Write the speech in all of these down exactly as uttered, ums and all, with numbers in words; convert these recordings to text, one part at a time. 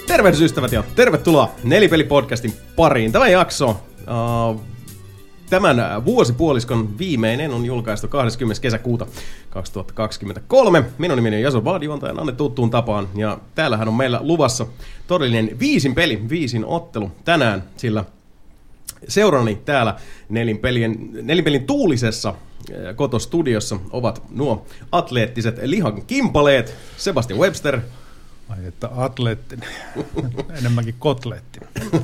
Tervehdys ystävät ja tervetuloa Nelipeli-podcastin pariin. Tämä jakso, uh, tämän vuosipuoliskon viimeinen, on julkaistu kahdeskymmenes kesäkuuta kaksituhattakaksikymmentäkolme. Minun nimeni on Jason Vaad, juontajan Anne tuttuun tapaan. Ja täällähän on meillä luvassa todellinen viisin peli, viisin ottelu tänään, sillä seurani täällä nelinpelien, nelinpelin tuulisessa kotostudiossa ovat nuo atleettiset lihan kimpaleet, Sebastian Webster. Ai että atleettinen, enemmänkin kotleetti.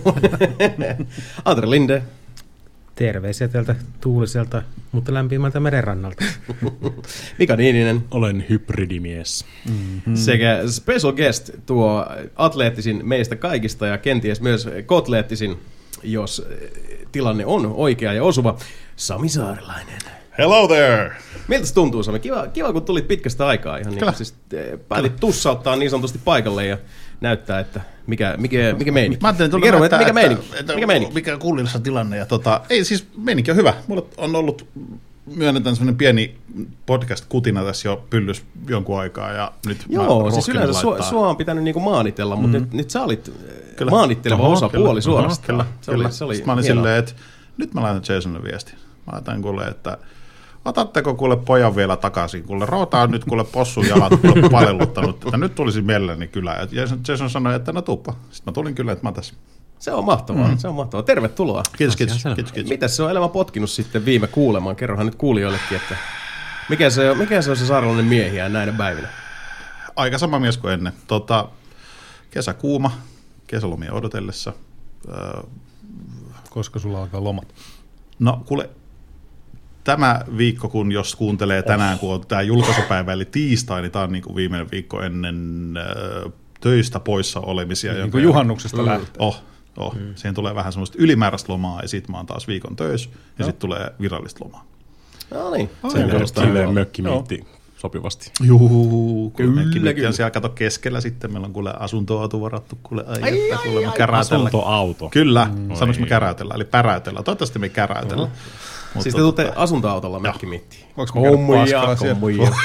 Andre Linde. Terveisiä tältä tuuliselta, mutta lämpimältä merenrannalta. Mika Niininen. Olen hybridimies. Mm-hmm. Sekä special guest, tuo atleettisin meistä kaikista ja kenties myös kotleettisin, jos tilanne on oikea ja osuva, Sami Saarelainen. Hello there! Miltä se tuntuu, Sami? Kiva, kiva, kun tulit pitkästä aikaa. Ihan niin, siis, päätit Kyllä. tussauttaa niin sanotusti paikalle ja näyttää, että mikä, mikä, mikä meininki. Mä ajattelin, Kerro, näyttää, mikä meininki. Että, että, mikä meininki. Mikä kuulillassa tilanne. Ja tota, ei siis, meininki on hyvä. Mulla on ollut, myönnetään semmoinen pieni podcast-kutina tässä jo pyllys jonkun aikaa. Ja nyt Joo, siis yleensä sua, sua on pitänyt niinku maanitella, mutta mm. nyt, nyt sä olit kyllä. maanitteleva Oho, osa puoli suorasta. Kyllä, se kyllä. Oli, se oli mä olin silleen, että nyt mä laitan Jasonille viesti. Mä laitan kuule, että otatteko kuule pojan vielä takaisin, kuule rootaan nyt kuule possun jalat kuule palelluttanut, että nyt tulisi mielelläni kyllä. Ja Jason, Jason sanoi, että no tuuppa. Sitten mä tulin kyllä, että mä tässä. Se on mahtavaa, mm. se on mahtavaa. Tervetuloa. Kiitos, kiitos, kiitos, kiitos. Mitäs se on elämä potkinut sitten viime kuulemaan? Kerrohan nyt kuulijoillekin, että mikä se on, mikä se, on se saarelainen miehiä näinä päivinä? Aika sama mies kuin ennen. Tota, kesä kuuma, kesälomia odotellessa. Öö, Koska sulla alkaa lomat? No kuule, tämä viikko, kun jos kuuntelee tänään, oh. kun on tämä julkaisupäivä, eli tiistai, niin tämä on niin kuin viimeinen viikko ennen äh, töistä poissa olemisia. Niin kuin juhannuksesta mm. lähtee. Oh, oh. Mm. Siihen tulee vähän semmoista ylimääräistä lomaa, ja sitten mä oon taas viikon töissä, ja no. sitten tulee virallista lomaa. No niin. Se kuulostaa silleen mökkimiitti sopivasti. Juu, kyllä. Mökkimiitti on siellä, kato keskellä sitten, meillä on kuule asuntoauto varattu, kuule ai, ai, että kuule me käräytellään. Asuntoauto? Kyllä, mm. sanoinko me käräytellään, eli päräytellään. Toivottavasti me käräytellään. Mm. Siis te tuutte asuntoautolla mökkimiittiin. Voinko me käydä paskalla siellä?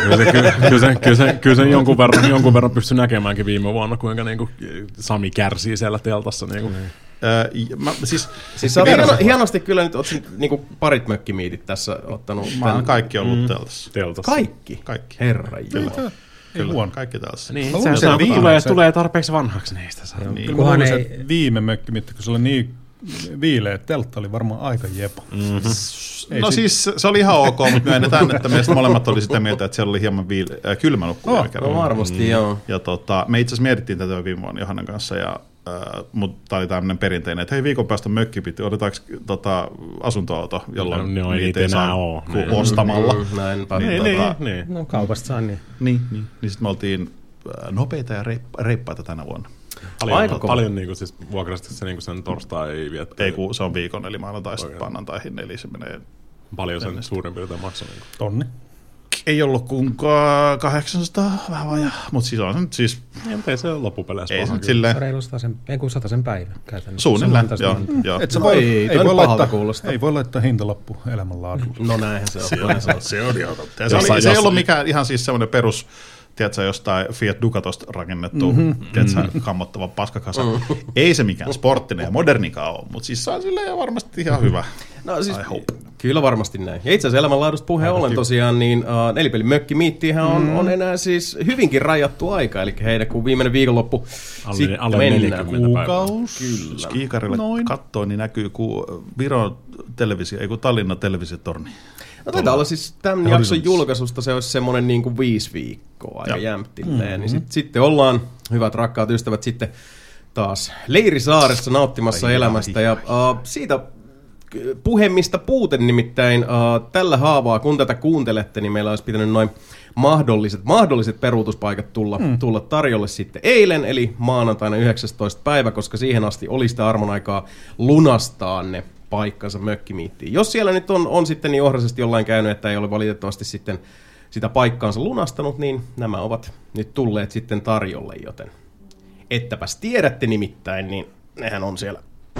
Kyllä sen jonkun verran, jonkun verran pystyi näkemäänkin viime vuonna, kuinka niinku Sami kärsii siellä teltassa. Niinku. Mm. Öö, mä, siis siis sä oot hieno, hienosti kyllä nyt oot niinku parit mökkimiitit tässä ottanut. Mä oon kaikki ollut mm. teltassa. teltassa. Kaikki? Kaikki. Herra jumala. Kyllä, huono. Kaikki teltassa. Niin, se, se tulee, tulee tarpeeksi vanhaksi niistä. Niin. Kyllä mä luulen, ei... että viime mökkimiitti, kun se oli niin viileä, teltta oli varmaan aika jepo. Mm-hmm. No sit... siis se oli ihan ok, mutta myönnetään, että meistä molemmat oli sitä mieltä, että siellä oli hieman viile- äh, kylmä nukkua. Oh, no varmasti, mm. joo. Ja tota, me itse asiassa mietittiin tätä viime vuonna Johannan kanssa, ja, äh, mutta tämä oli tämmöinen perinteinen, että hei viikon päästä mökkipiti, odotetaanko tota, asuntoauto, jolloin no, niitä ei saa ole, ostamalla. Mm, näinpä. Niin, niin, tota, niin. No kaupasta saa niin. Niin, niin. niin sitten me oltiin nopeita ja reippa- reippaita tänä vuonna. Paljon, Aika paljon niinku siis vuokrasti se niinku sen torstai ei viettää. Ei kun se on viikon, eli maanantaista maanantaihin, eli se menee. Paljon sen suurin piirtein maksaa niinku. Tonni. Ei ollut kuin kahdeksansataa vähän vajaa, mutta siis on se nyt siis. Ja mutta ei se loppupeleissä paha kyllä. Silleen. Reilu sen, ei kun sata sen päivä käytännössä. Suunnilleen, joo. joo. Et no voi, ei, ei, voi laittaa, ei voi laittaa hintalappu elämänlaadulla. No näinhän se on. Se on, se on ihan totta. Se, oli, se ei ollut mikään ihan siis semmoinen perus, tiedätkö, jostain Fiat Ducatosta rakennettu, mm-hmm. tiedätkö, mm-hmm. kammottava paskakasa. Mm-hmm. Ei se mikään sporttinen ja modernikaan ole, mutta siis se on silleen varmasti ihan hyvä. No siis, kyllä varmasti näin. Ja itse asiassa elämänlaadusta puheen ollen tosiaan, niin uh, nelipelin mökkimiittihän on, mm. on enää siis hyvinkin rajattu aika, eli heinäkuun viimeinen viikonloppu alle, sitten alle mennään. Kuukaus. Kyllä. Kiikarille kattoo, niin näkyy kuin Viron televisio, ei kun Tallinnan televisiotorni. No taitaa olla siis tämän jakson julkaisusta se olisi semmoinen niin kuin viisi viikkoa aika jämptilleen. Mm-hmm. Niin sit, sitten ollaan, hyvät rakkaat ystävät, sitten taas Leirisaaressa nauttimassa ai elämästä. Ai, ja uh, siitä puhemista puute nimittäin uh, tällä haavaa, kun tätä kuuntelette, niin meillä olisi pitänyt noin mahdolliset, mahdolliset peruutuspaikat tulla, mm. tulla tarjolle sitten eilen, eli maanantaina yhdeksästoista päivä, koska siihen asti oli sitä armon aikaa lunastaa ne paikkansa mökkimiittiin. Jos siellä nyt on, on sitten niin ohraisesti jollain käynyt, että ei ole valitettavasti sitten sitä paikkaansa lunastanut, niin nämä ovat nyt tulleet sitten tarjolle, joten ettäpäs tiedätte nimittäin, niin nehän on siellä.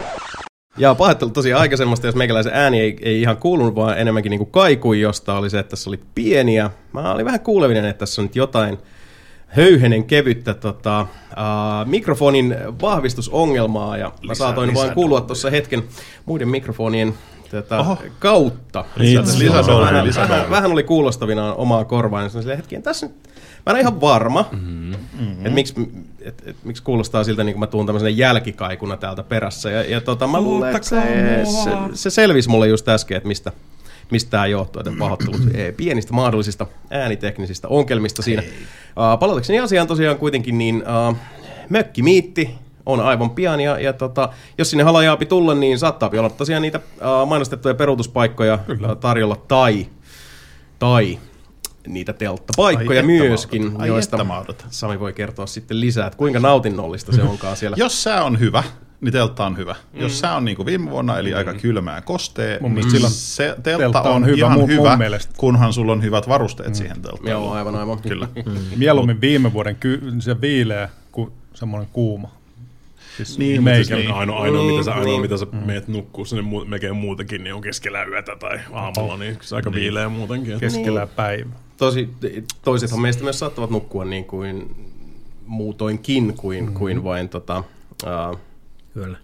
Ja pahoittelut tosiaan aikaisemmasta, jos meikäläisen ääni ei, ei ihan kuulunut, vaan enemmänkin niin kuin kaikui, josta oli se, että tässä oli pieniä. Mä olin vähän kuulevinen, että tässä on nyt jotain höyhenen kevyttä tota, äh, mikrofonin vahvistusongelmaa, ja mä saatoin vaan kuulua tuossa hetken muiden mikrofonien tätä kautta. Vähän, vähän, vähän oli kuulostavina omaa korvaan, ja silleen hetkien, tässä nyt, mä en ole ihan varma, mm-hmm. että miksi, et, et, miksi kuulostaa siltä, niin kuin mä tuun tämmöisenä jälkikaikuna täältä perässä, ja, ja tota, mä luulen, että se, se, se selvisi mulle just äsken, että mistä mistä tämä johtuu, että pahoittelut pienistä mahdollisista ääniteknisistä ongelmista siinä. Uh, palatakseni asiaan tosiaan kuitenkin, niin uh, mökkimiitti on aivan pian, ja, ja tota, jos sinne halajaapi tulla, niin saattaa olla tosiaan niitä uh, mainostettuja peruutuspaikkoja uh, tarjolla, tai, tai niitä telttapaikkoja ai myöskin, ai joista Sami voi kertoa sitten lisää, että kuinka nautinnollista se onkaan siellä. Jos sää on hyvä, niin teltta on hyvä. Mm. Jos sää on niin kuin viime vuonna, eli mm. aika kylmää kostee, mun niin mm. se teltta, teltta on, on hyvä, ihan mun, hyvä, mun kunhan sulla on hyvät varusteet mm. siihen telttaan. Joo, aivan, aivan. Kyllä. Mm. Mieluummin viime vuoden ky- se viileä kuin semmoinen kuuma. Siis niin, meikä. Niin. Ainoa, ainoa, niin, mitä sä, ainoa niin. mitä sä mm. meet nukkuu sinne mu- melkein muutenkin, niin on keskellä yötä tai aamulla, oh. niin se aika niin. viileä muutenkin. Keskellä niin. päivä. Tosi, toisethan meistä myös saattavat nukkua niin kuin muutoinkin kuin, mm. kuin vain tota, uh, Kyllä.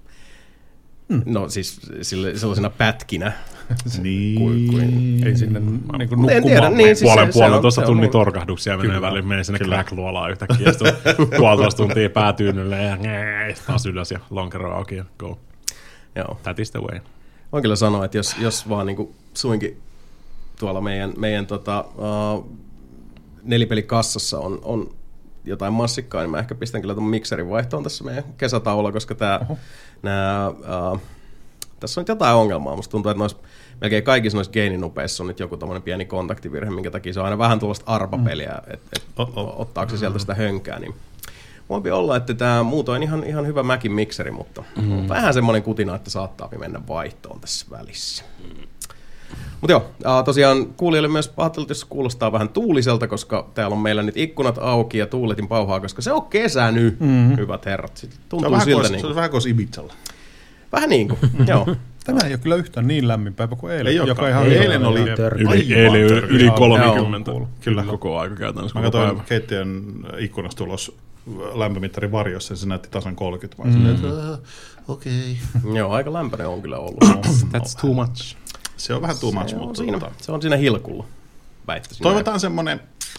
No siis sille, sellaisena pätkinä. Niin. Kuin, kuin, ei sinne niin kuin nukkumaan. Tiedä, niin, siis puolen se, puolen se tuossa on, tunnin on, torkahduksia menee väliin, menee sinne crack-luolaan yhtäkkiä, ja puolitoista tuntia päätyynylle, ja taas ylös, ja lonkero auki, ja go. Joo. That is the way. Voin kyllä sanoa, että jos, jos vaan niin kuin suinkin tuolla meidän, meidän tota, uh, nelipelikassassa on, on jotain massikkaa, niin mä ehkä pistän kyllä tuon mikserin vaihtoon tässä meidän kesätauolla, koska tää, nää, uh, tässä on jotain ongelmaa. Musta tuntuu, että noissa, melkein kaikissa noissa gaininupeissa on nyt joku tommonen pieni kontaktivirhe, minkä takia se on aina vähän tuollaista arpapeliä, mm. että et, ottaako se sieltä sitä hönkää. Niin voipi olla, että tämä muutoin ihan, ihan hyvä Macin mikseri, mutta mm. vähän semmoinen kutina, että saattaa mennä vaihtoon tässä välissä. Mm. Mutta joo, tosiaan kuulijoille myös pahoittelut, jos kuulostaa vähän tuuliselta, koska täällä on meillä nyt ikkunat auki ja tuuletin pauhaa, koska se on kesä nyt, mm-hmm. hyvät herrat. Sitten tuntuu se siltä kois, niin kuin... Se on vähän kuin Ibizalla. Vähän niin kuin, joo. Tänään ei ole kyllä yhtään niin lämmin päivä kuin eilen. Ei joka ihan ei, eilen oli yli, eilen yli, yli kolmekymmentä. Kyllä koko aika käytännössä. Mä katsoin päivä. Keittiön ikkunasta ulos lämpömittarin varjossa ja se näytti tasan kolmekymmentä. Mm. Silleen, että okei. Okay. Joo, aika lämpöinen on kyllä ollut. That's too much. Se on vähän too much, se mutta... On siinä, se on siinä hilkulla, väittäisin. Toivotaan semmoinen,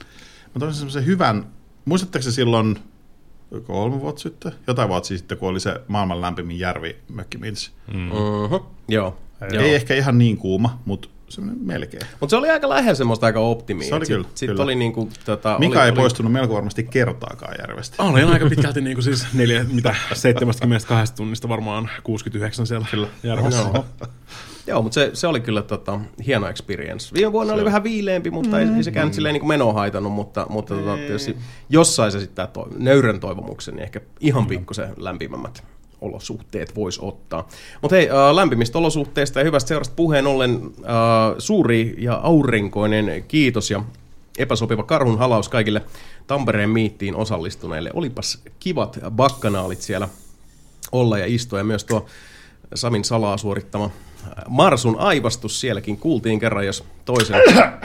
mä toivon semmoisen hyvän, muistatteko se silloin kolme vuotta sitten? Jotain vuotta sitten, kun oli se maailman lämpimin järvi Mökkimielessä. Mm. Uh-huh. Joo. Ei Joo. ehkä ihan niin kuuma, mutta semmoinen melkein. Mutta se oli aika lähellä semmoista aika optimia. Se oli kyllä. Sitten sit oli niinku... Tota, Mika oli, ei oli... poistunut melko varmasti kertaakaan järvestä. Olen aika pitkälti niinku siis neljä, mitä, seitsemänkymmentäkaksi tunnista varmaan kuusikymmentäyhdeksän siellä kyllä. järvessä. No. Joo, mutta se, se oli kyllä tota, hieno experience. Viime vuonna se oli vähän viileempi, mutta mm. ei, ei sekään mm. silleen niin menoa haitannut, mutta, mutta tota, tietysti jossain se sitten toi, nöyrän toivomuksen, niin ehkä ihan pikkusen lämpimämmät olosuhteet voisi ottaa. Mutta hei, äh, lämpimistä olosuhteista ja hyvästä seurasta puheen ollen äh, suuri ja aurinkoinen kiitos ja epäsopiva karhun halaus kaikille Tampereen miittiin osallistuneille. Olipas kivat bakkanaalit siellä olla ja istua ja myös tuo Samin salaa suorittama Marsun aivastus sielläkin kuultiin kerran, jos toisen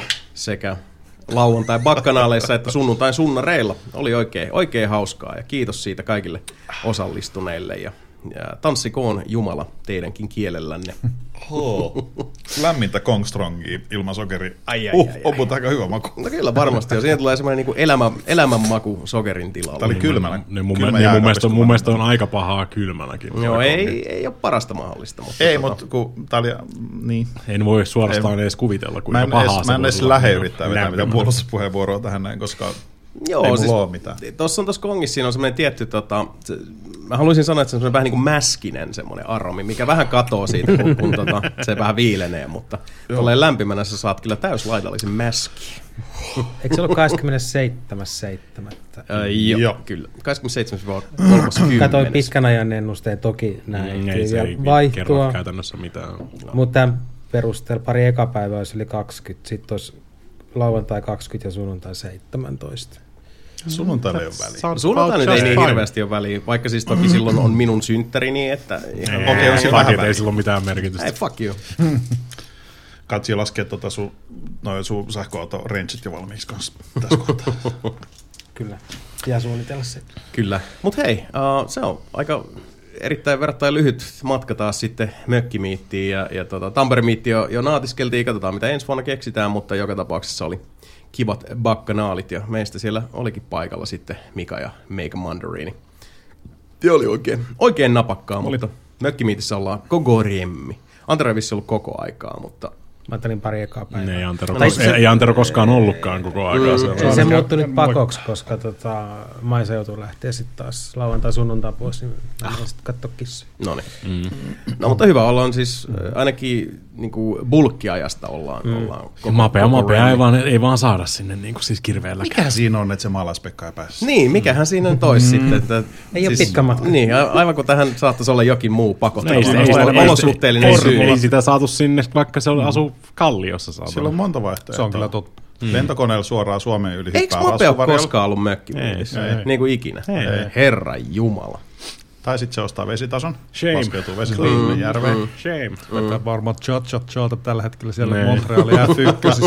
sekä lauantai bakkanaaleissa että sunnuntain sunnareilla. Oli oikein, oikein hauskaa ja kiitos siitä kaikille osallistuneille ja, ja tanssikoon Jumala teidänkin kielellänne. Oh. Lämmintä Kongstrongia ilman sokeri. Ai, ai, uh, ai, ai. On mutta aika hyvä maku. No kyllä varmasti jo. Siinä tulee semmoinen niin elämä, elämänmaku sokerin tilalla. Tämä oli kylmänä. Niin mun, kylmä niin mun, mielestä, mun mielestä on aika pahaa kylmänäkin. Joo, ei, ei ole parasta mahdollista. Mutta ei, tota... mutta kun tää oli, niin. En voi suorastaan en, edes kuvitella, kuinka pahaa edes, se. Mä en edes lähde yrittää vetää mitään puolustuspuheenvuoroa tähän näin, koska joo, ei mulla siis, ole mitään. Tuossa on tuossa Kongissa, siinä on semmoinen tietty, tota, se, mä haluaisin sanoa, että se on semmoinen vähän niin kuin mäskinen semmoinen aromi, mikä vähän katoo siitä, kun, kun tota, se vähän viilenee, mutta tolleen lämpimänä sä saat kyllä täyslaidallisen mäski. Eikö se ollut kahdeskymmenesseitsemäs seitsemättä? Öö, joo, joo, kyllä. kahdeskymmenesseitsemäs kolmaskymmenes Katoin pitkän ajan ennusteen, toki näin. Mm, ei se ei vaihtua, kerro käytännössä mitään. No. Mutta tämän perusteella pari eka päivää olisi yli kaksikymmentä, sitten olisi lauantai kaksikymmentä ja sunnuntai seitsemäntoista. Sunnuntaina ei ole väliä. Sunnuntai nyt ei niin hirveästi ole väliä, vaikka siis toki silloin on minun synttärini, että... Okei, okay, on siinä vähän ei sillä ole mitään merkitystä. Ei, fuck you. Katsi laskee tuota sun, noin sun sähköauto rangeit jo valmiiksi kanssa tässä kohtaa. kyllä. Ja suunnitella se. Kyllä. Mutta hei, uh, se on aika erittäin verrattain lyhyt matka taas sitten mökkimiittiin. Ja, ja tota, Tampere-miitti jo, jo naatiskeltiin, katsotaan mitä ensi vuonna keksitään, mutta joka tapauksessa oli kivat bakkanaalit. Ja meistä siellä olikin paikalla sitten Mika ja Meikä Mandariini. Se oli oikein, oikein napakkaa, oli. Mutta mökkimiitissä ollaan koko remmi. Antero ei vissi ollut koko aikaa, mutta... Mä ajattelin pari ekaa päivää. Ei Antero, kos- ei, ei Antero koskaan ollutkaan koko aikaa. Mm, se se muuttui nyt pakoksi, koska tota, Maisa joutuu lähteä sitten taas lauantai sunnuntai pois, niin mä en sitten katsoa kissoja. Noniin. Mm. No mutta hyvä, ollaan siis ainakin niinku bulkkiajasta ollaan. Mm. ollaan koko, mapea, mapea ei, vaan, ei vaan saada sinne niinku siis kirveelläkään. Mikä siinä on, että se Maalaispekka ei päässyt? Niin, mikähän siinä nyt olisi mm. sitten. Että, ei siis, ole pitkä matka. Niin, aivan kun tähän saattaisi olla jokin muu pakottava. Olosuhteellinen syy. Ei sitä saatu sinne, vaikka se asuu Kalliossa saatu. Sillä on monta vaihtoehtoa. Se on kyllä totta. Mm. Lentokoneella suoraan Suomeen yli. Eikö Mapea ole koskaan ollut mökkimiitissä? Niin kuin ikinä. Ei. Herra Jumala. Tai sitten se ostaa vesitason. Shame. Laskeutuu vesitason mm. järveen. Mm. Shame. Vetää varmaan cha-cha-chata tällä hetkellä siellä nee. Montrealin F yksi.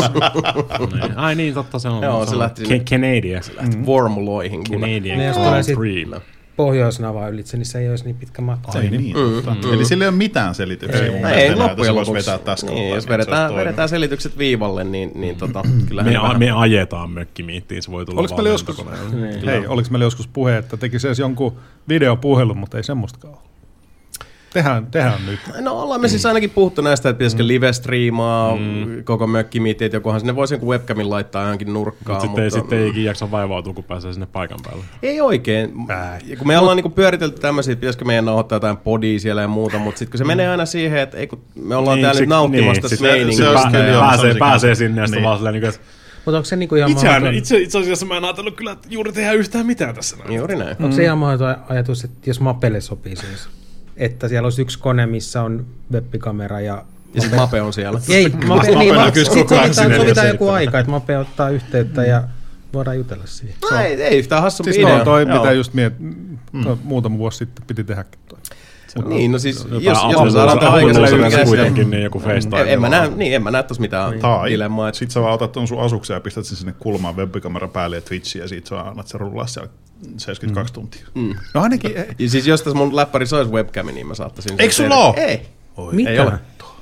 Ai niin, totta se on. Joo, se lähti sinne. Canadian. Se lähti Vormuloihin. Canadian. Ne jos tulee sitten pohjoisnavaa ylitse, niin se ei olisi niin pitkä matka. Ai niin. Mm, mm. Eli sillä ei ole mitään selityksiä. Ei, mun ei loppujen lopuksi. Niin, jos vedetään, vedetään selitykset viivalle, niin, niin tota, me, a, me ajetaan mökkimiittiin, se voi tulla oliko meillä joskus, niin. Hei, oliko meillä joskus puhe, että tekisi edes jonkun videopuhelun, mutta ei semmoistakaan ole. Tehdään, tehdään nyt. No ollaan me siis ainakin puhuttu näistä, että pitäisikö mm. live-striimaa mm. koko mökkimiitti, että jokohan sinne voisi jonkun webcamin laittaa johonkin nurkkaan. Mutta sitten mutta, ei ikin jaksa vaivautua, kun pääsee sinne paikan päälle. Ei oikein. Ja kun me ollaan niinku pyöritelty tämmöisiä, että pitäisikö meidän nauhoittaa jotain podia siellä ja muuta, mutta sitten kun se mm. menee aina siihen, että ei, kun me ollaan niin, täällä nyt nauttimassa tästä niin, meiningistä. Pääsee, pääsee sinne ja sitten vaan silleen, että mutta onko se niinku ihan itse, mahdoton... itse, itse asiassa mä en ajatellut kyllä juuri tehdä yhtään mitään tässä. Näin. Juuri näin. Onko se ihan mahdoton ajatus, että jos Mapelle sopii siis? Että siellä olisi yksi kone, missä on webbikamera ja... Ja sitten Mape on siellä. Ei, Mape, niin, sitten sovitaan, sovitaan joku aika, että Mape ottaa yhteyttä ja voidaan jutella siihen. No, ei, ei yhtään hassumpi siis idea. Siis toi, mitä just miet, mm. muutama vuosi sitten piti tehdäkin toi. Mut niin, no siis, jos, jos me saadaan tämän aikaisemmin kuitenkin, niin joku FaceTime. En mä näe, niin, en mä näe tossa mitään dilemmaa. Sit sä vaan otat ton sun asuksen ja pistät sen sinne kulmaan webbikamera päälle ja Twitchiin ja sit sä annat sen rullaa siellä seitsemänkymmentäkaksi mm. tuntia. Mm. No ainakin... Ja siis jos tässä mun läpparissa olisi webcami, niin mä saattaisin... Eikö sulla oo? Ei. Oi. Mitä? Ei ole.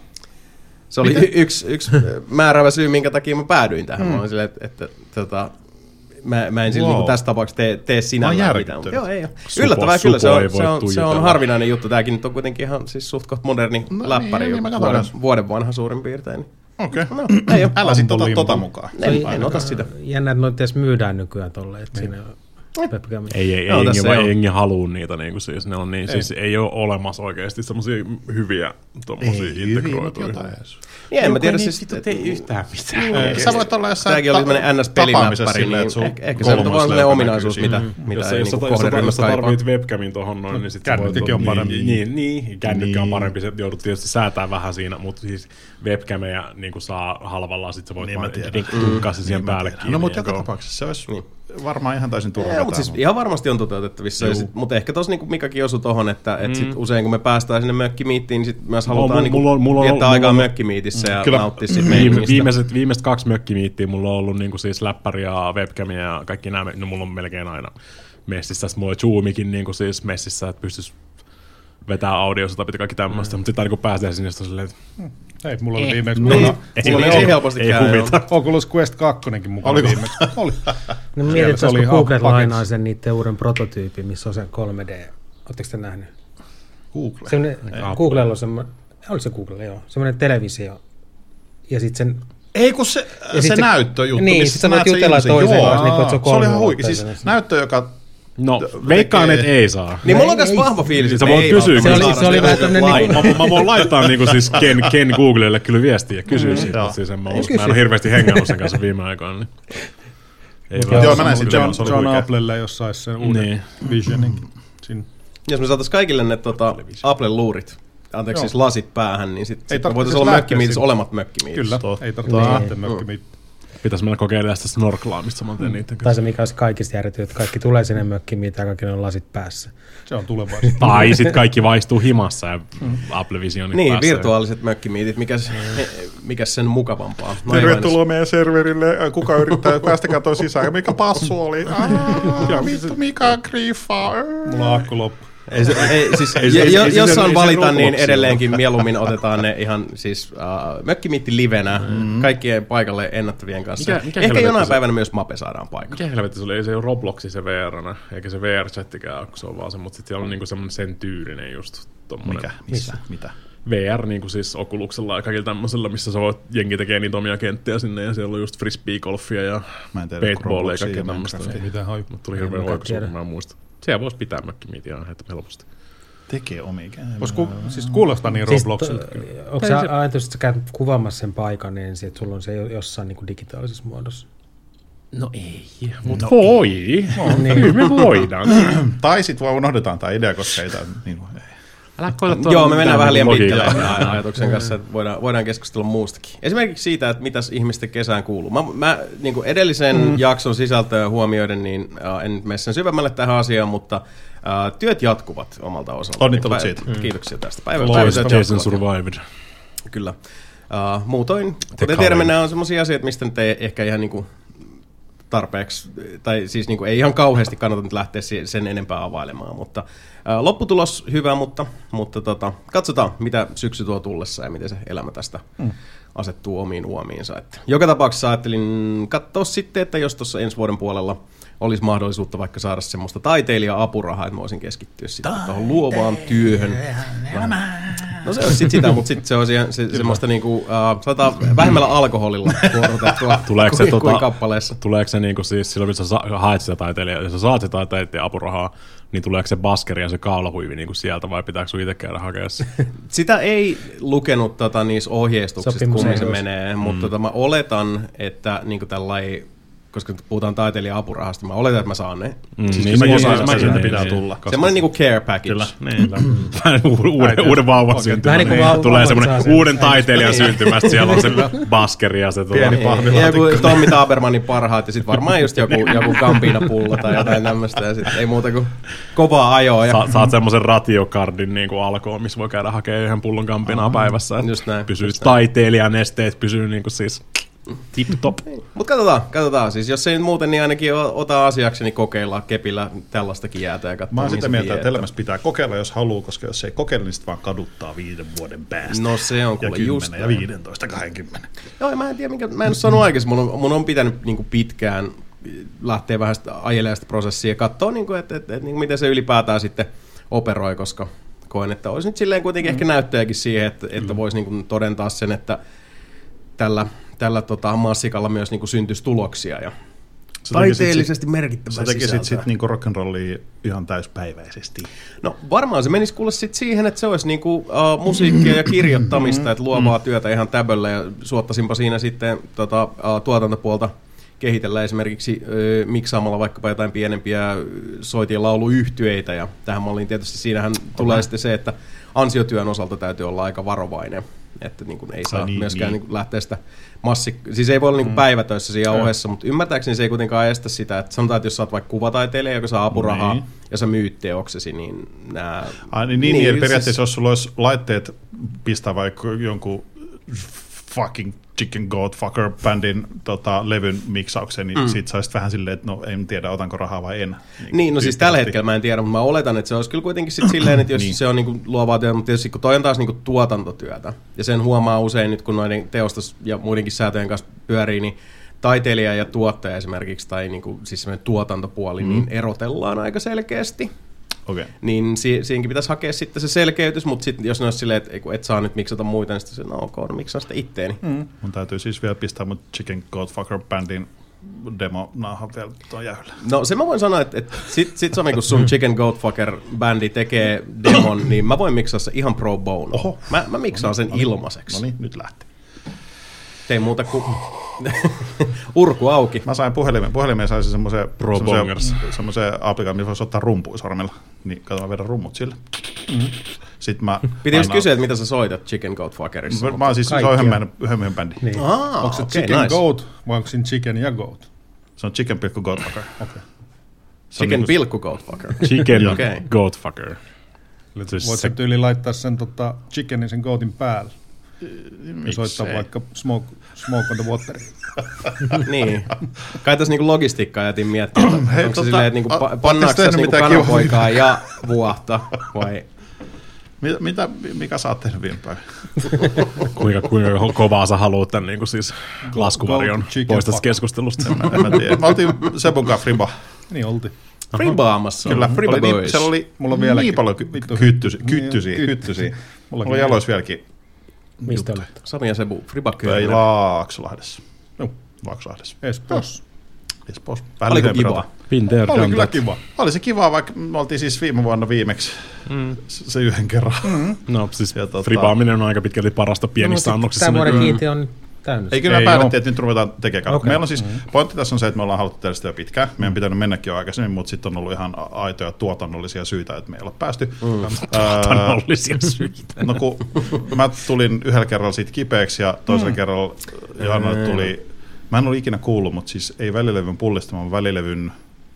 Se oli y- yksi, yksi määräävä syy, minkä takia mä päädyin tähän. Mm. Mä olin silleen, että, että tota, mä, mä en wow. niin tässä tapauksessa tee, tee sinällään mitään. Joo, ei ole. Yllättävää supo, kyllä, se on, se, on, se on harvinainen juttu. Tämäkin nyt on kuitenkin ihan siis suht kohta moderni no, läppäri, niin, niin, vuoden, vuoden vanha suurin piirtein. Okei. Okay. No, ei ole. Älä sit ota tota mukaan. En, en ota sitä. Jännä, että noita edes myydään nykyään tolleen, että siinä Ei, ei, no, ei, ei jengi halua niitä, niin kuin siis ne on niin, ei. Siis ei ole olemassa oikeasti semmoisia hyviä tommosia integroituja. Niin, en mä tiedä siis... Ei yhtään mitään. Sä voit olla jossain tämäkin oli semmoinen N S-peliläppäri, niin ehkä se on vaan semmoinen ominaisuus, mitä jos sä tarvit webcamin tohon noin, niin sitten kännykkäkin on parempi. Niin, niin, kännykkä on parempi, se joudut tietysti säätää vähän siinä, mutta siis webcameja saa halvalla, sit sä voit vaan tukkaa se siihen päälle kiinni. No mutta joka tapauksessa se olisi varmaan ihan täysin turha vetää. Mutta siis ihan varmasti on toteutettavissa, mutta ehkä tuossa niin Mikakin osui tohon, että et sit usein kun me päästään sinne mökkimiittiin, niin sit myös halutaan no, viettää aikaa mökkimiitissä ja nauttia siitä meiningistä. Viimeiset, viimeiset kaksi mökkimiittiä mulla on ollut niin kuin siis läppäri ja webcamia ja kaikki nämä, no mulla on melkein aina messissä. Sitten mulla on Zoomikin niin kuin siis messissä, että pystyisi vetää audiosta tai kaikki tämmöistä, mm. mutta sitten aina kun pääsee sinne, sitten on silleen, että ei, mulla oli viimeksi. Niin, mulla oli ei helposti käy. Oculus Quest kakkonenkin mukana viimeksi. Oli. No mietit, jos Google lainaa sen niiden uuden prototyypin, missä on se kolme D. Oletteko te nähnyt? Google? Googlella on semmoinen, oli se Google, joo, semmoinen televisio. Ja sitten sen... Ei kun se, se, se näyttöjuttu, niin, missä sä näet se ihmisen. Joo, niin, että se on se oli ihan huikea. Siis näyttö, joka... No, veikkaan, että ei saa. Niin mulla on myös vahva fiilis, että ei kysyä. Se oli, se oli vähän tämmönen niinku... Mä, mä voin laittaa niinku siis Ken, Ken Googlelle kyllä viestiä ja kysyä mm, siitä. Siis en mä, usko, mä en ole hirveästi hengannut sen kanssa viime aikoina. Niin. Ei joo, joo mä näin sitten. John, John Applelle, jos sais sen uuden niin. Visionin. Siin. Jos me saatais kaikille ne tota, Applen luurit, anteeksi siis lasit päähän, niin sitten sit voitaisiin olla mökkimiitissä olemat mökkimiitissä. Kyllä, ei tarvitse lähteä mökkimiitissä. Pitäisi mennä kokeilemaan sitä snorklaamista saman tien niiden Tai se mikä olisi kaikista järjetty, että kaikki tulee sinne mökkiin, mitä kaikki on lasit päässä. Se on tulevaisuus. Tai sitten kaikki vaistuu himassa ja Apple Visionin Niin, päässä. virtuaaliset mökkimiitit, mikäs, mikäs sen mukavampaa. No Tervetuloa meidän serverille. Kuka yrittää päästä katoa sisään? Mikä passu oli? Aah, vittu, mikä griffaa. Mulla on akku loppu. Ei, se, ei, siis, Ei se- jo, ei se- jos ei se- on ei se valita, niin Robloxilla. edelleenkin mieluummin otetaan ne ihan siis uh, mökkimiitti livenä, mm-hmm. kaikkien paikalle ennättävien kanssa. Mikä- mikä Ehkä helvetti jonain se- päivänä myös Mape saadaan paikalle. Mikä helvetti se oli? Ei se ole Robloxi se V R-nä, eikä se V R-chattikään ole, kun se on vaan se, mutta sitten siellä on niinku semmoinen sen tyylinen just tommonen. Mikä? Missä? Mitä? V R niinku siis Oculuksella ja kaikilla tämmöisellä, missä sä voit, jengi tekee niitä omia kenttiä sinne ja siellä on just frisbee-golfia ja Mä en tiedä, paintballia ja Robloxia kaikkea ja tämmöistä. Minecraftia. Mitä haju? Mut tuli hirveän En oikaisu, tiedä. kun mä en muista. Siellä voisi pitää mökkimiitiä ihan helposti. Tekee omia käymään. Vois ku, siis kuulostaa niin Siis, Robloxilta. to- onko se ajatus, että sä käyt kuvaamassa sen paikan ensin, että sulla on se jo- jossain niin kuin digitaalisessa muodossa? No ei, mutta no voi. No, niin. Me voidaan. Tai sit vaan unohdetaan tää idea, koska ei tää niin ei. Älä koeta tuoda Joo, me mennään mitään vähän liian logiikkaa. pitkälle ajatuksen kanssa, että voidaan, voidaan keskustella muustakin. Esimerkiksi siitä, että mitäs ihmisten kesään kuuluu. Mä, mä niin kuin edellisen mm. jakson sisältöä huomioiden, niin äh, en mene sen syvemmälle tähän asiaan, mutta äh, työt jatkuvat omalta osalta. Onnittelut Päivä- siitä. Kiitoksia tästä. Päivä, Loista, päivätyöt Jason jatkuvat. survived. Kyllä. Uh, muutoin, kuten Kaveri. tiedämme, nämä on sellaisia asioita, mistä nyt ei ehkä ihan niin kuin tarpeeksi, tai siis niin kuin ei ihan kauheasti kannata nyt lähteä si- sen enempää availemaan, mutta uh, lopputulos hyvä, mutta, mutta tota, katsotaan, mitä syksy tuo tullessa ja miten se elämä tästä mm. asettuu omiin uomiinsa. Että joka tapauksessa ajattelin katsoa sitten, että jos tuossa ensi vuoden puolella olisi mahdollisuutta vaikka saada semmoista taiteilija-apurahaa, että mä voisin keskittyä sitten tuohon luovaan työhön. No se olisi sitten sitä, mutta sitten se olisi ihan se, semmoista niinku, uh, sanotaan vähemmällä alkoholilla kuorrutettua Tuleeko se, kuin, tota, kuin kappaleessa. tuleeko se niinku siis silloin, kun sä sa- haet sitä taiteilijaa, jos sä saat sitä taiteilijan apurahaa, niin tuleeko se baskeri ja se kaulahuivi niinku sieltä vai pitääkö sun itse käydä hakea se? Sitä ei lukenut tota, niissä ohjeistuksissa, Sopimus kummin ei se olisi. menee, mm. mutta tota, mä oletan, että niinku tällainen, koska puhutaan taiteilija-apurahasta, mä oletan, että mä saan ne. Mm, Siis niin, mä niin, osaan, niin, että niin, niitä pitää niin, tulla. koska- Semmoinen niinku care package. Kyllä, niin. Vähän uuden, uuden vauvan Vähän syntymä. niin kuin Niin. vauva- Tulee vauvat semmoinen saa sen. uuden taiteilijan syntymästä, siellä on se baskeri ja se Pieni tuolla. pahvilaatikko. Ja joku Tommi Tabermanin parhaat ja sitten varmaan just joku, joku Campina-pullo tai jotain tämmöistä ja sitten ei muuta kuin kovaa ajoa. Ja Sa- saat semmoisen ratiokardin niin kuin alkoon, missä voi käydä hakemaan yhden pullon kampinaa päivässä. Että Just näin, pysyy just näin. taiteilijan esteet, pysyy niin kuin siis tip-top. Mutta katsotaan, katsotaan. Siis jos ei nyt muuten, niin ainakin o- ota asiakseni kokeilla kepillä tällaistakin jäätä ja katsoa, Mä oon mihin sitä se mieltä, vie. että elämässä pitää kokeilla, jos haluaa, koska jos ei kokeilla, niin sit vaan kaduttaa viiden vuoden päästä. No se on ja kuule kymmenen just ja näin. viidentoista, kahdenkymmenen. Joo, mä en tiedä, minkä, mä en ole sanonut aikaisemmin. Mun on, mun on pitänyt niin kuin pitkään lähteä vähän sitä ajelemaan sitä prosessia ja katsoa, niin kuin, että, että, että, niin kuin miten se ylipäätään sitten operoi, koska koen, että olisi nyt silleen kuitenkin mm. ehkä näyttöjäkin siihen, että, että voisi niin kuin todentaa sen, että tällä, tällä tota, massikalla myös niin kuin syntyisi tuloksia ja Sä taiteellisesti Sä merkittävää tekisit sisältöä. sit niinku rock'n'rollia ihan täyspäiväisesti. No varmaan se menisi kuule sit siihen, että se olisi niinku, uh, musiikkia ja kirjoittamista, että luovaa työtä ihan täböllä ja suottaisinpa siinä sitten tota, uh, tuotantopuolta kehitellä esimerkiksi uh, miksaamalla vaikkapa jotain pienempiä soitien lauluyhtyeitä ja tähän malliin tietysti siinähän tulee sitten se, että ansiotyön osalta täytyy olla aika varovainen, että niin kuin ei saa niin, myöskään niin. niin. lähteä sitä massi... Siis ei voi olla niin kuin päivätöissä siinä Mm. ohessa, mutta ymmärtääkseni se ei kuitenkaan estä sitä, että sanotaan, että jos sä oot vaikka kuvataiteilija, joka saa apurahaa Niin. ja sä myyt teoksesi, niin nämä... Ai, niin, niin, niin eli siis- periaatteessa jos sulla olisi laitteet pistää vaikka jonkun fucking Chicken Goat Fucker bändin tota, levyn miksauksen, niin mm. sit saisit vähän silleen, että no en tiedä, otanko rahaa vai en. Niin, Niin, no siis tällä hetkellä mä en tiedä, mutta mä oletan, että se olisi kyllä kuitenkin sit silleen, että jos Niin. se on niinku luovaa työtä, mutta tietysti kun toi on taas niinku tuotantotyötä, ja sen huomaa usein nyt, kun noiden teostos ja muidenkin säätöjen kanssa pyörii, niin taiteilija ja tuottaja esimerkiksi, tai niinku, siis semmoinen tuotantopuoli, mm. niin erotellaan aika selkeästi. Okei. Niin si- siinäkin pitäisi hakea sitten se selkeytys, mutta sitten jos ne olisi silleen, että ei, kun et saa nyt miksata muita, niin sitten se, no ok, no miksaan sitten itteeni. Mm. Mun täytyy siis vielä pistää mut Chicken Goat Fucker bändin demo naahan vielä tuon jäyllä. No se mä voin sanoa, että, että sit, sit Sami, kun sun Chicken Goatfucker-bändi tekee demon, niin mä voin miksaa se ihan pro bono. Oho. Mä, mä miksaan sen ilmaiseksi. No niin, nyt lähti. Tein muuta kuin urku auki. Mä sain puhelimen, puhelimeen sain semmoisen Pro bongers. semmoisen applikaation, missä voisi ottaa rumpuja sormella. Niin kato, mä vedän rummut sillä. Mm. Sitten mä... Piti just kysyä, että mitä sä soitat Chicken Goat Fuckerissa? Mä, mä oon siis yhden miehen bändi. Niin. Ah, onko se okay, Chicken nice. Goat vai onko siinä Chicken ja Goat? Se on Chicken pilkku Goat Fucker. Okay. Chicken niinku... pilkku Goat Fucker. Chicken okay. Goat Fucker. Voit se tyyli laittaa sen tota, chickenin sen goatin päälle. Ja soittaa ei? vaikka smoke, smoke on the water. Niin. Kai tässä niinku logistiikkaa jätin miettiä, että Hei, onko se tota, silleen, että niinku a- pannaanko tässä tehnyt niinku mitään kananpoikaa ja vuohta, vai... Mitä, mitä, mikä sä oot tehnyt viime päivänä? kuinka, kuinka kovaa sä haluat tämän niin kuin siis laskuvarion pois tästä keskustelusta? Mä, en mä tiedä. Mä oltiin Sebun kanssa friba. Niin oltiin. Fribaamassa. Kyllä, Friba oli niin, boys. siellä oli Mulla on niin vieläkin. paljon ky- kyttysiä. Kyttysiä, Niin, kyttysiä. Mulla Mullakin on jaloissa vieläkin. Mistä olette? Sami ja Sebu, Friba Ei kyllä. Laaksolahdessa. Joo, Laaksolahdessa. Espoossa. Espoossa. Vähän Oliko lyhyempi kiva? rata. Pinter Oli kyllä kiva. Oli se kiva, vaikka me oltiin siis viime vuonna viimeksi Mm. se yhden kerran. Mm. No siis Ja tota- fribaaminen on aika pitkälti parasta pienissä annoksissa. Tämä vuoden nykyään. kiintiö on täynnä. Ei kyllä Ei me päätettiin, oo. että nyt ruvetaan tekemään. Okei. Meillä on siis, pointti tässä on se, että me ollaan haluttu tehdä sitä jo pitkään. Meidän on pitänyt mennäkin jo aikaisemmin, mutta sitten on ollut ihan aitoja tuotannollisia syitä, että me ei olla päästy. Mm. Tuotannollisia syitä. No kun mä tulin yhdellä kerralla siitä kipeäksi ja toisella mm. kerralla Johanna tuli, mä en ollut ikinä kuullut, mutta siis ei välilevyn pullistama, vaan välilevyn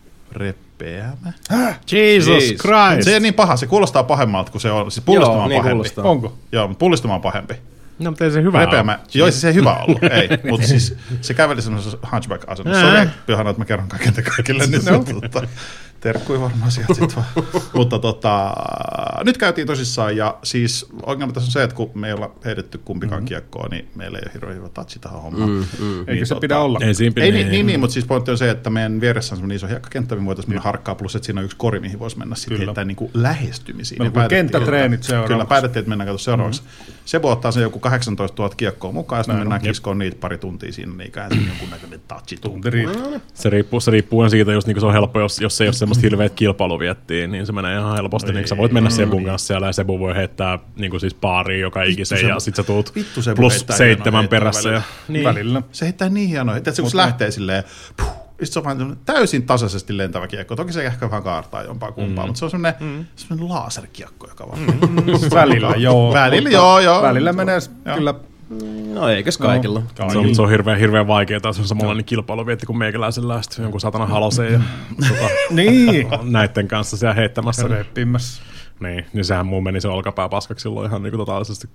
repeämä. Jesus Jeez. Christ! Se ei niin paha, se kuulostaa pahemmalta kuin se on. Siis pullistama Joo, on niin pahempi. kuulostaa. Onko? Joo, mutta pullistama on pahempi. No, mutta ei se hyvä Repeämä, joo, siis se ei hyvä ollut, ei, mutta siis se käveli semmoisessa hunchback-asennossa. Ää. Sori, Johanna, että mä kerron kaiken te kaikille nyt. Tota, terkkui varmaan sieltä sit vaan. Mutta tota, nyt käytiin tosissaan ja siis ongelma tässä on se, että kun me ei olla heitetty kumpikaan mm-hmm. kiekkoa, niin meillä ei ole hirveän hyvä touchi tähän hommaan. Mm, mm. Eikä Niin se tota- pidä olla. Ei siinä pidä. Ei niin, niin, niin, mutta siis pointti on se, että meidän vieressä on semmoinen iso hiekkakenttä, mihin voitaisiin mennä harkkaa, plus että siinä on yksi kori, mihin voisi mennä sitten Kyllä. heittää niin kuin lähestymisiin. Meillä Ja on päätettiin, kenttätreenit että- seuraavaksi. Kyllä, päätettiin, että mennään katso seuraavaksi. Mm-hmm. Sebo ottaa sen joku kahdeksantoistatuhatta kiekkoa mukaan, ja sitten mennään kiskoon niitä pari tuntia siinä, niin ikään kuin jonkunnäköinen touchi Tunti riittää. Se riippuu, se riippuu siitä, just niin kuin se on helppo, jos, jos ei ole semmoista hirveät kilpailuviettiä, niin se menee ihan helposti. Niin sä voit mennä Sebun kanssa siellä ja Sebu voi heittää niin kuin siis baariin joka ikisen ja sit sä tuut vittu Sebu plus heittää seitsemän hienoa perässä. Ja, heittoa niin. Välillä. Se heittää niin hienoa. Tiedätkö, kun se lähtee silleen, puh, se on vaan täysin tasaisesti lentävä kiekko. Toki se ehkä vähän kaartaa jompaa kumpaa, mm. mutta se on semmoinen, mm. semmoinen laserkiekko, joka vaan... Mm. Välillä joo. Välillä mutta joo, joo. Välillä menee Joo. kyllä. No eikös kaikilla. No, Se on, se on hirveän, hirveän vaikeaa, se on samanlainen kilpailuvietti kuin meikäläisellä, sitten jonkun satana haloseen ja tota, Niin. näitten kanssa siellä heittämässä. Reppimässä. Niin, niin sehän mun meni se olkapää paskaksi silloin ihan niinku totaalisesti.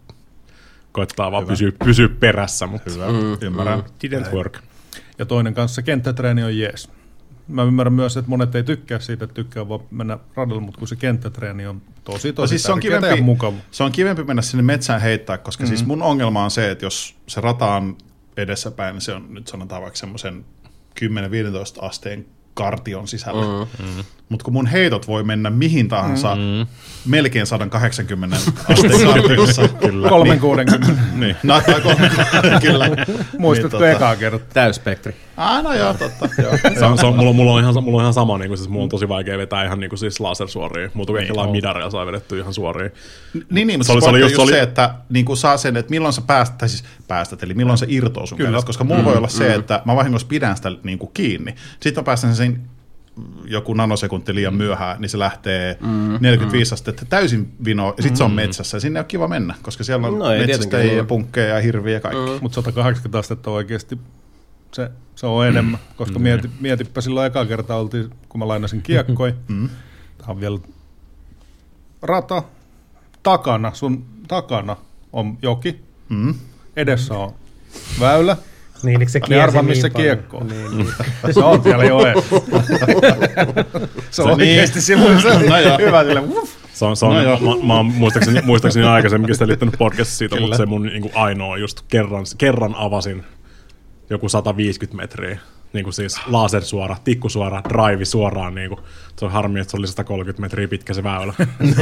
Koittaa vaan pysyä, pysyä perässä, mutta Hyvä, mm. ymmärrän. didn't work. Ja toinen kanssa kenttätreeni on jees. Mä ymmärrän myös, että monet ei tykkää siitä, että tykkää vaan mennä radalla, mutta kun se kenttätreeni on tosi tosi No siis se on, tärkeää ja kivempi, mukava. se on kivempi mennä sinne metsään heittää, koska mm-hmm. siis mun ongelma on se, että jos se rata on edessäpäin, niin se on nyt sanotaan vaikka semmoisen kymmenen viisitoista asteen kartion sisällä. Mm-hmm. Mutta kun mun heitot voi mennä mihin tahansa mm-hmm. melkein sata kahdeksankymmentä asteen kartiossa. Kyllä. kolmesataakuusikymmentä. Niin. No, tai kolme, kyllä. Muistatko niin, ekaa kertaa? Täyspektri. Ah, no joo, totta. Joo. Se on, se on, mulla, mulla, on ihan, mulla on ihan sama, niin kuin, siis mulla on tosi vaikea vetää ihan niin kuin, siis lasersuoria. Muuta kuin ehkä jollain midareilla saa vedettyä ihan suoria. Niin, niin, mutta se, oli- se, se oli just just- se oli- se, että niin kuin saa sen, että milloin sä päästät, tai siis päästät, eli milloin se irtoaa sun Kyllä. kädestä, koska mulla mm, voi olla mm. se, että mä vahingossa pidän sitä niin kuin kiinni. Sitten mä päästän sen joku nanosekunti liian myöhään, niin se lähtee mm, neljäkymmentäviisi mm. astetta täysin vinoa, ja sitten se on metsässä, ja sinne ei ole kiva mennä, koska siellä on No ei metsästäjiä tietenkään. ja punkkeja ja hirviä ja kaikki. Mm. Mutta sata kahdeksankymmentä astetta on oikeasti, se, se on enemmän, koska mieti, mietipä silloin eka kertaa oltiin, kun mä lainasin kiekkoja, Mm. tämä on vielä rata, takana, sun takana on joki, Mm. edessä on väylä, Niin, eikö se niin kiersi arvaa niin missä paljon? kiekko on. Niin, niin. Se on siellä jo Se on oikeasti silloin se No joo. hyvä sille, uff. Se on, se on, No joo. mä, mä oon muistaakseni, muistaakseni aikaisemminkin selittänyt podcastissa siitä, Kyllä. mutta se mun niin kuin ainoa just kerran, kerran avasin joku sata viisikymmentä metriä. Niin kuin siis lasersuora, tikkusuora, drive suoraan. Niin kuin. Se on harmi, että se oli sata kolmekymmentä metriä pitkä se väylä.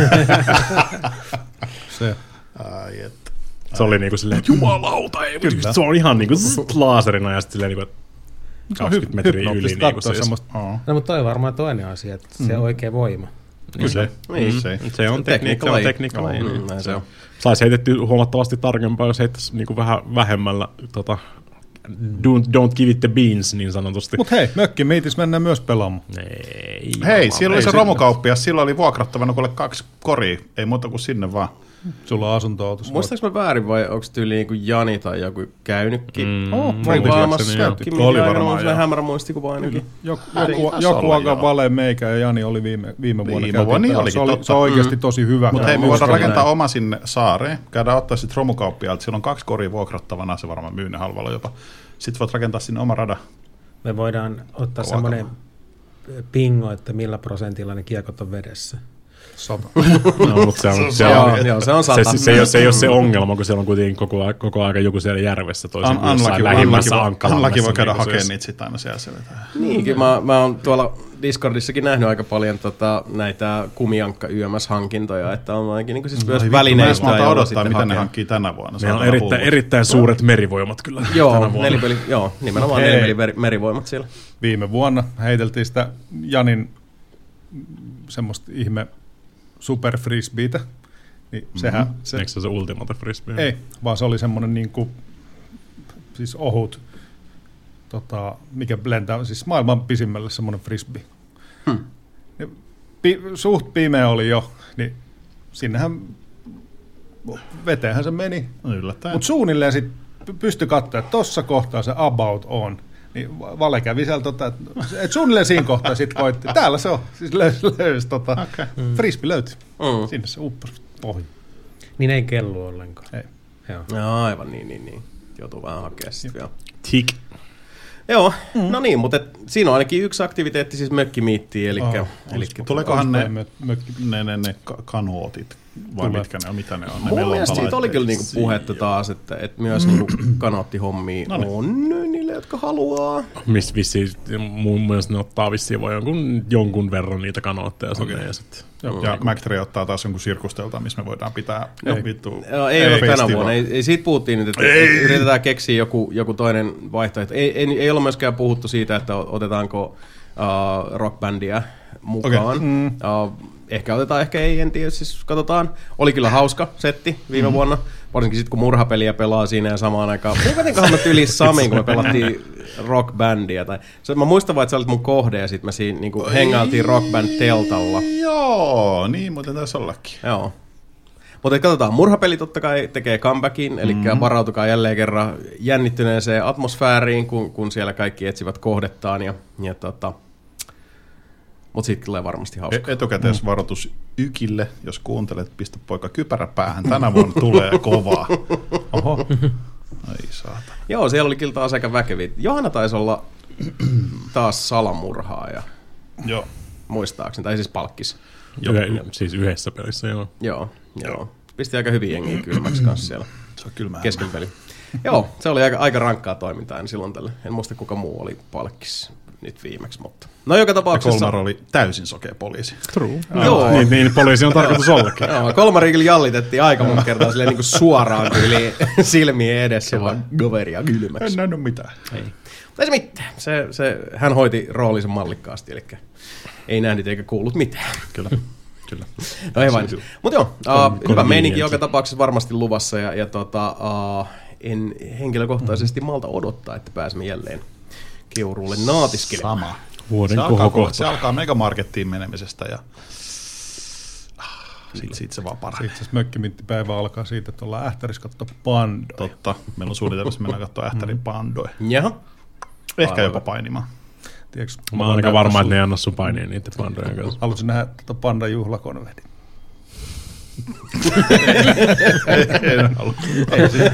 Se. Ai, että. Se oli niin kuin silleen, että jumalauta, ei, mutta se on ihan niin kuin zzz, laserina ja sitten silleen niin kuin kaksikymmentä metriä yli. Niin kuin siis. semmoista. Oh. No, mutta toi on varmaan toinen asia, että se Mm. oikea voima. Kyllä se. Niin. Se. Se on tekniikka, se on tekniikka. Joo, mm, näin se on. Saisi heitettyä huomattavasti tarkempaa, jos heittäisi niin kuin vähän vähemmällä tota, don't, don't give it the beans, niin sanotusti. Mut hei, mökkimiitis mennään myös pelaamaan. Ei, Hei, siellä oli se romukauppias, sillä oli vuokrattavana kuule kaksi koria, ei muuta kuin sinne vaan. Sulla on asunto-autos. Muistaaks mä väärin vai onko tyyli niinku Jani tai joku käynytkin? Mm, Oh, Rivaamassa. Oli varmaan, joo. Hämärä muistikuva ainakin. Joku, Ai, joku, taisi joku olla, aika joo. vale meikä ja Jani oli viime, viime vuonna. Viime vuonna, niin olikin, se, oli, totta. se on oikeasti tosi hyvä. Mutta hei, me Muistan voidaan rakentaa näin. oma sinne saareen. Käydään ottaa sitten romukauppialta. Siellä on kaksi koria vuokrattavana, se varmaan myy ne halvalla jopa. Sitten voit rakentaa sinne oma rada. Me voidaan ottaa Kova semmoinen pingo, että millä prosentilla ne kiekot on vedessä. Sata. No, mutta se on, se, Joo, on, joo, se on se, sata. se, se, ei ole, se ei ole se ongelma, kun siellä on kuitenkin koko, ajan- koko aika joku siellä järvessä toisin kuin jossain lähimmässä Ankkalannassa. Anlakin voi käydä niin hakemaan siis- niitä sitten aina siellä. siellä. Niinkin, mä, mä oon tuolla Discordissakin nähnyt aika paljon tota, näitä kumiankka Y M S-hankintoja, että on ainakin niin siis myös Mä en välineistöä, malta jolla odottaa, sitten mitä ne hakee. hankkii tänä vuonna. Meillä on Saatana erittäin, hullu. erittäin suuret merivoimat kyllä tänä Joo, vuonna. nelipeli, joo, nimenomaan Hei. nelipeli meri- merivoimat siellä. Viime vuonna heiteltiin sitä Janin semmoista ihme superfrisbeitä. Niin Mhm. sehän, se, Eikö se ole se ultimate frisbee? ei, vaan se oli semmoinen niinku, siis ohut, tota, mikä lentää, siis maailman pisimmälle semmoinen frisbee. Hmm. Ja pi, suht pimeä oli jo, niin sinnehän veteenhän se meni. Yllättäen. Mutta suunnilleen sitten pystyi katsoa, että tuossa kohtaa se about on. Niin Vale kävi siellä, tota, että et suunnilleen siinä kohtaa sitten koitti. Täällä se on, siis löysi, löysi tota, Okei. mm. frisbee löytyi. Mm. Sinne se upposi pohja. Niin ei kellu ollenkaan. Ei. Joo. Joo, aivan niin, niin, niin. Joutuu vähän hakemaan sitten vielä. Tik. Joo, mm. no niin, mutta et, siinä on ainakin yksi aktiviteetti, siis mökkimiittiä, eli... Oh, eli Tuleekohan ne, Mö, mökki. ne, ne, ne ka- kanuotit, vai Tulee. mitkä ne on, mitä ne on? Ne mun mielestä mellonpalaitteet. siitä oli kyllä niinku puhetta taas, että, että myös niinku kanoottihommia Noniin. on niille, jotka haluaa. Missä vissiin, mun mielestä ne ottaa vissiin vaan jonkun, jonkun verran niitä kanootteja sinne okay. ja sitten. Ja McTree ottaa taas jonkun sirkustelta, missä me voidaan pitää Ei. vittu. Joo, ei, ei ole tänä festivaali. vuonna, ei, ei siitä puhuttiin nyt, että ei. yritetään keksiä joku, joku toinen vaihtoehto. Ei, ei, ei ole myöskään puhuttu siitä, että otetaanko uh, rockbändiä mukaan. Okei. Mm. Uh, ehkä otetaan, ehkä ei, en tiedä, siis katsotaan. Oli kyllä hauska setti viime mm. vuonna, varsinkin sitten kun murhapeliä pelaa siinä ja samaan aikaan. Kuitenkaan mä tyli Samin, kun me pelattiin rockbändiä. Tai, se, mä muistan vaan, että sä olit mun kohde ja sitten me siinä niin hengailtiin rockband-teltalla. Joo, niin muuten taisi ollakin. Joo. Mutta katsotaan, murhapeli totta kai tekee comebackin, eli mm-hmm. varautukaa jälleen kerran jännittyneeseen atmosfääriin, kun, kun siellä kaikki etsivät kohdettaan. Ja, ja tota, mutta siitä tulee varmasti hauskaa. E- etukäteisvaroitus Ykille, jos kuuntelet, pistä poika kypärä päähän. Tänä vuonna tulee kovaa. Oho. Ai saatana. Joo, siellä oli kyllä taas aika väkeviä. Johanna taisi olla taas salamurhaaja, Joo. muistaakseni, tai siis palkkis. Yhe, siis yhdessä pelissä, joo. Joo, joo. Pisti aika hyvin jengiä kylmäksi kanssa siellä Se on kylmää. kesken peli. Joo, se oli aika, aika rankkaa toimintaa en silloin tälle. En muista kuka muu oli palkkis nyt viimeksi, mutta... No joka Ja tapauksessa... Kolmar oli täysin sokea poliisi. True. Joo. Niin, niin poliisi on tarkoitus ollakin. Joo, Kolmari kyllä jallitettiin aika monta kertaa silleen niin kuin suoraan yli silmien edessä, vaan goveria kylmäksi. En nähnyt mitään. Ei. Mutta ei se mitään. Se, se, hän hoiti roolinsa mallikkaasti, eli ei nähnyt eikä kuullut mitään. Kyllä. Kyllä. No ei vain. Mutta joo, uh, hyvä kolme meininki miljoonaa. joka tapauksessa varmasti luvassa, ja, ja tota, uh, en henkilökohtaisesti malta odottaa, että pääsemme jälleen Keuruulle naatiskelemaan. Sama. Vuoden Se alkaa, kohokohta. se alkaa megamarkettiin menemisestä ja sitten sit se vaan paranee. Itse asiassa mökkiminttipäivä alkaa siitä, että ollaan ähtärissä katsoa pandoja. Totta. Meillä on suunnitelmassa mennä katsoa Ähtärin pandoja. Jaha. Ehkä Aivan. jopa painimaan. Tiedätkö, Mä oon aika varma, että ne ei anna sun paineen niiden pandojen kanssa. haluaisin nähdä tota pandan juhlakonvedin. En halua. Ei siis.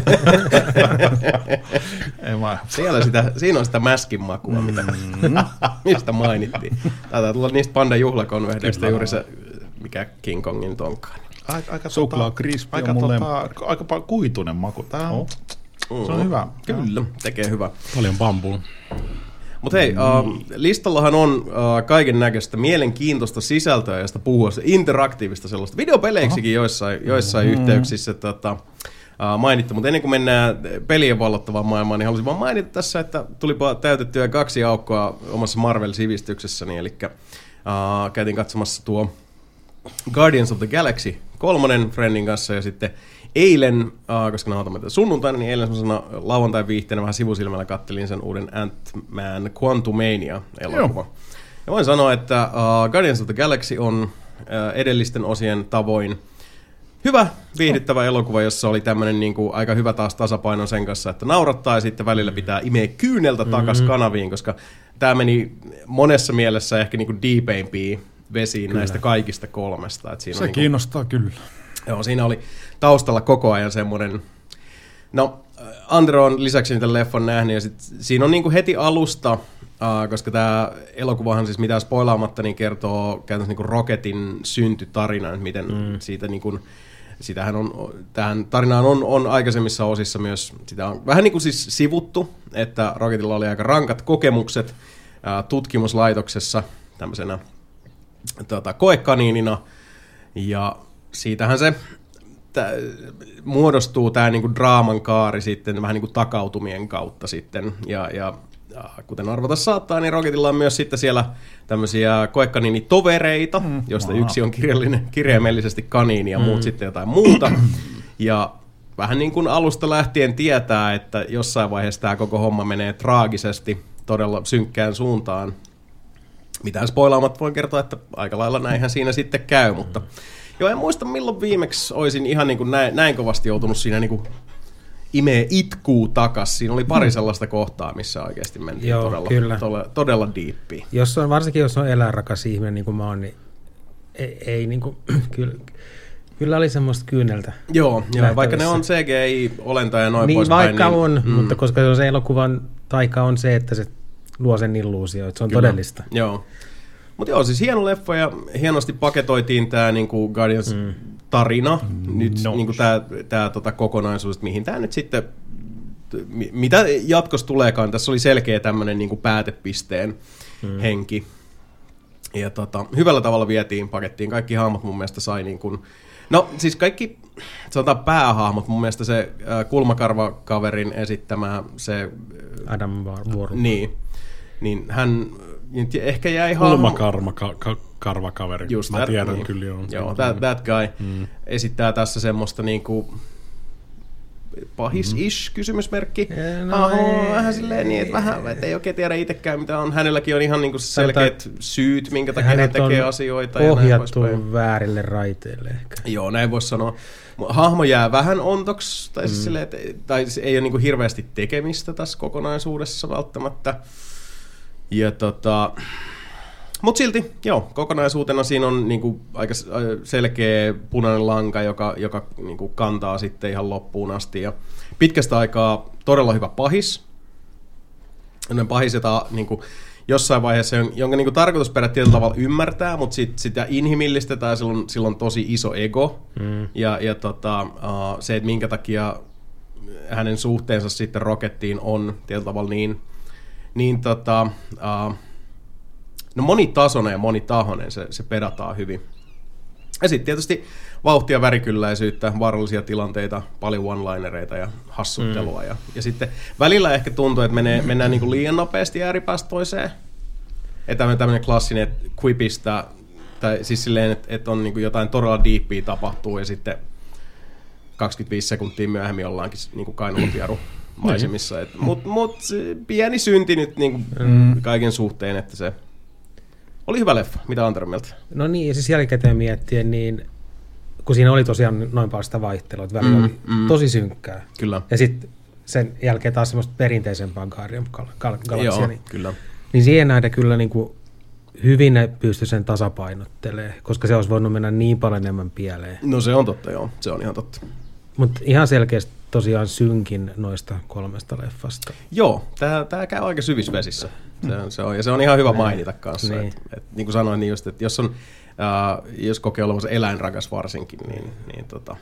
Ei mä. Siellä sitä, siinä on sitä mäskin makua, mitä, mistä mainittiin. Taitaa tulla niistä pandan juhlakonvehdeista juuri se, mikä King Kongin tonkaan. Aika, aika, Suklaa tota, crispy on aika, mun tota, aika paljon kuitunen maku. Tää on, se on hyvä. Kyllä, tekee hyvä. Paljon bambua. Mutta hei, uh, listallahan on uh, kaiken näköistä mielenkiintoista sisältöä, josta puhua, interaktiivista sellaista videopeleiksikin joissain, joissain mm-hmm. yhteyksissä tota, uh, mainittu. Mutta ennen kuin mennään pelien vallottavaan maailmaan, niin haluaisin vaan mainita tässä, että tulipa täytettyä kaksi aukkoa omassa Marvel-sivistyksessäni. Eli uh, käytiin katsomassa tuo Guardians of the Galaxy kolmonen friendin kanssa ja sitten eilen, uh, koska nauhoitamme tätä sunnuntaina, niin eilen semmoisena lauantain viihteenä vähän sivusilmällä kattelin sen uuden Ant-Man Quantumania-elokuva. Joo. Ja voin sanoa, että uh, Guardians of the Galaxy on uh, edellisten osien tavoin hyvä, viihdyttävä oh. elokuva, jossa oli tämmöinen niinku aika hyvä taas tasapaino sen kanssa, että naurattaa ja sitten välillä pitää imeä kyyneltä takas mm-hmm. kanaviin, koska tämä meni monessa mielessä ehkä niinku deepeimpiin vesiin kyllä. näistä kaikista kolmesta. Et siinä se niinku, kiinnostaa kyllä. Joo, siinä oli taustalla koko ajan semmoinen, no Andre on lisäksi niitä leffon nähnyt ja sit, siinä on niinku heti alusta, Uh, koska tämä elokuvahan siis mitään spoilaamatta niin kertoo käytännössä niinku Rocketin syntytarinan, miten mm. siitä niinku, sitähän on, tähän tarinaan on, on aikaisemmissa osissa myös, sitä on vähän niin kuin siis sivuttu, että Rocketilla oli aika rankat kokemukset uh, tutkimuslaitoksessa tämmöisenä tota, koekaniinina, ja siitähän se Tää, muodostuu tämä niinku draaman kaari sitten vähän niinku takautumien kautta sitten, ja, ja kuten arvata saattaa, niin Rocketilla on myös sitten siellä tämmöisiä koekaniinitovereita, mm, joista wow. yksi on kirjallinen, kirjaimellisesti kaniini ja muut mm. sitten jotain muuta. Ja vähän niin kuin alusta lähtien tietää, että jossain vaiheessa tämä koko homma menee traagisesti todella synkkään suuntaan. Mitään spoilaamat voi kertoa, että aika lailla näinhän siinä sitten käy, mutta joo, en muista milloin viimeksi olisin ihan niin kuin näin, näin kovasti joutunut siinä niin kuin imee itkuu takas. Siinä oli pari sellaista kohtaa, missä oikeasti mentiin joo, todella, todella, todella diippiin. Jos on, varsinkin jos on eläinrakas ihminen, niin kuin mä oon, niin ei, ei niin kuin, kyllä, kyllä oli semmoista kyyneltä. Joo, joo vaikka ne on C G I-olentoja ja noin niin, poispäin. Vaikka niin, on, mm. mutta koska se elokuvan taika on se, että se luo sen illuusio, että se on kyllä. todellista. Joo. Mutta joo, siis hieno leffa ja hienosti paketoitiin tämä niinku Guardians mm. tarina, nyt no. niinku tämä tää, tota, kokonaisuus, että mihin tämä nyt sitten, mitä jatkossa tuleekaan. Tässä oli selkeä tämmöinen niinku päätepisteen mm. henki. Ja tota, hyvällä tavalla vietiin pakettiin. Kaikki hahmot mun mielestä sai niin kuin, no siis kaikki, sanotaan päähahmot, mun mielestä se äh, kulmakarvakaverin esittämä se Adam Warlock. Niin, niin hän ehkä jäi hahmo. Kulmakarvakaveri. Just mä that, tiedän niin. Kyllä joo. Joo, that, that guy mm. esittää tässä semmoista niinku pahis-ish kysymysmerkki. No, Aho, vähän silleen niin, että vähän, et ei oikein tiedä itsekään mitä on. Hänelläkin on ihan niinku selkeät syyt, minkä takia hän tekee asioita. Ohjattu väärille raiteille ehkä. Joo, näin voisi sanoa. Hahmo jää vähän ontoksi, tai, siis mm. silleen, että, tai ei ole niinku hirveästi tekemistä tässä kokonaisuudessa välttämättä. Ja tota, mutta silti, joo, kokonaisuutena siinä on niinku aika selkeä punainen lanka, joka, joka niinku kantaa sitten ihan loppuun asti. Ja pitkästä aikaa todella hyvä pahis. Sellainen pahis, jota niinku jossain vaiheessa, jonka niinku tarkoitusperät tietyllä tavalla ymmärtää, mutta sit, sitä inhimillistetään ja sillä on, sillä on tosi iso ego. Mm. Ja, ja tota, uh, se, että minkä takia hänen suhteensa sitten Rockettiin on tietyllä tavalla niin, niin tota, uh, no monitasoinen ja monitahoinen, se, se pedataan hyvin. Ja sitten tietysti vauhtia, värikylläisyyttä, vaarallisia tilanteita, paljon one-linereita ja hassuttelua. Mm. Ja, ja sitten välillä ehkä tuntuu, että menee, mennään niin kuin liian nopeasti ääripäästä toiseen. Että tämmöinen klassinen quipistä, tai siis silleen, että, että on niin kuin jotain todella diippiä tapahtuu ja sitten kaksikymmentäviisi sekuntia myöhemmin ollaankin niin kuin kainalopieru maisemissa. Mutta mut, pieni synti nyt niin kuin mm. kaiken suhteen, että se oli hyvä leffa. Mitä Antero mieltä? No niin, ja siis jälkikäteen miettien, niin kun siinä oli tosiaan noin paljon sitä vaihtelua, että välillä mm, oli mm. tosi synkkää. Kyllä. Ja sitten sen jälkeen taas semmoista perinteisempää Guardian gal- gal- Galaxia. Joo, niin, kyllä. Niin siihen nähdä kyllä niin kuin hyvin ne pystyi sen tasapainottelemaan, koska se olisi voinut mennä niin paljon enemmän pieleen. No se on totta, joo. Se on ihan totta. Mutta ihan selkeästi tosiaan synkin noista kolmesta leffasta. Joo, tää, tää käy aika syvissä vesissä. Se, se on, ja se on ihan hyvä mainita kanssa. Niin. Et, et, niin kuin sanoin, niin just, että jos, on, uh, jos kokee olevansa eläinrakas varsinkin, niin, niin tota,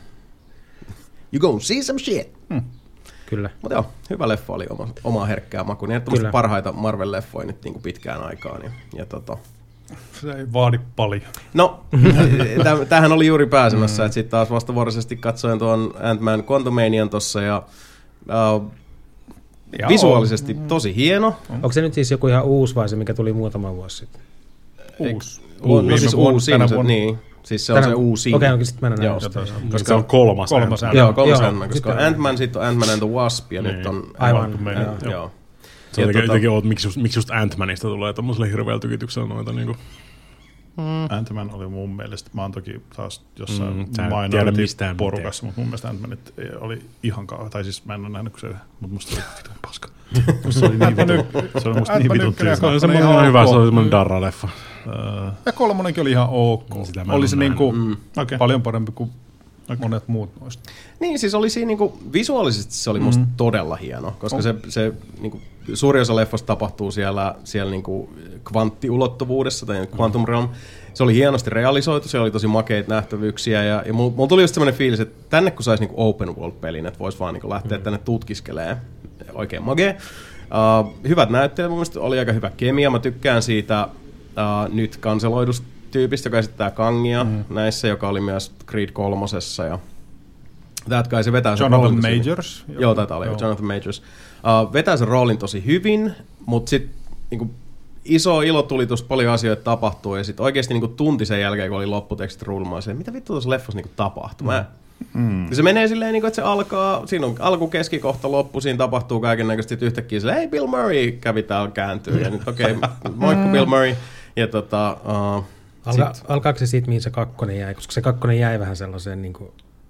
you gonna see some shit. Hmm. Kyllä. Mutta joo, hyvä leffa oli oma, oma herkkää maku. Niin että parhaita Marvel-leffoja nyt niin kuin pitkään aikaan. Ja, ja tota, se ei vaadi paljon. No, tämähän oli juuri pääsemässä, mm. että sitten taas vastavuoroisesti katsoin tuon Ant-Man Quantumanian tuossa ja uh, visuaalisesti on. Tosi hieno. Onko se nyt siis joku ihan uusi vai se, mikä tuli muutama vuosi sitten? Uusi. No siis uusi, niin, Siis se on Tänä, se uusi. Okei, onkin sitten mennään Joo, näin. Koska se on kolmas. Kolmas Ant-Man. Joo, kolmas Joo, Ant-Man, koska sitten- Ant-Man, sitten on Ant-Man and the Wasp, ja Niin. nyt on... Aivan, Quantumania. joo. Joo. Se on Ja jotenkin, tota- jotenkin oot, miksi just, miksi just Ant-Manista tulee tommoselle hirveällä tykityksellä noita niinku. Ant-Man oli mun mielestä, mä oon toki taas jossain Mm, mm, sä et tiedä mistään porukassa, mutta mun mielestä Ant-Manit oli ihan kauan, tai siis mä en ole nähnyt se, mutta musta oli vitun paska. Se oli niin vitun, se oli musta niin Ant-Man vitun ykkönen ja Se on tylsä. semmoinen ihan ihan hyvä, se ok. on semmoinen darra-leffa. Öö, Ja kolmonenkin oli ihan ok. No, sitä mä Oli en se ole niinku Mm. Okei. paljon parempi kuin monet muut noista. Niin, siis oli siinä niinku, visuaalisesti se oli musta Mm. todella hieno, koska On. se, se niinku, suuri osa leffosta tapahtuu siellä, siellä niinku kvanttiulottuvuudessa tai Quantum Realm. Se oli hienosti realisoitu, se oli tosi makeita nähtävyyksiä ja, ja mulla, mulla tuli just semmoinen fiilis, että tänne kun saisi niinku open world-pelin, että voisi vaan niinku lähteä tänne tutkiskelemaan, oikein magee. Uh, hyvät näyttelijät, mun mielestä oli aika hyvä kemia, mä tykkään siitä uh, nyt kanseloidusta tyypistä, joka esittää Kangia mm. näissä, joka oli myös Creed kolmosessa ja that guy, se vetää sen Jonathan roolin tosi- Majors. Joo, taitaa olla, Jonathan Majors. Uh, vetää sen roolin tosi hyvin, mutta sitten niinku, iso ilotulitus, paljon asioita tapahtuu, ja sitten oikeasti niinku, tunti sen jälkeen, kun oli lopputekstit rulmaa, se, mitä vittu tuossa leffassa niinku, tapahtui. Mä, Mm. ja se menee silleen, niinku, että se alkaa, siinä on alku, keskikohta, loppu, siinä tapahtuu kaiken näköisesti, sitten yhtäkkiä silleen, hei, Bill Murray kävi täällä kääntyy, ja nyt okei, okay, moikka Bill Murray, ja tota... Uh, Alka, sit- alkaako se siitä, mihin se kakkonen jäi? Koska se kakkonen jäi vähän sellaiseen niin kuin...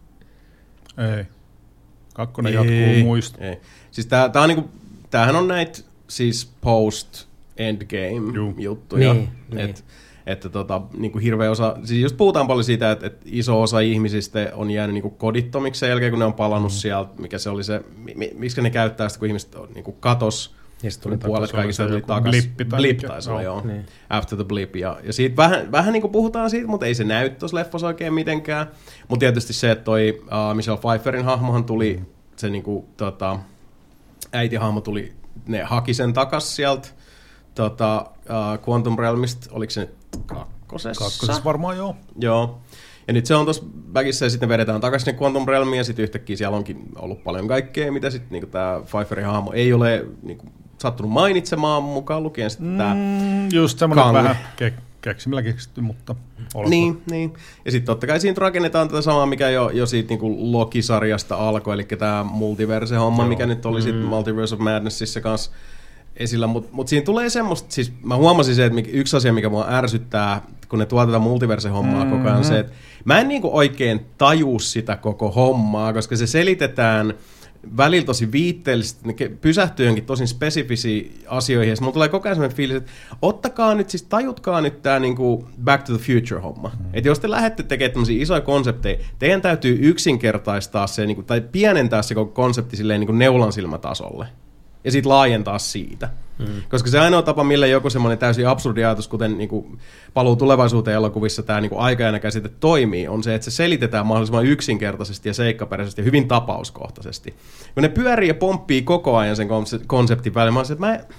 Ei. Kakkonen jatkuu muista. Ei. Siis tää, tää on niinku, tämähän on näitä siis post endgame Juu. juttuja. Niin, Et, niin. Että tota, niinku hirveä osa, siis just puhutaan paljon siitä, että, että iso osa ihmisistä on jäänyt niinku kodittomiksi sen jälkeen, kun ne on palannut mm. sieltä, mikä se oli se, mi, miksi ne käyttää sitä, kun ihmiset on, niinku katos, Ja sitten tuli puolet Se oli kaikista se tuli joku takas. blippi tai blip mikä. taisi olla, Joo. joo. Niin. After the blip. Ja, ja siitä vähän, vähän niin kuin puhutaan siitä, mutta ei se näy tuossa leffassa oikein mitenkään. Mutta tietysti se, että toi uh, Michelle Pfeifferin hahmohan tuli, mm. se niinku, tota, äitihahmo tuli, ne haki sen takas sieltä tota, uh, Quantum Realmista, oliko se nyt kakkosessa? Kakkosessa varmaan joo. Joo. Ja nyt se on tuossa väkissä ja sitten vedetään takaisin sinne Quantum Realmiin ja sitten yhtäkkiä siellä onkin ollut paljon kaikkea, mitä sitten niinku tämä Pfeifferin hahmo ei ole niinku, sattunut mainitsemaan mukaan lukien sitten mm. tämä... Mm, just semmoinen Kang. vähän ke- keksimillä keksitty, mutta olkoon. Niin, niin. Ja sitten totta kai siinä rakennetaan tätä samaa, mikä jo, jo siitä niinku Loki-sarjasta alkoi, eli tämä multiverse-homma, Joo. mikä nyt oli mm. sitten Multiverse of Madnessissa kanssa esillä, mutta mut siinä tulee semmoista, siis mä huomasin se, että mikä, yksi asia, mikä mua ärsyttää, kun ne tuo tätä multiverse-hommaa mm-hmm. koko ajan, on se, että mä en niinku oikein taju sitä koko hommaa, koska se selitetään välillä tosi viitteellisesti, ne ke- pysähtyy jonkin tosi spesifisiin asioihin, ja mulla tulee koko ajan sellainen fiilis, että ottakaa nyt, siis tajutkaa nyt tää niinku Back to the Future-homma. Mm-hmm. Että jos te lähdette tekemään tämmöisiä isoja konsepteja, teidän täytyy yksinkertaistaa se, niinku, tai pienentää se koko konsepti silleen niinku neulansilmätasolle. Ja sitten laajentaa siitä. Mm. Koska se ainoa tapa, millä joku semmoinen täysin absurdi ajatus, kuten niinku Paluu tulevaisuuteen elokuvissa tämä niinku aikajana-käsite toimii, on se, että se selitetään mahdollisimman yksinkertaisesti ja seikkaperäisesti ja hyvin tapauskohtaisesti. Kun ne pyörii ja pomppii koko ajan sen konseptin välillä, mä oon se, että mä en...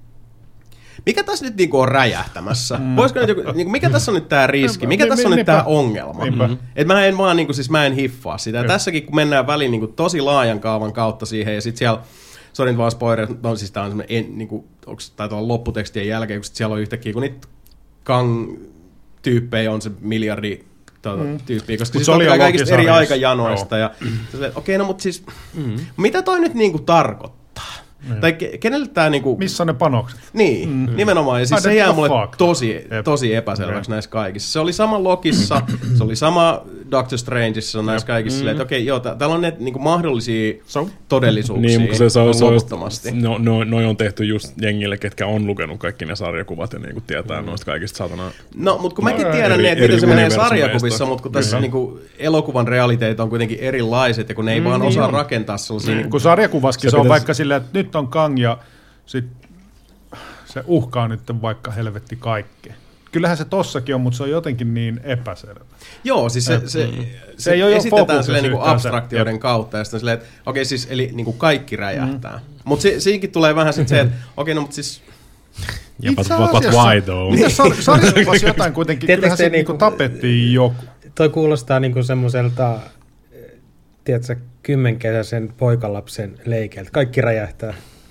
Mikä tässä nyt niinku on räjähtämässä? Mm. Voisiko nyt joku, niinku, mikä tässä on nyt tämä riski? Mikä tässä on nyt tämä ongelma? Mm-hmm. Et mä en vaan, niinku, siis mä en hiffaa sitä. Ja tässäkin, kun mennään väliin niinku, tosi laajan kaavan kautta siihen, ja sitten siellä, sori nyt vaan spoiler, no siis tää on semmoinen, niinku, onko taitaa olla lopputekstien jälkeen, kun sit siellä on yhtäkkiä, kun niitä Kang-tyyppejä on se miljardi tuota, mm. tyyppiä, koska siis on kaikista eri aikajanoista. Ja, okei, okay, no mutta siis, mm. mitä toi nyt niinku tarkoittaa? Mm. Tai ke- kenelle tää niinku... Missä on ne panokset? Niin, mm. nimenomaan. Ja siis I se jää mulle fuck. tosi, tosi epäselväksi okay. näissä kaikissa. Se oli sama Lokissa, se oli sama Doctor Strangeissa näissä kaikissa. Mm. Silleen, että okei, okay, joo, täällä on ne niinku mahdollisia so? todellisuuksia niin, mutta se, se, on, se on loputtomasti. No, no, noi on tehty just jengille, ketkä on lukenut kaikki ne sarjakuvat ja niinku tietää mm. noista kaikista saatana... No, mutta kun mäkin no, tiedän eri, ne, että miten se menee sarjakuvissa, mutta kun tässä Kyllä. niinku elokuvan realiteet on kuitenkin erilaiset, ja kun ne ei mm, vaan osaa niin rakentaa sellaisia... Mm. Kun sarjakuvaskin se, se on pitäisi... vaikka silleen, että nyt on Kang ja sit se uhkaa nyt vaikka helvetti kaikkea. Kyllähän se tossakin on, mutta se on jotenkin niin epäselvä. Joo, siis se, se, se, se se ei ole esitetään silleen niinku yhtään abstraktioiden se, kautta, ja sitten silleen, että okei, okay, siis eli niinku kaikki räjähtää. Mm. Mutta si, siinäkin tulee vähän sitten se, että okei, okay, no mutta siis... Ja but, but, but why though? Niin, sarjakuvassa jotain kuitenkin, kyllähän se niinku, niinku tapettiin joku. Toi kuulostaa niinku semmoiselta, tiedätkö, kymmenkesäisen poikalapsen leikeltä. Kaikki räjähtää.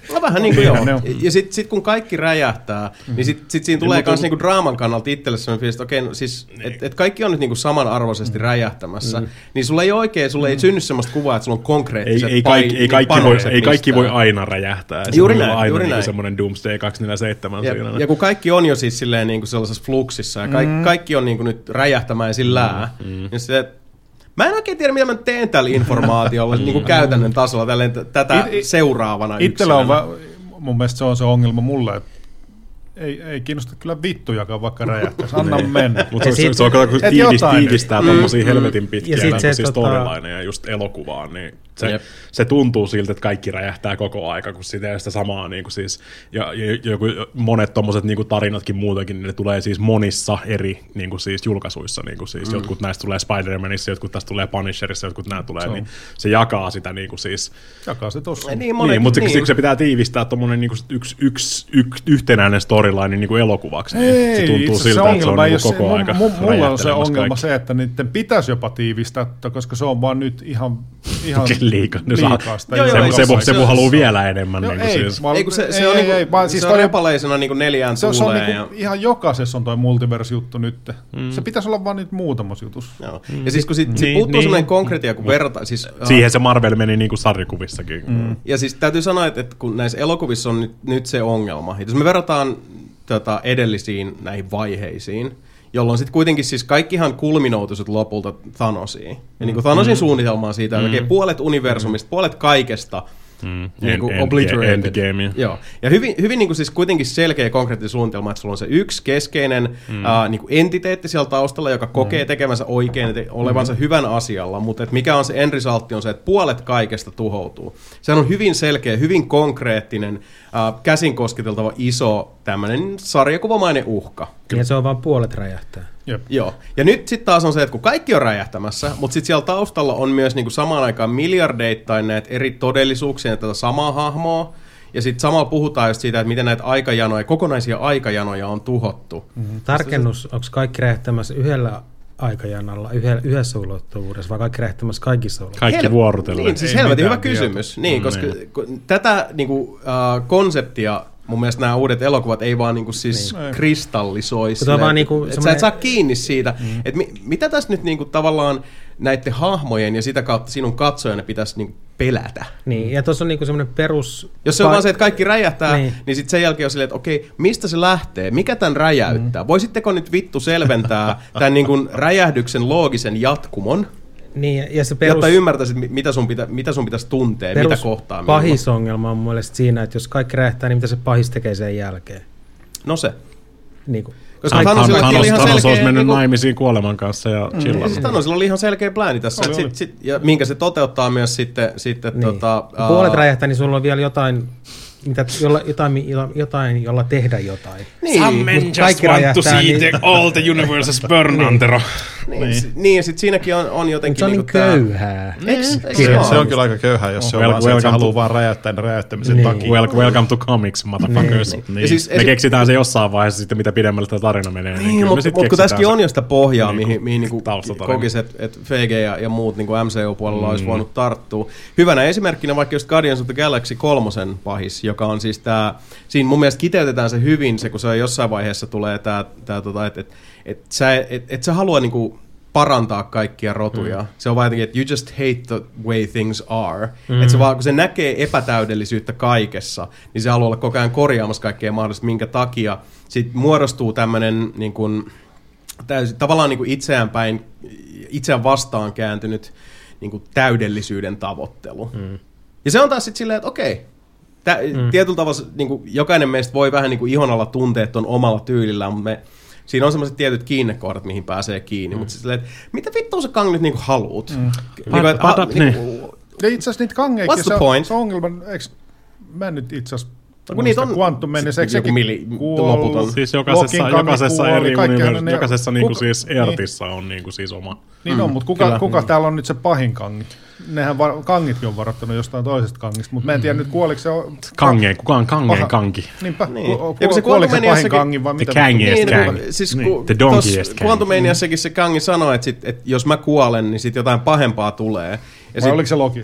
No vähän niin kuin joo. Ne on. Ja sitten sit kun kaikki räjähtää, mm. niin sitten sit siinä tulee myös niinku draaman kannalta itselle sellainen fiilis, että okei, no siis, et, et kaikki on nyt niinku samanarvoisesti mm. räjähtämässä, mm. niin sulla ei oikein, sulla mm. ei synny semmoista kuvaa, että sulla on konkreettiset ei, ei, kaikki, ei, kaikki voi, ei kaikki voi aina räjähtää. Juuri se näin, aina juuri niinku näin. semmoinen Doomsday kaksisataaneljäkymmentäseitsemän ja, siinä. Ja kun kaikki on jo siis silleen niinku sellaisessa fluksissa, ja kaikki, mm. kaikki on niinku nyt räjähtämäisillään, mm. niin se, mä en oikein tiedä, mitä mä teen tällä informaatiolla niin kuin käytännön tasolla tälleen, t- tätä it, seuraavana itsellä yksilönä. on, va- mun mielestä se on se ongelma mulle, että ei, ei kiinnosta kyllä vittujakaan, vaikka räjähtäisi. Anna mennä. Mutta se, se on kato, kun tiivist, tiivistää mm, tommosia helvetin pitkiä ja siis tota... storylineja just elokuvaan, niin se, se tuntuu siltä, että kaikki räjähtää koko aika, kun sitä ei sitä samaa niin kuin siis, ja, ja joku, monet tommoset niin kuin tarinatkin muutenkin, niin ne tulee siis monissa eri niin kuin siis julkaisuissa, niin kuin siis mm. jotkut näistä tulee Spider-Manissa, jotkut tästä tulee Punisherissa, jotkut nämä tulee, se niin se jakaa sitä niin kuin siis. Jakaa se tossa. Niin, monet, niin, mutta niin. se pitää tiivistää tommonen niin kuin yksi, yksi, yksi yhtenäinen storyline niin kuin elokuvaksi, niin ei, se tuntuu se siltä, että se on niin kuin se, koko aika m- m- Mulla on se ongelma kaikki. se, että niiden pitäisi jopa tiivistää, koska se on vaan nyt ihan, ihan liikaa. liikasta. Joo, joo, se, se, se, se haluaa se, vielä enemmän. No, niin ei, siis. Ei, kun se, ei, se on, ei, niinku, ei, vaan siis se on toi, repaleisena niinku neljään se, tuuleen. Se on niinku, ja... ihan jokaisessa on toi multiverse-juttu nyt. Mm. Se pitäisi olla vaan nyt muutamassa jutussa. Joo. Mm. Ja siis kun sit, Mm. sit niin, puuttuu niin. semmoinen konkretia, kun vertaa. Siis, siihen se Marvel meni niinku sarjakuvissakin. Mm. Ja siis täytyy sanoa, että, että kun näissä elokuvissa on nyt, nyt se ongelma. Jos me verrataan tota, edellisiin näihin vaiheisiin, jolloin sitten kuitenkin siis kaikkihan kulminoutuisit lopulta Thanosiin. Ja niin kuin Thanosin mm. suunnitelmaan siitä, että mm. okay, puolet universumista, mm. puolet kaikesta Mm. niin kuin End, obliterated. Endgame. Joo. Ja hyvin, hyvin niin kuin siis kuitenkin selkeä konkreettinen suunnitelma, että sulla on se yksi keskeinen mm. ää, niin kuin entiteetti siellä taustalla, joka kokee mm. tekemänsä oikein, että olevansa mm. hyvän asialla, mutta että mikä on se end resultti on se, että puolet kaikesta tuhoutuu. Se on hyvin selkeä, hyvin konkreettinen, ää, käsin kosketeltava iso tämmöinen sarjakuvamainen uhka. Ja se on vaan puolet räjähtää. Jep. Joo. Ja nyt sitten taas on se, että kun kaikki on räjähtämässä, mutta sitten siellä taustalla on myös niinku samaan aikaan miljardeittain näitä eri todellisuuksia, tätä samaa hahmoa, ja sitten samalla puhutaan just siitä, että miten näitä aikajanoja, kokonaisia aikajanoja on tuhottu. Mm-hmm. Tarkennus, onko kaikki räjähtämässä yhdellä aikajanalla, yhdellä, yhdessä ulottuvuudessa, vai kaikki räjähtämässä kaikissa ulottuvuudessa? Kaikki Hel- vuorotellen. Niin, siis Ei helvetin hyvä mitään kysymys. tietoa. Niin, Mm, koska niin. kun tätä niinku, äh, konseptia mun mielestä nämä uudet elokuvat ei vaan niinku siis Niin. kristallisoi. Se on vaan niinku että sä semmoinen- et saa kiinni siitä, mm. että mi- mitä tässä nyt niinku tavallaan näiden hahmojen ja sitä kautta sinun katsojana pitäisi niinku pelätä. Niin, ja tuossa on niinku semmoinen perus... Jos se on Ka- vaan se, että kaikki räjähtää, niin, Niin. niin sitten sen jälkeen on silleen, että okei, mistä se lähtee? Mikä tämän räjäyttää? Mm. Voisitteko nyt vittu selventää tämän niin kuin räjähdyksen loogisen jatkumon, Niin, ja se perus... jotta ymmärtäisit, mi- mitä sun, pitä, mitä sun pitäisi tuntea, perus mitä kohtaa. pahisongelma on mun mielestä siinä, että jos kaikki räjähtää, niin mitä se pahis tekee sen jälkeen. No se. Niin kuin. Koska Thanos, Thanosilla oli Thanos, ihan Thanos selkeä... olisi mennyt niinku- naimisiin kuoleman kanssa ja Ja chillannut. siis Thanosilla oli ihan selkeä plääni tässä, Oli, sit, oli. sit, ja minkä se toteuttaa myös sitten... sitten Niin. tota, Kun puolet aa, räjähtää, niin sulla on vielä jotain, mitä, jolla, jotain, jolla- jotain, jolla tehdä jotain. Niin, Mut kaikki räjähtää, niin- all the universes burn, Antero. niin, niin. niin ja sitten siinäkin on, on Mutta jotenkin... se on niin niinku tää- köyhää. Eiks- eiks Se, oo? se on kyllä aika köyhää, jos se on Well- vaan se, että se welcome haluaa to- vaan räjäyttää ne räjäyttämisen Niin. takia. Wel- welcome to comics, motherfuckers. Niin. Niin. Ja siis Me esi- keksitään se jossain vaiheessa sitten, mitä pidemmälle tämä tarina menee. Niin, kyllä me mutta sit mut kun keksitään tässäkin se. on jo sitä pohjaa, Niinku mihin, mihin niinku taustatarina. kokisi, että et F G ja, ja muut niinku M C U-puolella mm. olisi voinut tarttua. Hyvänä esimerkkinä vaikka just Guardians of the Galaxy kolmosen pahis, joka on siis tämä, siinä mun mielestä kiteytetään se hyvin, se kun se jossain vaiheessa tulee tämä, tää, tota, että et, et sä et, et sä halua niinku parantaa kaikkia rotuja. Mm. Se on vaan jotenkin, että you just hate the way things are. Mm. Että se vaan, kun se näkee epätäydellisyyttä kaikessa, niin se haluaa olla koko ajan korjaamassa kaikkea mahdollista, minkä takia sitten muodostuu tämmöinen niin kuin, täysin, tavallaan niin kuin itseään päin, itseään vastaan kääntynyt niin kuin täydellisyyden tavoittelu. Mm. Ja se on taas sitten silleen, että okei, tä, mm. tietyllä tavalla niin kuin, jokainen meistä voi vähän niin kuin ihon alla tuntea ton omalla tyylillään, mutta me siinä on semmoiset tietyt kiinnekohdat, mihin pääsee kiinni, mm. mutta siis silleen, että mitä vittua sä Kang nyt niinku haluut? Mm. Niinku, et, Pat- a, pat- niinku, Ja itse asiassa niitä kangeikki, What's the se, point? se ongelma, eikö mä nyt itse asiassa No kun niitä on Quantum Menace, eikö joku sekin mili- kuollut? loputon. Siis jokaisessa, Lokin kange jokaisessa kuoli, eri kaikkihan univers, ne- jokaisessa niinku kuka- siis niin. Earthissa on niinku siis oma. Niin mm, on, mutta kuka, kuka täällä on nyt se pahin kangi? Nehän var, kangitkin on varoittanut jostain toisesta kangista, mutta mä en tiedä nyt kuoliko se... Kangeen, kuka on Kangeen Paha- kanki? Niinpä, Niin. niin. Ja kun Ku, se ku, kuoliko se pahin Quantumaniassakin- kangi vai The mitä? Kangiest niin, Kang. no, siis Niin. kun The tos donkeyest Kang. Quantumaniassakin se Kangi sanoi, että, sit, että jos mä kuolen, niin sit jotain pahempaa tulee. Ja Vai sit, oliko se Lokis?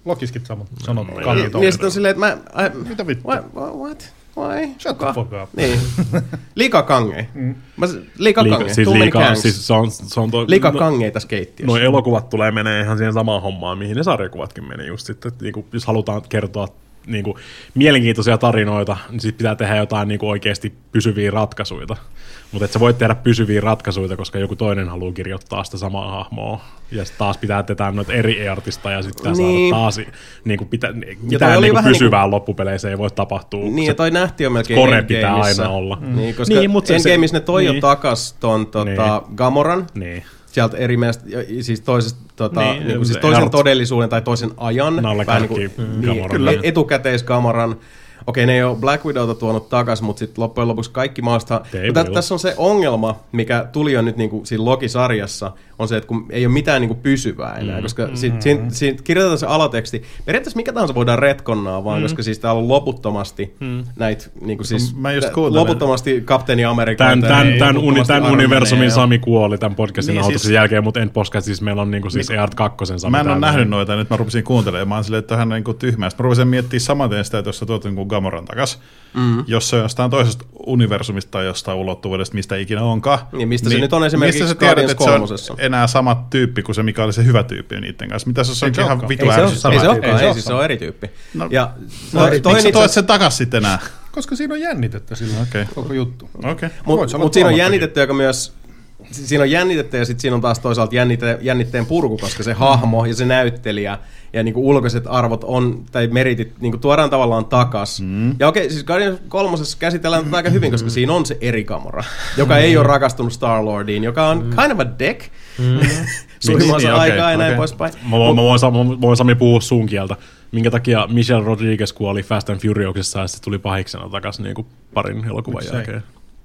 Lokiskit sanot, sanot Ja, kangit ja sitten on silleen, että mä... I, Mitä vittu? What? What? Why? Shut the fuck up. Niin. Liikaa kangeja. Mm. Mä, liikaa Liika, kangeja. siis Too many liikaa, kangs. siis se on, se on toi, Liikaa no, kangeja tässä keittiössä. Noi elokuvat tulee menee ihan siihen samaan hommaan, mihin ne sarjakuvatkin meni just sitten, että niinku, jos halutaan kertoa niinku, mielenkiintoisia tarinoita, niin sit pitää tehdä jotain niinku, oikeasti pysyviä ratkaisuja. Mutta et sä voit tehdä pysyviä ratkaisuja, koska joku toinen haluaa kirjoittaa sitä samaa hahmoa. Ja sit taas pitää tehdä noita eri artista ja sitten pitää Niin. saada taas niinku, pitä, mitään niinku, pysyvää niinku, loppupeleissä ei voi tapahtua. Niin, ja toi nähtiin jo melkein Kore pitää Endgameissa. aina olla. Mm. Niin, koska Niin, niin, mut se- Endgameissa ne toi niin. jo takas ton tota, Niin. Gamoran. Niin. Sieltä eri mielestä, siis, toisesta, tota, Niin, niin, niin, siis se toisen Earth. todellisuuden tai toisen ajan. Nalle vähän Karkki, niinku, mm, niin, Gamoran. kyllä. etukäteis-Gamoran. Okei, ne ei ole Black Widowta tuonut takas, mutta sitten loppujen lopuksi kaikki maasta... Mutta tässä on se ongelma, mikä tuli jo nyt niinku siinä Loki-sarjassa, on se, että kun ei ole mitään niinku pysyvää enää, mm. koska mm. siitä, siitä, siitä kirjoitetaan se alateksti. Periaatteessa mikä tahansa voidaan retkonnaa vaan, mm. koska siis täällä on loputtomasti mm. näitä, niinku siis, Mä just tä- kuuntelen. loputtomasti Kapteeni Amerikka. Tämän, tämän, tämän, uni, tämän universumin ja... Sami kuoli tämän podcastin Niin, nauhoituksen siis- jälkeen, mutta en podcastissa meillä on niinku siis E A R T kaksi Sami. Mä en ole täällä. nähnyt noita, ja nyt mä rupesin kuuntelemaan. Mä oon silleen, että on niin tyhmää. Sitten mä rupesin miettimään samaten sitä, että jos sä tuot niin Gamoran takas, mm. jos se on jostain toisesta universumista tai jostain ulottuvuudesta, mistä ikinä onkaan. Niin, mistä se nyt on esimerkiksi mistä sä tiedät, Guardians että se on kolmosessa? enää sama tyyppi kuin se, mikä oli se hyvä tyyppi niiden kanssa? Mitä se on se ihan olekaan. vitu Ei se ole ärsyttävää? sama Ei se tyyppi. olekaan, Ei se ei, ole siis se sama. on eri tyyppi. No, ja, No, no, miksi toinen sä itse toit sen takas sitten enää? Koska siinä on jännitettä silloin Okei. koko juttu. Okei. Mutta Voisi olla mut siinä on kolmattakin. jännitetty, joka myös... Siinä on jännitettä ja sitten siinä on taas toisaalta jännite, jännitteen purku, koska se hahmo ja se näyttelijä ja niinku ulkoiset arvot on, tai meritit niinku tuodaan tavallaan takas. Mm. Ja okei, siis Guardians kolmosessa käsitellään tätä aika hyvin, koska siinä on se eri Gamora, joka ei ole rakastunut Star-Lordiin, joka on kind of a dick. Mm. Suhimassa Niin, okei, aikaa ja näin okei. poispäin. Mä voin, mä, voin, Sami- mä voin Sami puhua sun kieltä. Minkä takia Michelle Rodriguez kuoli Fast and Furiousissa ja sitten tuli pahiksena takaisin niin parin elokuvan Miksei? jälkeen?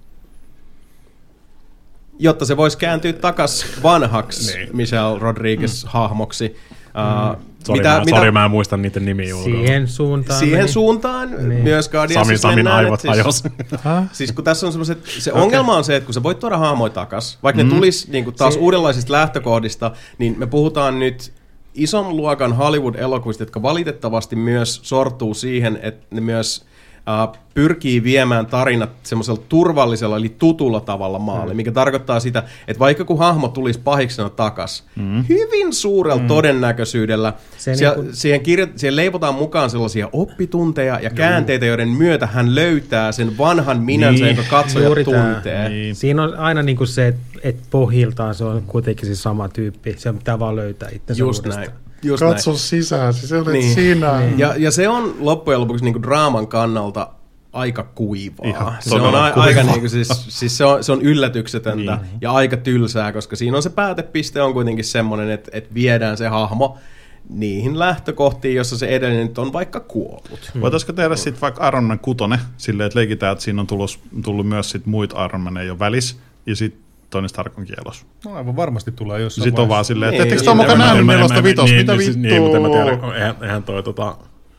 Jotta se voisi kääntyä takas vanhaksi Niin. Michelle Rodriguez-hahmoksi. Uh, Sori, mä, sori, mä en muista niiden nimiä ulkoa. Siihen suuntaan. Siihen meni. suuntaan Niin. myös Sami, Guardiansissa Samin mennään, aivot että hajos. Siis kun tässä on semmoiset, se okay. ongelma on se, että kun sä voit tuoda hahmoja takas, vaikka mm. ne tulis niin kuin taas Se- uudenlaisista lähtökohdista, niin me puhutaan nyt ison luokan Hollywood-elokuvista, jotka valitettavasti myös sortuu siihen, että ne myös Uh, pyrkii viemään tarinat semmoisella turvallisella eli tutulla tavalla maalle, mm. mikä tarkoittaa sitä, että vaikka kun hahmo tulisi pahiksena takas, mm. hyvin suurella mm. todennäköisyydellä Se siellä, niinku- siihen, kirjo- siihen leivotaan mukaan sellaisia oppitunteja ja käänteitä, joiden myötä hän löytää sen vanhan minänsä, Niin, jonka katsoja juuri tää. tuntee. Niin. Siinä on aina niinku se, että et pohjiltaan se on kuitenkin se sama tyyppi. Se pitää vaan löytää itsensä Just uudestaan. näin. Just Katso näin. sisään, siis olet Niin. sinä. Niin. Ja, ja se on loppujen lopuksi niinku draaman kannalta aika kuivaa. Ihan se on todella a- kuivaa. aika niinku, siis, siis se on, se on yllätyksetöntä niin. ja aika tylsää, koska siinä on se päätepiste on kuitenkin semmoinen, että, että viedään se hahmo niihin lähtökohtiin, jossa se edellinen nyt on vaikka kuollut. Mm. Voitaisiko tehdä sitten vaikka Iron Man kutonen, silleen, että leikitään, että siinä on tullut, tullut myös sit muita Iron Maneja jo välissä, ja sitten Tony Stark on kielos. No aivan varmasti tulee jossain Sitten on vaan vaiheessa. silleen, että Niin, etteikö niin, te ole mukaan niin, nähnyt Mä- nelosta mä- vitosta, niin, mitä niin, vittua? Niin, mutta en mä tiedä, eihän, eihän toi tota...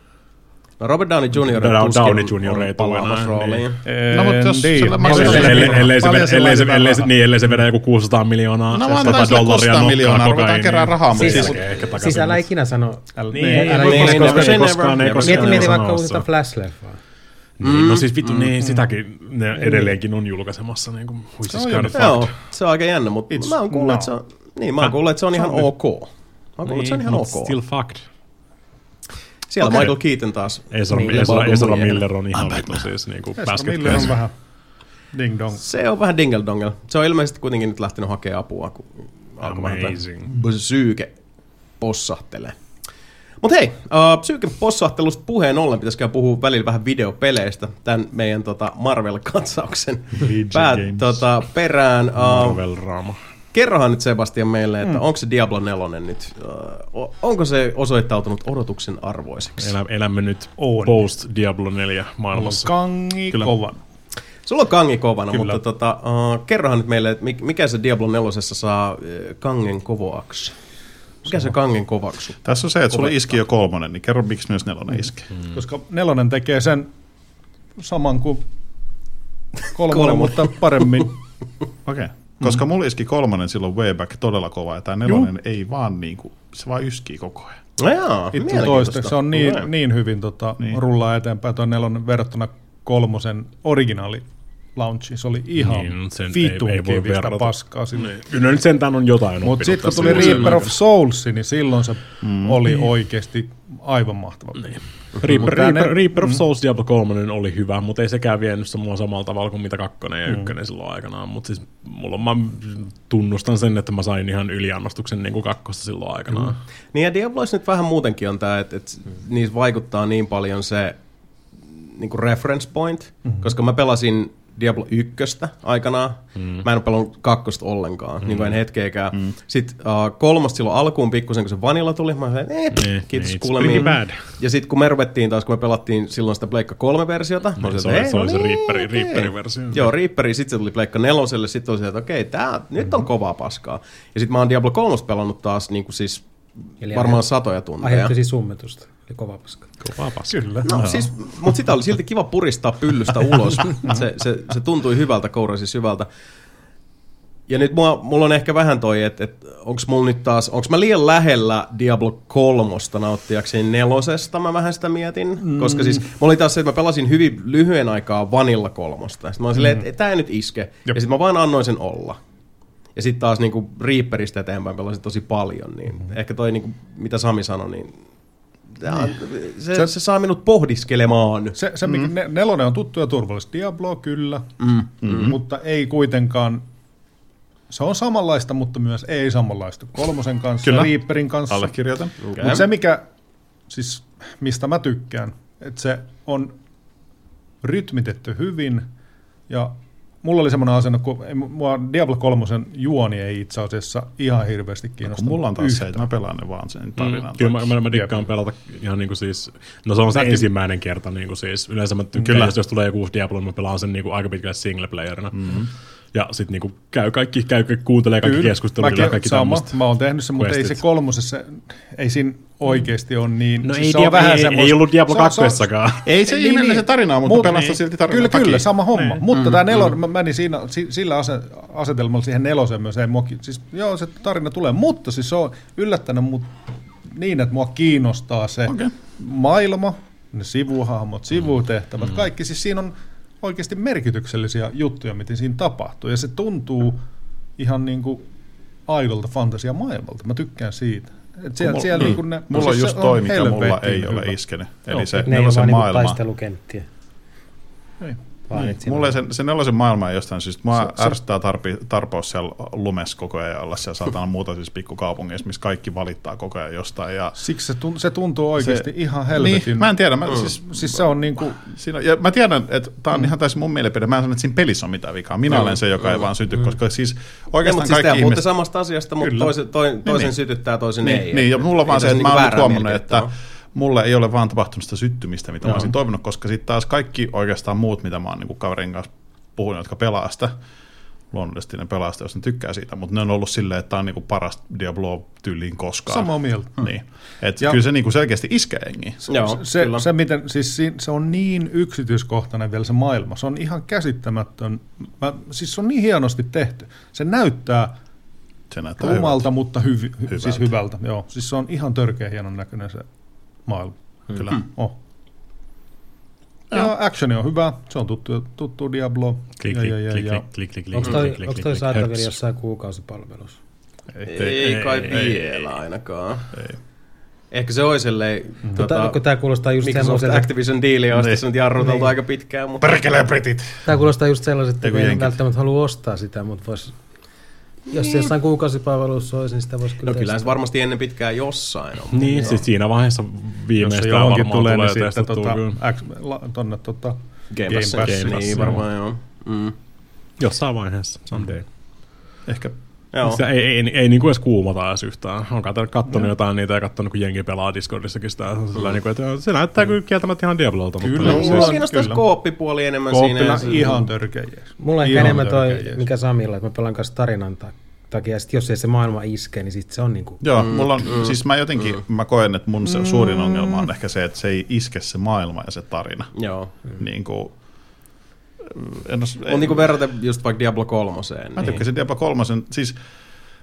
No Robert Downey junior Downey tuskin junior on ei tule palaamassa enää, rooliin. No, mutta jos Niin. sillä Paljon maksaa- se- Ellei, ellei, se paljon vedä, se ellei, se, laitetaan ellei, se, rahaa? niin, ellei se vedä joku kuusisataa miljoonaa No tota mä antaa sitä dollaria kuusisataa nokkaa miljoonaa, koko ruvetaan ajan, kerää niin- rahaa, mutta Siis, siis- ehkä takaisin. siis älä ikinä sano. Älä- Niin, niin, älä älä- niin, koskaan, never say ei koskaan, never. ei koskaan. Mieti, ei mieti sano vaikka sitä. uutta Flash-leffaa. Niin, no siis vittu, niin sitäkin ne edelleenkin on julkaisemassa, niin kuin, which is kind of Joo, fucked. se on aika jännä, mutta It's mä oon kuullut, että se on, niin, mä oon kuullut, että se on ihan ok. Mä oon kuullut, että se on ihan mut ok. Still fucked. Siellä Okei. Michael Keaton taas. Ezra, Niin, Ezra, Babu Ezra Mujena. Miller on ihan vittu siis niinku Ezra basket Miller on case. vähän ding dong. Se on vähän dingeldongel. Se on ilmeisesti kuitenkin nyt lähtenyt hakemaan apua, kun alkoi vähän Amazing. psyyke possahtelee. Mutta hei, uh, psyyke possahtelusta puheen ollen pitäisikö puhua välillä vähän videopeleistä tämän meidän tota, Marvel-katsauksen päät, Games. tota, perään. Uh, Marvel-raama. kerrohan nyt Sebastian meille, että mm. onko se Diablo neljä nyt, uh, onko se osoittautunut odotuksen arvoiseksi? Elä, elämme nyt On. post Diablo neljä maailmassa. Kangi Kyllä. kovan. Sulla on kangi kovana, Kyllä. mutta tota, uh, kerrohan nyt meille, että mikä se Diablo nelosessa saa uh, kangen kovoaksi? Mikä se kangen kovaksi? Tässä on se, että sulla iski jo kolmonen, niin kerro, miksi myös nelonen iskee. Mm. Koska nelonen tekee sen saman kuin kolmonen, Kolmonen. mutta paremmin. Okei. Okay. Koska mulla iski kolmonen silloin way back todella kova, ja tää nelonen ei vaan niinku, se vaan yskii koko ajan. No jaa, itse toista. Se on niin, niin hyvin tota, niin. rullaa eteenpäin. Tuo nelonen verrattuna kolmosen originaali launchi. Se oli ihan niin, vitun kivistä paskaa. Niin. Kyllä nyt sentään on jotain. Mutta sitten kun tuli Reaper of Souls, niin silloin se mm. oli niin. oikeasti aivan mahtava. Niin. Reaper, Reaper, ne, Reaper of Souls mm. Diablo kolme oli hyvä, mutta ei sekään vienyt mua samalla tavalla kuin mitä kakkonen ja mm. ykkönen silloin aikanaan. Mutta siis mulla mä tunnustan sen, että mä sain ihan yliannostuksen niin kuin kakkosta silloin aikanaan. Mm. Niin ja Diabloissa nyt vähän muutenkin on tämä, että, että mm. niissä vaikuttaa niin paljon se niin kuin reference point, mm-hmm. koska mä pelasin Diablo ykköstä aikanaan. Mm. Mä en ole pelannut kakkosta ollenkaan, mm. niin kuin en hetkeäkään. Mm. Sitten uh, kolmosta silloin alkuun pikkusen, kun se Vanilla tuli, mä sanoin, eh, mm. kiitos kuulemiin. Ja sitten kun me ruvettiin taas, kun me pelattiin silloin sitä Pleikka kolme versiota. No, se, se, se oli se niin, Reaperi, okay. Reaperin versio. Joo, Reaperi, sitten se tuli Pleikka neloselle, sitten oli se, että okei, okay, tää mm. nyt on kovaa paskaa. Ja sitten mä oon Diablo kolmosta pelannut taas niin kuin siis eli varmaan aihe, satoja tunteja. Aiheutti siis summetusta, eli kovaa paskaa. Kovaa paskaa. Kyllä. No, siis, mutta sitä oli silti kiva puristaa pyllystä ulos. Se, se, se tuntui hyvältä, kourasi syvältä. Ja nyt mua, mulla on ehkä vähän toi, että et, onko mulla nyt taas, onko mä liian lähellä Diablo kolmosta nauttiakseni nelosesta, mä vähän sitä mietin. Mm. Koska siis mulla oli taas se, että mä pelasin hyvin lyhyen aikaa Vanilla kolmosta. Sitten mä olin silleen, että et, tää ei nyt iske. Jop. Ja sitten mä vaan annoin sen olla. Ja sitten taas niinku Reaperistä eteenpäin pelasin tosi paljon. Niin mm. ehkä toi, niinku, mitä Sami sanoi, niin ja, se, se, se saa minut pohdiskelemaan. Se, se mm. ne, nelonen on tuttu ja turvallista. Diablo kyllä, mm. Mm-hmm. mutta ei kuitenkaan. Se on samanlaista, mutta myös ei samanlaista. Kolmosen kanssa, kyllä. Reaperin kanssa. Allekirjoitan. Okay. Mutta se, mikä, siis, mistä mä tykkään, että se on rytmitetty hyvin ja mulla oli semmoinen asenne, kun mua Diablo kolmosen juoni ei itse asiassa ihan hirveästi kiinnosta. Mulla on taas se, että mä pelaan ne vaan sen tarinan. Mm, kyllä mä, mä, mä dikkaan pelata ihan niin kuin siis, no se on se Mäkin. ensimmäinen kerta niin kuin siis. Yleensä mä tykkään, jos, jos tulee joku uusi Diablo, mä pelaan sen niin kuin aika pitkälle singleplayerina. Mm-hmm. Ja sit niinku käy kaikki, käy, kuuntelee kaikki keskusteluja ja kaikki tämmöistä. Mä oon tehnyt sen, mutta ei se kolmosessa, ei siinä oikeesti ole niin. No siis ei, se on vähän ei, semmoista, ei ollut Diablo kakkosessakaan. Ei se ihmeellinen niin, se tarina, mutta mut, pelasta niin, silti tarinaa. Kyllä, takia. kyllä, sama homma. Niin. Mutta mm, tää nelonen, mm. mä menin siinä, sillä asetelmalla siihen neloseen myös. Siis joo, se tarina tulee, mutta siis se on yllättänyt mut niin, että mua kiinnostaa se okay. maailma, ne sivuhahmot, sivutehtävät, mm. kaikki. Siis siinä on oikeasti merkityksellisiä juttuja, mitä siinä tapahtuu. Ja se tuntuu ihan niin kuin aidolta fantasiamaailmalta. Mä tykkään siitä. Et siellä, mulla, siellä niin. niin ne, mulla on just on toi, mikä mulla ei hyvä. ole iskenyt. Eli no, se ne ei ole vaan maailma. Niin taistelukenttiä. Ei. Niin. Mulla se, se nelosen maailma ei jostain syystä. Mua se, ärsyttää tarpi, tarpoa siellä lumessa koko ajan ja olla siellä saatana muuta siis pikkukaupungeissa, missä kaikki valittaa koko ajan jostain. Ja siksi se, tunt, se tuntuu oikeasti se, ihan helvetin. Niin, mä en tiedä. Mä, mm. siis, siis se on niinku siinä, ja mä tiedän, että tää on mm. ihan täysin mun mielipide. Mä en sano, että siinä pelissä on mitään vikaa. Minä mm. olen se, joka mm. ei vaan syty, mm. koska siis oikeastaan ja, kaikki siis ihmiset samasta asiasta, mutta toisen, toisen niin, niin. sytyttää, toisen niin, ei. Niin, ja mulla vaan se, että mä oon huomannut, että mulle ei ole vaan tapahtunut sitä syttymistä, mitä mä olisin toivonut, koska sitten taas kaikki oikeastaan muut, mitä mä oon niin kaverin kanssa puhunut, jotka pelaa sitä, luonnollisesti ne pelaa sitä, jos ne tykkää siitä, mutta ne on ollut silleen, että tämä on niinku paras Diablo-tyyliin koskaan. Samaa mieltä. Hmm. Niin. Et kyllä se niinku selkeästi iskee jengiä. Joo, se, se, miten, siis se on niin yksityiskohtainen vielä se maailma. Se on ihan käsittämätön. Mä, siis se on niin hienosti tehty. Se näyttää, se näyttää rumalta, hyvältä. mutta hyv, hyvältä. Siis hyvältä. Joo. Siis se on ihan törkeä hienon näköinen se maailma. Kyllä. Hmm. Oh. Ja actioni on hyvä, se on tuttu, tuttu Diablo. Klik, ja, klik, ja, klik, ja, klik, klik, klik, onko toi, klik, klik, onko toi klik, saatavilla herps. jossain kuukausipalvelussa? Ei, ei, ei kai ei, vielä ei, ainakaan. Ei. Ehkä se olisi ellei mm. tota, kun tämä kuulostaa just sellaiset Activision dealia on sitten jarruteltu niin. aika pitkään. Mutta perkelee britit! Tämä kuulostaa just sellaiset, että ei välttämättä halua ostaa sitä, mutta vois, jos se jossain kuukausipalvelussa olisi, niin sitä voisi kyllä no kyllä se varmasti ennen pitkään jossain on. Niin, siis siinä vaiheessa viimeistään varmaan tulee, tulee niin testattua tota, kyllä. X, la, tonne tota, Game Pass, Game Pass, niin varmaan joo. Mm. Jossain vaiheessa, someday. Ehkä. Joo. Sitä ei, ei, ei, ei niin kuin edes kuumata edes yhtään. Olen katsonut jotain niitä ja katsonut, kun jengi pelaa Discordissakin sitä. Mm. Niin kuin, että se näyttää kyllä kieltämättä ihan Diablolta. Kyllä. Mutta mulla kiinnostaa kooppipuoli enemmän Kooppina siinä. ihan törkeä jees. Mulla on ehkä enemmän toi, mikä Samilla, että mä pelaan kanssa tarinan takia. Ja sit jos ei se maailma iske, niin sit se on niinku. Joo, mm, mulla on, mm, siis mä jotenkin, mm. mä koen, että mun se suurin ongelma on ehkä se, että se ei iske se maailma ja se tarina. Joo. Niin kuin, on niin kuin verrata just vaikka Diablo kolmoseen. Mä tykkäsin niin. Diablo kolmosen, siis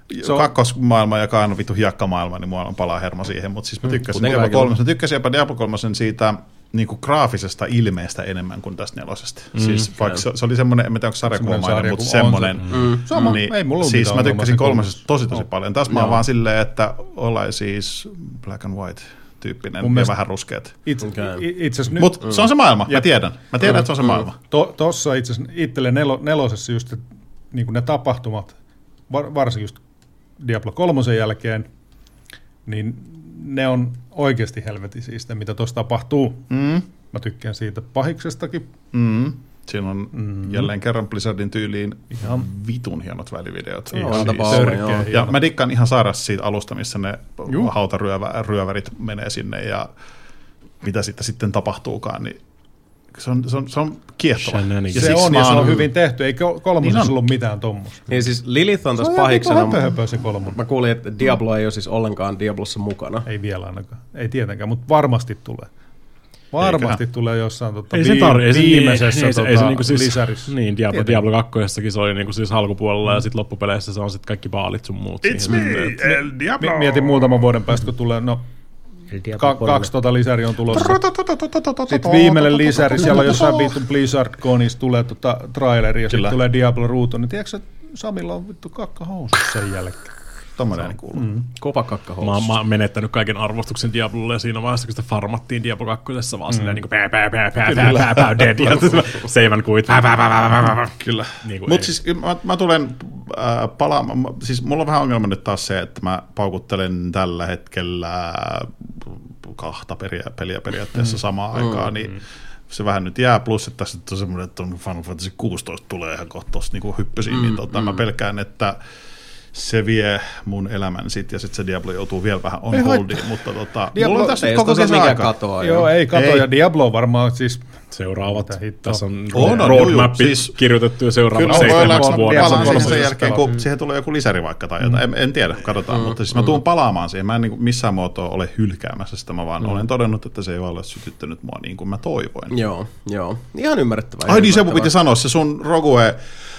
kakkosmaailma, joka on vittu hiekkamaailma, niin mua palaa hermo siihen, mutta siis mä tykkäsin mm, Diablo kolme. Mä tykkäsin jopa Diablo kolme siitä niin kuin graafisesta ilmeestä enemmän kuin tästä nelosesta. Mm, siis vaikka se, se oli semmoinen, en tiedä onko sarjakuvamainen, mutta semmoinen. Mm. Sama, niin, ei mulla siis mä tykkäsin kolmosesta tosi tosi paljon. Taas mä oon vaan silleen, että ollaan siis black and white tyyppinen ja mielestä, vähän ruskeat. Itse, itse nyt. Mutta mm. se on se maailma, mä tiedän. Mä tiedän, mm. että se on se maailma. To, tossa itse asiassa itselle nelo, nelosessa just niin kuin ne tapahtumat, var, varsinkin just Diablo kolmosen jälkeen, niin ne on oikeasti helvetisiä sitä, mitä tuossa tapahtuu. Mm. Mä tykkään siitä pahiksestakin. Mm. Siinä on mm. jälleen kerran Blizzardin tyyliin ihan vitun hienot välivideot. Ihan siis. Ja mä dikkaan ihan sairasti siitä alusta, missä ne hautaryövärit menee sinne ja mitä sitten, sitten tapahtuukaan, niin se on, se on, se on kiehtova. Ja se on, ja se on hyvin tehty. Ei kolmosessa niin ollut mitään tommoista. Niin siis Lilith on tässä pahiksena. Se kolmonen. Mä kuulin, että Diablo ei ole siis ollenkaan Diablossa mukana. Ei vielä ainakaan. Ei tietenkään, mutta varmasti tulee. Varmasti Eiköhän. Tulee jossain tota, ei se tar- ei se, viimeisessä ei se, tota, ei se, niinku siis, lisärissä. Niin, Diablo, Diablo kakkosessakin se oli niinku siis alkupuolella mm. ja sitten loppupeleissä se on sitten kaikki baalit sun muut. It's me, El Diablo! Mietin muutaman vuoden päästä, kun tulee, no Ka- kaksi tota lisäri on tulossa. Sitten viimeinen lisäri, siellä on jossain vittu BlizzardConissa tulee tota traileri ja sitten tulee Diablo Ruutu. Niin tiedätkö, Samilla on vittu kakkahousut sen jälkeen. Tommoinen ääni kuuluu. Mm. Kova kakkahousut. Mä, mä oon menettänyt kaiken arvostuksen Diablolle ja siinä vaiheessa, kun sitä farmattiin Diablo kakkosessa vaan mm. silleen niinku pää pää pää pää pää pää pää dead ja seivän kuit pää pää pää pää pää. Kyllä. Mut siis mä, mä tulen äh, palaamaan, siis mulla on vähän ongelma nyt taas se, että mä paukuttelen tällä hetkellä kahta peliä, peliä periaatteessa mm. samaan mm. aikaan, niin mm. se vähän nyt jää, plus että tässä on semmoinen, että Final Fantasy kuusitoista tulee ihan kohta tuossa niin hyppysiin, mm. niin tota, mm. mä pelkään, että se vie mun elämän sit, ja sitten se Diablo joutuu vielä vähän on holdiin, mutta tota, Diablo, mulla on tässä koko kesä aikaa. Katoa, joo, ei katoa, ei. Ja Diablo varmaan siis seuraavat. Tässä on oh, no, roadmap siis, kirjoitettu jo seuraavat seitsemäksi vuodeksi. Palaan sen jälkeen, kun mm. siihen tulee joku lisäri vaikka tai jotain. Mm. En, en tiedä, katsotaan. Mm. Mutta siis mä tuun palaamaan siihen. Mä en niin missään muotoa ole hylkäämässä sitä. Mä vaan mm. olen todennut, että se ei ole sytyttänyt mua niin kuin mä toivoin. Joo, joo. Ihan ymmärrettävää. Ai niin, se mun piti sanoa. Se sun Rogue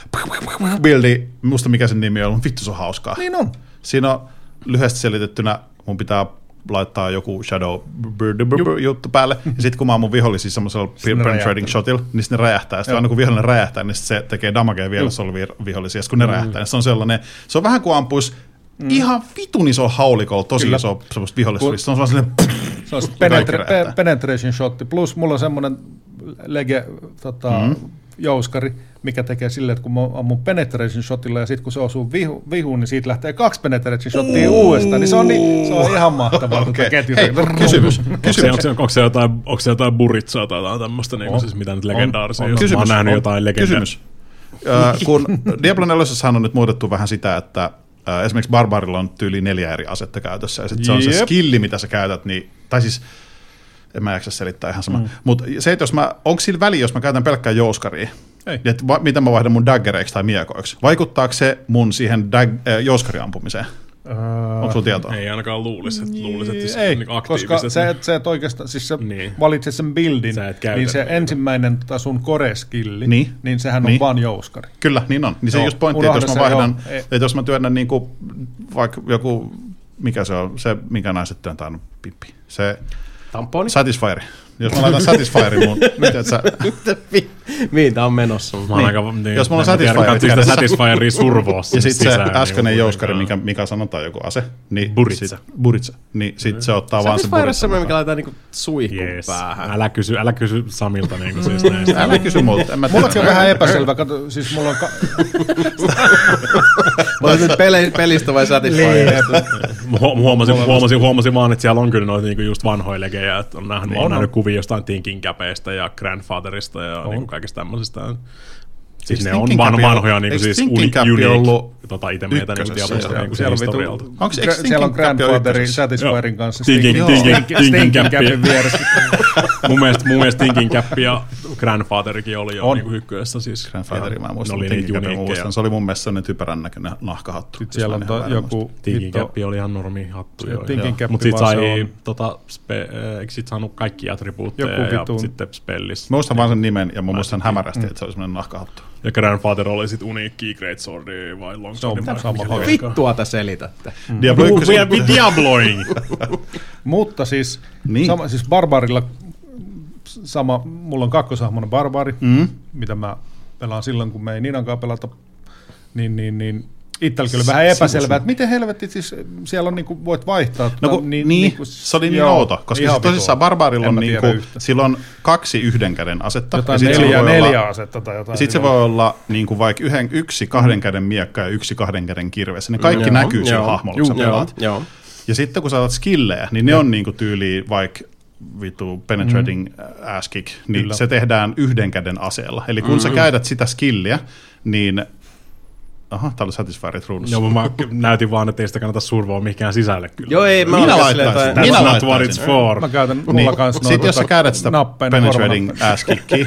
buildi, musta mikä sen nimi on, vittu se on hauskaa. Niin on. Siinä on lyhyesti selitettynä, mun pitää laittaa joku shadow juttu päälle, ja sitten kun mä oon mun vihollisia semmoisella penetrating shotilla, niin sitten ne räjähtää, ja sitten aina kun vihollinen räjähtää, niin se tekee damagea vielä olevia vihollisia, ja kun ne mm. räjähtää, niin se on sellainen, se on vähän kuin ampuisi mm. ihan vitun iso haulikolla, tosi Kyllä. iso semmoista vihollisuudesta, se on sellainen se on penetra- pe- penetration shotti, plus mulla on semmoinen lege tota, mm. jouskari, mikä tekee silleen, että kun mä ammun penetration shotilla ja sitten kun se osuu vihu, vihuun, niin siitä lähtee kaksi penetration shottia uudestaan, niin se on, niin, se on ihan mahtavaa. Okay. Hei, kysymys. kysymys. Onko, onko, se jotain, onko se jotain buritsaa tai jotain tämmöistä, niin siis mitä nyt legendaarisia, on, on. Jos mä oon nähnyt on. jotain legendaa. Kysymys. äh, kun Diablo neljä on nyt muutettu vähän sitä, että äh, esimerkiksi Barbarilla on tyyli neljä eri asetta käytössä, ja sitten se on se skilli, mitä sä käytät, niin, tai siis en mä jaksa selittää ihan sama. Mm. Mutta se, että jos mä, onko sillä väliä, jos mä käytän pelkkää jouskaria, että va, miten mä vaihdan mun daggereiksi tai miekoiksi? Vaikuttaako se mun siihen dag, äh, jouskariampumiseen? Uh, Onko sulla tietoa? Ei ainakaan luulisi, että luulisi, että se ei, on niin aktiiviset. Koska se, että et oikeastaan, siis sä niin. valitset sen buildin, niin se ensimmäinen tota sun core-skilli, niin, niin sehän on niin. vaan jouskari. Kyllä, niin on. Niin se just pointti, että jos mä vaihdan, että jos mä työnnän niinku, vaikka joku, mikä se on, se minkä naiset työntää on pippi, se tamponi? Satisfire. Jos mä laitan Satisfirein mun, miten sä... Mihin tää on menossa? Niin. Aika, niin, jos mulla on Satisfire kädessä... Satisfirea survoa ja sit se äskeinen niin jouskari, mikä, mikä sanotaan joku ase. Niin buritsa. Sit, buritsa. Niin sit mm. se ottaa vaan se buritsa. Satisfire on semmoinen, mikä laitetaan niinku suihkun yes. päähän. Älä kysy, älä kysy Samilta niinku siis näistä. Älä kysy multa. Mullakin on vähän epäselvä. Kato, siis mulla on... Ka- Mä oon nyt pelistä vai Satisfireista? Huomasin, huomasin, huomasin vaan, että siellä on kyllä noita niinku just vanhoja legejä, että on nähnyt, on nähnyt kuvia jostain Thinking Capista ja Grandfatherista ja niinku kaikista tämmöisistä. Siis ne on van, vanhoja niinku siis unique tota itemeitä niinku Diablosta niinku sen historialta. Onko siellä on Grandfatherin Satisfierin kanssa Thinking Capin vieressä? Mun mielestä mun mielestä Thinking Cap ja Grandfatherikin oli jo niinku ykkössä siis. Grandfatheri mä muistan, Thinking Capin muistan. Se oli mun mielestä sellainen typerän näköinen nahkahattu. Sitten siellä on joku Thinking Cap oli ihan normi hattu jo. Mut sit sai tota eikö sit saanut kaikki attribuutteja ja sitten spellis. Muistan vaan sen nimen ja mä muistan hämärästi, että se oli semmoinen nahkahattu. Ja Grandfather oli sit uniikki Great Swordi vai Long Swordi. Vittua te selitätte. Mm. Diablo yksi. We are Diabloing! Mutta siis, niin. sama, siis Barbarilla sama, mulla on kakkosahmoinen Barbari, mm. mitä mä pelaan silloin, kun me ei Ninan kanssa pelata, niin, niin, niin itselläkin oli vähän epäselvää, että miten helvetti, siis siellä on niinku, voit vaihtaa. No kun, niin, niin niinku, se oli niin outo, koska siis tosissaan Barbarilla on niinku, sillä on kaksi yhden käden asetta. Jotain ja neljä, neljä olla, asetta tai jotain. Sitten se voi olla niinku vaikka yhden, yksi kahden käden miekka ja yksi kahden käden kirves. Ne kaikki mm, näkyy siellä hahmolla, kun sä pelaat. Joo. Ja sitten kun sä otat skillejä, niin ne on niinku tyyliin vaikka vittu penetrating mm. ass kick, niin Kyllä. se tehdään yhden käden aseella. Eli kun mm. sä käytät sitä skilliä, niin aha, tää oli Satisfierit ruudussa. Joo, mä näytin vaan, että ei sitä kannata survoa mihinkään sisälle kyllä. Joo, ei, mä Minä laittaisin. That's Minä not what it's for. Mä käytän mulla niin, kanssa noita. Sitten jos sä käytät sitä penetrating ass kickia,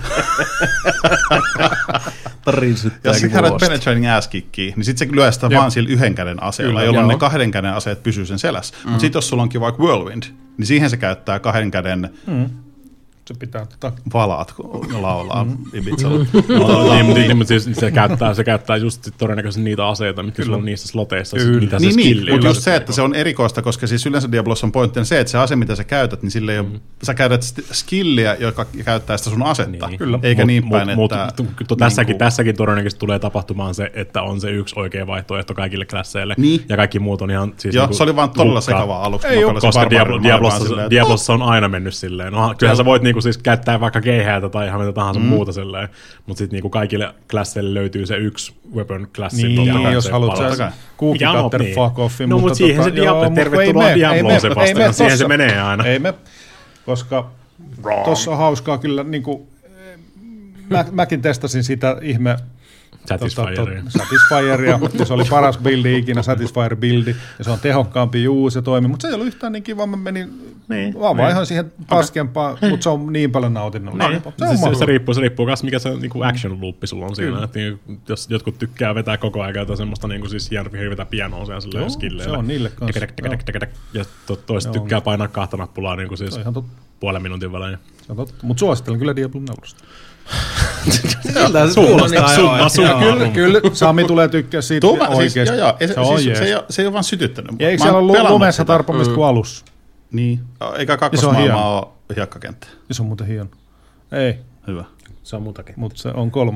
jos sä käytät penetrating ass kickia, niin sit se lyö sitä vaan sillä yhden käden aseella, Kyllä, jolloin joo. ne kahden käden aseet pysyy sen selässä. Mm. Mutta sit jos sulla onkin vaikka Whirlwind, niin siihen se käyttää kahden käden mm. se pitää tota valaat, kun laulaa mm. Ibizalla. Niin, mutta siis se käyttää, se käyttää just todennäköisesti niitä aseita, mitkä sulla on niissä sloteissa, mitä se niin, skilli. Niin, mutta just se, että se on erikoista, koska siis yleensä Diablossa on pointtina se, että se ase, mitä sä käytät, niin sille ei ole, mm. sä käytät skilliä, joka käyttää sitä sun asetta, niin. Kyllä. eikä mut, niin päin, mut, että... Mut, mut, tässäkin, niin tässäkin todennäköisesti tulee tapahtumaan se, että on se yksi oikea vaihtoehto kaikille klasseille, niin. ja kaikki muut on ihan siis Joo, se oli vaan todella sekavaa aluksi. Koska Diablossa on aina mennyt silleen. Kyllähän sä voit siis käyttää vaikka keihäältä tai ihan mitä tahansa mm. muuta silleen, mutta sitten niinku kaikille klasseille löytyy se yksi weapon klassi. Niin, jos haluat sä cookie-cutter niin. fuck offi. No, mutta siihen se Diablo, tervetuloa Diabloon Sebastian, siihen se menee aina. Ei me, koska tossa on hauskaa kyllä, niinku, mä, mäkin testasin sitä ihme Satisfieria. Satisfieria, ja se oli paras buildi ikinä, Satisfire-buildi, ja se on tehokkaampi, juu, se toimii, mutta se ei ollut yhtään niin kiva, mä menin, niin, vaan niin. vaihan siihen paskempaan, okay. mutta se on niin paljon nautinnollista. Niin. Se, se, se, se riippuu, se riippuu myös, mikä se niinku action loopi sulla on siinä, että niin, jos jotkut tykkää vetää koko ajan jotain semmoista niinku siis hirvetä pianoa siellä silleen skilleillä. Se on niille kanssa. Ja toiset tykkää painaa kahta nappulaa niinku siis puolen minuutin välein. Se on totta, mutta suosittelen kyllä Diablo nelosta. Siltä se kuulostaa. Kyllä, kyllä, Sami tulee tykkää siitä Tuuma, oikeasti. Siis, joo, joo, se, se, on siis, se, ei ole, se ei ole vaan sytyttänyt. Ja eikö siellä ole lumessa tarpomista mm. kuin alussa? Niin. Eikä kakkosmaailmaa ole hiekkakenttä. Se on muuten hieno. Ei. Hyvä. Se on muutakin. Mutta se on kolme.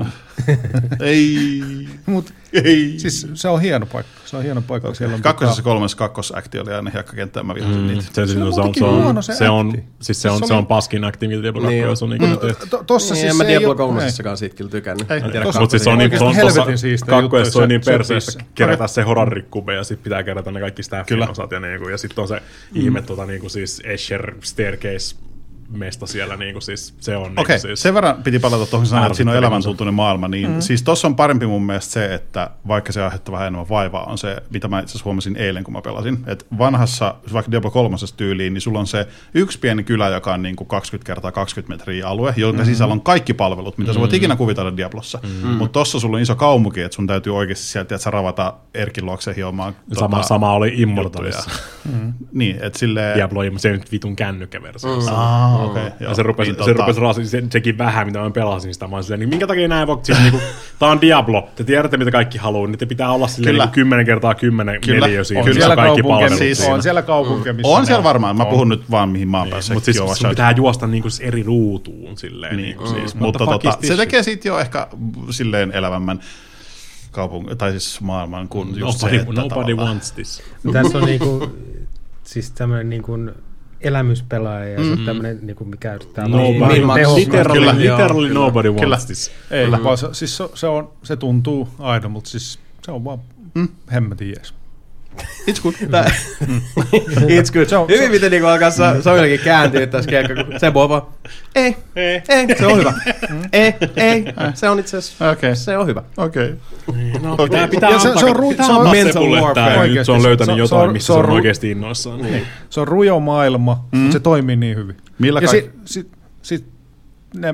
ei. Mut, ei. Siis se on hieno paikka. Se on hieno paikka. Okay. On kakkosessa kolmessa kakkosakti oli aina hiekkakenttä, mä vihasin mm, niitä. Se, se, se, on, se, on, se, se, on, siis se, on, se on paskin akti, mitä Diablo niin, kaksi on ikinä mm, tehty. Tossa niin, siis en mä Diablo kolmosessakaan siitä kyllä tykännyt. Mutta siis se on niin kakkoessa on niin perseestä kerätä se horarrikkube ja sit pitää kerätä ne kaikki staffin osat ja sit on se ihme siis Escher Staircase mesta siellä, niin kuin siis se on... Okei, okay, siis sen verran piti palata tuohon sanoa, että siinä on elämäntuntuinen maailma, niin mm. siis tossa on parempi mun mielestä se, että vaikka se aiheuttaa vähän enemmän vaivaa, on se, mitä mä itse asiassa huomasin eilen, kun mä pelasin, että vanhassa, vaikka Diablo kolmosessa tyyliin, niin sulla on se yksi pieni kylä, joka on niin kuin kaksikymmentä kertaa kaksikymmentä metriä alue, jonka mm. sisällä on kaikki palvelut, mitä mm. sä voit ikinä kuvitella Diablossa, mm. mutta tossa sulla on iso kaupunki, että sun täytyy oikeasti sieltä, että sä ravata Erkin luokse hiomaan... Sama, tota, sama oli Immortalissa. Mm. Niin, että silleen... Diablo, se nyt vitun kännykkäversiossa. Mm. Ah, okei. Okay. Ja se rupesi, niin, se tota... rupesi raasin, se, sekin vähän, mitä mä pelasin sitä. Mä olin silleen, niin minkä takia näin voi, siis niinku, tää on Diablo, te tiedätte mitä kaikki haluaa, niin te pitää olla silleen niinku kymmenen kertaa kymmenen neliö siinä, on siellä kaikki palvelut. Siis, on siellä kaupunkia, missä on siellä varmaan, mä puhun nyt vaan mihin maan päässä. Mutta siis sun pitää juosta niinku eri ruutuun silleen. Niin, niinku, siis, mm. mutta tota, se tekee siitä jo ehkä silleen elävämmän kaupungin, tai siis maailman kuin just nobody, se, että nobody wants this. Tässä on niinku, siis tämmöinen niinku elämyspelaaja ja mm-hmm. se tämmöinen, niinku, mikä yrittää olla literally, literally nobody wants Kyllä. this. Ei, mm-hmm. vaan se, siis se, on, se tuntuu aina, mutta siis se on vaan mm. hemmetin jees. It's good. Mm. It's good. So, Hyvin miten niinku alkaa Samuelkin kääntyä tässä kiekka, kun se voi vaan, ei, ei, ei, se on hyvä. ei, ei, se on itse asiassa, okay. se on hyvä. Okei. Okay. No, pitää, okay. pitää, se, se on, ru- se on mental warfare. Nyt se on löytänyt se, jotain, se on, missä se on, se on oikeasti innoissaan. Niin. Se on rujo maailma, mm. mutta se toimii niin hyvin. Millä ja sitten sit, sit, ne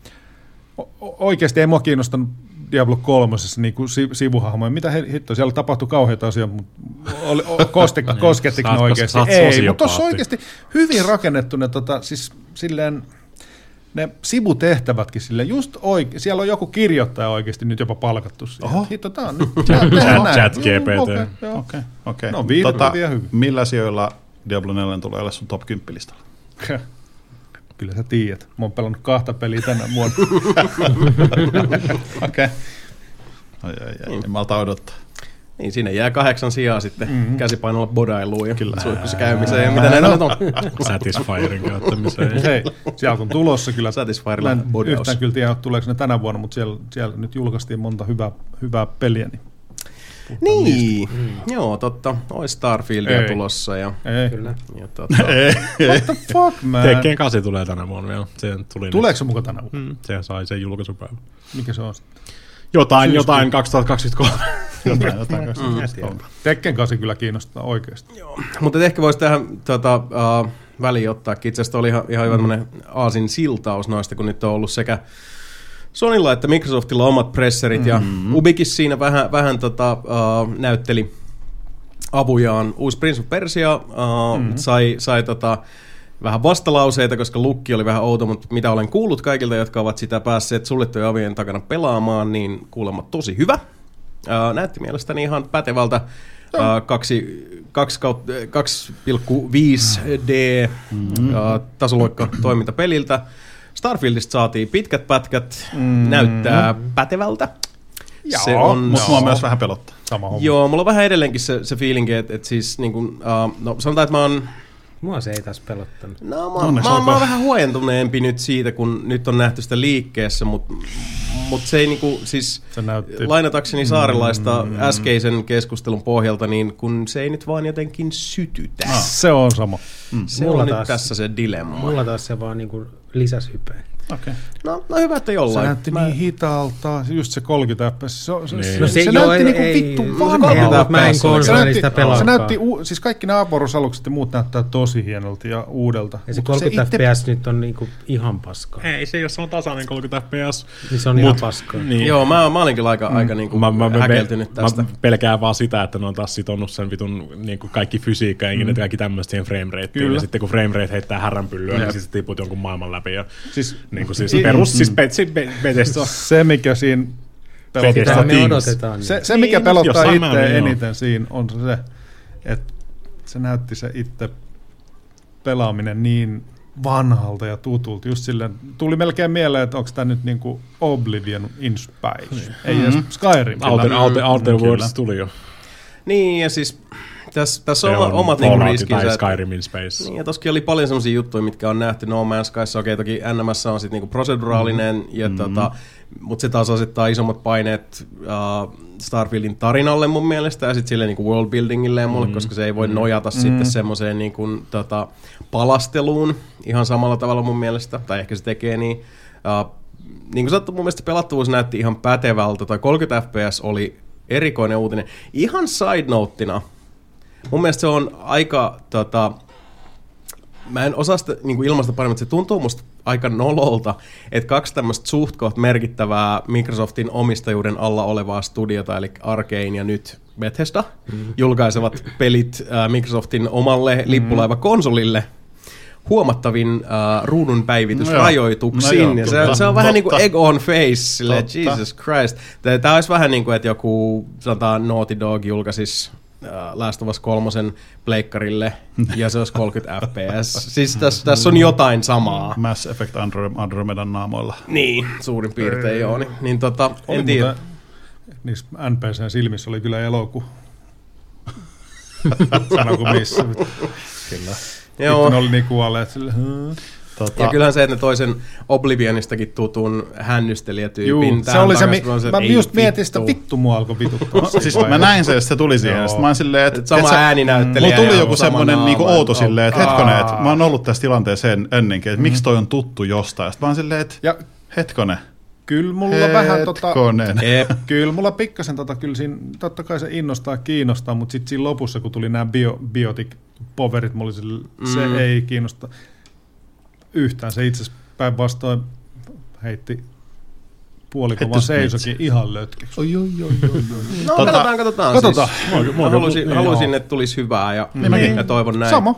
oikeasti ei mua kiinnostanut Diablo kolmosessa niin kuin sivuhahmoja. Mitä hittoa, siellä tapahtui kauheita asioita, mutta oli, koste, koskettiko ne oikeasti? Ei, mutta tuossa oikeasti hyvin rakennettu ne, tota, siis silleen, ne sivutehtävätkin sille just oikein, siellä on joku kirjoittaja oikeasti nyt jopa palkattu siihen. Oho. Hitto, tää on nyt, tehdään näin. Chat G P T. Okei, joo. Okei, okei. No, viihdyt Tota, vielä hyvin. millä sijoilla Diablo neljä tulee olla sun top kymmenen listalla? Kyllä sä tiedät. Mä oon pelannut kahta peliä tänä vuonna. Okei. Ai, ai, ai. En malta odottaa. Niin, sinne jää kahdeksan sijaa sitten mm-hmm. käsipainolla bodailuun ja Kyllä. suihkussa käymiseen ja mitä näitä nyt on. Satisfierin käyttämiseen. Hei, sieltä on tulossa kyllä. Satisfierilla Mä en bodaus. yhtään kyllä tiedä, tuleeko ne tänä vuonna, mutta siellä, siellä nyt julkaistiin monta hyvää, hyvää peliä. Niin, Niin, mm. joo, totta. Ois Starfieldia Ei. tulossa ja, ei. Kyllä. ja totta. What the fuck, man? Tekkeen kasi tulee tänä vuonna vielä. Se tuli Tuleeko se mukaan tänä vuonna? Mm, se sai sen julkaisupäivän. Mikä se on sitten? Jotain, Syyskuun. jotain kaksituhattakaksikymmentäkolme. Jotain, jotain kaksituhattakaksikymmentäkolme. Tekken kasi kyllä kiinnostaa oikeasti. Mutta ehkä voisi tähän tota, uh, väliin ottaakin. Itse asiassa oli ihan, ihan hyvä tämmöinen aasin siltaus noista, kun nyt on ollut sekä Sonylla että Microsoftilla omat presserit, ja mm-hmm. Ubikin siinä vähän, vähän tota, uh, näytteli avujaan. Uusi Prince of Persia uh, mm-hmm. sai, sai tota, vähän vastalauseita, koska lukki oli vähän outo, mutta mitä olen kuullut kaikilta, jotka ovat sitä päässeet suljettujen avien takana pelaamaan, niin kuulemma tosi hyvä. Uh, näytti mielestäni ihan pätevältä uh, kaksi pilkku viisi D mm-hmm. uh, tasoloikka toimintapeliltä. Starfieldista saatiin pitkät pätkät, mm-hmm. näyttää pätevältä. Joo, se on, Mutta mua myös vähän pelottaa. Sama homma. Joo, mulla on vähän edelleenkin se, se feelinki, että, että siis niin kuin, uh, no sanotaan, että mä oon Mua se ei taas pelottanut. No, mä, Onneksi mä, mä, olkoon. mä oon vähän huojentuneempi nyt siitä, kun nyt on nähty sitä liikkeessä, mutta mut se ei niinku, siis Se näytti. lainatakseni Saarilaista mm. äskeisen keskustelun pohjalta, niin kun se ei nyt vaan jotenkin sytytä. Ah, se on sama. Mm. Se Mulla on taas- nyt tässä se dilemma. Mulla taas se vaan niinku lisäs hypeä. Okei. No, no hyvä, että Se jollain. näytti Mä- niin hitaalta, just se kolmekymmentä fps. Se, se, Niin. se, No se, se se joo, näytti ei- niinku ei- vittu no se vanhalta. kolmekymmentä mä en Se konsolista näytti, se pelaakaan. näytti, u, siis kaikki nämä avaruusalukset ja muut näyttää tosi hienolta ja uudelta. Ja se Mutta kolmekymmentä itse- F P S nyt on niinku ihan paskaa. Ei se, jos on tasainen kolmekymmentä F P S. Niin se on ihan paskaa. Niin. Joo, mä, mä olinkin aika, mm. aika niinku Mä, mä, mä, häkeltynyt tästä. mä pelkään vaan sitä, että ne on taas sitonut sen vitun niin kuin kaikki fysiikka ja mm. kaikki tämmöistä siihen framerateen. Kyllä. Ja sitten kun framerate heittää häränpyllyä, niin sitten tiput jonkun maailman läpi. Ja, Siis, niin kuin siis perus, siis Bethesda. Bethesda. se, mikä siinä pelottaa, Bethesda me Things. odotetaan. Niin. se, se mikä Niin, pelottaa jossain itse määrin, joo. eniten siinä on se, että se näytti se itse pelaaminen niin vanhalta ja tutulta. Just silleen, tuli melkein mieleen, että onko tämä nyt niinku Oblivion inspired. Ei Mm-hmm. edes Skyrim. Outer, Outer, Outer Kyllä. Worlds tuli jo. Niin, ja siis tässä, tässä Se on, on omat niinku Fallout riskinsä. tai että- Skyrim in Space. Niin, ja tossakin oli paljon semmoisia juttuja, mitkä on nähty No Man's Skyssa. Okei, toki N M S on sitten niinku proseduraalinen, mm. ja Mm-hmm. tota, mutta se taas asettaa isommat paineet uh, Starfieldin tarinalle mun mielestä, ja sitten sille niinku worldbuildingille ja mulle, mm. koska se ei voi nojata mm. sitten semmoiseen niinku, tota, palasteluun ihan samalla tavalla mun mielestä, tai ehkä se tekee niin. Uh, niin kuin sanottu, mun mielestä pelattavuus näytti ihan pätevältä, toi kolmekymmentä F P S oli erikoinen uutinen. Ihan side noteina, mun mielestä se on aika, tota, mä en osaa sitä niin kuin ilmaista paremmin, mutta se tuntuu musta aika nololta, että kaksi tämmöistä suht koht merkittävää Microsoftin omistajuuden alla olevaa studiota, eli Arkane ja nyt Bethesda, mm. julkaisevat pelit äh, Microsoftin omalle lippulaivakonsolille huomattavin äh, ruudun päivitysrajoituksin. No joo, ja se, kyllä. se on vähän niin Totta. kuin egg on face, silleen, Totta. Jesus Christ. Tämä olisi vähän niin kuin, että joku sanotaan Naughty Dog julkaisisi uh, Last of Us kolmosen pleikkarille, ja se olisi kolmekymmentä F P S. Siis tässä täs on jotain samaa. Mass Effect Andro- Andromedan naamoilla. Niin, suurin piirtein joo. Niin, niin tota, Oli en tiedä. muuten, niissä N P C:n silmissä oli kyllä eloku. Sanoiko missä? Kyllä. Joo. Vittu, ne oli niin kuolleet sille. Hmm. Tota, Ja kyllähän se, että ne toisen Oblivionistakin tutun hännystelijätyypin. Juu, se tähän oli se, takaisin, mi- on mä ei just mietin sitä, vittu. vittu mua alkoi vituttaa. no, siis mä näin se, että se tuli siihen. Joo. Sitten mä oon silleen, että... Et sama et sä- ääninäyttelijä. Mulla tuli ja joku sama semmoinen naama, niinku että outo silleen, että hetkonen, että Aa. mä oon ollut tässä tilanteessa en, ennenkin, että miksi toi on tuttu jostain. Sitten mä oon silleen, että Ja hetkonen, kyllä mulla vähän tota... hetkonen. Ep. Kyllä mulla pikkasen tota, kyllä siinä, totta kai se innostaa, kiinnostaa, mutta sitten siinä lopussa, kun tuli nämä bio, biotic powerit, mulla oli sille, se Mm. ei kiinnosta yhtään. Se itse asiassa päinvastoin heitti puolikovan Heitti seisokin ihan lötkeksi. Oi, oi, oi, oi, oi. No Tota, katsotaan, katsotaan. katsotaan. Siis, mä haluaisin, Niin, haluaisin joo. että tulisi hyvää ja, Niin mäkin. ja toivon näin. Sama.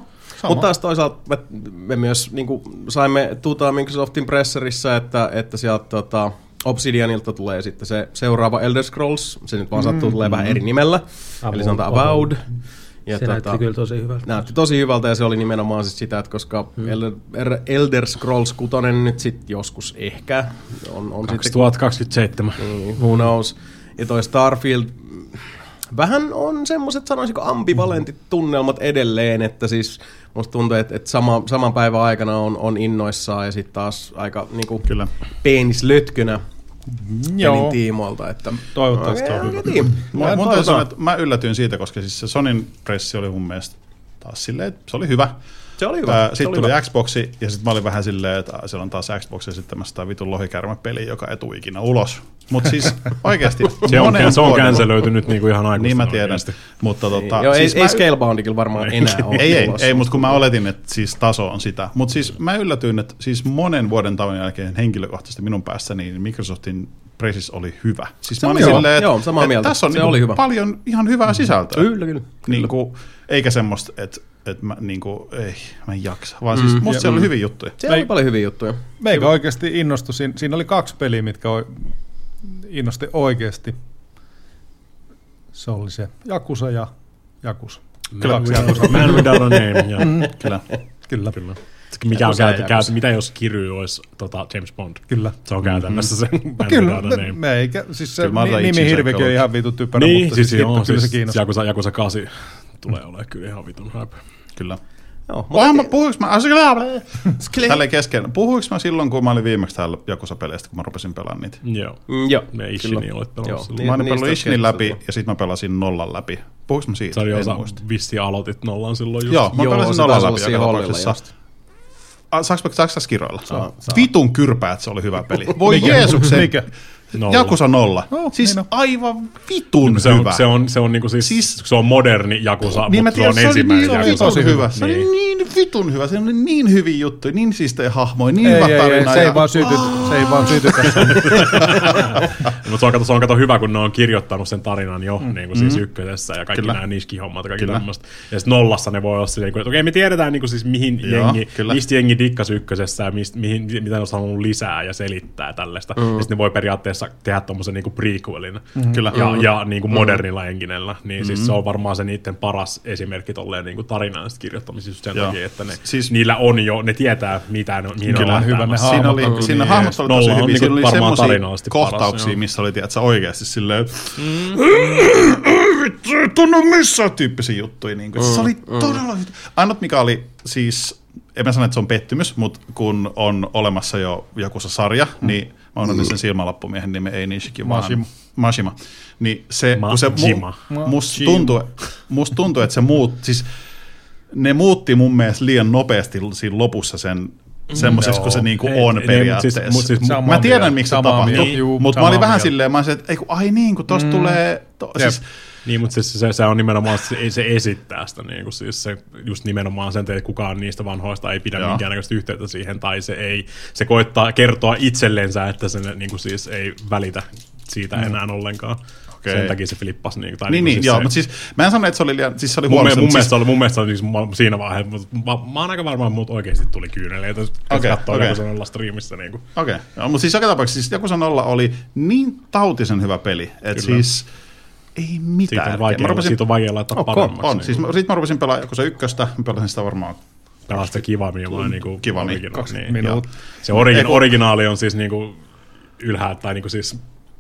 Mutta taas toisaalta me, me myös niin kuin, saimme tuutaa Microsoftin presserissa, että, että sieltä tota, Obsidianilta tulee sitten se seuraava Elder Scrolls. Se nyt vaan mm, sattuu tulee mm. vähän eri nimellä. Avun, eli se on tämä Avowed. Ja se tota, näytti kyllä tosi hyvältä. Näytti tosi hyvältä ja se oli nimenomaan siis sitä, että koska hmm. Elder, Elder Scrolls kuusi nyt sitten joskus ehkä on, on kaksituhattakaksikymmentäseitsemän. Sitten, who knows. Ja toi Starfield, vähän on semmoiset sanoisinko ambivalentit tunnelmat edelleen, että siis musta tuntuu, että, että sama, saman päivän aikana on, on innoissaan ja sitten taas aika niinku peenislötkönä. Pelin tiimoilta, että toivottavasti on hyvä. Mä, mun täysin, että mä yllätyin siitä, koska siis se Sonyn pressi oli mun mielestä taas silleen, että se oli hyvä. Se oli hyvä. Sitten tuli hyvä. Xboxi ja sitten mä olin vähän silleen, että siellä on taas Xbox esittämässä tämä vitun lohikärmepeli, joka ei tule ikinä ulos. Mutta siis oikeasti se on, se on cancelöity nyt niinku ihan aikuista. Niin mä tiedän. Mutta tota, Joo, siis ei, mä, ei Scalebound kyllä varmaan ei, enää ole. Ei, ei, ei mutta kun mä oletin, että siis taso on sitä. Mutta siis mä yllätyin, että siis monen vuoden tauon jälkeen henkilökohtaisesti minun päässä niin Microsoftin Precis oli hyvä. Siis se mä olin joo, silleen, että, joo, samaa mieltä. tässä on se niinku oli hyvä. paljon ihan hyvää sisältöä. Kyllä, kyllä. Niin kuin, eikä semmoista, että et mä, niinku, ei, mä en jaksa. Vaan mm, siis musta siellä mm. oli hyviä juttuja. Siellä oli paljon hyviä juttuja. Meikä oikeasti innostui. Siinä, siinä oli kaksi peliä, mitkä innosti oikeasti. Se oli se Yakuza ja Yakuza. Kyllä, Man Without a Name. Mm. Kyllä. Kyllä. Kyllä. Mikä on käytä, käytä, mitä jos Kiryu olisi tota, James Bond? Kyllä. Se on käytännössä se Man Kyllä, Without a Name. Me eikä, siis se ni, nimi hirvikin on ihan vitu typerä, niin, mutta siis, siis, joo, kyllä siis se kiinnostaa. Yakuza, Yakuza kahdeksan tulee olemaan kyllä ihan vitun hype. Kyllä. Joo, mutta puhuinko mä, tälleen kesken, puhuinko mä silloin, kun mä olin viimeksi täällä Yakuza-peleistä, kun mä rupesin pelaamaan niitä? Joo. Mm, joo. Me Ishini olet pelannut silloin. Mä olin pelannut Ishinin läpi ja sitten mä pelasin nollan läpi. Puhuinko mä siitä? Sä oli osa vissiin aloitit nollan silloin just. Joo, mä pelasin nollan läpi joka tapauksessa. Saanko mä skiroilla? Vitun kyrpää, että se oli hyvä peli. Voi Jeesuksen. Mikä? Nolla. Yakuza nolla. Oh, siis niin aivan vitun se on, hyvä. Se on, se on, niinku siis, siis, se on moderni Yakuza, niin mutta se on ensimmäinen Yakuza. Se oli hyvä. Se oli niin vitun hyvä. Se oli niin hyviä juttuja, niin siistejä hahmoja, niin ei, hyvä ei, tarina. Ei, se, ei vaan syty, oh. se ei vaan sytytä. Mutta se on, kato, se on kato hyvä, kun ne on kirjoittanut sen tarinan jo mm. niin kuin siis ykkösessä ja kaikki kyllä. Nämä niskihommat ja kaikki tämmöistä. Ja sitten nollassa ne voi olla silleen, että okei, okay, me tiedetään niin kuin siis mihin Joo, jengi, mistä jengi dikkasi ykkösessä ja mistä, mihin, mitä ne on halunnut lisää ja selittää tällaista. Mm. Ja sitten ne voi periaatteessa tehdä tommosen niinku prequelin mm. ja, ja niinku modernilla mm. enginellä. Niin mm. siis se on varmaan se niiden paras esimerkki tolleen niinku tarinallista kirjoittamisesta sen Joo. takia, että ne, siis, niillä on jo, ne tietää mitä ne, mihin kyllä, on hyvä, ne siinä oli, niin, siinä hahmot oli tosi hyviä. Siinä oli semmoisia kohtauksia, paras, missä oli tiedätkö, oikeasti silleen vittu, et ole missään tyyppisiä juttuja. Niin se oli todella ainut mikä oli siis, en mä sano, että se on pettymys, mutta kun on olemassa jo Yakuza-sarja, mm. niin mä unohdin sen silmälappumiehen nimen, ei Nishiki, vaan Mashima. Niin se, kun se mu, musta tuntuu, must tuntuu, että se muut, siis ne muutti mun mielestä liian nopeasti siinä lopussa sen semmoisessa, kun se niinku on ei, periaatteessa. Ei, siis, siis, mä tiedän, miksi se tapahtui, niin, mutta mä olin vähän silleen, mä olisin, että ei, ai niin, kun tosta mm. tulee... To, siis, niin, mutta siis se, se on nimenomaan, se, se esittää sitä, niin kuin siis se, just nimenomaan sen, että kukaan niistä vanhoista ei pidä minkäännäköistä yhteyttä siihen, tai se, ei, se koittaa kertoa itsellensä, että se niin kuin siis ei välitä siitä mm. enää ollenkaan. Okay. Sen takia se flippasi. Niin, tai niin, niin, siis joo, se, mutta siis mä en sano, että se oli liian, siis se oli mun, huono. Mun, mielestä se oli, mun mielestä oli siinä vaiheessa, mutta mä, mä oon aika varma, että mut oikeasti tuli kyyneleitä, jos okay, katsoo okay. Yakuza nolla striimissä. Niin okei, okay. Mutta siis joka tapauksessa siis Yakuza nolla oli niin tautisen hyvä peli, että siis ei mitään. Siitä on vaikea, rupesin, siitä on vaikea laittaa okay. paremmaksi. On, niin siis mä, sit mä rupesin pelaamaan Yakuza ykköstä, mä pelasin sitä varmaan Pelaa sitä kivammin vaan niinku kivammin, originaali. Niin, se origin, originaali on siis niinku ylhäältä, tai niinku siis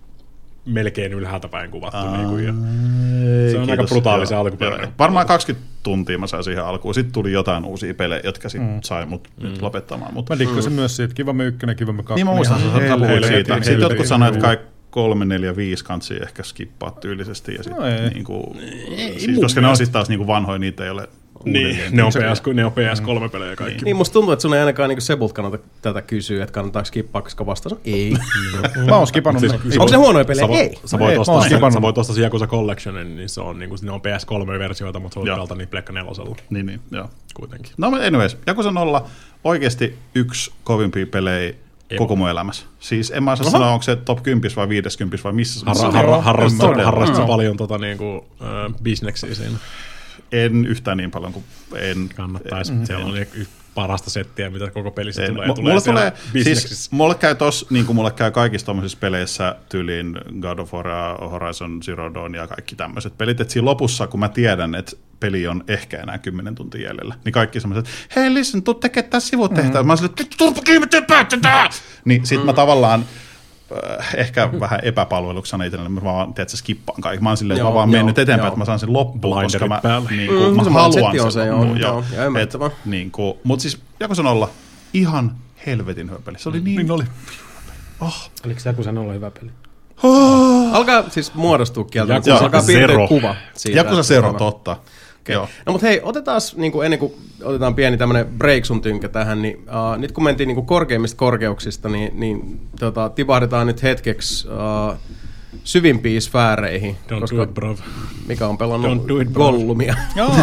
melkein ylhäältä päin kuvattu. Aa, niinku, ja se on kiitos, aika brutaali se alkuperäinen. Varmaan kaksikymmentä tuntia mä sain siihen alkuun. Sitten tuli jotain uusia pelejä, jotka sit mm. sai mut mm. nyt lopettamaan. Mut. Mä dikkasin mm. myös siitä Kivamme ykkönen, Kivamme kakkonen. Niin mä muistan, että sä puhuit siitä. Sitten jotkut sanoivat, että kaikki kolme, neljä, viisi kansia ehkä skippaa tyylisesti. Ja sit, no ei. Niinku, ei, siis, koska ne on sitten taas niinku vanhoja, niitä ei ole niin, ne on, P S, ne on P S kolme pelejä kaikki. Niin, niin musta tuntuu, että sun ei ainakaan niinku Sebult kannata tätä kysyä, että kannattaako skippaa, koska vastaus on ei. Mä oon skipannut. Siis, onko se huonoja pelejä? Sä, ei. Sä voit ostaa sen, sä voit ostaa sen Yakuza Collectionin, niin se on, niinku, ne on P S kolme versioita, mutta sä voit pelata niitä Pleikka nelosella. Niin, niin, joo. Kuitenkin. No, mutta anyways, Yakuza nolla oikeasti yksi kovimpia pelejä koko mun elämässä. Siis en mä saa sanoa, onko se top kymmenen vai viisikymmentä vai missä. Harrastat harra, harra, harra, paljon tota, niinku, äh, bisneksiä siinä. En yhtään niin paljon kuin en. Kannattaisi. En, siellä en. on y- parasta settiä, mitä koko pelissä En. tulee. M- tulee mulle, tulee bisneksissä. siis, mulle käy tos, niin kuin mulle käy kaikissa tommosissa peleissä, tyyliin God of War ja Horizon Zero Dawn ja kaikki tämmöiset pelit, että siinä lopussa, kun mä tiedän, että peli on ehkä enää kymmenen tuntia jäljellä, niin kaikki semmoiset, hei listen, tuu tekemään tässä sivutehtävää. Mm. Mä oon silleen, että turpa kiinnittää päätetään! Niin sit mm. mä tavallaan äh, ehkä vähän epäpalveluksena itselleni, mä vaan, tiedätkö, skippaan kaikki. Mä oon silleen, että mä vaan mennyt eteenpäin, joo. että mä saan sen loppuun, koska mä, niin kuin, mm, mä haluan sen, sen loppuun. Joo, joo. Niin mutta siis, joko sen olla ihan helvetin hyvä peli. Se oli niin... Niin oli. Oh. Oliko se Jakusa nolla hyvä peli? Oh. Alkaa siis muodostua kieltä, mutta alkaa piirtää kuva siitä. Jakusa Zero, totta. Okay. No mutta hei, otetaan, niin kuin, ennen kuin otetaan pieni tämmöinen break sun tynkä tähän, niin uh, nyt kun mentiin niin kuin korkeimmista korkeuksista, niin, niin tota, tipahdetaan nyt hetkeksi uh, syvimpiin sfääreihin. Don't koska do it, bro. Mikä on pelannut Don't do it, Gollumia.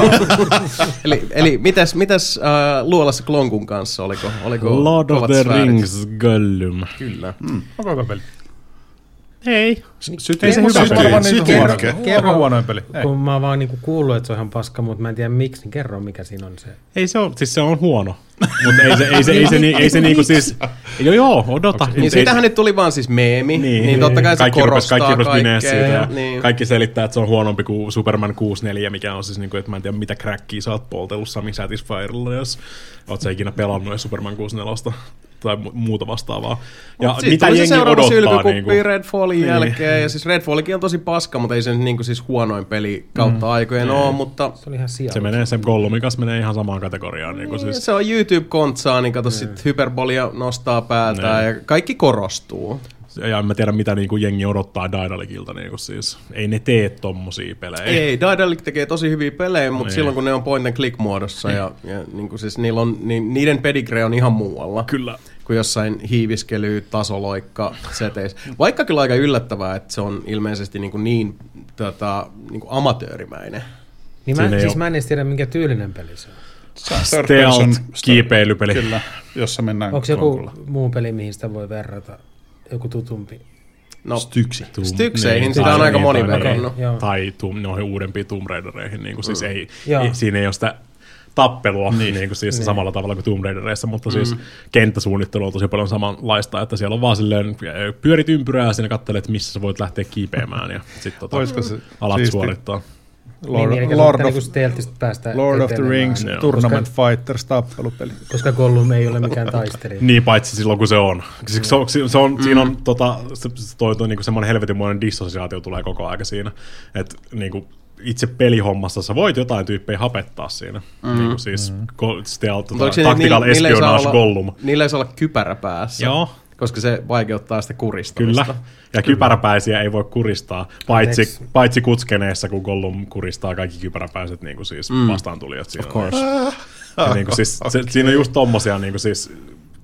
eli eli mitäs, mitäs uh, Luolassa Klonkun kanssa, oliko, oliko Lord of the sfäärit? Rings Gollum. Kyllä. Mm. Onko hyvä peli? Ei. Syt, ei se hyvä peli. Sytyrke. Kerro huonoin peli. Ei. Kun mä oon vaan niinku kuullut, että se on ihan paska, mutta mä en tiedä miksi, niin kerro mikä siinä on se. Ei se on, siis se on huono. Mutta ei se, ei se, ei se, ei se, ei se niinku siis, joo joo, odota. Niin siitähän nyt tuli vaan siis meemi, niin, niin totta kai se kaikki korostaa rupes, kaikki kaikkea. Siitä, ja niin. Kaikki selittää, että se on huonompi kuin Superman kuusikymmentäneljä, mikä on siis niinku, että mä en tiedä mitä crackia sä oot poltellut Sami Satisfierilla, jos oot sä ikinä pelannut Superman kuusikymmentäneljä tai muuta vastaavaa. Ja siis mitä tuli jengi se seuraava sylkykuppi niinku Redfallin niin. jälkeen, ja siis Redfallikin on tosi paska, mutta ei se niinku siis huonoin peli kautta mm. aikojen mm. ole, mutta... Se oli ihan sijalle. Se menee, se Gollumin kanssa menee ihan samaan kategoriaan. Niin siis. Se on YouTube-kontsaa, niin kato mm. sit hyperbolia nostaa päätään, mm. ja kaikki korostuu. Ja en mä tiedä, mitä niinku jengi odottaa Daedalicilta. Niinku siis. Ei ne tee tommosia pelejä. Ei, Daedalic tekee tosi hyviä pelejä, mutta ei. Silloin kun ne on point and click muodossa, ja, ja niinku siis niillä on, niin, niiden pedigree on ihan muualla. Kyllä. Kuin jossain hiiviskely, tasoloikka, seteissä. Vaikka kyllä aika yllättävää, että se on ilmeisesti niin, kuin niin tota, niin kuin amatöörimäinen. Niin mä, siis mä en edes tiedä, minkä tyylinen peli se on. Stealth-kiipeilypeli. Kyllä, jossa mennään. Onko joku muu peli, mihin sitä voi verrata? Joku tutumpi? No, Styksi. Stykseihin niin, sitä on aika moni tai, verrannut. Tai tum, noihin uudempiin Tomb Raidereihin. Niin kuin siis mm. ei, ei, siinä ei ole sitä tappelua niin. Niin kuin siis niin. samalla tavalla kuin Tomb Raidereissa, mutta mm. siis kenttäsuunnittelu on tosi paljon samanlaista, että siellä on vaan silleen, pyörit ympyrää ja siinä katselet, missä sä voit lähteä kiipeämään ja sitten tota, alat siisti suorittaa. Lord, niin, Lord, of, Lord of the Rings no. Tournament koska, Fighters tappelupeli. Koska Gollum ei ole mikään taistelija. Niin, paitsi silloin kun se on. Se on, se on mm. Siinä on tota, se, toi, toi, niinku semmoinen helvetinmoinen dissosiaatio tulee koko aika siinä. Että niinku, itse pelihommassa sä voit jotain tyyppejä hapettaa siinä. Mm. Niinku siis mm. stealth, tota, tactical espionage Gollum. Niillä ei saa olla kypärä päässä. Joo. Koska se vaikeuttaa sitä kuristamista. Kyllä. Ja kypäräpäisiä ei voi kuristaa, paitsi, paitsi kutskeneessa, kun Gollum kuristaa kaikki kypäräpäiset niin kuin siis mm. vastaantulijat. Siinä. Of course. Ja niin kuin siis, se, siinä on just tommosia niin kuin siis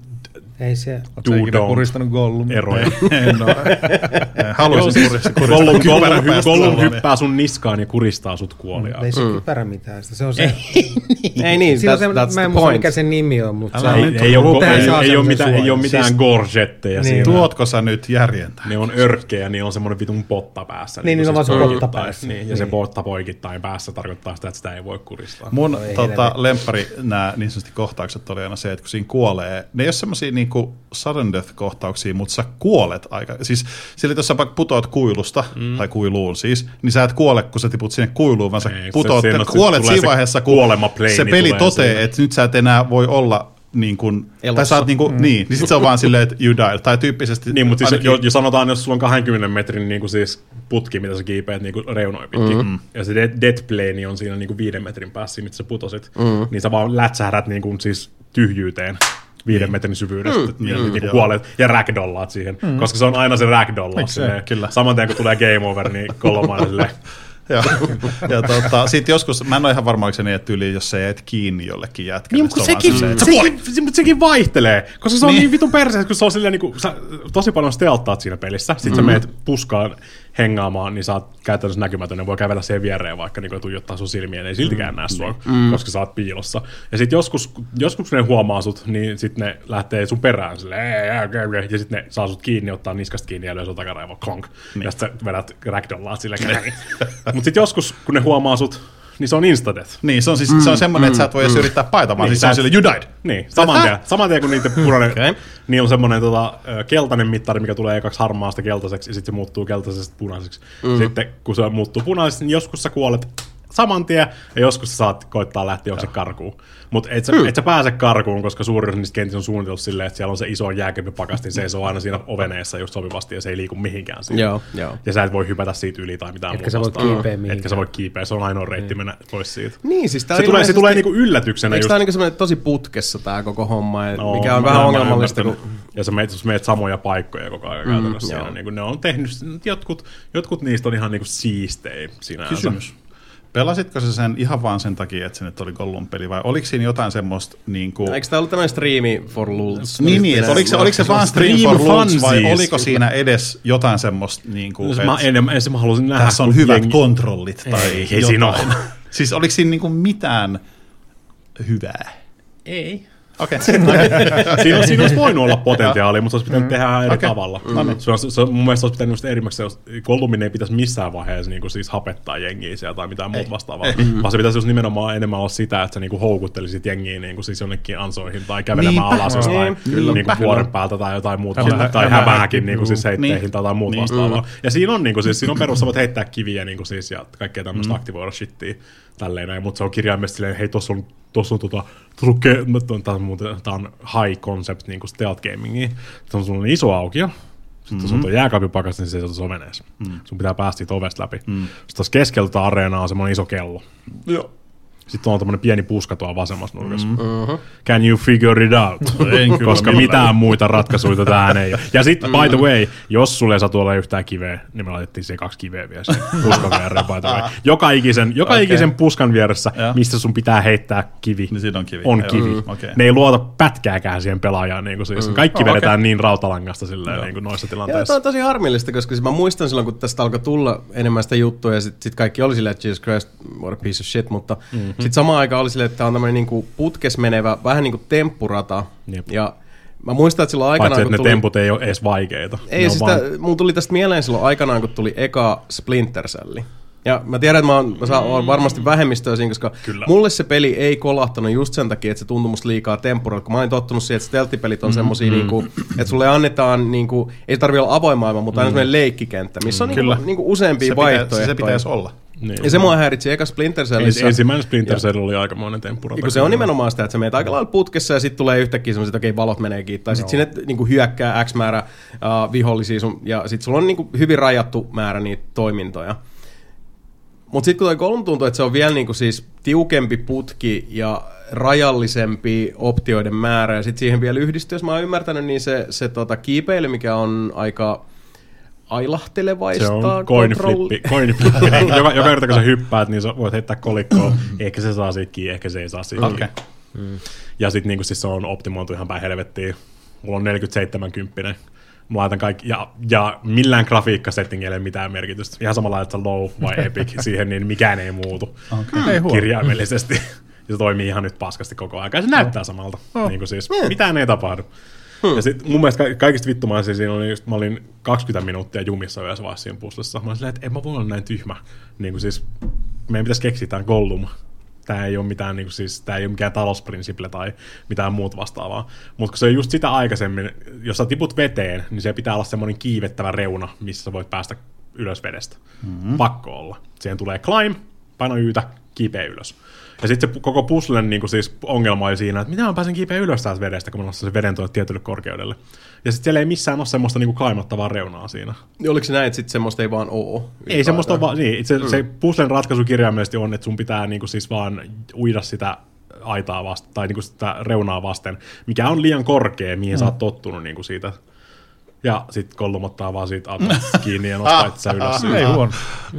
ei se. Oletko ikinä kuristanut Gollum? Eroja. En ole. Haluaisin kuristaa. Gollum, Gollum, Gollum hyppää sun niskaan ja kuristaa sut kuoliaan. Ei se mm. kypärä mitään. Se on se. Ei niin, that's, se, that's mä en muista mikä sen nimi on, mutta se ei, ei, ei, ole, ei, ei, ole mitään, ei ole mitään siis, gorgetteja niin. siinä. Tuotko sä nyt järjentää? Ne on örkkejä, niin on semmoinen vitun potta päässä. Niin, niin on vaan se potta päässä. Niin, ja se potta poikittain päässä tarkoittaa sitä, että sitä ei voi kuristaa. Mun tota, lemppari nämä niin sanotusti kohtaukset oli aina se, että kun siinä kuolee, ne ei ole semmosia niinku sudden death-kohtauksia, mutta sä kuolet aika. Siis sillä, jos sä vaikka putoat kuilusta, mm. tai kuiluun siis, niin sä et kuole, kun sä tiput sinne kuiluun, vaan sä ei, putoat, se, kuolet siinä vaiheessa, kun se peli toteaa, että nyt sä et enää voi olla niin kuin, tai sä oot niin kuin, mm. niin, niin sit se on vaan silleen, että you died, tai tyyppisesti. Niin, mutta siis, jo, jo sanotaan, jos sulla on kaksikymmentä metrin niin kuin siis putki, mitä sä kiipeät niin kuin reunoin pitkin, mm. ja se dead plane on siinä niin kuin viiden metrin päässä, mitä sä putosit, mm. niin sä vaan lätsähdät niin kuin siis tyhjyyteen. Viiden metrin syvyydestä, mm, ja, mm, niin kuolet ja ragdollaat siihen, mm. koska se on aina se ragdollaus. Saman tien, kun tulee game over, niin kolmannen silleen. ja ja tota, sitten joskus, mä en ole ihan varma, oliko se niin, että yli, jos sä jäät kiinni jollekin jätkälle. Niin, mutta sekin, se, sekin, se, sekin vaihtelee, koska se on niin, niin vitun perseessä, kun se on silleen, niin kuin, sä tosi paljon stealthaat siinä pelissä, sit mm. sä meet puskaan hengaamaan, niin sä oot käytännössä näkymätön, ja voi kävellä siihen viereen vaikka niin tuijottaa sun silmiä, ei siltikään näe sua, mm. koska sä oot piilossa. Ja sit joskus, joskus kun ne huomaa sut, niin sit ne lähtee sun perään silleen, ja sit ne saa sut kiinni, ottaa niskasta kiinni ja lyö sun takaraivoa, klonk. Niin. Ja sit sä vedät ragdollaat silleen. Mut sit joskus, kun ne huomaa sut, niin se on instadeath. Niin, se on, siis, mm, se on semmoinen, mm, että sä et voi mm. edes yrittää paeta, vaan niin, siis se on sille, you died. Niin, saman tien, saman tien kun niitä punainen, okay. Niin on semmoinen tota, keltainen mittari, mikä tulee ekaksi harmaasta keltaiseksi, ja sitten se muuttuu keltaisesta punaiseksi. Mm. Sitten kun se muuttuu punaiseksi, niin joskus sä kuolet saman tien, ja joskus sä saat koittaa lähteä onko se karkuun. Mutta et, hmm. et sä pääse karkuun, koska suurin osa niistä kentistä on suunniteltu silleen, että siellä on se iso jääkäpypakastin, se seisoo aina siinä oveneessa just sopivasti, ja se ei liiku mihinkään siinä. Joo, joo. Ja sä et voi hypätä siitä yli tai mitään Etkä muuta. Etkä sä voi kiipeä mihinkään. Etkä sä voi kiipeä, se on ainoa reitti mm. mennä pois siitä. Niin, siis tää se, tulee, se tulee niinku yllätyksenä. Eikö just... tää on niinku semmoinen tosi putkessa tää koko homma, no, mikä on vähän ongelmallista. Kun... Ja sä meet, meet samoja paikkoja koko ajan mm, käytännössä siinä. Niin ne on tehnyt, jotkut, jotkut niistä on ihan niinku siistejä sinänsä. Kysymys. Pelasitko se sen ihan vaan sen takia, että se nyt oli Gollum peli, vai oliko siinä jotain semmoista niin kuin... No, eikö tämä ollut tämmöinen Streamy for Lulz? Niin, niin että oliko se, oliko se vaan Stream for Lulz, vai oliko siinä edes jotain semmoista, niin kuin, no, mä, en, en, mä halusin nähdä, tässä on hyvät jengi... kontrollit tai ei, ei jotain. Siis oliko siinä niin kuin mitään hyvää? Ei. Okei. Okay. siinä, siinä olisi voinut olla potentiaalia, mutta se olisi pitänyt mm. tehdä eri okay. tavalla. Mm. Se on, se, mun mielestä se olisi pitänyt erimmäksi, jos Gollumin ei pitäisi missään vaiheessa niin kuin siis hapettaa jengiä siellä tai mitään muuta vastaavaa, mm. vaan se pitäisi just nimenomaan enemmän olla sitä, että sä niin kuin houkuttelisit jengiä niin kuin siis jonnekin ansoihin tai kävelemään Niinpä. alas jostain niin, niin kuin vuoren päältä tai jotain muuta, Hämä, tai hämähäkin niin kuin siis heitteihin niin. tai jotain muuta niin. vastaavaa. Ja siinä on, niin kuin, siis, siinä on perus, sä voit heittää kiviä niin kuin siis, ja kaikkea tämmöistä mm. aktivoida shittiä tälleen näin, mutta se on kirjaimellisesti silleen, hei tossa on Tuossa on, tota, tämä on high concept niin kuin stealth gamingia. Tuossa on sulla iso aukio. Sitten mm-hmm. on tuo jääkaapipakasta, niin se on tuossa oveneessa. Mm. Sun pitää päästä siitä ovesta läpi. Mm. Sitten tuossa keskellä areenaa on semmoinen iso kello. Joo. Sitten on tämmöinen pieni puska tuolla vasemmassa nurkassa. Mm-hmm. Can you figure it out? En koska mitään muita ratkaisuja tähän ei ole. Ja sitten, by the way, jos sulle ei saa tuolla yhtään kiveä, niin me laitettiin siihen kaksi kiveä vielä siihen puskan viereen, by the way. Joka ikisen, joka okay. ikisen puskan vieressä, ja. Mistä sun pitää heittää kivi, niin on kivi. On kivi. Mm, okay. Ne ei luota pätkääkään siihen pelaajaan. Niin kuin siis. mm. Kaikki oh, vedetään okay. niin rautalangasta silleen, niin kuin noissa tilanteissa. Tämä on tosi harmillista, koska siis mä muistan silloin, kun tästä alkoi tulla enemmän sitä juttua, ja sitten sit kaikki oli silleen, että Jesus Christ, what a piece of shit, mutta mm-hmm. sitten samaan aikaan oli silleen, että tämä on tämmöinen niinku putkes menevä, vähän niin kuin temppurata. Jep. Ja mä muistan, että silloin aikanaan, paitsi, että kun ne tuli... temput ei ole edes vaikeita. Ei, siis vaan... mulla tuli tästä mieleen silloin aikanaan, kun tuli eka Splinter Cell. Ja mä tiedän, että mä oon, mä saan mm. varmasti vähemmistöä siinä, koska Kyllä. mulle se peli ei kolahtanut just sen takia, että se tuntui musta liikaa temppuralta, kun mä olin tottunut siihen, että stealth-pelit on mm. semmosia, mm. niinku, että sulle annetaan, niinku, ei tarvitse olla avoin maailma, mutta aina mm. semmoinen leikkikenttä, missä on niinku, niinku useampia se vaihtoehtoja. Se pitäisi olla. Niin. Ja se mua häiritsi eka Splinter Cellissä. Ensimmäinen Splinter Cell oli aikamoinen temppura. Se on nimenomaan sitä, että sä meet aika lailla putkessa ja sitten tulee yhtäkkiä semmoiset, että okei, valot menee kiinni. Tai sitten sinne niinku hyökkää X määrä uh, vihollisia sun, ja sitten sulla on niinku hyvin rajattu määrä niitä toimintoja. Mutta sitten kun toi Gollum tuntuu, että se on vielä niinku siis tiukempi putki ja rajallisempi optioiden määrä. Ja sitten siihen vielä yhdistyy, jos mä oon ymmärtänyt, niin se, se tota kiipeily, mikä on aika... ailahtelevaista. Se on coin flippi. Coin flippi. joka, joka kerta kun sä hyppäät, niin sä voit heittää kolikkoa. Ehkä se saa siitä kiinni, ehkä se ei saa siitä kiinni. Okay. Mm. Ja sitten niin siis se on optimoitu ihan päin helvettiin. Mulla on neljäkymmentäseitsemän kymppinen. Mä laitan kaikki, ja, ja millään grafiikkasettingillä ei mitään merkitystä. Ihan samalla, että low vai epic siihen, niin mikään ei muutu okay. kirjaimellisesti. Ja se toimii ihan nyt paskasti koko ajan. Ja se näyttää samalta. Oh. Niin siis, mm. mitään ei tapahdu. Hmm. Ja sit mun mielestä kaikista vittumaisia siinä oli just, mä olin kaksikymmentä minuuttia jumissa yhdessä vaiheessa siinä puslessa. Mä olin silleen, että en mä voi olla näin tyhmä. Niin kuin siis, meidän pitäisi keksiä tämän Gollum. Tää ei ole mitään, niin kuin siis, tää ei ole mikään talousprinsiple tai mitään muuta vastaavaa. Mutta kun se on just sitä aikaisemmin, jos sä tiput veteen, niin se pitää olla semmoinen kiivettävä reuna, missä sä voit päästä ylös vedestä. Mm-hmm. Pakko olla. Siihen tulee climb, paino yytä, kiipeä ylös. Ja sitten se koko puzzlen niin siis ongelma oli siinä, että miten mä pääsen kiipeä ylös täältä vedestä, kun mä nostan sen veden tuolle tietylle korkeudelle. Ja sitten siellä ei missään ole semmoista niin klaimattavaa reunaa siinä. Ja oliko se näin, että sitten semmoista ei vaan ole? Ei semmoista ole vaan, niin. Se, mm. se puzzlen ratkaisu kirjaimellisesti on, että sun pitää niin siis vaan uida sitä aitaa vasten, tai niin sitä reunaa vasten, mikä on liian korkea, mihin mm. sä oot tottunut niin siitä. Ja sit Gollum ottaa vaan siitä autosta kiinni ja nostaa itse ylös. Ei huono.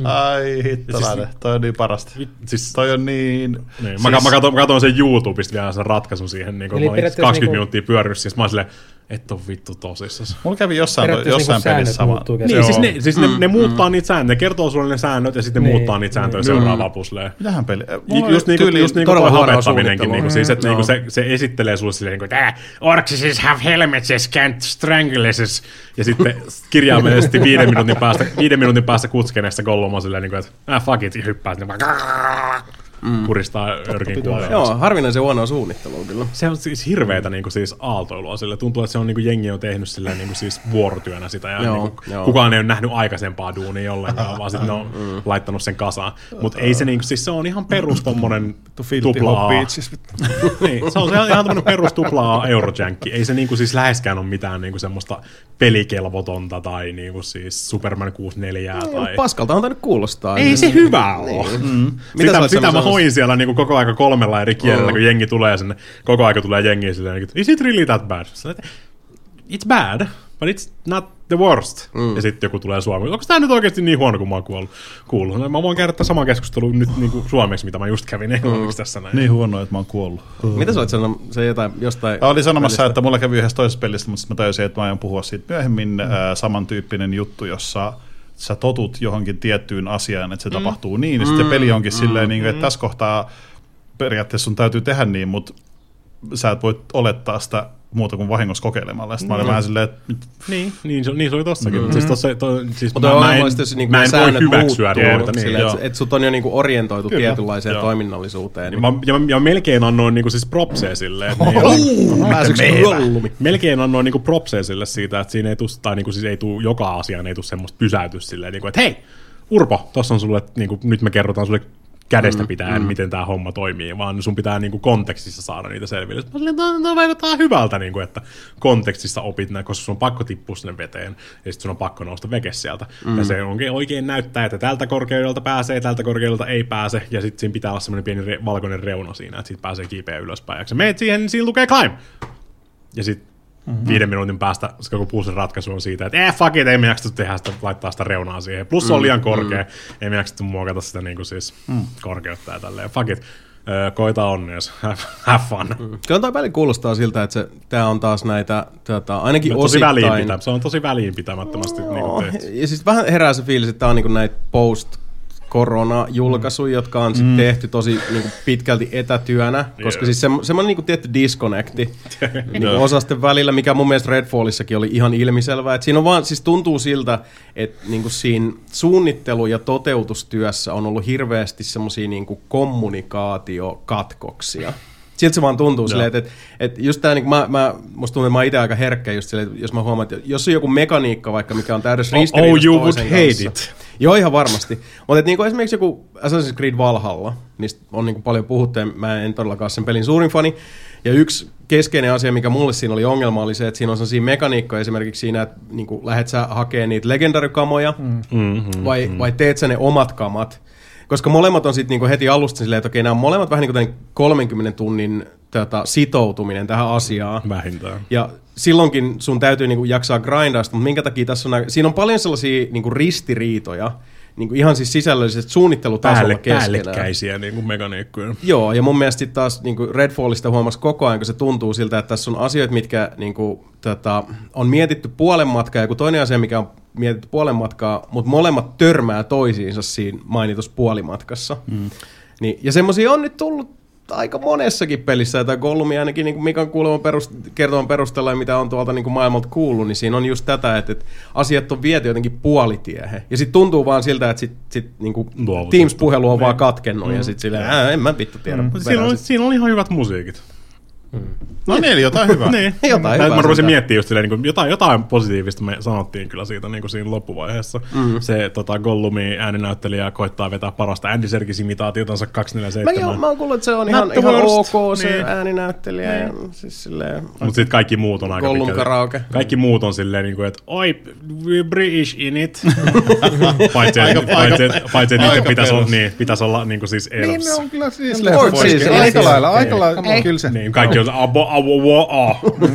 Ai hittolainen, siis, toi on niin parasta. Siis, toi on niin... niin siis, mä katsoin, katsoin sen YouTubesta vielä sen ratkaisun siihen, niin kun mä olin kaksikymmentä niinku... minuuttia pyörinyt, siis mä olin silleen, et on vittu tosissaan. Mulla kävi jossain, jossain niinku pelissä sama. Niin, siis, ne, siis mm, ne, ne muuttaa mm. niitä sääntöjä, ne kertoo sulle ne säännöt ja sitten ne niin. muuttaa niitä sääntöjä mm. seuraavaan pusleen. Mitähän peli? Just niin kuin just niinku toi hapettaminenkin, niinku, siis, että no. niinku se, se esittelee sulle silleen, että orcs have helmets, can't strangle us. Ja sitten kirjaimellisesti viiden minuutin päästä, viiden minuutin päästä kutskeneessa Gollum on silleen, että ah, fuck it, ja hyppää sinne vaan. mm. puristaa örkin kuoleen. Joo, harvinaisen huonoa suunnittelua kyllä. Se on siis hirveätä niin kuin siis aaltoilua sille. Tuntuu, että se on niin kuin jengi on tehnyt sillä niin kuin siis vuorotyönä sitä ja joo, niin kuin, kukaan ei ole nähnyt aikaisempaa duunia ollenkaan, vaan sitten ne on mm. laittanut sen kasaan. Mutta ei se niin kuin, siis se on ihan perus tommonen tupla A. Niin, se on ihan tommonen perus tupla A Eurojankki. Ei se niin kuin siis läheskään ole mitään niin kuin semmoista pelikelvotonta tai niin kuin siis Superman kuusikymmentäneljä tai... Paskaltahan tämä nyt kuulostaa. Ei se hyvä ole. Mm. Sitä, sitä mä hoin siellä niin kuin koko aika kolmella eri kielellä, mm. kun jengi tulee sinne. Koko aika tulee jengi silleen, että is it really that bad? It's bad, but it's not the worst. Mm. Ja sitten joku tulee suomeksi. Onko tämä nyt oikeasti niin huono, kun mä oon kuullut? kuullut? Mä voin käydä tämän saman keskustelun nyt niin kuin suomeksi, mitä mä just kävin englanniksi mm. tässä näin. Niin huono, että mä oon kuollut. Mm. Mitä sä oot sanonut? Se jotain, jostain... Mä olin sanomassa, välistä. Että mulla kävi yhdessä toisessa pelissä, mutta sitten mä tajusin, että mä aion puhua siitä myöhemmin. Mm. Äh, samantyyppinen juttu, jossa sä totut johonkin tiettyyn asiaan, että se mm. tapahtuu niin. Ja sitten mm. peli onkin mm. silleen, mm. että tässä kohtaa periaatteessa sun täytyy tehdä niin, mutta sä et voi olettaa sitä muuta kuin vahingossa kokeilemalla. Sitten mm. mä olin vähän silleen, että... Niin, niin se, niin se oli tossakin. Mm. Siis tossa, to, siis mutta mä, mä en, niin mä en voi hyväksyä tuota. Niin, että et sut on jo niinku orientoitu kyllä, tietynlaiseen joo. toiminnallisuuteen. Ja, mä, ja, ja melkein annoin niinku siis propseja silleen. Melkein annoin niinku propseja sille siitä, että siinä ei tule, tai niinku siis ei tule joka asiaan ei tule semmoista pysäytys silleen, niinku, että hei, Urpo, tossa on sulle, niinku, nyt me kerrotaan sulle kädestä pitäen, mm, mm. miten tämä homma toimii, vaan sun pitää niinku kontekstissa saada niitä selville. Mä olin, että vaikuttaa hyvältä, niinku, että kontekstissa opit näin, koska sun on pakko tippua sinne veteen, ja sitten sun on pakko nousta veke sieltä. Mm. Ja se oikein, oikein näyttää, että tältä korkeudelta pääsee, tältä korkeudelta ei pääse, ja sitten siinä pitää olla semmoinen pieni re- valkoinen reuna siinä, että siitä pääsee kiipeä ylöspäin. Ja kun sä meet siihen, niin siinä lukee climb! Ja sitten mm-hmm. viiden minuutin päästä se koko puusen ratkaisu on siitä, että eh, fuck it, ei me jaksa tehdä sitä, laittaa sitä reunaa siihen. Plus se on liian korkea, mm. ei me jaksa muokata sitä niin kuin siis mm. korkeutta ja tälleen. Fuck it, öö, koita onnees, have fun. Mm. Kyllä toi väli kuulostaa siltä, että se, tää on taas näitä, tota, ainakin no, tosi osittain... Se on tosi väliinpitämättömästi no, niin kuin tehty. Ja siis vähän herää se fiilis, että tää on niin kuin näitä post korona-julkaisuja, mm. jotka on mm. tehty tosi niin kuin pitkälti etätyönä, koska yeah. siis se, semmoinen niin kuin tietty disconnecti niin kuin osasten välillä, mikä mun mielestä Redfallissakin oli ihan ilmiselvää. Et siinä on vaan, siis tuntuu siltä, että niin kuin siinä suunnittelu- ja toteutustyössä on ollut hirveästi semmoisia niin kuin kommunikaatiokatkoksia. Siltä se vaan tuntuu silleen, että, että just tää, niin mä, mä, musta tuntuu, että mä oon itse aika herkkä just silleen, jos mä huomaan, että jos on joku mekaniikka vaikka, mikä on täydessä oh, ristiriidassa oh, toisen hate kanssa. It. Joo, ihan varmasti. Mutta niin esimerkiksi joku Assassin's Creed Valhalla, mistä on niin paljon puhuttu, ja mä en todellakaan sen pelin suurin fani. Ja yksi keskeinen asia, mikä mulle siinä oli ongelma, oli se, että siinä on sellaisia mekaniikkoja esimerkiksi siinä, että niin lähdet sä hakemaan niitä legendarikamoja, mm-hmm, vai, mm-hmm. vai teet sä ne omat kamat. Koska molemmat on sitten niinku heti alusta silleen, että okei, nämä on molemmat vähän niin kuin kolmenkymmenen tunnin tätä, sitoutuminen tähän asiaan. Vähintään. Ja silloinkin sun täytyy niinku jaksaa grindaa sitä, mutta minkä takia tässä on... Siinä on paljon sellaisia niinku ristiriitoja, niinku ihan siis sisällöllisesti suunnittelutasolla Päälle, keskenään. Päällekkäisiä niinku mekaniikkoja. Joo, ja mun mielestä sitten taas niinku Redfallista huomasi koko ajan, kun se tuntuu siltä, että tässä on asioita, mitkä niinku, tota, on mietitty puolen matkaa, ja joku toinen asia, mikä on mietitty puolen matkaa, mutta molemmat törmää toisiinsa siinä mainitussa puolimatkassa. Mm. Niin, ja semmoisia on nyt tullut aika monessakin pelissä, tai Gollumi ainakin niin kuin Mikan kuuleman perust- kertoman perusteella, mitä on tuolta niin kuin maailmalta kuullut, niin siinä on just tätä, että, että asiat on viety jotenkin puolitiehen. Ja sitten tuntuu vaan siltä, että sit, sit, niin kuin Teams-puhelu on vaan katkennut, mm. ja sitten silleen, en mä vittu tiedä. Mm. Siinä, oli, siinä oli ihan hyvät musiikit. Hmm. No niin, eli jotain hyvää. niin. jotain hyvää. Mä rupesin miettimään just silleen, niin jotain, jotain positiivista me sanottiin kyllä siitä niin kuin siinä loppuvaiheessa. Mm-hmm. Se tota, Gollumi ääninäyttelijä koittaa vetää parasta Andy Serkisin imitaatiotansa kaksisataaneljäkymmentäseitsemän. Mä, mä oon kuullut, että se on ihan, ihan ok se niin. ääninäyttelijä. Niin. Ja, siis silleen, mutta sitten kaikki muut on aika Gollum karaoke. Kaikki muut on silleen, niin kuin, että oi, we're British in it. paitsi että niiden pitäisi olla, niin, pitäisi olla niin kuin siis elves. Niin ne on kyllä siis leffoissa. Aika lailla, aika lailla. Kyllä se. Kaikki on abo, abo, abo,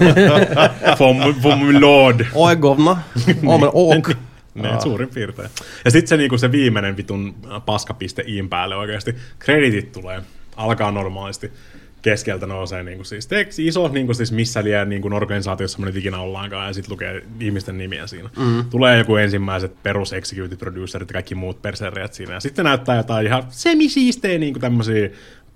from, from lord. Oi govna, omen ok. Ne, suurin piirtein. Ja sitten se, niinku, se viimeinen vitun paskapiste iin päälle oikeasti. Kreditit tulee, alkaa normaalisti. Keskeltä nousee niinku, siis, teksti, iso, niinku, siis missä liian niinku, organisaatiossa me nyt ikinä ollaankaan, ja sitten lukee ihmisten nimiä siinä. Mm. Tulee joku ensimmäiset perus executive producerit ja kaikki muut persereet siinä. Ja sitten näyttää jotain ihan semisiistejä niinku tämmöisiä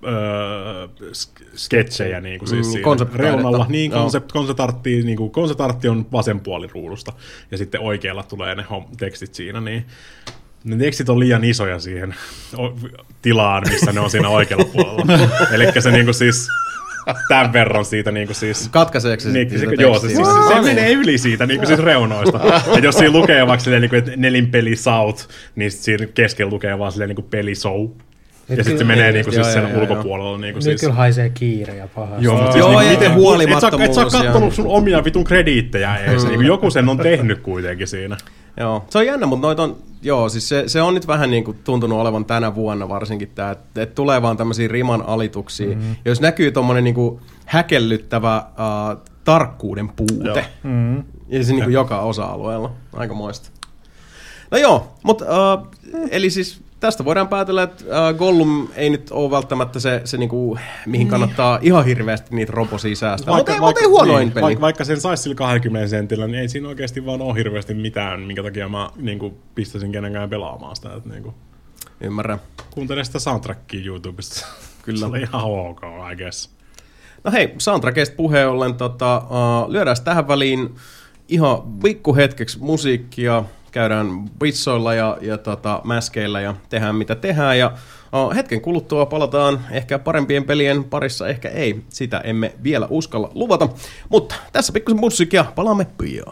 Öö, sketsejä niinku siis mm, reunalla, niin konsept, konsertartti, niinku, konsertartti on vasen puoli ruudusta ja sitten oikealla tulee ne hom- tekstit siinä, niin Ne tekstit on liian isoja siihen tilaan, missä ne on siinä oikealla puolella. Elikkä se niinku siis tämän verran siitä niinku siis... Katkaiseeko se niin, sitten se, joo, se, siis, se, se menee yli siitä niinku siis reunoista. Et jos siinä lukee vaikka silleen, niinku, että nelinpeli South, niin siinä keskellä lukee vaan silleen niinku peli show. Ja sitten se menee niinku siis sen ulkopuolella. Niinku nyt siis. kyllä haisee kiire ja pahasti. Joo, mutta siis joo, niinku miten huolimattomuus. Et sä oot kattonut sun omia vitun krediittejä edes. Mm. Niinku joku sen on tehnyt kuitenkin siinä. Joo, se on jännä, mutta noit on, joo, siis se, se on nyt vähän niin kuin tuntunut olevan tänä vuonna varsinkin tämä, että et tulee vaan tämmöisiä riman alituksia. Mm-hmm. Jos näkyy tommonen niinku häkellyttävä uh, tarkkuuden puute, mm-hmm. ja se niinku joka osa-alueella. Aika moista. No joo, mutta uh, eli siis tästä voidaan päätellä, että uh, Gollum ei nyt ole välttämättä se, se niinku, mihin kannattaa ihan hirveästi niitä roposia säästää. Mutta ei, ei huonoin niin, peli. Vaikka, vaikka sen saisi sillä kaksikymmentä sentillä, niin ei siinä oikeasti vaan ole hirveästi mitään, minkä takia mä niinku, pistäisin kenenkään pelaamaan sitä. Että, niinku, ymmärrän. Kuuntele sitä soundtrackia YouTubesta. Kyllä. Se oli ihan ok, I guess. No hei, soundtrackista puheen ollen tota, uh, lyödään tähän väliin ihan pikkuhetkeksi musiikkia. Käydään britsoilla ja, ja tota, mäskeillä ja tehdään mitä tehdään. Ja uh, hetken kuluttua palataan ehkä parempien pelien parissa, ehkä ei. Sitä emme vielä uskalla luvata. Mutta tässä pikkusen musiikkia, palaamme pian.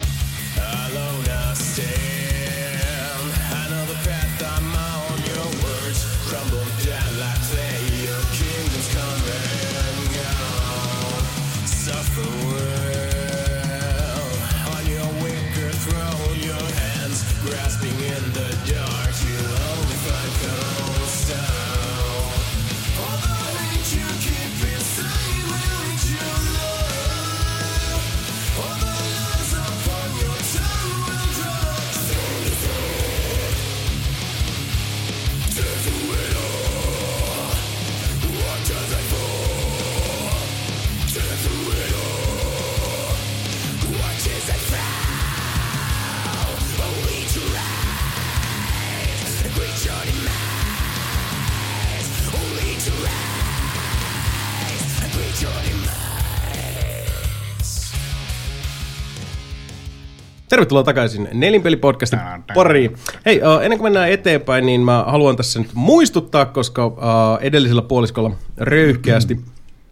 Tervetuloa takaisin Nelinpeli-podcastin pariin. Hei, uh, ennen kuin mennään eteenpäin, niin mä haluan tässä nyt muistuttaa, koska uh, edellisellä puoliskolla röyhkeästi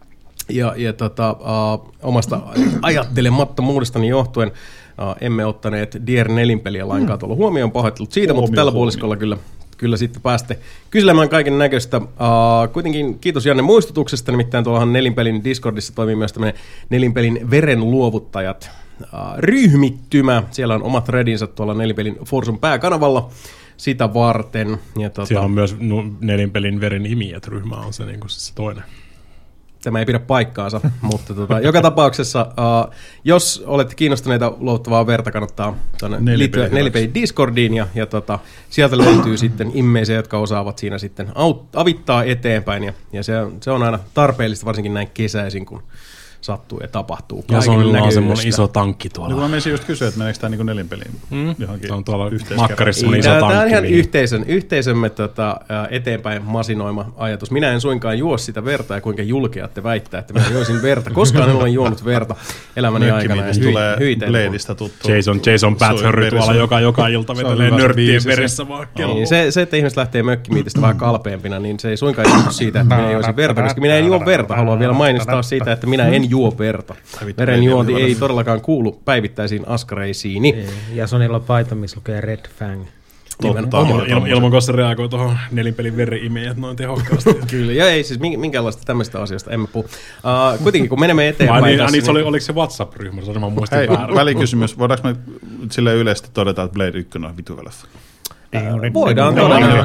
ja, ja tota, uh, omasta ajattelemattomuudestani johtuen uh, emme ottaneet Dear Nelinpeliä lainkaan tuolla huomioon, pahoittelut siitä, huomio, mutta tällä huomio. puoliskolla kyllä, kyllä sitten pääste kyselemään kaiken näköistä. Uh, kuitenkin kiitos Janne muistutuksesta, nimittäin tuollahan Nelinpelin Discordissa toimii myös tämmöinen Nelinpelin verenluovuttajat ryhmittymä. Siellä on omat threadinsä tuolla Nelinpelin Forsun pääkanavalla sitä varten. Ja tuota, siellä on myös Nelinpelin veren imijät ryhmä on se, niin kuin se toinen. Tämä ei pidä paikkaansa, mutta tuota, joka tapauksessa, uh, jos olette kiinnostuneita luovuttavaa verta, kannattaa liittyä Nelinpelin Discordiin ja, ja tota, sieltä löytyy sitten immeisiä, jotka osaavat siinä sitten aut, avittaa eteenpäin ja, ja se, se on aina tarpeellista, varsinkin näin kesäisin, kun sattuu ja tapahtuu. Ja se on semmoinen iso tankki tuolla. No, mä menisin just kysyä, että meneekö tämä niin Nelinpeliin mm. johonkin. Se on tuolla makkarissa semmoinen iso tämä, tankki. Tämä on ihan niin. yhteisön, yhteisömme tota, eteenpäin masinoima ajatus. Minä en suinkaan juo sitä verta ja kuinka julkeatte väittää, että minä juosin verta. Koskaan en ole juonut verta elämäni aikana. Mökkimiitis tulee Bladeista tuttu. Jason, Jason Bathurry tuolla joka, joka ilta vetelee nörttien veressä vaan kelloa. Niin, se, se, että ihmiset lähtee mökkimiitistä vähän kalpeampina, niin se ei suinkaan johtu siitä, että minä juosin verta, koska minä en juo verta. Haluan vielä mainostaa siitä, että minä en juo verta. Verenjuonti ei todellakaan kuulu päivittäisiin askareisiini. Jasonilla on paita, missä lukee Red Fang. Ilman kanssa reagoi tuohon Nelinpelin veri-imejät noin tehokkaasti. Kyllä, ja ei siis minkäänlaista tämmöistä asiasta emme puhu. Uh, kuitenkin kun menemme eteenpäin niin, tässä... Niin, niin... Oli, oliko se WhatsApp-ryhmä? Se mä muistin Hei, väärin. välikysymys. Voidaanko me silleen yleisesti todeta, että Blade yksi on vituvelassa? Uh, voidaan todeta.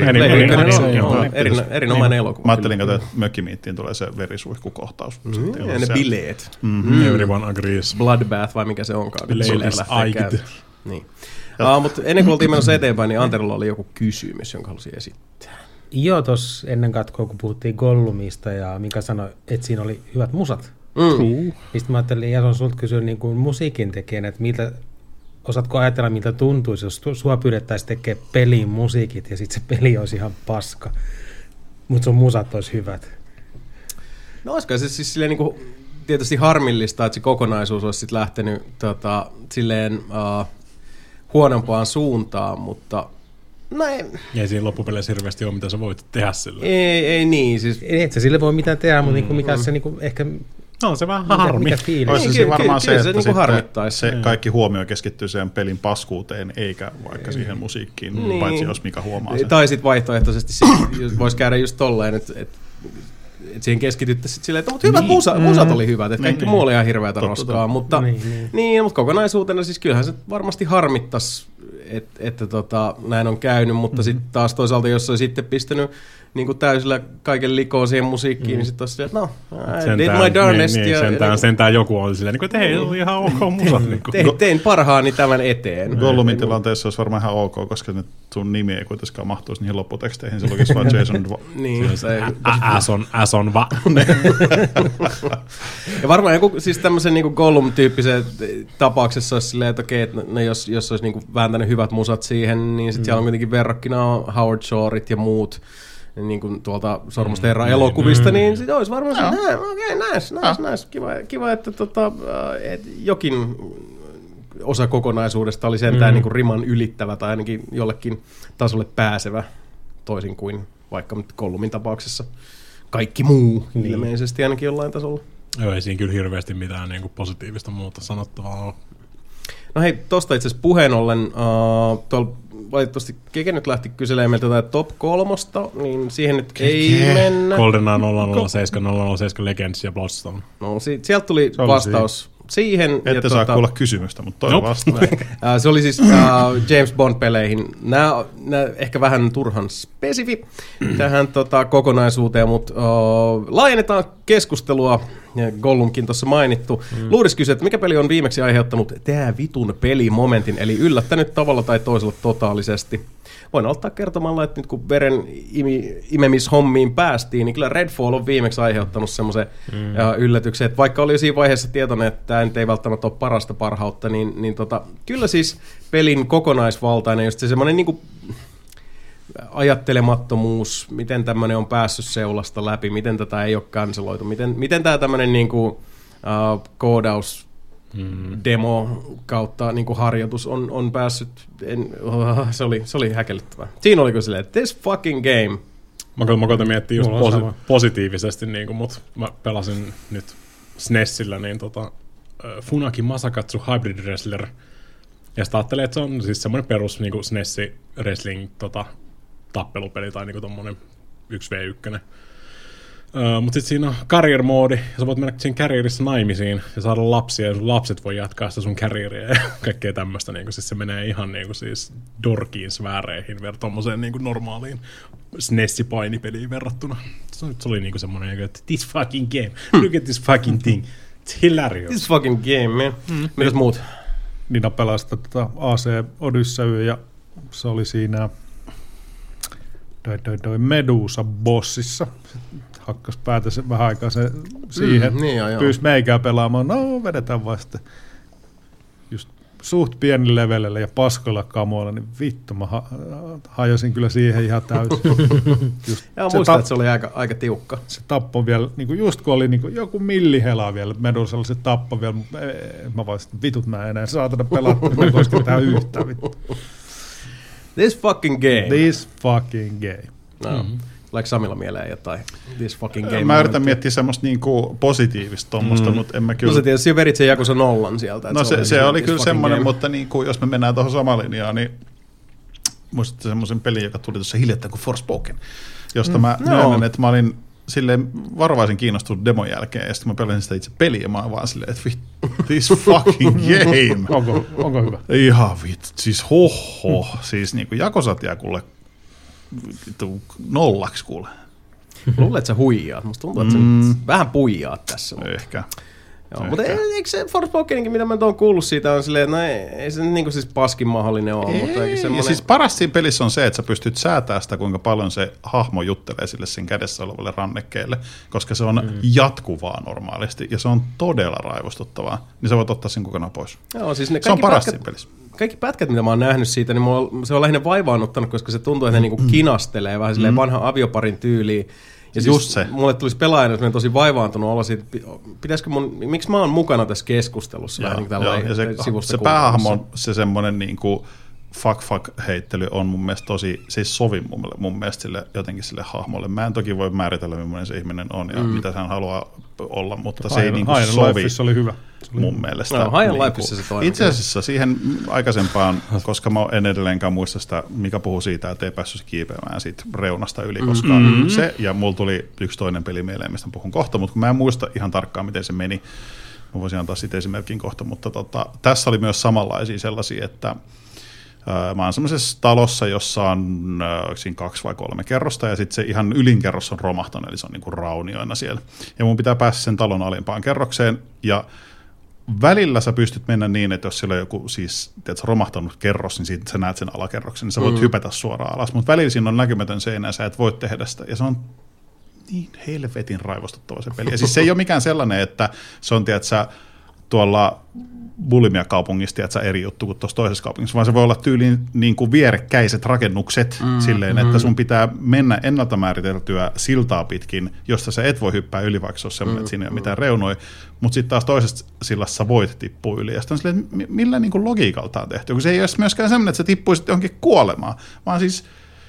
Erinomainen elokuva. Mä ajattelin, että mökkimiittiin tulee se verisuihkukohtaus. Ja ne bileet. Everyone agrees. Bloodbath vai mikä se onkaan. Blade is Niin. Uh, mutta ennen kuin oltiin menossa eteenpäin, niin Anterolla oli joku kysymys, jonka halusin esittää. Joo, tuossa ennen katkoa, kun puhuttiin Gollumista ja Mika sanoi, että siinä oli hyvät musat. Mm. Mistä mä ajattelin, Jason, sulta kysyä niin kuin musiikin tekijänä, että miltä, osaatko ajatella, miltä tuntuisi, jos sua pyydettäisiin tekemään peliin musiikit ja sitten se peli olisi ihan paska, mutta sun musat olisi hyvät. No olisiko se siis silleen niin kuin tietysti harmillista, että se kokonaisuus olisi sitten lähtenyt tota, silleen... Uh, huonompaan suuntaan, mutta No ei. Ei siinä loppupeleissä hirveästi ole, mitä sä voit tehdä sille. Ei, ei niin. Siis... Ei, et sä sille voi mitään tehdä, mutta mm, mikä se niinku ehkä... No se vähän harmi. Mikä fiilis? Olisi Niin, se kyllä, varmaan kyllä, se, kyllä, että se, se, niin se kaikki huomio keskittyy siihen pelin paskuuteen, eikä vaikka siihen musiikkiin, niin. paitsi jos mikä huomaa sen. Tai sitten vaihtoehtoisesti voisi käydä just tolleen, että et, et siihen keskityttäisiin sitten silleen, että mutta hyvät niin. musa, musat oli hyvät, että kaikki niin, muu oli ihan hirveätä roskaa, mutta, niin, niin. Niin, mutta kokonaisuutena siis kyllähän se varmasti harmittaisi, et, että tota, näin on käynyt, mutta mm-hmm. sitten taas toisaalta, jos olisi sitten pistänyt niin kuin täysillä kaiken likoon siihen musiikkiin, mm. niin sitten olisi silleen, että no, I sentään, did my darnest. Niin, ja, sentään, ja, sentään joku oli silleen, että hei, oli ihan ok musat. Niin tein, tein parhaani tämän eteen. Gollumin tilanteessa olisi varmaan ihan ok, koska nyt sun nimi ei kuitenkaan mahtuisi niihin lopputeksteihin, se lukisi vaan Jason. Niin, se As on, as on va. Ja varmaan joku siis tämmöisen niin Gollum-tyyppisen tapauksessa olisi silleen, että okei, että ne jos, jos olisi niin vääntänyt hyvät musat siihen, niin sitten mm. siellä on kuitenkin verrokkina Howard Shoret ja muut, niin kuin tuolta Sormusten herran mm, elokuvista, mm, niin sitten olisi varmaan se, että okei, okay, nice, nice, nice, kiva, kiva että tota, et jokin osa kokonaisuudesta oli sentään mm. niin kuin riman ylittävä tai ainakin jollekin tasolle pääsevä, toisin kuin vaikka nyt Gollumin tapauksessa kaikki muu niin. Ilmeisesti ainakin jollain tasolla. Joo, ei siinä kyllä hirveästi mitään niin kuin positiivista muuta sanottavaa ole. No hei, tosta itse asiassa puheen ollen, uh, tuolla valitettavasti Keke nyt lähti kyselemään meiltä tätä top kolmosta, niin siihen nyt Keke. Ei mennä. GoldenEye nolla nolla seitsemän, nolla nolla seitsemän Legends ja Bloodstone. No si- sieltä tuli vastaus siinä. Siihen. Ette ja saa tota, kuulla kysymystä, mutta toi nope. vastaa. Se oli siis uh, James Bond-peleihin. Nämä, nämä ehkä vähän turhan spesifi tähän tota, kokonaisuuteen, mutta uh, laajennetaan keskustelua. Ja Gollumkin tuossa mainittu. Mm. Luuris kysyä, että mikä peli on viimeksi aiheuttanut tää vitun pelimomentin, eli yllättänyt tavalla tai toisella totaalisesti. Voin aloittaa kertomalla, että nyt kun veren imi, imemishommiin päästiin, niin kyllä Redfall on viimeksi aiheuttanut semmoisen mm. yllätyksen, että vaikka oli jo siinä vaiheessa tietoinen, että tämä nyt ei välttämättä ole parasta parhautta, niin, niin tota, kyllä siis pelin kokonaisvaltainen, just se semmoinen niin kuin ajattelemattomuus, miten tämmöinen on päässyt seulasta läpi, miten tätä ei ole canceloitu, miten, miten tämä tämmöinen niin kuin, uh, koodaus mm. demo kautta niin kuin harjoitus on, on päässyt, en, uh, se, oli, se oli häkellyttävää. Siinä oli kyllä silleen, this fucking game. Mä kyllä mä koitan miettiä just posi- positiivisesti, niin kuin, mutta mä pelasin nyt SNESillä niin tota, uh, Funaki Masakatsu Hybrid Wrestler, ja sitten ajattelin, että se on siis semmoinen perus niin kuin SNESi wrestling tota, tappelupeli tai niinku tommonen yksi vastaan yksi. Uh, mutta sitten siinä on career-moodi, ja sä voit mennä siinä carrierissa naimisiin ja saada lapsia, ja sun lapset voi jatkaa sitä sun carrieria ja kaikkea tämmöistä. Niinku, siis se menee ihan niinku, siis dorkiin sfääreihin ver tommoseen niinku, normaaliin SNES-painipeliin verrattuna. Se, se oli niinku semmonen, että this fucking game, look at this fucking thing, it's hilarious. This fucking game, man. Mm. Mitäs muut? Nina pelasi tätä A C Odyssey, ja se oli siinä Doi, doi, doi Medusa-bossissa. Hakkas päätä se vähän aikaa se siihen. Mm, niin joo, pyysi meikää pelaamaan. No, vedetään vaan sitten just suht pieni levelille ja paskoilla kamoilla, niin vittu, mä ha- hajosin kyllä siihen ihan täysin. Joo, muistan, että se oli aika, aika tiukka. Se tappoi vielä, niin kuin just kun oli niin kuin joku millihelaa vielä Medusalla, se tappoi vielä. Mä vaan sitten, vitut, mä en enää saatana pelata, mä en koske tähän yhtään vittu. This fucking game. This fucking game. No. Mm-hmm. Tuleeko Samilla mieleen jotain? This fucking game. Mä yritän miettiä semmoista niinku positiivista tuommoista, mm. mutta en mä kyllä... No se tietysti jo verit sen Jakusa nollan sieltä. No se, se, se oli kyllä semmoinen, game. Mutta niinku, jos me mennään tuohon samaan linjaan, niin muistatte semmoisen pelin, joka tuli tuossa hiljattain kuin Forspoken, josta mm. mä no. myönnän, että mä olin silleen varovaisen kiinnostunut demon jälkeen, ja sitten mä pelasin sitä itse peliä, ja mä olin vaan silleen, että vittu, this fucking game. onko, onko hyvä? Ihan vittu, siis hoho, hmm. siis niinku Jakosat jää kuule nollaksi kuule. Luulen, että sä huijaat. Musta tuntuu, että mm. sä vähän puijaat tässä. Ehkä. Joo, mutta eikö se Forspokeninkin, mitä mä oon kuullut siitä, on silleen, että no ei, ei se niin kuin siis paskin mahdollinen ole. Ei, mutta semmoinen... Ja siis paras siinä pelissä on se, että sä pystyt säätämään sitä, kuinka paljon se hahmo juttelee sille sen kädessä olevalle rannekkeelle, koska se on mm. jatkuvaa normaalisti, ja se on todella raivostuttavaa, niin sä voit ottaa sen kokonaan pois. Joo, siis ne se on paras siinä pelissä. Kaikki pätkät, mitä mä oon nähnyt siitä, niin mulla, se on lähinnä vaivaannuttanut, koska se tuntuu, että ne niinku kinastelee vähän silleen mm. vanhan avioparin tyyliin. Ja just siis se. Mulle tulisi pelaajana, että tosi vaivaantunut olla siitä, pitäisikö mun, miksi mä oon mukana tässä keskustelussa? Joo, vähän niin joo, ja se, se päähahmo on se semmoinen niinku fuck fuck heittely on mun mielestä tosi, se ei sovi mun, mun mielestä sille, jotenkin sille hahmolle. Mä en toki voi määritellä, millainen se ihminen on ja mm. mitä hän haluaa olla, mutta se, se ei niin kuin sovi oli hyvä. Oli mun mielestä. No, High niin Lifeissa se toinen. Itse asiassa siihen aikaisempaan, koska mä en edelleenkään muista sitä, mikä puhuu siitä, että ei päässyt kiipeämään siitä reunasta yli, koska mm-hmm. se, ja mulla tuli yksi toinen peli mieleen, mistä puhun kohta, mutta kun mä en muista ihan tarkkaan, miten se meni, mä voisin antaa siitä esimerkin kohta, mutta tota, tässä oli myös samanlaisia sellaisia, että ää, mä oon semmoisessa talossa, jossa on ää, siinä kaksi vai kolme kerrosta, ja sitten se ihan ylinkerros on romahtanut, eli se on niinku raunioina siellä. Ja mun pitää päästä sen talon alimpaan kerrokseen, ja välillä sä pystyt mennä niin, että jos siellä on joku siis, tiedätkö, romahtanut kerros, niin siitä sä näet sen alakerroksen, niin sä voit mm. hypätä suoraan alas, mutta välillä siinä on näkymätön seinä, ja sä et voi tehdä sitä, ja se on niin helvetin raivostuttava se peli. Ja siis se ei ole mikään sellainen, että se on, tiedätkö, tuolla Bulimia-kaupungissa, tiedätkö, eri juttu kuin tuossa toisessa kaupungissa, vaan se voi olla tyyliin niin kuin vierekkäiset rakennukset mm, silleen, mm. että sun pitää mennä ennalta määriteltyä siltaa pitkin, josta sä et voi hyppää yli, vaikka se on sellainen, mm, että siinä ei ole mitään reunoja, mutta sitten taas toisessa sillassa voit tippua yli. Ja sitten on silleen, että millä niin kuin logiikalta on tehty, kun se ei ole myöskään sellainen, että sä tippuisit johonkin kuolemaan, vaan siis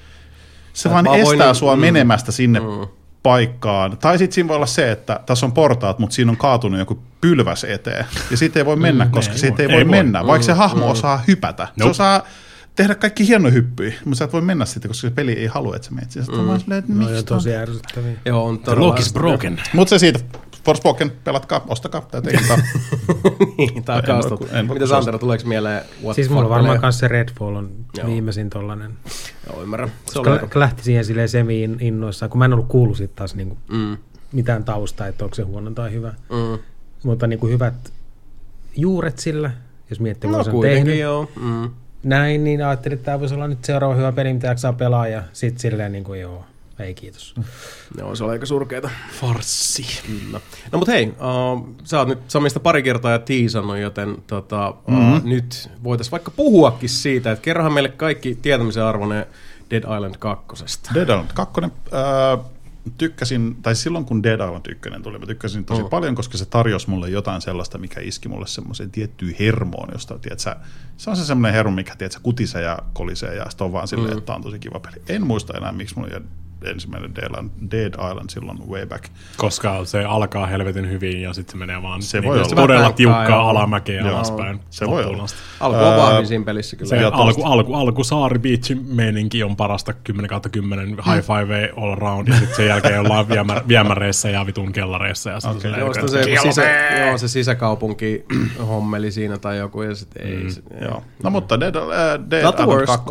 se vaan estää voin, sua mm, menemästä sinne mm. paikkaan. Tai sitten siinä voi olla se, että tässä on portaat, mutta siinä on kaatunut joku pylväs eteen. Ja siitä ei voi mennä, mm, koska ei siitä ei, ei voi mennä. Voi. Vaikka se hahmo mm. osaa hypätä. Nope. Se osaa tehdä kaikki hienoja hyppyjä, mutta sä et voi mennä sitten, koska se peli ei halua, että sä menet. Sitten mm. on silleen, että miksi? No, tosi ärsyttäviä. Joo, on todella. Look is broken. Mutta se siitä. Forspoken, pelatkaa, ostakaa, täytyy ehdottaa. Niin, tää on kaastot. Mitä Santero, tuleeko mieleen? What siis mulla varmaan kanssa se Redfall on Joo. viimeisin tollanen. Joo, ymmärrän. Se oli aika... lähti siihen silleen semi-innoissaan, kun mä en ollut kuullut sit taas niinku mm. mitään taustaa, että onko se huono tai hyvä. Mm. Mutta niinku hyvät juuret sillä, jos miettii, no, kun on tehnyt. Joo. Mm. Näin, niin ajattelin, että tämä voisi olla nyt seuraava hyvä peli, mitä saa pelaa, ja sit silleen niinku joo. Ei kiitos. Joo, se oli aika surkeita. Farssi. No, no mutta hei, uh, sä oot nyt Samista pari kertaa jo tiisannut, joten tota, uh, mm-hmm. nyt voitaisiin vaikka puhuakin siitä, että kerrohan meille kaikki tietämisen arvoinen Dead Island kakkosesta. Dead Island kaksi. Äh, tykkäsin, tai silloin kun Dead Island yksi tuli, mä tykkäsin tosi mm. paljon, koska se tarjosi mulle jotain sellaista, mikä iski mulle semmoiseen tiettyyn hermoon, josta, tiedätkö, se on se semmoinen hermo, mikä, tiedätkö, kutisee ja kolisee, ja sitten on vaan silleen, mm. että tämä on tosi kiva peli. En muista enää, miksi mulla ensimmäinen Dead Island, Dead Island silloin way back. Koska se alkaa helvetin hyvin ja sitten se menee vaan se niin voi olla. todella tiukkaa alamäkeä Joo. alaspäin. Se voi olla. Alku on vahvin siinä pelissä kyllä. Se alku, alku, alku Saari Beachin meininki on parasta kymmenen kautta kymmenen high five all round ja sitten sen jälkeen ollaan viemär, viemäreissä ja vitun kellareissa. Ja okay. Joo, se, se, sisä, joo, se sisäkaupunki hommeli siinä tai joku ja sitten ei. Mm. Se, joo. No mutta Dead, uh, Dead Island kaksi.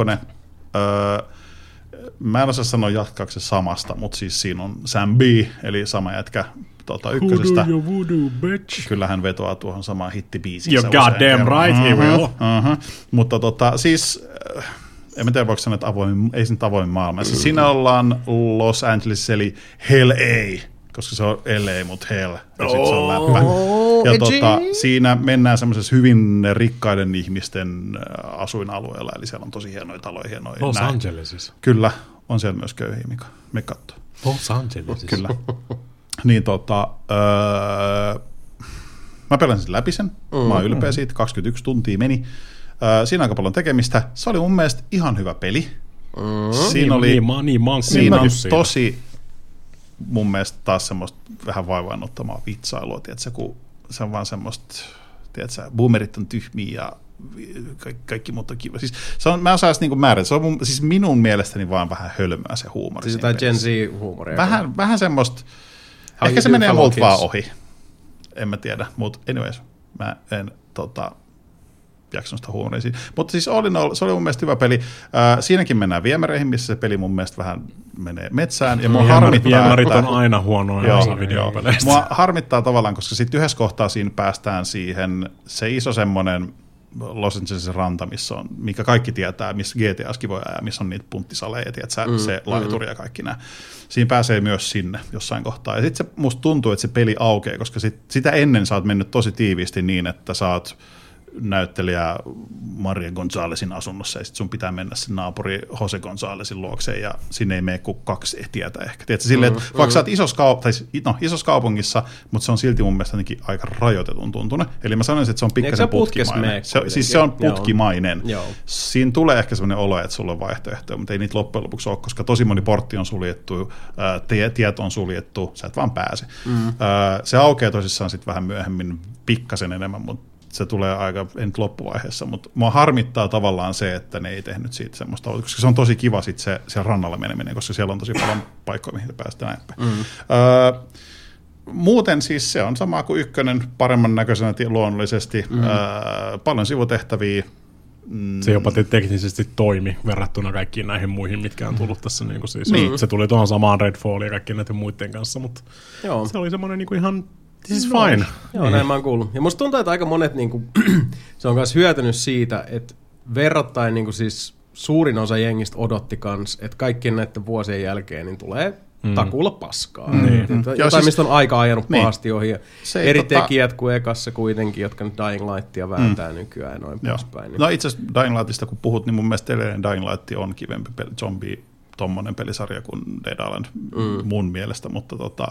Uh, Mä en osaa sanoa jatkaako se samasta, mutta siis siinä on Sam B, eli sama jätkä tuota, ykkösestä. Voodoo, voodoo, bitch. Kyllä hän vetoaa tuohon samaan hittibiisiin. You're goddamn right, he will. Uh-huh. Mutta tota, siis, en tiedä voiko sanoa, että avoin, ei se nyt avoin maailma. Siis siinä ollaan Los Angeles, eli Hell A, koska se on L A, mutta Hell, ja sitten se on läppä. Ja tota, siinä mennään semmoisessa hyvin rikkaiden ihmisten asuinalueella, eli siellä on tosi hienoja taloja. Hienoja Los näin. Angelesissa. Kyllä, on siellä myös köyhiä, Mika. Me kattoo. Los Angelesissa. Kyllä. Niin tota, öö, mä pelasin läpi sen, mm, mä oon ylpeä siitä, kaksikymmentäyksi tuntia meni. Öö, siinä on aika paljon tekemistä. Se oli mun mielestä ihan hyvä peli. Mm. Siinä oli, niin, niin, niin, siinä on tosi mun mielestä taas semmoista vähän vaivaannuttamaa vitsailua, tiedätkö, kun se on vaan semmoista, tiedätkö, boomerit on tyhmiä ja kaikki, kaikki muut on kiva. Siis se on, mä osaisin niinku määrätä, se on mun, siis minun mielestäni vaan vähän hölmöä se huumori. Siis jotain Gen Z-huumoria. Vähän, vähän semmoista, How ehkä se menee multa vaan ohi, en mä tiedä, mutta anyways, mä en tota, jaksanut sitä huumoria siinä. Mutta siis all in all, se oli mun mielestä hyvä peli. Äh, siinäkin mennään viemäreihin, missä se peli mun mielestä vähän menee metsään. Ja mua Viemär, harmittaa, viemärit että, on aina huonoja osa videopeleistä. Mua harmittaa tavallaan, koska sitten yhdessä kohtaa siinä päästään siihen, se iso semmoinen Los Angelesin ranta, missä on, mikä kaikki tietää, missä G T A:skin voi ajaa, missä on niitä punttisaleja, tiedätkö, mm, se laituri mm. ja kaikki nämä. Siinä pääsee myös sinne jossain kohtaa. Ja sitten musta tuntuu, että se peli aukeaa, koska sit, sitä ennen sä oot mennyt tosi tiiviisti niin, että sä oot näyttelijä Maria Gonzalesin asunnossa, ja sitten sun pitää mennä sen naapuri Jose Gonzalesin luokseen, ja sinne ei mene kuin kaksi tietä ehkä. Tiedätkö, silleen, että mm, vaikka mm. sä oot isossa, kaup- tai, no, isossa kaupungissa, mutta se on silti mun mielestä aika rajoitetun tuntunen. Eli mä sanoisin, että se on pikkasen putkimainen. Se, siis se on putkimainen. Joo. Siinä tulee ehkä sellainen olo, että sulla on vaihtoehtoja, mutta ei niitä loppujen lopuksi ole, koska tosi moni portti on suljettu, tie, tiet on suljettu, sä et vaan pääse. Mm. Se aukeaa tosissaan sitten vähän myöhemmin pikkasen enemmän, mutta se tulee aika, en nyt loppuvaiheessa, mutta mua harmittaa tavallaan se, että ne ei tehnyt siitä semmoista, koska se on tosi kiva sitten se, se rannalla meneminen, koska siellä on tosi paljon paikkoja, mihin päästään näin päin. Mm. Öö, muuten siis se on sama kuin ykkönen, paremman näköisenä luonnollisesti, mm. öö, paljon sivutehtäviä. Mm. Se jopa teknisesti toimi verrattuna kaikkiin näihin muihin, mitkä on tullut tässä. Niin siis, niin. Se tuli tuohon samaan Redfalliin ja kaikkien näiden muiden kanssa, mutta Joo. se oli semmoinen niin kuin ihan this is fine. No, joo, näin mä oon kuullut. Ja musta tuntuu, että aika monet niinku, se on myös hyötynyt siitä, että verrattain niinku siis suurin osa jengistä odotti kans, että kaikkien näiden vuosien jälkeen niin tulee mm. takuulla paskaa. Mm. Niin. Mm. Jotain, siis, mistä on aika ajanut niin. pahasti ohi. Eri tota... tekijät kuin ekassa kuitenkin, jotka nyt Dying Lightia vääntää mm. nykyään ja noin poispäin. Niin. No itse asiassa Dying Lightista kun puhut, niin mun mielestä edelleen Dying Light on kivempi peli, zombie, tommonen pelisarja kuin Dead Island mm. mun mielestä, mutta tota...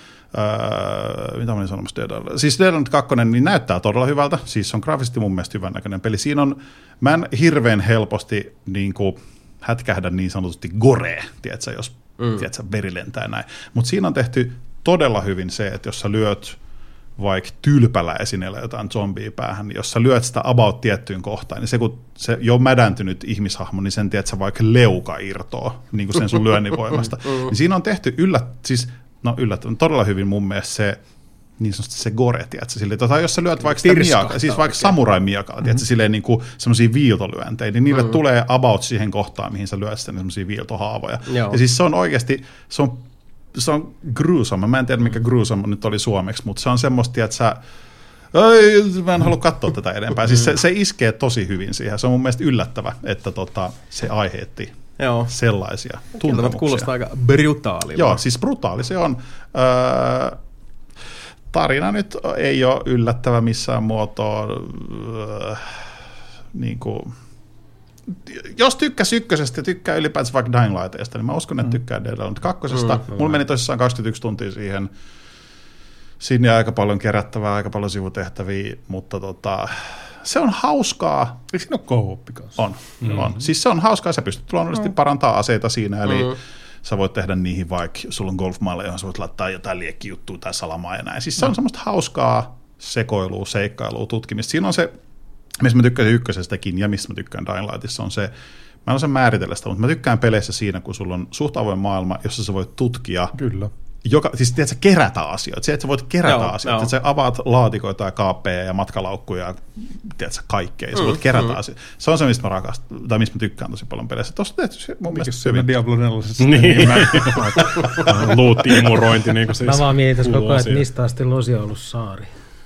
Öö, mitä mä olin sanomassa Dead Island? Siis Dead Island kaksi niin näyttää todella hyvältä, siis on graafisesti mun mielestä hyvän näköinen peli. Siinä on, mä en hirveän helposti niin kuin, hätkähdä niin sanotusti goree, tiedätkö, jos mm. tiedätkö, veri lentää näin. Mutta siinä on tehty todella hyvin se, että jos sä lyöt vaikka tylpällä esineellä jotain zombia päähän, niin jos sä lyöt sitä about tiettyyn kohtaan, niin se kun se jo mädäntynyt ihmishahmo, niin sen tiedät sä vaikka leuka irtoaa niin kuin sen sun lyönnin voimasta. Niin siinä on tehty yllät, siis no yllättävän todella hyvin mun mielestä se, niin sanotusti se gore, tiedätkö, silleen, tota, jos sä lyöt vaikka sitä miakaa, siis vaikka samurai-miakaa, mm-hmm. tiedätkö, silleen niin kuin semmosia viiltolyöntejä, niin niille mm-hmm. tulee about siihen kohtaan, mihin sä lyöt sitten semmosia viiltohaavoja. Joo. Ja siis se on oikeasti, se on, se on gruesome, mä en tiedä mikä gruesome nyt oli suomeksi, mutta se on semmoista, tiedätkö, sä, ei, mä en halua katsoa tätä edempää. Siis se, se iskee tosi hyvin siihen, se on mun mielestä yllättävä, että tota, se aiheutti Joo. sellaisia tuntemuksia. Kuulostaa aika brutaalilla. Joo, siis brutaali se on. Öö, tarina nyt ei ole yllättävä missään muotoa. Öö, niin kuin, jos tykkäs ykkösestä ja tykkää ylipäätään vaikka Dying Lightista, niin mä uskon, että tykkää Dead Island kakkosesta. Mm, Mulla meni tosissaan kaksikymmentäyksi tuntia siihen. Siinä on aika paljon kerättävää, aika paljon sivutehtäviä, mutta tota... Se on hauskaa. Eikö siinä ole co-oppi kanssa? On, mm-hmm. on. Siis se on hauskaa, sä pystyt luonnollisesti mm-hmm. parantamaan aseita siinä, eli mm-hmm. sä voit tehdä niihin vaikka, sulla on golfmaalle, johon sä voit laittaa jotain liekkijuttua tai salamaa ja näin. Siis se on semmoista hauskaa sekoilua, seikkailua, tutkimista. Siinä on se, missä mä tykkäsin ykkösestäkin ja missä mä tykkään Dying Lightissa, on se, mä en osaa määritellä sitä, mutta mä tykkään peleissä siinä, kun sulla on suht avoin maailma, jossa sä voit tutkia. Kyllä. Joka, siis tiedätkö, kerätä asioita. Se, että sä voit kerätä joo, asioita. Että sä avaat laatikoita ja kaappeja ja matkalaukkuja ja tiedätkö, kaikkea. Ja sä voit mm, kerätä mm. asioita. Se on se, mistä mä rakastan, tai mistä mä tykkään tosi paljon peleissä. Tuossa tehty se mun mielestä se hyvin. Diablo neljä. Niin. Luut-imurointi. Niin siis mä vaan mietin koko ajan, että mistä asti Losi on ollut saari.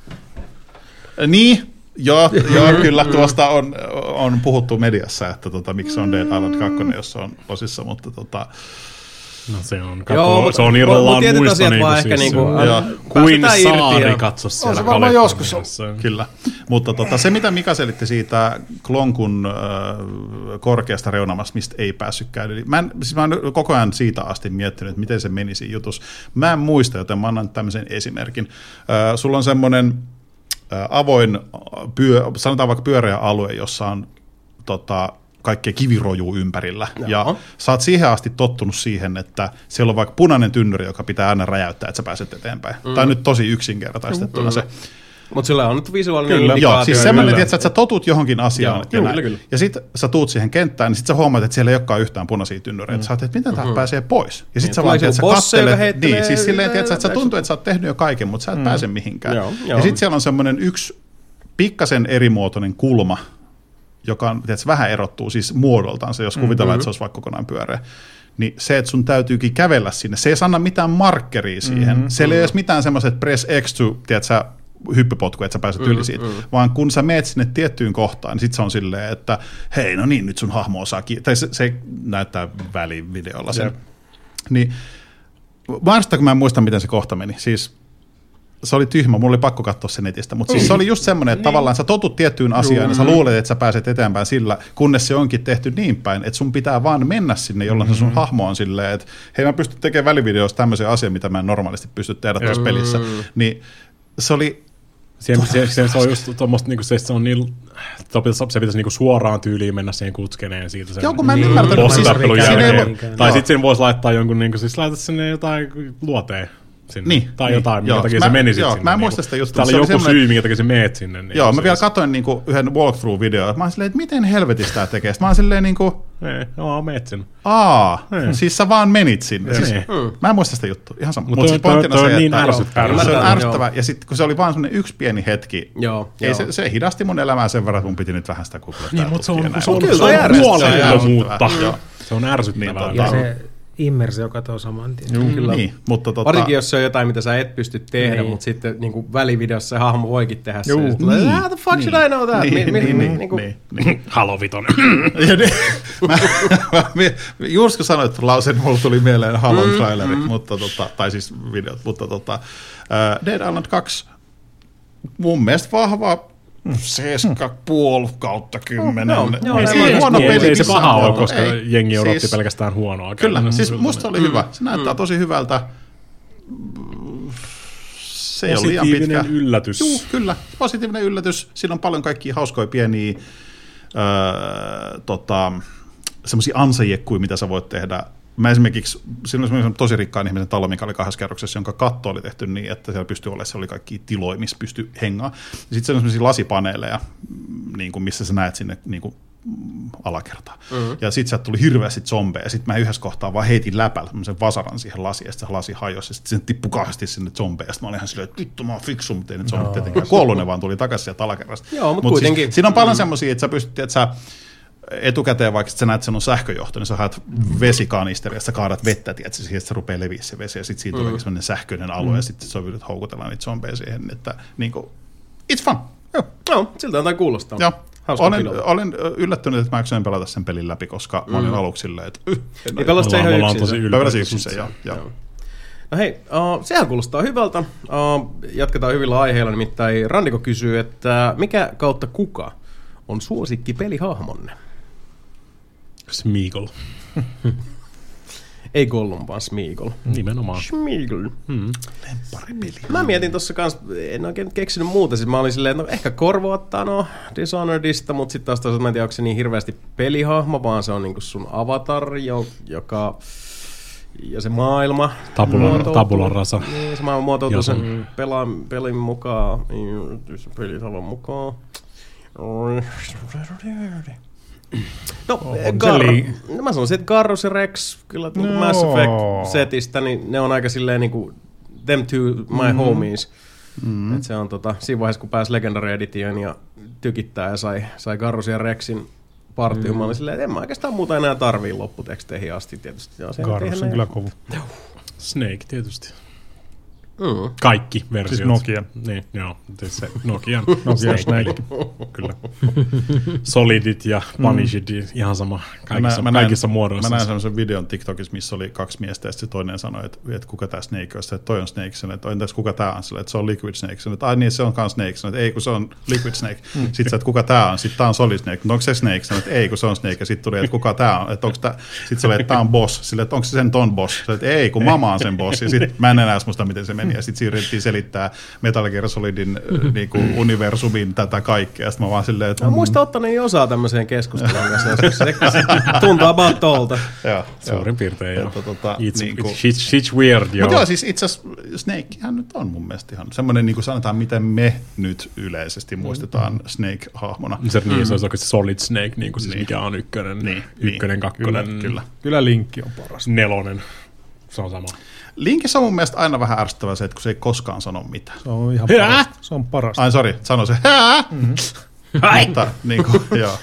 Niin. Joo, joo, kyllä tuosta on, on puhuttu mediassa, että tota, miksi on Dead Island kaksi, jos on Losissa, mutta tota... No se on, kato, se on irrallaan muista niinku siis. Niinku, kuin saari katso siellä on se varmaan joskus on. Kyllä, mutta tota, se mitä Mika selitti siitä Klonkun äh, korkeasta reunamasta, mistä ei päässyt käydä. Mä, en, siis mä oon koko ajan siitä asti miettinyt, että miten se meni siinä jutussa. Mä en muista, joten mä annan tämmöisen esimerkin. Äh, sulla on semmoinen äh, avoin, pyö, sanotaan vaikka pyöreä alue, jossa on tota, kaikkea kivirojuu ympärillä. Joo. Ja sä oot siihen asti tottunut siihen, että siellä on vaikka punainen tynnyri, joka pitää aina räjäyttää, että sä pääset eteenpäin. Mm. Tämä on nyt tosi yksinkertaistettuna mm. se. Mutta sillä on nyt visuaalinen kyllä. Indikaatio. Joo, siis semmoinen, että sä totut johonkin asiaan. Joo, ja, kyllä, kyllä. ja sit sä tuut siihen kenttään, niin sit sä huomaat, että siellä ei olekaan yhtään punaisia tynnyreitä. Mm. Sä oot, että miten tää mm-hmm. pääsee pois? Ja sit niin, sä vaan, että sä kattelet. Niin, siis silleen, että sä tuntuu, että sä oot tehnyt jo kaiken, mutta sä et mm. pääse mihinkään. Joo, ja sit siellä on semmoinen yksi pikkasen erimuotoinen kulma, joka on, tiedätkö, vähän erottuu siis muodoltaan, se, jos kuvitellaan, mm-hmm. että se olisi vaikka kokonaan pyöreä, niin se, että sun täytyykin kävellä sinne, se ei anna mitään markkeria siihen, mm-hmm. siellä ei ole mitään semmoiset, että press X to, tiedätkö, hyppypotku, että sä pääset mm-hmm. yli siitä, vaan kun sä meet sinne tiettyyn kohtaan, niin sit se on silleen, että hei, no niin, nyt sun hahmo osaa, ki-. tai se, se näyttää välivideolla sen. Yep. Niin, varsinkin kun mä en muista, miten se kohta meni, siis se oli tyhmä, mulla oli pakko katsoa se netistä, mutta siis se oli just semmoinen, että tavallaan sä totut tiettyyn asiaan ja sä luulet, että sä pääset eteenpäin sillä, kunnes se onkin tehty niin päin, että sun pitää vaan mennä sinne, jolloin se sun hahmo on silleen, että hei mä pystyn tekemään välivideossa tämmöisen asian, mitä mä en normaalisti pysty tehdä tässä pelissä, niin se oli Se, se, se, se on just tuommoista, niinku, se, se on niin, se pitäisi niinku suoraan tyyliin mennä siihen kutskeneen siitä sen joo, kun mä en niin, ymmärtänyt, siis jälkeen. Ei, tai sitten siinä voisi laittaa jonkun, niinku, siis laita sinne jotain luoteen. Sinne. Niin, tai niin, jotain, joo. minkä takia mä, se meni joo, sinne. Mä en muista sitä juttua. Täällä oli joku semmoinen syy, minkä takia se meet sinne. Niin joo, mä siis vielä katsoin niinku yhden walkthrough-videon. Mä oon silleen, että miten helvetistä tää tekee. Sitten mä oon silleen niinku... Ei, joo, meet sinne. Aa, Ei. siis sä vaan menit sinne. Siis, mm. Mä en muista sitä juttua. Ihan sama. Mutta Mut siis pointtina toi on se, niin että ärsyttävää. se on ärsyttävää. Ja sitten kun se oli vaan semmoinen yksi pieni hetki, Joo, ei joo. Se, se hidasti mun elämää sen verran, että mun piti nyt vähän sitä googlettaa. Niin, mutta se on, tutkia se on, näin. se on, Kyllä, se on ärsyttävää. huolettomuutta. Joo. Se on ärsyttävää. Niin, Ja se immersio katoo saman tien. Juu, kyllä. Niin, mutta tota... Varsinkin jos se on jotain, mitä sä et pysty tehdä, Niin. mutta sitten niin kuin välivideossa se hahmo voikin tehdä Juu, sen. Sitten tulee, niin, how the fuck niin, should I know that? Niin, Mi- mi- niin, niin, niin kuin- niin, niin. Halo vitonen. Ja niin, mä, mä, mä, just kun sanoit lauseen, mulla tuli mieleen Halon mm, trailerit, mm. mutta tota, tai siis videot, mutta tota, uh, Dead Island kaksi, mun mielestä vahva seitsemän puoli kautta kymmenen. Oh, joo, ei, joo, ei, joo, huono Ei, peli ei se missään paha ole, tavalla. koska Ei. jengi odotti Siis- pelkästään huonoa. Kyllä, käytännössä. siis musta oli hyvä. Se näyttää tosi hyvältä. Se ei ole liian pitkä. Positiivinen yllätys. Juu, kyllä. Positiivinen yllätys. Siinä on paljon kaikkia hauskoja pieniä öö, tota, semmoisia ansajekkuja, mitä sä voit tehdä. Mä esimerkiksi, siinä oli semmoinen tosi rikkaan ihmisen talo, mikä oli kahdessa kerroksessa, jonka katto oli tehty niin, että siellä pystyi olemaan, se oli kaikki tiloja, missä pystyi hengaa. Ja sitten siellä on semmoisia lasipaneeleja, niin kuin missä sä näet sinne niin kuin alakertaan. Mm-hmm. Ja sitten sieltä tuli hirveästi zombeja, ja sitten mä yhdessä kohtaa vaan heitin läpällä semmoisen vasaran siihen lasiin, ja sitten se lasi hajosi, ja sitten se tippui kahdesti sinne zombeja, ja sitten mä olin ihan silleen, että vittu mä oon fiksu, mutta ei nyt zombit tietenkään kuollut, ne vaan tuli takaisin sieltä alakerrasta. Joo, mutta Mut kuitenkin. Siis, siinä on paljon semmoisia, että sä pystyt, että sä etukäteen, vaikka sä näet, että sen on sähköjohto, niin sä haet vesikanisteri, ja sä kaadat vettä, tiedätkö, siihen, että se rupeaa leviä se vesi, ja sitten siitä tulee mm. semmoinen sähköinen alue, mm. ja sitten sä yrität houkutella niitä zombeja siihen, että niin kuin, it's fun. Joo, no, siltä jotain kuulostaa. Joo. Hauska Olen, pilvi. olen yllättynyt, että mä eksyin pelata sen pelin läpi, koska mm. mä olin aluksi silleen, että yh, Niin pelasit se Ollaan- ihan ollaan yksin. tosi se? ylpeitä pelasin yksin susta. sen, joo. joo. Joo. No hei, uh, sehän kuulostaa hyvältä. Uh, jatketaan hyvillä aiheilla, nimittäin Randiko kysyy, että mikä kautta kuka on suosikki pelihahmonne? Smeagol. Ei Gollum, vaan Smeagol. Nimenomaan. Smeagol. Hmm. Mä mietin tossa kans, en oikein keksinyt muuta, siis mä olin silleen, että no ehkä Korvo ottaa no Dishonoredista, mutta sitten taas toisaalta mä en tiedä, onko se niin hirveästi pelihahmo, vaan se on niinku sun avatar, jo, joka ja se maailma Tabula- muotoutuu- tabula rasa. Niin, se maailma muotoutuu Jason. sen pela, pelin mukaan, sen pelitalon mukaan. No, Gar... no, mä sanoisin, että Garrus ja Rex, kyllä no. No. Mass Effect-setistä, niin ne on aika silleen niinku them two my mm. homies. Mm. Et se on tota, siinä vaiheessa, kun pääsi Legendary Edition ja tykittää ja sai, sai Garrus ja Rexin partiin, mm. mä olin silleen, että en mä oikeastaan muuta enää tarvii lopputeksteihin asti tietysti. Garrus on kyllä kova. Snake tietysti. Mm. Kaikki versiot. Siis Nokian. Niin, joo. Siis se Nokian. Nokian Snake. Kyllä. Solidit ja Punishit, mm. ihan sama. Kaikissa, mä, mä kaikissa näin, muodoissa. Mä näin semmoisen videon TikTokissa, missä oli kaksi miestä, ja sitten toinen sanoi, että, että kuka tämä Snake on, että toi on Snake, sanoi, että entäs kuka tämä on, sanoi, että se on Liquid Snake, sanoi, että ai niin, se on kans Snake, sanoi, että ei kun se on Liquid Snake, sitten se, että kuka tämä on, sitten tämä on Solid Snake, no onko se Snake, sanoi, että ei kun se on Snake, ja sitten tuli, että kuka tämä on, että onko tämä, sitten se oli, että tämä on boss, sille, että onko se sen ton boss, sanoi, että ei kun mama on sen boss, ja sitten mä en enää muista, miten se meni, ja sitten siirrettiin selittää Metal Gear Solidin niin kuin universumin tätä kaikkea. Sitten mä vaan silleen, että... Mä muistan ottaneeni osaa tämmöiseen keskusteluun kanssa, joskus. Se tuntuu about tolta. Joo, Suurin piirtein, joo. Että, tota, It's, niin kuin... it's, it's, it's weird, joo. Mutta joo, siis itse asiassa Snakehän nyt on mun mielestä ihan semmoinen, niin kuin sanotaan, miten me nyt yleisesti muistetaan Snake-hahmona. Se, niin, se olisi oikeasti Solid Snake, niin kuin siis Niin. mikä on ykkönen, Niin, ykkönen niin. kakkonen, Kyllä, kyllä. Kyllä Linkki on paras. nelonen. Se on sama. Linkissä on mun mielestä aina vähän ärsyttävää se, että kun se ei koskaan sano mitään. Se on ihan Hää? parasta. Se on parasta. Ai sori, sano se. Hää? Mutta niin kuin, joo.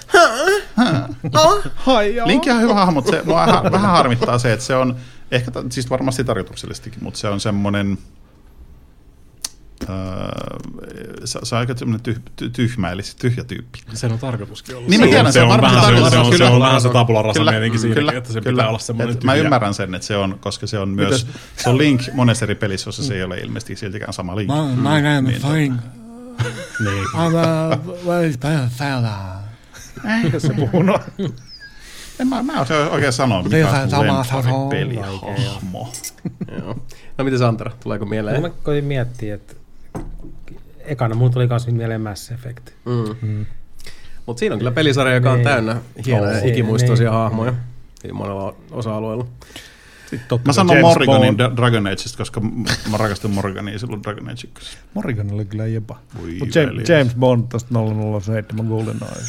Linkki on hyvä hahmo, mutta se mua vähän, vähän harmittaa se, että se on, ehkä t- siis varmasti tarkoituksellisestikin, mutta se on semmoinen, öö, se, se on aika semmoinen tyh, ty, tyhmä, eli se tyhjä tyyppi. Se on tarkoituskin ollut. Niin mä tiedän, se on vähän se, se, on, se on vähän se tabula rasa kyllä, meininki siinäkin, kyllä, että se kyllä. pitää olla semmoinen tyhjä. Mä ymmärrän sen, että se on, koska se on myös, se on Link monessa eri pelissä, jossa se ei ole ilmeisesti siltikään sama Link. My name is Link. Niin. I'm a very bad fella. Se puhuu noin. En mä, mä osaa oikein sanoa, mikä on mun pelihahmo. No mites Antero, tuleeko mieleen? Mä koitin miettiä, että ekana mun tuli kans mieleen Mass Effect. Mm. Mm. Mutta siinä on kyllä pelisarja, joka on niin. täynnä hienoja ikimuistoisia niin. hahmoja monella osa-alueella. Mä sanon Morriganin Dragon Ageista, koska mä rakastin Morrigania silloin Dragon Age ykkösessä. Morrigan oli kyllä jepa. Mutta James, James Bond tosta nolla nolla seitsemän GoldenEye.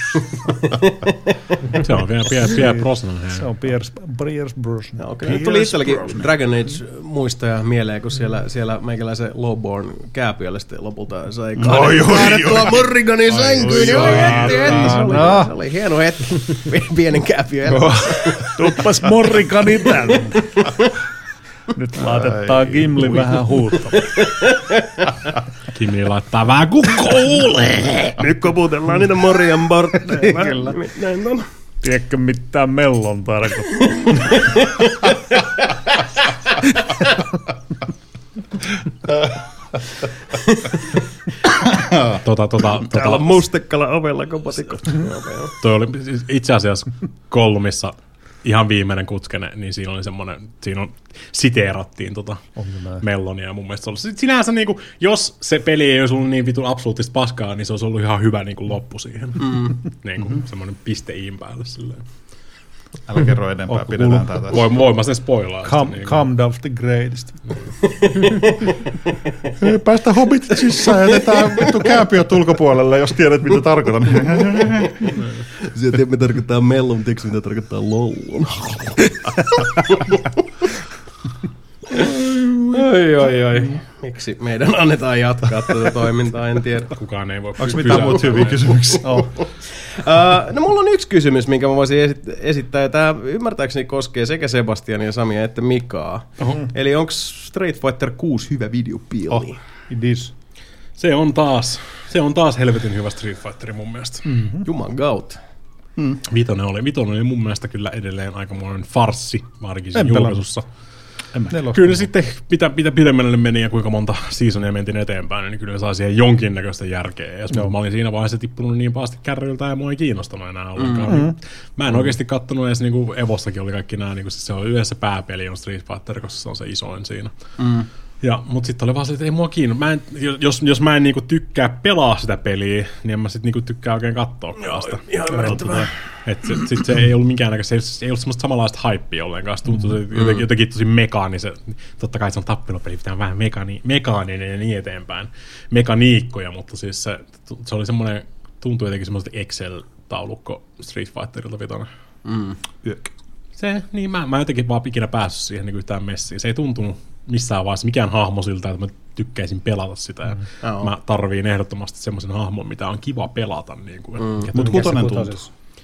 Se on vielä Pierre, Pierre Brosnan. Se on Pierce, Pierce Brosnan. Ja, okay. Tuli itselläkin Dragon Age-muistoja mieleen, kun siellä, siellä meikäläisen Lowborn kääpiölle sitten lopulta sai kaadettua Morriganin sänkyyn. Se oli hieno hetki. Pienen kääpiön elämässä. Tuppas Morrigani tänne. Nyt laitetaan Gimli vähän huuttamaan. Gimli laittaa vähän kukkuulee. Nyt koputellaan niitä Morrigan bortteja. Kyllä. Näin on. Tiedätkö mitään mellon tarkoittaa? tota, tota, Täällä on mustekala ovella kopatiko. Toi oli itse asiassa Gollumissa ihan viimeinen kutkene, niin siinä oli semmoinen, siinä on, siteerattiin tota Mellonia ja mun mielestä se oli. Sinänsä niinku, jos se peli ei olisi ollut niin vitun absoluuttista paskaa, niin se olisi ollut ihan hyvä niinku loppu siihen. Mm. Niinku mm-hmm. semmoinen piste iin päälle silleen. Älä kerro enempää, oh, pidetään tätä. Voin, voin mä sen spoilaa. Come, niin come down the greatest. Päästä hobbitit sisään ja jätetään vittu kääpiöt ulkopuolelle, jos tiedät mitä tarkoitan. Sä tiedät mitä tarkoittaa mellon, tiedätkö mitä tarkoittaa lollon? Oi, oi, oi. Miksi meidän annetaan jatkaa tätä toimintaa, en tiedä. Kukaan ei voi. Onko mitään muut hyviä kysymyksiä? Oh. Uh, no mulla on yksi kysymys, minkä mä voisin esit- esittää. Tämä ymmärtääkseni koskee sekä Sebastiania ja Samia että Mikaa. Uh-huh. Eli onko Street Fighter kuusi hyvä videopeli? Oh, it is. Se on taas, se on taas helvetin hyvä Street Fighter mun mielestä. Mm-hmm. Juman kautta. Mm. Vitonen oli, Vitonen oli mun mielestä kyllä edelleen aikamoinen farssi, varsinkin sen julkaisussa. Kyllä ne sitten, mitä, mitä pidemmälle meni ja kuinka monta seasonia mentiin eteenpäin, niin kyllä ne sai siihen jonkinnäköistä järkeä. Ja no. Mä olin siinä vaiheessa tippunut niin pahasti kärryiltä ja mua ei kiinnostanut enää ollenkaan. Mm-hmm. Mä en oikeasti kattonut edes, niin kuin Evossakin oli kaikki nämä, niin kuin se on yhdessä pääpeli on Street Fighter, koska se on se isoin siinä. Mm. Ja, mutta sitten oli vaan se, että ei mua kiinnosta. Jos, jos mä en niinku tykkää pelaa sitä peliä, niin en mä sitten niinku tykkää oikein katsoa sitä. Ihan ymmärrettävää. Että se, sit se ei ollut minkäännäköistä, se ei ollut semmoista samanlaista hypeä ollenkaan. Se tuntui mm. jotenkin, jotenkin tosi mekaanisen. Totta kai se on tappelupeli, pitää vähän mekaani, mekaaninen ja niin eteenpäin. Mekaniikkoja, mutta siis se, se oli semmoinen, tuntui jotenkin semmoista Excel-taulukko Street Fighterilta Vitoinen. Mm. Se, niin mä, mä jotenkin vaan ikinä päässyt siihen niin yhtään messiin. Se ei tuntunut missään vaiheessa mikään hahmo siltä, että mä tykkäisin pelata sitä. Mm. Oh. Mä tarviin ehdottomasti semmoisen hahmon, mitä on kiva pelata. Niin kuin, mm. Mutta kutonen tuntuu.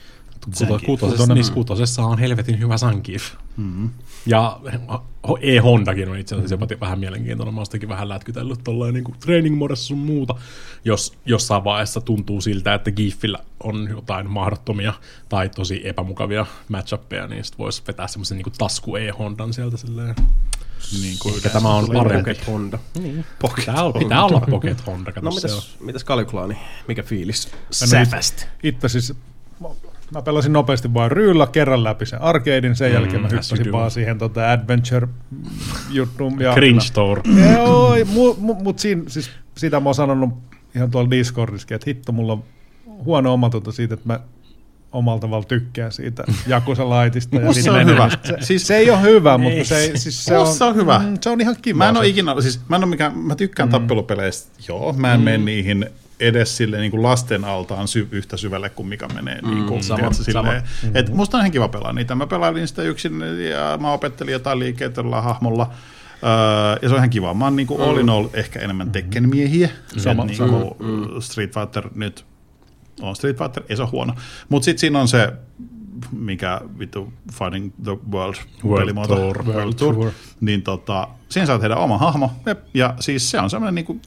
Kutosessa, kutosessa on helvetin hyvä Zangief. Mm-hmm. Ja E-Hondakin on itse asiassa mm-hmm. vähän mielenkiintoinen. Mä oon sitäkin vähän lätkytellyt tolleen niin training-modessa sun muuta. Jos jossain vaiheessa tuntuu siltä, että Giffillä on jotain mahdottomia tai tosi epämukavia match-uppeja, niin sit vois vetää semmoisen niin tasku E-Hondan sieltä silleen. Niin kuin ehkä tämä on parempi. Pocket Honda. Niin. Pitää, olla, pitää olla Pocket Honda. No mitäs, mitäs Kaliklaani? Mikä fiilis? Säpästä. Itse siis... Mä pelasin nopeasti vaan ryyllä kerran läpi sen arcadein, sen jälkeen mä hyppäsin vaan siihen tota adventure-juttuun. Cringe Store. Joo, mutta mu, mu, siinä, siis sitä mä oon sanonut ihan tuolla Discordissakin, että hitto, mulla on huono omatunto siitä, että mä omalla tavalla tykkään siitä Yakuza-laitista. Ja se on hyvä. Se, siis, se ei ole hyvä, mutta se, siis se, on, se on hyvä. Mm, se on ihan kiva. Mä en ole ikinä, siis mä en ole mikään, mä tykkään mm. tappelupeleistä, joo, mä en mm. mene niihin edes silleen niin kuin lasten altaan sy- yhtä syvälle kuin mikä menee. Mm, niin kuin, sama, tiedätkö, sama. Mm-hmm. Et musta on ihan kiva pelaa niitä. Mä pelailin sitä yksin ja mä opettelin jotain liikkeet tällä hahmolla. Öö, ja se on ihan kiva. Mä oon niin kuin mm. all in all ehkä enemmän Tekken-miehiä. Sama, niin sama. Mm. Street Fighter nyt on Street Fighter, ei se ole huono. Mutta sitten siinä on se, mikä vittu Fighting the World, World Tour. World Tour. Niin tota, siinä saa tehdä oma hahmo. Ja siis se on semmoinen niinku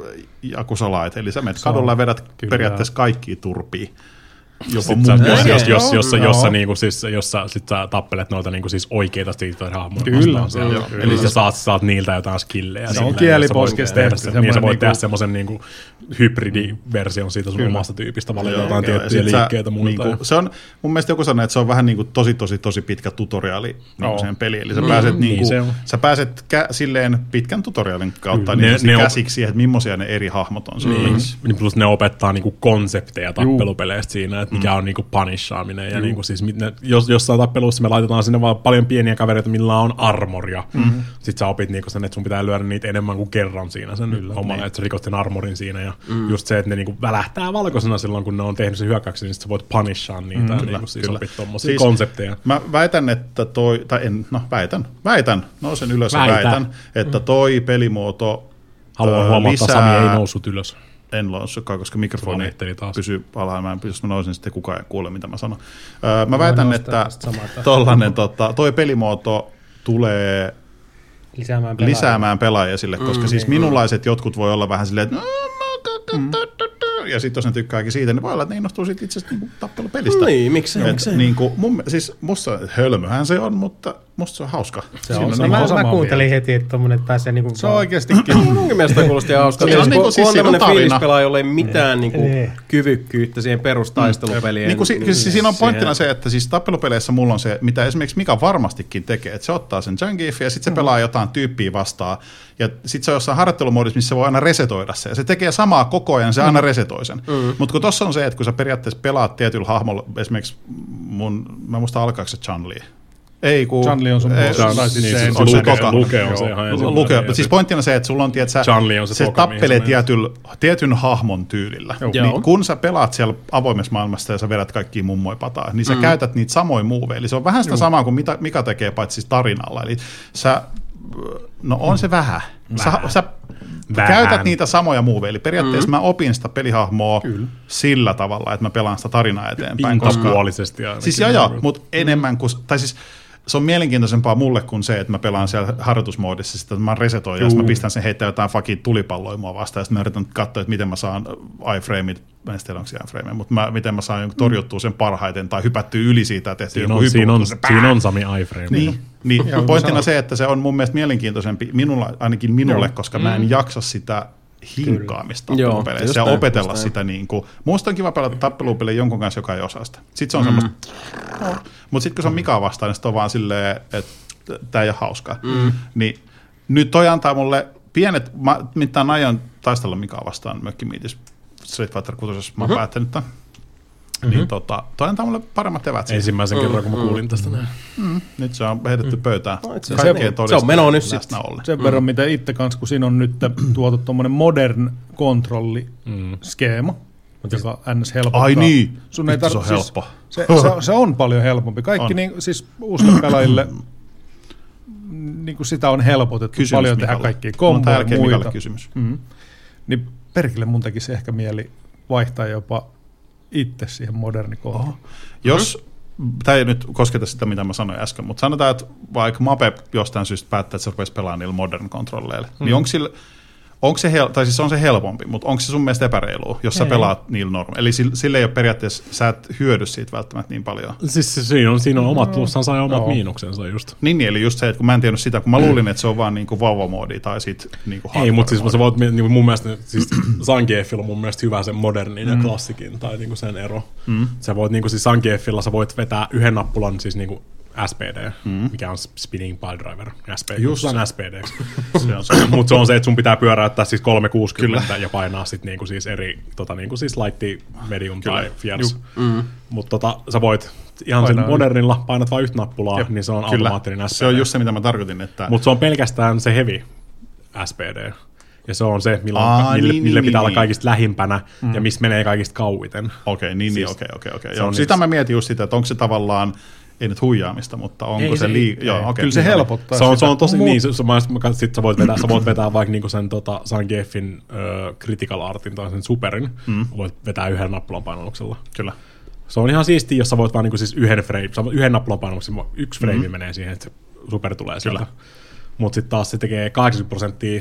Yakuza-lait, eli sä menet kadulla ja vedät kyllä. periaatteessa kaikkia turpia. Jopa mun jos, jos, jos, jos, no. jossa, niinku, siis, jossa sit sä tappelet noita niinku, siis oikeita streetfighter-hahmoja. Kyllä, kyllä. kyllä. Eli sä saat, saat niiltä jotain skillejä. Se on kieliposkesta. Niin sä voit niinku... tehdä semmoisen niinku, hybridiversion siitä sun kyllä. omasta tyypistä, valita jotain tiettyjä liikkeitä muilta. Niinku, se on, mun mielestä joku sanoo, että se on vähän niinku, tosi, tosi, tosi pitkä tutoriaali niinku, siihen peliin. Eli sä mm, pääset, niinku, niin sä pääset kä- silleen pitkän tutoriaalin kautta niin ne, ne käsiksi siihen, että millaisia ne eri hahmot on. Niin, plus ne opettaa niinku, konsepteja tappelupeleistä siinä, mikä on niinku punishaaminen. Ja niinku siis, ne, jos, jossain tappelussa me laitetaan sinne vaan paljon pieniä kavereita, millä on armoria. Mm-hmm. Sitten sä opit niinku sen, että sun pitää lyödä niitä enemmän kuin kerran siinä sen Kyllä, oman, niin. että sä rikot sen armorin siinä. Ja mm. just se, että ne niinku välähtää valkoisena silloin, kun ne on tehnyt sen hyökkäyksen, niin sit sä voit punishaa niitä. Mm, ja kyllä, niinku siis opit tommosia siis konsepteja. Mä väitän, että toi, tai en, no väitän, väitän, nousen ylös ja väitän, että toi pelimuoto Haluan huomauttaa, Sami ei noussut ylös. En noussutkaan, koska mikrofoni pysyy alhaalla. Jos mä nousin, sitten kukaan ei kuule, mitä mä sanon. Öö, mä väitän, että tollanen, tota, toi pelimuoto tulee lisäämään pelaajia, lisäämään pelaajia sille, koska mm, siis minunlaiset jotkut voi olla vähän silleen, että mm. ja sitten jos ne tykkääkin siitä, niin voi olla, että ne innostuu siitä itse asiassa niin tappelupelistä. Niin, miksei, miksei. Niin kuin, mun, siis musta hölmöhän se on, mutta musta se on hauska. Se on, on, mä, mä kuuntelin heti, että tommonen pääsee niinku... Se on oikeastikin. Munkin mielestä kuulosti hauska. Se on, niinku, siis kun on tämmönen fiilispelaaja, jolla ei mitään niinku, kyvykkyyttä siihen perustaistelupeliin. Niin, si, siis siinä on pointtina se, että siis tappelupeleissä mulla on se, mitä esimerkiksi Mika varmastikin tekee, että se ottaa sen Zangiefin ja sitten se pelaa jotain tyyppiä vastaan. Ja sitten se on jossain harjoittelumoodissa, missä se voi aina resetoida se. Ja se tekee samaa koko ajan, se aina resetoi sen. Mm. Mutta kun tossa on se, että kun sä periaatteessa pelaat tietyllä hahmolla, esimerkiksi mun, mä muistan alkaako se Chun-Li. Ei, kun... Chun-Li on sun puolella. Luke on se ihan ensimmäinen. Luke, mutta siis pointtina se, että sulla on, tiedät, sä, on se, se tappelee tietyllä, tietyn hahmon tyylillä. Niin kun sä pelaat siellä avoimessa maailmassa ja sä vedät kaikkia mummoja pataa, niin sä mm. käytät niitä samoja muuveja. Eli se on vähän sitä Juh. samaa kuin mitä Mika tekee, paitsi siis tarinalla. Eli sä, no on se vähän. Sä, sä käytät niitä samoja muuveja. Eli periaatteessa mm. mä opin sitä pelihahmoa Kyllä. sillä tavalla, että mä pelaan sitä tarinaa eteenpäin. Pintapuolisesti ainakin. Siis joo, joo, mutta enemmän kuin... Tai siis, se on mielenkiintoisempaa mulle kuin se, että mä pelaan siellä harjoitusmoodissa, sitten mä resetoin ja mä pistän sen heittää jotain fucking tulipalloja mua vastaan, ja sitten mä yritän katsoa, että miten mä saan iframeit, mä en tiedä, onko se iframe, mutta mä, miten mä saan torjuttua sen parhaiten tai hypättyä yli siitä ja tehtyä joku hyppy. Siinä on, siinä on Sami iframe. Niin, niin pointtina se, että se on mun mielestä mielenkiintoisempi, minulla, ainakin minulle, koska mä en jaksa sitä hinkkaamista tappelupeleissä ja opetella näin. sitä. Niin kuin, musta on kiva pelata tappelupelejä jonkun kanssa, joka ei osaa sitä. Sitten se on mm. semmoista, no. Mutta sitten kun se on Mika vastaan, niin sitten on vaan silleen, että tämä ei ole hauskaa. Mm. Niin nyt toi antaa mulle pienet, mä mitään ajan taistella Mikaa vastaan mökkimiitissä Street Fighter kuusi, mä oon mm-hmm. päättänyt tämän. Mm-hmm. Niin tota, toi antaa mulle paremmat evät. Ensimmäisen kerran, kun mä kuulin tästä näin. Mm. Nyt se on heitetty pöytään. No, se, se on meno nyt sitten. Sen verran, mm. mitä itse kanssa, kun siinä on nyt tuotu tuommoinen modern kontrolliskeema, mm. joka ns. helpottaa. Ai niin, sun ei tar- se on siis, helppo. Se, se, se on paljon helpompi. Kaikki niin, siis uusille pelaajille niin kuin sitä on helpotettu kysymys paljon Mikalle. Tehdä kaikkia komboja ja muita. Kysymys. Mm. Niin perkele mun tekisi ehkä mieli vaihtaa jopa itse siihen moderni kontrolli. Oh. Jos, tämä ei nyt kosketa sitä, mitä mä sanoin äsken, mutta sanotaan, että vaikka Mape jostain syystä päättää, että se rupesi pelaamaan niillä modern kontrolleilla, mm. niin onko sillä, onko se, hel- tai siis on se helpompi, mutta onko se sun mielestä epäreilua, jos ei. Sä pelaat niillä normeilla? Eli sillä, sillä ei ole periaatteessa, sä et hyödy siitä välttämättä niin paljon. Siis siinä on, siinä on omat plussansa ja omat no. miinuksensa just. Niin, niin, eli just se, että kun mä en tiennyt sitä, kun mä luulin, että se on vaan niinku vauvamoodi tai sit niinku ei, mutta siis sä voit, niin mun mielestä, siis Zangiefilla on mun mielestä hyvä sen modernin ja mm. klassikin, tai niinku sen ero. Mm. Sä voit niinku siis Zangiefilla sä voit vetää yhden nappulan siis niinku S P D, mm. mikä on Spinning Pile Driver, S P D, just S P D. Mutta se on se, että sun pitää pyöräyttää siis kolmesataakuusikymmentä Kyllä. ja painaa sit niinku siis eri, tota niinku siis light, medium Kyllä. tai fierce. Mm. Mutta tota, sä voit ihan Painaa sen modernilla, painat vain yhtä nappulaa, Jep. niin se on Kyllä. automaattinen S P D. Se on just se, mitä mä tarkoitin. Että... Mutta se on pelkästään se heavy S P D. Ja se on se, milloin, Aa, mille, niin, mille niin, pitää niin, olla niin. kaikista lähimpänä mm. ja mistä menee kaikista kauiten. Okei, okay, niin, siis, okei, okei, okei. Sitä mä mietin just sitä, että onko se tavallaan ei nyt huijaamista, mutta onko ei, se liikaa? Joo, okay, kyllä se helpottaa. Se on, se on tosi Mut... niin, se, sit sä voit vetää, sä voit vetää vaikka niinku sen tota, Zangiefin uh, Critical Artin tai sen Superin, mm. voit vetää yhden nappulan painalluksella. Kyllä. Se on ihan siistiä, jos sä voit vaan niinku siis yhden frame, yhden nappulan painalluksella, yksi frame mm. menee siihen, että se Super tulee sieltä. Mutta sitten taas se tekee kahdeksankymmentä prosenttia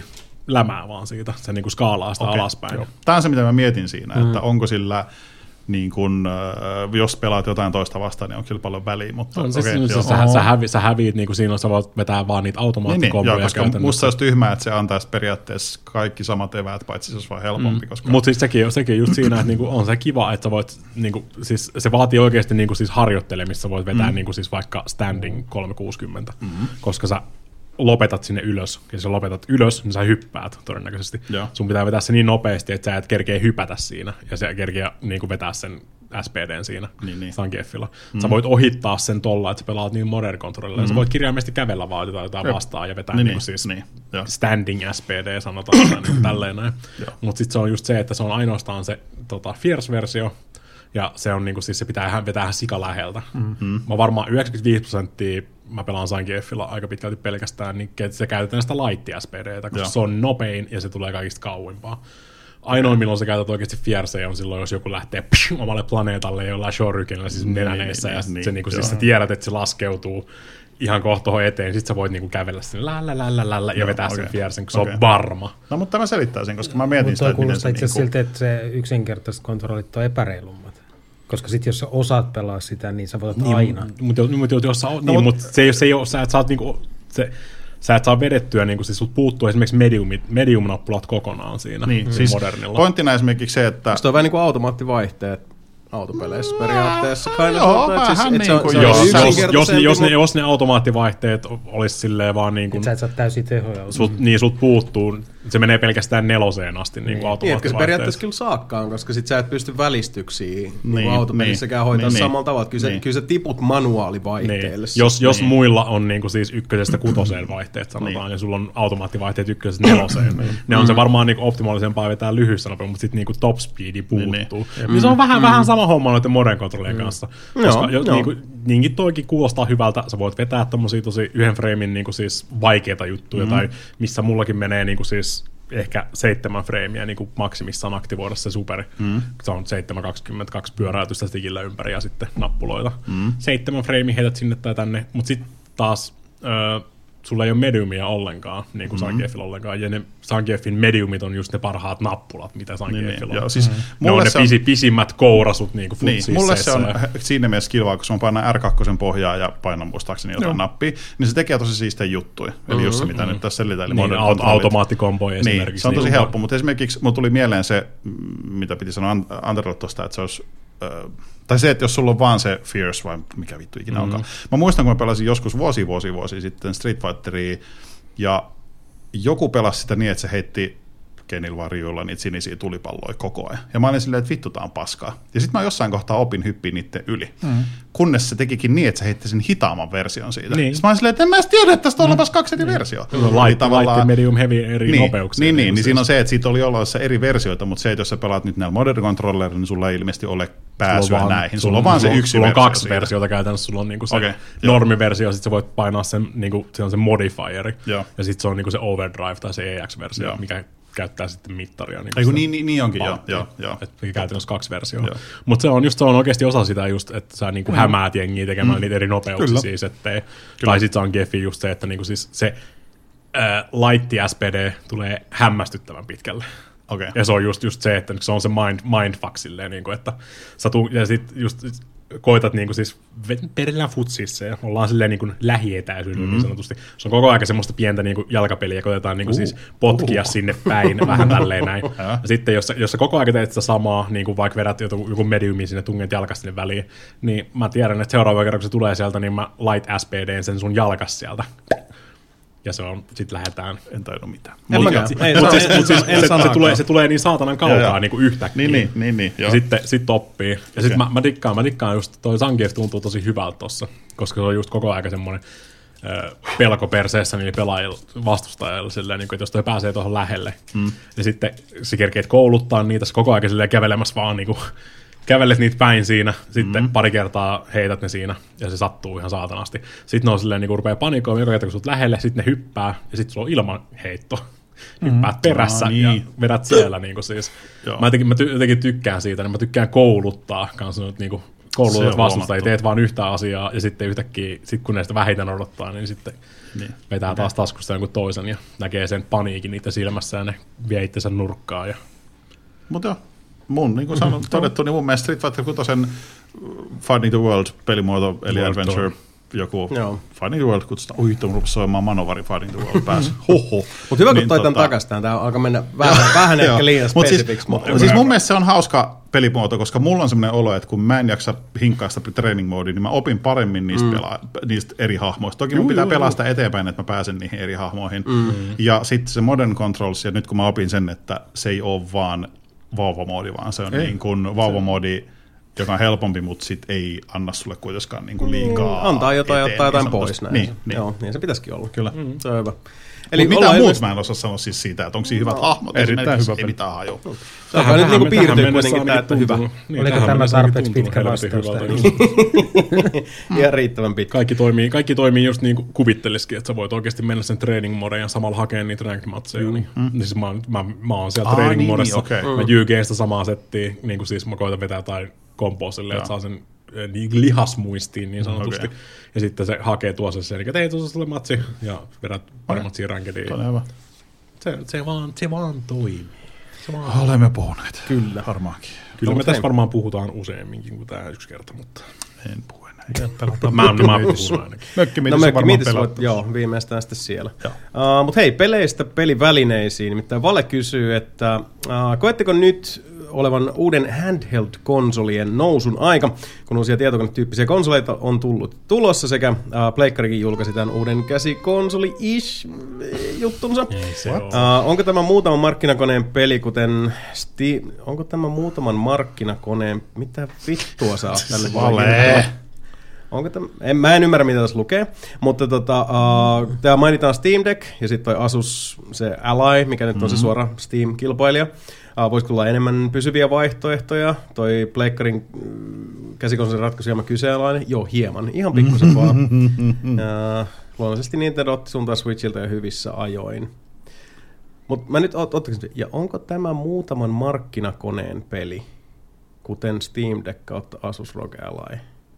lämää vaan siitä, se niinku skaalaa sitä okay. alaspäin. Joo. Tämä on se, mitä mä mietin siinä, mm. että onko sillä, niin kun, jos pelaat jotain toista vastaan, niin on kyllä paljon väliä. Mutta, on, okay, siis, siis sä, sä, hävi, sä häviit, niin kuin siinä sä voit vetää vaan niitä automaattikomboja. Niin, niin, koska musta olisi tyhmää, että se antaisi periaatteessa kaikki samat eväät, paitsi se olisi vaan helpompi. Mm. Koska... Mutta siis sekin, sekin just siinä, että niinku on se kiva, että sä voit, niinku, siis se vaatii oikeasti niinku siis harjoittelemista, voit vetää mm. niinku siis vaikka standing kolmesataakuusikymmentä, mm. koska sä lopetat sinne ylös, ja jos sä lopetat ylös, niin sä hyppäät todennäköisesti. Joo. Sun pitää vetää se niin nopeasti, että sä et kerkeä hypätä siinä, ja sä kerkeä niin vetää sen S P D:n siinä niin, niin. Zangiefilla. Mm. Sä voit ohittaa sen tolla, että sä pelaat niin modern controlilla, mm. sä voit kirjaimellisesti kävellä vaan jotain, jotain vastaan ja vetää niin, niin, siis niin. standing S P D, sanotaan niin tälleen näin. Mutta sitten se on just se, että se on ainoastaan se tota, Fierce-versio, ja se on niinku, siis se pitää vetää ihan sika läheltä. Mm-hmm. Mä varmaan yhdeksänkymmentäviisi prosenttia mä pelaan Zangiefilla aika pitkälti pelkästään, niin se käytetään sitä light S P D:tä, koska Joo. se on nopein ja se tulee kaikista kauimpaa. Ainoa, milloin sä käytät oikeasti Fierceä, on silloin, jos joku lähtee psh, omalle planeetalle jollain shorykenillä, siis niin, nenäneissä, niin, ja niin, se, niinku, niin, siis sä tiedät, että se laskeutuu ihan kohta tuohon eteen, sit sä voit niinku kävellä sinne lällä, lällä, lällä, ja vetää okay. sen Fiercen, kun se okay. on varma. No, mutta mä selittäisin, koska mä mietin Mut sitä, että miten se... Mutta itse asiassa niinku... siltä, että se yksinkertaiset kontrollit on epäreilummat. Koska sitten jos sä osaat pelaa sitä, niin sä voit niin, aina. Mutta mut, jos sä, no, niin, mut se, se ei ole, sä et saa niinku... Se, sä et saa vedettyä, niin siis sut puuttuu esimerkiksi mediumit, medium-nappulat kokonaan siinä niin, siis modernilla. Pointtina esimerkiksi se, että... Onko toi vähän niin kuin automaattivaihteet autopeleissä periaatteessa? Joo, vähän niin kuin jos, jos, jos, ne, jos ne automaattivaihteet olisi silleen vaan niin kuin... Et sä et saa täysiä tehoja. Sut, niin, sut puuttuu. Se menee pelkästään neloseen asti niin kuin automaattivaihteet. Niin, se periaatteessa kyllä saakkaan, koska sit sä et pysty välistyksiin niin, niin autopelissäkään niin, hoitaa niin, samalla tavalla. Kyllä, niin. kyllä sä tiput manuaalivaihteelle. Niin. Jos, jos niin. muilla on niin kuin siis ykkösestä kutoseen vaihteet, sanotaan, niin. ja sulla on automaattivaihteet ykkösestä neloseen, niin. ne on se varmaan niin kuin optimaalisempaa vetää lyhyessä nopeasti, mutta sitten niin top speedi puuttuu. Niin, niin. niin se on vähän, mm. vähän sama homma noiden modern controllien mm. kanssa. Koska jo, niin kuin, niinkin toikin kuulostaa hyvältä. Sä voit vetää tommosia tosi yhden framein niin kuin siis vaikeita juttuja, mm. tai missä mullakin menee niin kuin siis ehkä seitsemän freimiä niin kuin maksimissaan aktivoida se super. Mm. Se on seitsemän kaksikymmentäkaksi pyöräytystä stikillä ympäri ja sitten nappuloita. Mm. Seitsemän freimiä heität sinne tai tänne, mutta sitten taas öö, sulla ei ole mediumia ollenkaan, niin kuin mm-hmm. Zangiefilla ollenkaan, ja ne Zangiefin mediumit on just ne parhaat nappulat, mitä Zangiefilla niin, on. Joo, siis mm-hmm. Ne on ne pisi, on... pisimmät kourasut niin kuin niin, mulle se on ja... siinä mielessä kilvaa, kun mä painan R kaksi pohjaa ja painan muistaakseni jotain no. nappia, niin se tekee tosi siistejä juttuja. Eli mm-hmm. just se, mitä nyt tässä selitään. Eli niin, aut- automaattikomboja niin, esimerkiksi. Se on tosi niin, helppo, mutta esimerkiksi mulle tuli mieleen se, mitä piti sanoa Anderille tuosta, että se olisi... Tai se, että jos sulla on vaan se Fierce, vai mikä vittu ikinä mm-hmm. onkaan. Mä muistan, kun mä pelasin joskus vuosi, vuosi, vuosi sitten Street Fighteria, ja joku pelasi sitä niin, että se heitti Kenillä vaan riuilla niitä sinisiä tulipalloja koko ajan. Ja mä olin silleen, että vittu, tää on paskaa. Ja sitten mä jossain kohtaa opin hyppiä niiden yli. Mm-hmm. Kunnes se tekikin niin, että se heitti sen hitaamman version siitä. Niin. Sitten mä olin silleen, että en mä edes tiedä, että tästä on olemassa kaksi eri versiota. Light, light, light, medium, heavy eri niin, nopeuksia. Niin, niin, niin siinä on se, että siitä oli olemassa eri versioita, mutta se, että jos sä pelaat nyt näillä modern controllerilla, niin sulla ei ilmeisesti ole pääsyä sulla näihin. Sulla on vaan se yksi sulla on versio kaksi siitä. versiota käytännössä. Sulla on niinku se okay, normiversio, sitten sä voit painaa sen, niinku, se on se modifieri, joo. ja sitten se on niinku se overdrive tai se E X-versio, joo. mikä käyttää sitten mittaria. Niin, Eiku, niin, niin, niin onkin, joo. joo, joo. Että käytännössä kaksi versioa. Mutta se on just se on oikeasti osa sitä just, että sä niinku mm. hämäät jengiä tekemään mm. niitä eri nopeuksia siis, ettei. Tai sitten se on Geffi just se, että niinku siis se äh, light S P D tulee hämmästyttävän pitkälle. Okay. Ja se on just, just se, että se on se mind, mindfuck silleen, niin kuin, että sä tuu, ja sit just koitat niin kuin siis, perillään futsissa ja ollaan silleen niin kuin lähietäisyydellä mm-hmm. niin sanotusti. Se on koko ajan semmoista pientä niin kuin jalkapeliä, koitetaan niin kuin uh. siis potkia uh. sinne päin, vähän tälleen näin. Ja sitten jos, jos sä koko ajan teet sitä samaa, niin kuin vaikka vedät joku, joku mediumin sinne, tunget jalkas sinne väliin, niin mä tiedän, että seuraava kerran kun se tulee sieltä, niin mä light S P D:n sen sun jalkas sieltä. Ja se on, sit lähdetään. En taida mitään. Mutta siis, mut siis, se, se, tulee, se tulee niin saatanan kaukaa niin kuin yhtäkkiä. Niin, niin, niin, niin, ja sitten sit oppii. Ja okay. sitten mä, mä dikkaan, mä dikkaan just, toi Zangief tuntuu tosi hyvältä tossa, koska se on just koko ajan semmoinen äh, pelko perseessä niin pelaajilla, vastustajilla, silleen, niin kuin, että jos toi pääsee tuohon lähelle, mm. ja sitten se kerkeet kouluttaa niitä, se koko ajan silleen kävelemässä vaan niin kuin, kävelet niitä päin siinä, sitten mm. pari kertaa heität ne siinä, ja se sattuu ihan saatanasti. Sitten ne on silleen, niin kuin rupeaa panikoimaan joka kerta, kun sut lähelle, sitten ne hyppää, ja sitten sulla on ilman heitto. Mm. Hyppäät perässä ah, niin. ja vedät siellä. Niin kuin siis. Mä jotenkin, mä ty- jotenkin tykkään siitä, niin mä tykkään kouluttaa kanssa nyt, niin kuin koulutat vastustajia, teet vaan yhtä asiaa ja sitten yhtäkkiä, sit kun ne sitä vähiten odottaa, niin sitten Niin. vetää okay. taas taskusta jonkun toisen ja näkee sen paniikin niitä silmässä ja ne vie itsensä nurkkaan. Ja... Mutta joo, mun, niin kuin sanon, todettu, niin mun mielestä Street Fighter kuusi Finding the World-pelimuoto, eli World Adventure, joku Joo. Finding the World kutsutaan. Ui, tuon rupesi soimaan Manovari Finding the World päässä. Hoho. Mutta hyvä, kun niin, toi tämän tota... takaisin. Tämä alkaa mennä vähän, vähän ehkä liian spesifiksi. Mut siis, siis mun mielestä se on hauska pelimuoto, koska mulla on semmoinen olo, että kun mä en jaksa hinkkaa sitä training modia, niin mä opin paremmin niistä, mm. pela- niistä eri hahmoista. Toki mun pitää pelaa sitä eteenpäin, että mä pääsen niihin eri hahmoihin. Mm. Ja sitten se Modern Controls, ja nyt kun mä opin sen, että se ei ole vaan vauvamoodi, vaan se on ei. niin kuin vauvamoodi, joka on helpompi, mutta sit ei anna sulle kuitenkaan niin kuin liikaa antaa jotain ja ottaa jotain niin pois. Näin. Niin, niin. Joo, niin se pitäisikin olla. Kyllä. Mm, se on hyvä. Eli mitä muut ilmeisesti... mä en osaa sanoa siis siitä, että onko siinä hyvät hahmot, erittäin hyvä ei mitään hajua. Se on nyt niin piirtyy kuitenkin tämä, että hyvä. Niin, oliko tämä tarpeeksi pitkä vastaus? Ihan riittävän pitkä. Kaikki toimii, kaikki toimii just niin kuin kuvittelisikin, että sä voit oikeasti mennä sen training modeen ja samalla hakea niitä ranked-matseja. Mm. Niin, mm. siis mä, mä, mä oon siellä ah, training modessa, niin, okay. mä jyykeen sitä samaa settiä, niin kuin siis mä koitan vetää jotain kompoa silleen, että saa sen niin lihasmuistiin niin sanotusti. Okay. Ja sitten se hakee tuossa sen, eli ei tuossa sulle matsi, ja vedät paremmat siihen rankediin. Se, se, vaan, se vaan toimii. Se vaan... Olemme puhuneet. Kyllä. Varmaankin. Kyllä no, me tässä varmaan puhutaan useamminkin kuin tämä yksi kerta, mutta... En puhu enää. Pelataan mä, mä puhun ainakin. Mökkimiitissä no, varmaan pelattu. Joo, viimeistään sitten siellä. Uh, mutta hei, peleistä pelivälineisiin. Nimittäin Vale kysyy, että uh, koetteko nyt olevan uuden handheld-konsolien nousun aika, kun uusia tietokonetyyppisiä konsoleita on tullut tulossa, sekä uh, Pleikkarikin julkaisi tämän uuden käsikonsoli-ish juttunsa. Uh, onko tämä muutaman markkinakoneen peli, kuten Steam... Onko tämä muutaman markkinakoneen... Mitä vittua sä oot tälle? Vale! Onko tämä? En, mä en ymmärrä, mitä tässä lukee, mutta tota, uh, täällä mainitaan Steam Deck ja sitten toi Asus, se Ally, mikä nyt on mm-hmm. se suora Steam-kilpailija. Uh, voisiko olla enemmän pysyviä vaihtoehtoja? Toi Pleikkarin mm, käsikonsolin ratkaisu mä kyseenalainen. Joo, hieman. Ihan pikkusen vaan. Uh, luonnollisesti Nintendo otti sun taas Switchilta jo hyvissä ajoin. Mutta mä nyt ottaisin, ja onko tämä muutaman markkinakoneen peli, kuten Steam Deck kautta Asus R O G Ally?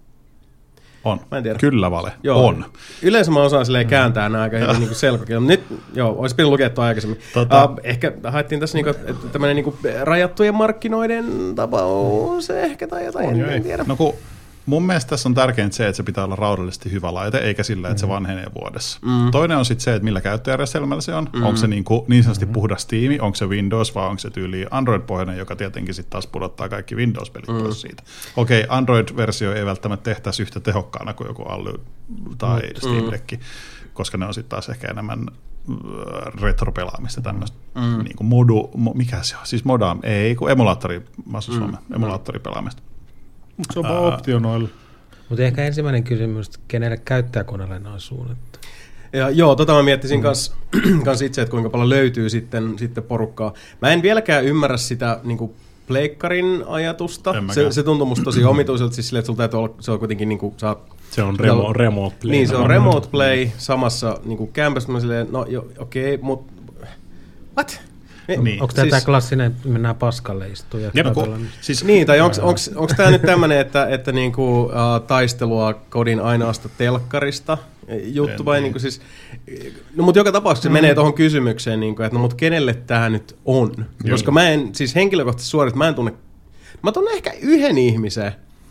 On. Mä en tiedä. Kyllä Vale. Joo. On. Yleensä mä osaan silleen kääntää nämä aika hyvin niin selkokielellä. Nyt, joo, olisi pitänyt lukea tuo aikaisemmin. Tota. Uh, ehkä haettiin tässä niinku, tämmöinen niinku rajattujen markkinoiden tapaus ehkä tai jotain, en, en tiedä. No kun mun mielestä tässä on tärkeintä se, että se pitää olla raudallisesti hyvä laite, eikä sillä, että se vanhenee vuodessa. Mm. Toinen on sitten se, että millä käyttöjärjestelmällä se on. Mm. Onko se niin, kuin, niin sanotusti puhdas Steam, onko se Windows vai onko se tyyli Android-pohjainen, joka tietenkin sitten taas pudottaa kaikki Windows-pelit mm. pois siitä. Okei, okay, Android-versio ei välttämättä tehtäisi yhtä tehokkaana kuin joku Ally tai mm. Steam Deck, koska ne on sitten taas ehkä enemmän retropelaamista tämmöistä. Mm. Niin kuin modu, mikä se on? Siis moda, ei kun emulaattori, mä asun Suomeen, mm. emulaattoripelaamista. Mutta se on vaan optionoilla. Mutta ehkä ensimmäinen kysymys, että kenelle käyttäjäkoneelle ne on suunnattu? Ja, joo, tota mä miettisin mm. kans, kans itse, että kuinka paljon löytyy sitten, sitten porukkaa. Mä en vieläkään ymmärrä sitä niin kuin pleikkarin ajatusta. Se, se tuntuu musta tosi omituiselta, siis silleen, että sulla täytyy olla, se on kuitenkin niin kuin, sä, se on remo, remote play. Niin, se on remote play samassa niin kuin campus, mä silleen, no okei, okay, mutta what? Niin. Onko tämä siis, klassinen, mennään paskalle istuun ja katsotaan? Siis, niin, tai onko tämä nyt tämmöinen, että, että niinku, uh, taistelua kodin ainoasta telkkarista juttu vai niinku siis, no mutta joka tapauksessa se mm. menee tuohon kysymykseen, niinku, että no mut kenelle tämä nyt on? Kyllä. Koska mä en, siis henkilökohtaisesti suoraan, mä en tunne, mä tunnen ehkä yhden ihmisen,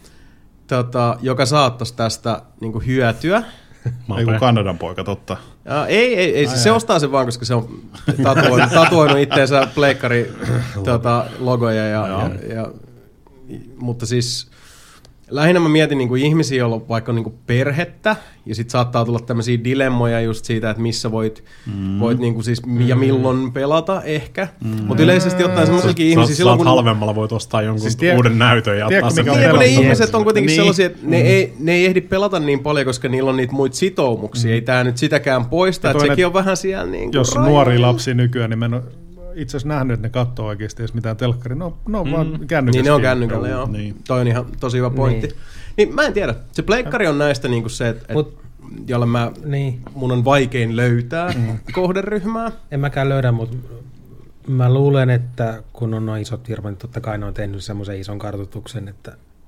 tota, joka saattaisi tästä niinku hyötyä. Ei kun Kanadan poika, totta. Ja, ei, ei, ei ai se ai. ostaa sen vaan, koska se on tatuoinut, tatuoinut itteensä pleikkari tuota, logoja. Ja, ja, ja, mutta siis lähinnä mä mietin niin kuin ihmisiä, joilla on vaikka niin kuin perhettä, ja sitten saattaa tulla tämmöisiä dilemmoja just siitä, että missä voit, mm. voit niin kuin siis, ja milloin pelata ehkä. Mm. Mutta yleisesti ottaen semmoisiakin ihmisiä silloin, kun halvemmalla voit ostaa jonkun siis tie, uuden näytön ja ottaa sen. Niin, kun ne ihmiset on kuitenkin niin. sellaisia, että ne, mm. ei, ne ei ehdi pelata niin paljon, koska niillä on niitä muita sitoumuksia. Mm. Ei tää nyt sitäkään poista, että sekin on vähän siellä niin kuin jos nuori lapsi nykyään, niin mä itse asiassa nähnyt, että ne katsoo oikeasti edes mitään telkkaria. No, no mm. vaan kännykästä. Niin ne on kännykällä, joo. Niin. Toi on ihan tosi hyvä pointti. Niin, niin mä en tiedä. Se pleikkari on näistä niinku se, että et, jolle mä, niin. mun on vaikein löytää mm. kohderyhmää. En mäkään löydä, mutta mä luulen, että kun on noin isot firmat, niin totta kai ne on tehnyt semmoisen ison kartoituksen, että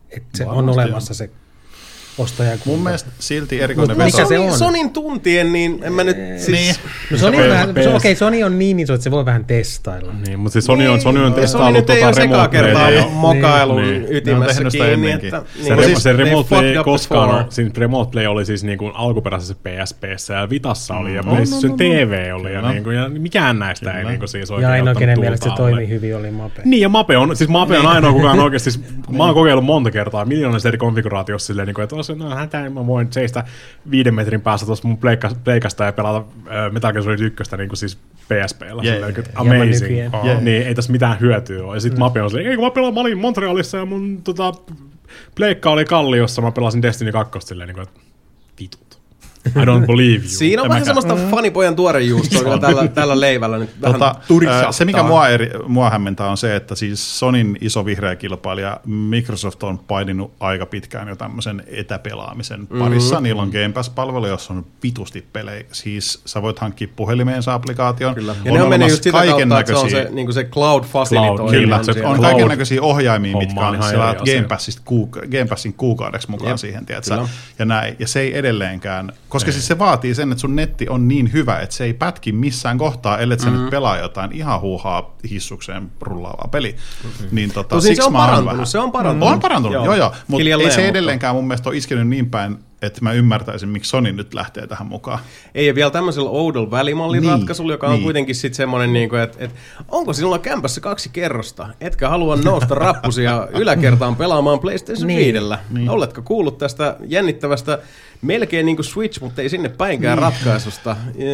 että se on olemassa se ostaja. Mun mielestä silti erikoinen mikä veto. se on? Sonin tuntien, niin en mä nyt siis... Niin. No Sony on vähän, okei, okay, Sony on niin iso, että se voi vähän testailla. Niin, mutta siis Sony on, Sony on Sony testaillut nyt ei tota ole sekaan remote kertaa playä. mokailun Niin. ytimessä Ne on tehnyt sitä kiinni. ennenkin. Että, Se, niin, re- se they remote fucked play up koskaan, before. siinä remote play oli siis niin kuin alkuperäisessä P S P:ssä ja Vitassa oli ja No, PlayStation no, T no, V oli ja, Kyllä. niin kuin, ja mikään näistä ei Kyllä. niin kuin siis Ja oikein ainoa, ottanut kenen tulta mielestä se alle. toimi hyvin, oli Mape. Niin, ja Mape on, siis Mape on ainoa kukaan oikeasti, siis mä oon kokeillut monta kertaa miljoonasta eri konfiguraatiossa silleen, että olisi, no hätä, mä voin seistä viiden metrin päässä tuossa mun pleikka, pleikasta ja pelata äh, Metal Gear Solid yksi niin kuin siis P S P:llä, Yeah, silleen, yeah, että amazing, yeah. Yeah. niin ei tässä mitään hyötyä ole. Ja sitten mm. Mape on silleen, ei kun mä pelaan, mä olin Montrealissa ja mun tota, pleikka oli Kalliossa, mä pelasin Destiny kaksi silleen, niin kuin, että vitut. I don't believe you. Siinä on En vähän mäkään. semmoista fanipojan tuorejuustoa kyllä tällä, tällä leivällä nyt vähän Tota, turisattaa. se, mikä mua, eri, mua hämmentää, on se, että siis Sonin iso vihreä kilpailija Microsoft on paininut aika pitkään jo tämmöisen etäpelaamisen parissa. Mm-hmm. Niillä on Game Pass-palvelu, jossa on vitusti pelejä. Siis sä voit hankkia puhelimeensa applikaation. Kyllä. Ja ne on mennyt just sitä kautta, että se on se, niin se cloud facilitointi. Kyllä, on se siellä. on kaiken näköisiä ohjaimia, mitkä Homma on on ihan siellä eri asia. Game, Passista, kuuka- Game Passin kuukaudeksi mukaan Jep, siihen, tiedätkö? kyllä. Ja näin. Ja se ei edelleenkään, koska siis se vaatii sen, että sun netti on niin hyvä, että se ei pätki missään kohtaa, ellei sä Mm-hmm. nyt pelaa jotain ihan huuhaa hissukseen rullaavaa peli. Mm-hmm. Niin tota, Tosin siksi se on mä oon parantunut, vähän- se on parantunut. On parantunut, joo, Joo. joo. Mutta Hiljalleen, ei se mutta- edelleenkään mun mielestä ole iskenyt niin päin, että mä ymmärtäisin, miksi Sony nyt lähtee tähän mukaan. Ei, ja vielä tämmöisellä oudolla välimallin Niin, ratkaisulla, joka on niin. kuitenkin sitten semmoinen, niin että et, onko sinulla kämpässä kaksi kerrosta, etkä halua nousta rappusia yläkertaan pelaamaan PlayStation Niin. viidellä. Niin. Oletko kuullut tästä jännittävästä, melkein niin kuin Switch, mutta ei sinne päinkään Niin. ratkaisusta?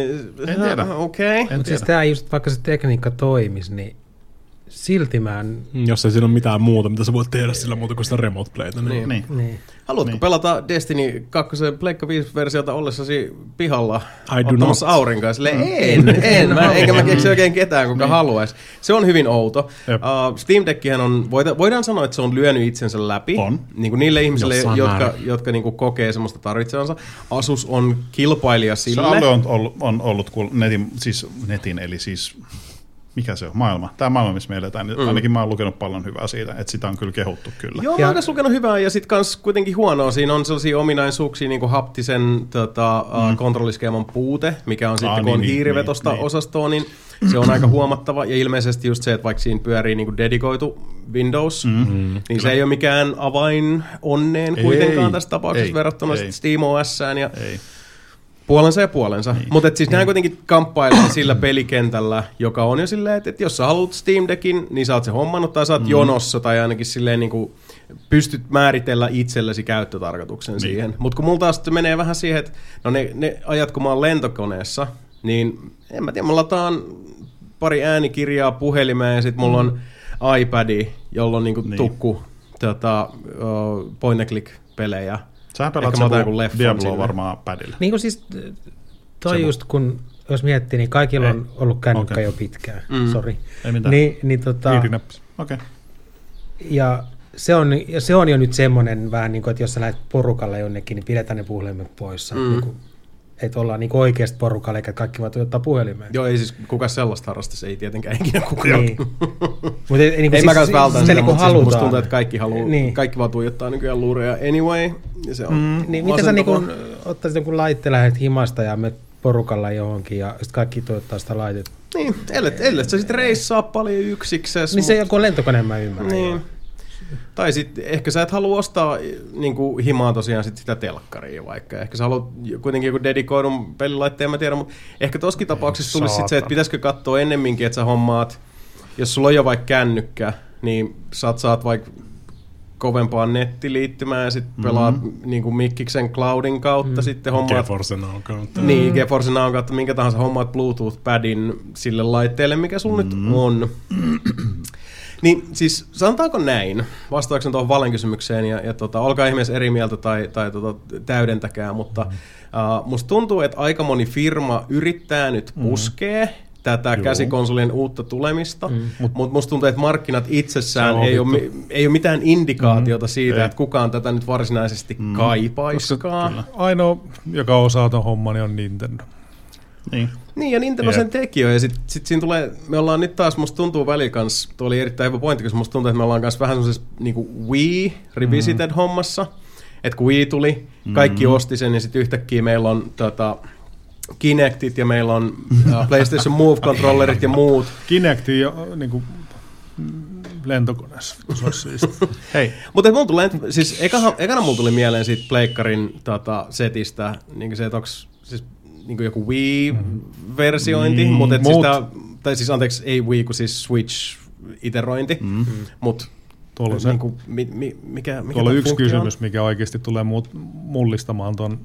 En tiedä. Okei. Okay. Mutta siis tämä just, vaikka se tekniikka toimisi, niin silti mä en... Jos ei siinä ole mitään muuta, mitä sä voit tehdä sillä muuta kuin sitä remote playtä. Niin. Niin. Niin. Niin. Haluatko Niin. pelata Destiny kaksi Pleikka viisi-versiota ollessasi pihalla I do ottamassa not. aurinkoa? Silleen, en, en, mä, enkä mä keksi oikein ketään, kuka haluaisi. Se on hyvin outo. Jep. Uh, Steam Deckihän on, voida, voidaan sanoa, että se on lyönyt itsensä läpi. On. Niin kuin niille ihmisille, Jossain jotka, määrin. jotka niin kuin kokee semmoista tarvitsevansa. Asus on kilpailija Se sille. alue on ollut, on ollut kuul- netin, siis netin, eli siis mikä se on, maailma. Tämä maailma, missä me eletään, niin ainakin mä oon lukenut paljon hyvää siitä, että sitä on kyllä kehuttu kyllä. Joo, Ja- mä oon kanssa lukenut hyvää ja sitten kans kuitenkin huonoa. Siinä on sellaisia ominaisuuksia, niin kuin haptisen tota, mm. uh, kontrolliskeeman puute, mikä on sitten, Ah, kun on niin, hiirivetosta niin, niin. osastoa, niin se on aika huomattava. Ja ilmeisesti just se, että vaikka siinä pyörii niin kuin dedikoitu Windows, mm. niin se ei ole mikään avain onneen kuitenkaan Ei, tässä tapauksessa ei, verrattuna ei. sit SteamOSään ja Ei. puolensa ja puolensa. Niin. Mutta siis nämä kuitenkin kamppailee sillä pelikentällä, joka on jo silleen, että, että jos sä haluat Steam Deckin, niin sä oot se hommannut, tai sä oot mm. jonossa, tai ainakin silleen niin kuin pystyt määritellä itsellesi käyttötarkoituksen niin. siihen. Mutta kun mulla taas menee vähän siihen, että no ne, ne ajat, kun mä oon lentokoneessa, niin en mä tiedä, mä lataan pari äänikirjaa puhelimeen, ja sit mulla on iPadi, jolla on niinku Niin. tukku tota, uh, point and click pelejä. Sähän pelaat Ehkä mä otan jonkun se leffan Diabloa sinne. varmaan padilla. Niin kuin siis, toi Se just kun, jos miettii, niin kaikilla on ollut kännykkä Okei. jo pitkään, Mm. sori. Ei mitään. Niin, niin tota, Hiirinäppis. Okei. ja se on, ja se on jo nyt semmoinen vähän niin kuin, että jos sä lähdet porukalle jonnekin, niin pidetään ne puhelimet poissa. Mm. Niin kuin, että ollaan niin oikeasti porukalla, eikä kaikki vaan ottaa puhelimeen. Joo, ei siis kuka sellaista harrastaisi, ei tietenkään ikinä kukaan. Niin. Mut ei, niin Ei mä kans vältän se, sitä, niin kuin mutta siis musta halutaan. tuntuu, että kaikki, haluu, Niin. kaikki vaan tuijottaa nykyään luureja anyway. Ja se on Mm, niin miten sä niin masentavaa. kuin, ottaisit jonkun laitteen, lähdet himasta ja menet porukalla johonkin ja sitten kaikki tuottaa sitä laitetta. Niin, ellet, ellet sä sit reissaa paljon yksiksessä. Niin se joku lentokone mä ymmärrän. Niin. Tai sitten ehkä sä et halua ostaa niin kuin himaa tosiaan sit sitä telkkaria vaikka. Ehkä sä haluat kuitenkin joku dedikoidun pelilaitteen, mä tiedän, mutta ehkä tossakin tapauksessa tulisi sit se, että pitäisikö katsoa ennemminkin, että sä hommaat, jos sulla on jo vaikka kännykkä, niin saat, saat vaikka kovempaa nettiliittymää ja sitten pelaat mm-hmm. niin kuin Mikkiksen cloudin kautta, mm. sitten hommaat... GeForce Now kautta. Niin, GeForce Now kautta, minkä tahansa hommaat Bluetooth-padin sille laitteelle, mikä sulla mm. nyt on. Niin siis sanotaanko näin, vastaakseni tuohon Valen kysymykseen, ja, ja tota, olkaa ihmeessä eri mieltä tai, tai tota, täydentäkää, mutta uh, musta tuntuu, että aika moni firma yrittää nyt puskea mm. tätä Joo. käsikonsolien uutta tulemista, mm. mutta mut musta tuntuu, että markkinat itsessään ei ole, ei ole mitään indikaatiota mm. siitä, ei. että kukaan tätä nyt varsinaisesti mm. kaipaiskaan. Ainoa, joka osaa ton homman, niin on Nintendo. Niin. Niin, ja Nintendo sen teki jo, ja sitten sit siinä tulee, me ollaan nyt taas, musta tuntuu välillä kans, tuo oli erittäin hyvä pointti, koska musta tuntuu, että me ollaan kans vähän semmoisessa niinku Wii Revisited-hommassa, mm. että kun Wii tuli, kaikki mm. osti sen, ja sitten yhtäkkiä meillä on tota, Kinectit, ja meillä on uh, PlayStation Move-controllerit ja muut. Kinecti jo niinku lentokoneessa, se olisi siisti. Hei. Mutta mulla tulee, siis ekana, ekana mulla tuli mieleen siitä Pleikkarin tota, setistä, niin se, että onks siis niin joku Wii-versiointi, mm. mutta siis tää, tai siis anteeksi, ei Wii, kun siis Switch-iterointi, mm. mutta tuolla se, niin kuin, mi, mi, mikä, mikä tuolla yksi kysymys, on? mikä oikeasti tulee mullistamaan ton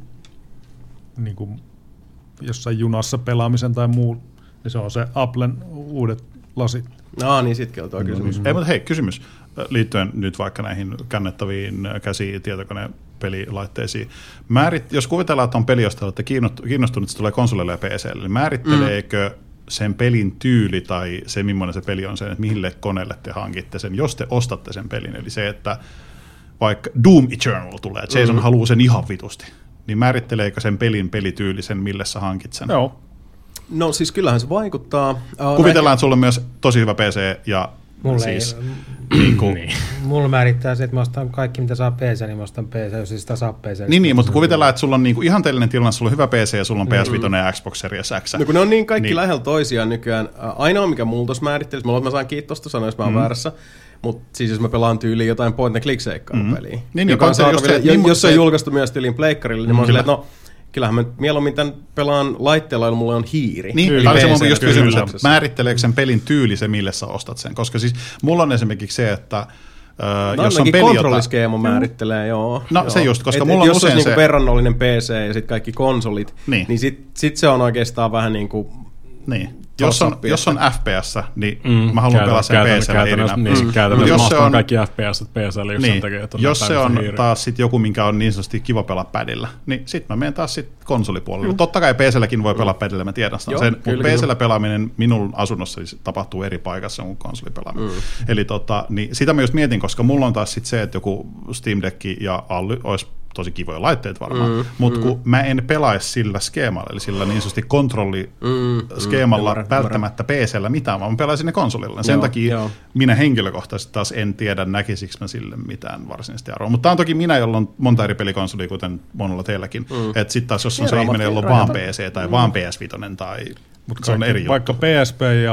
niin kuin jossain junassa pelaamisen tai muu, niin se on se Applen uudet lasit. No niin, sitkin on tuo kysymys. Mm-hmm. Ei, mutta hei, kysymys liittyen nyt vaikka näihin kannettaviin käsi- tietokonepelilaitteisiin. Määrit, jos kuvitellaan, että on peli, josta olette kiinnostunut, että se tulee konsolille ja P C:lle, niin määritteleekö mm. sen pelin tyyli tai se, millainen se peli on sen, että mille koneelle te hankitte sen, jos te ostatte sen pelin? Eli se, että vaikka Doom Eternal tulee, Jason mm. haluaa sen ihan vitusti, niin määritteleekö sen pelin pelityyli sen, mille sä hankit sen? Joo. No siis kyllähän se vaikuttaa. Uh, Kuvitellaan, että sulla on myös tosi hyvä P C ja mulla siis... Ei, niin kuin, niin. Mulla määrittää se, että mä ostan kaikki, mitä saa P C, niin mä ostan P C, jos ei sitä saa P C. Niin, niin mutta kuvitellaan, että sulla on niinku ihanteellinen tilanne, sulla on hyvä P C ja sulla on P S viisi ja Xbox Series X. No kun ne on niin kaikki niin. lähellä toisiaan nykyään. Ainoa, mikä mulla tuossa määrittelisi, mä, mä saan kiitosta sanoa, jos mä oon mm. väärässä, mutta siis jos mä pelaan tyyliin jotain point and click seikkailupeliä, mm. niin, joka on saatavilla, se, jos, jos se on julkaistu myös tyyliin pleikkarille, niin mm. mä oon silleen, että no, kyllähän mä mieluummin tämän pelaan laitteella, jolla mulla on hiiri. Niin, tämä oli se mun just kysymys, että määritteleekö sen pelin tyyli se, millä sä ostat sen? Koska siis mulla on esimerkiksi se, että no, jos on peli, kontrolliskeema jota... määrittelee, joo. No joo. se just, koska et, mulla et on jos usein se... Jos se... niinku verrannollinen P C ja sitten kaikki konsolit, niin, niin sitten sit se on oikeastaan vähän niin kuin... Niin. Jos on, jos on F P S, niin mm, mä haluan käytän, pelaa sen P C:llä irinä. Niin, mm. käytännössä jos se on kaikki F P S P C:llä just niin, sen takia, että on jos se on hiiri. taas sit joku, minkä on niin sanotusti kiva pelaa padilla, niin sit mä menen taas sit konsolipuolelle. Mm. Totta kai P C:lläkin voi pelaa padilla, mä tiedän sitä sen, mutta P C:llä pelaaminen minun asunnossa tapahtuu eri paikassa kuin konsolipelaaminen. Mm. Eli tota, niin sitä mä just mietin, koska mulla on taas sit se, että joku Steam Deck ja Ally olisi tosi kivoja laitteet varmaan, mm, mutta mm. kun mä en pelaisi sillä skeemalla, eli sillä niin sanotusti kontrolliskeemalla mm, mm, välttämättä P C:llä mitään, vaan mä pelaisin ne konsolilla. Sen joo, takia joo. minä henkilökohtaisesti taas en tiedä, näkisikö mä sille mitään varsinaisesti arvoa. Mutta tämä on toki minä, jolla on monta eri pelikonsolia, kuten monella teilläkin. Mm. Että sitten taas, jos on ja se ihminen, jolla on vaan P C tai mm. vaan P S viisi tai mutta se on eri vaikka juttu. P S P ja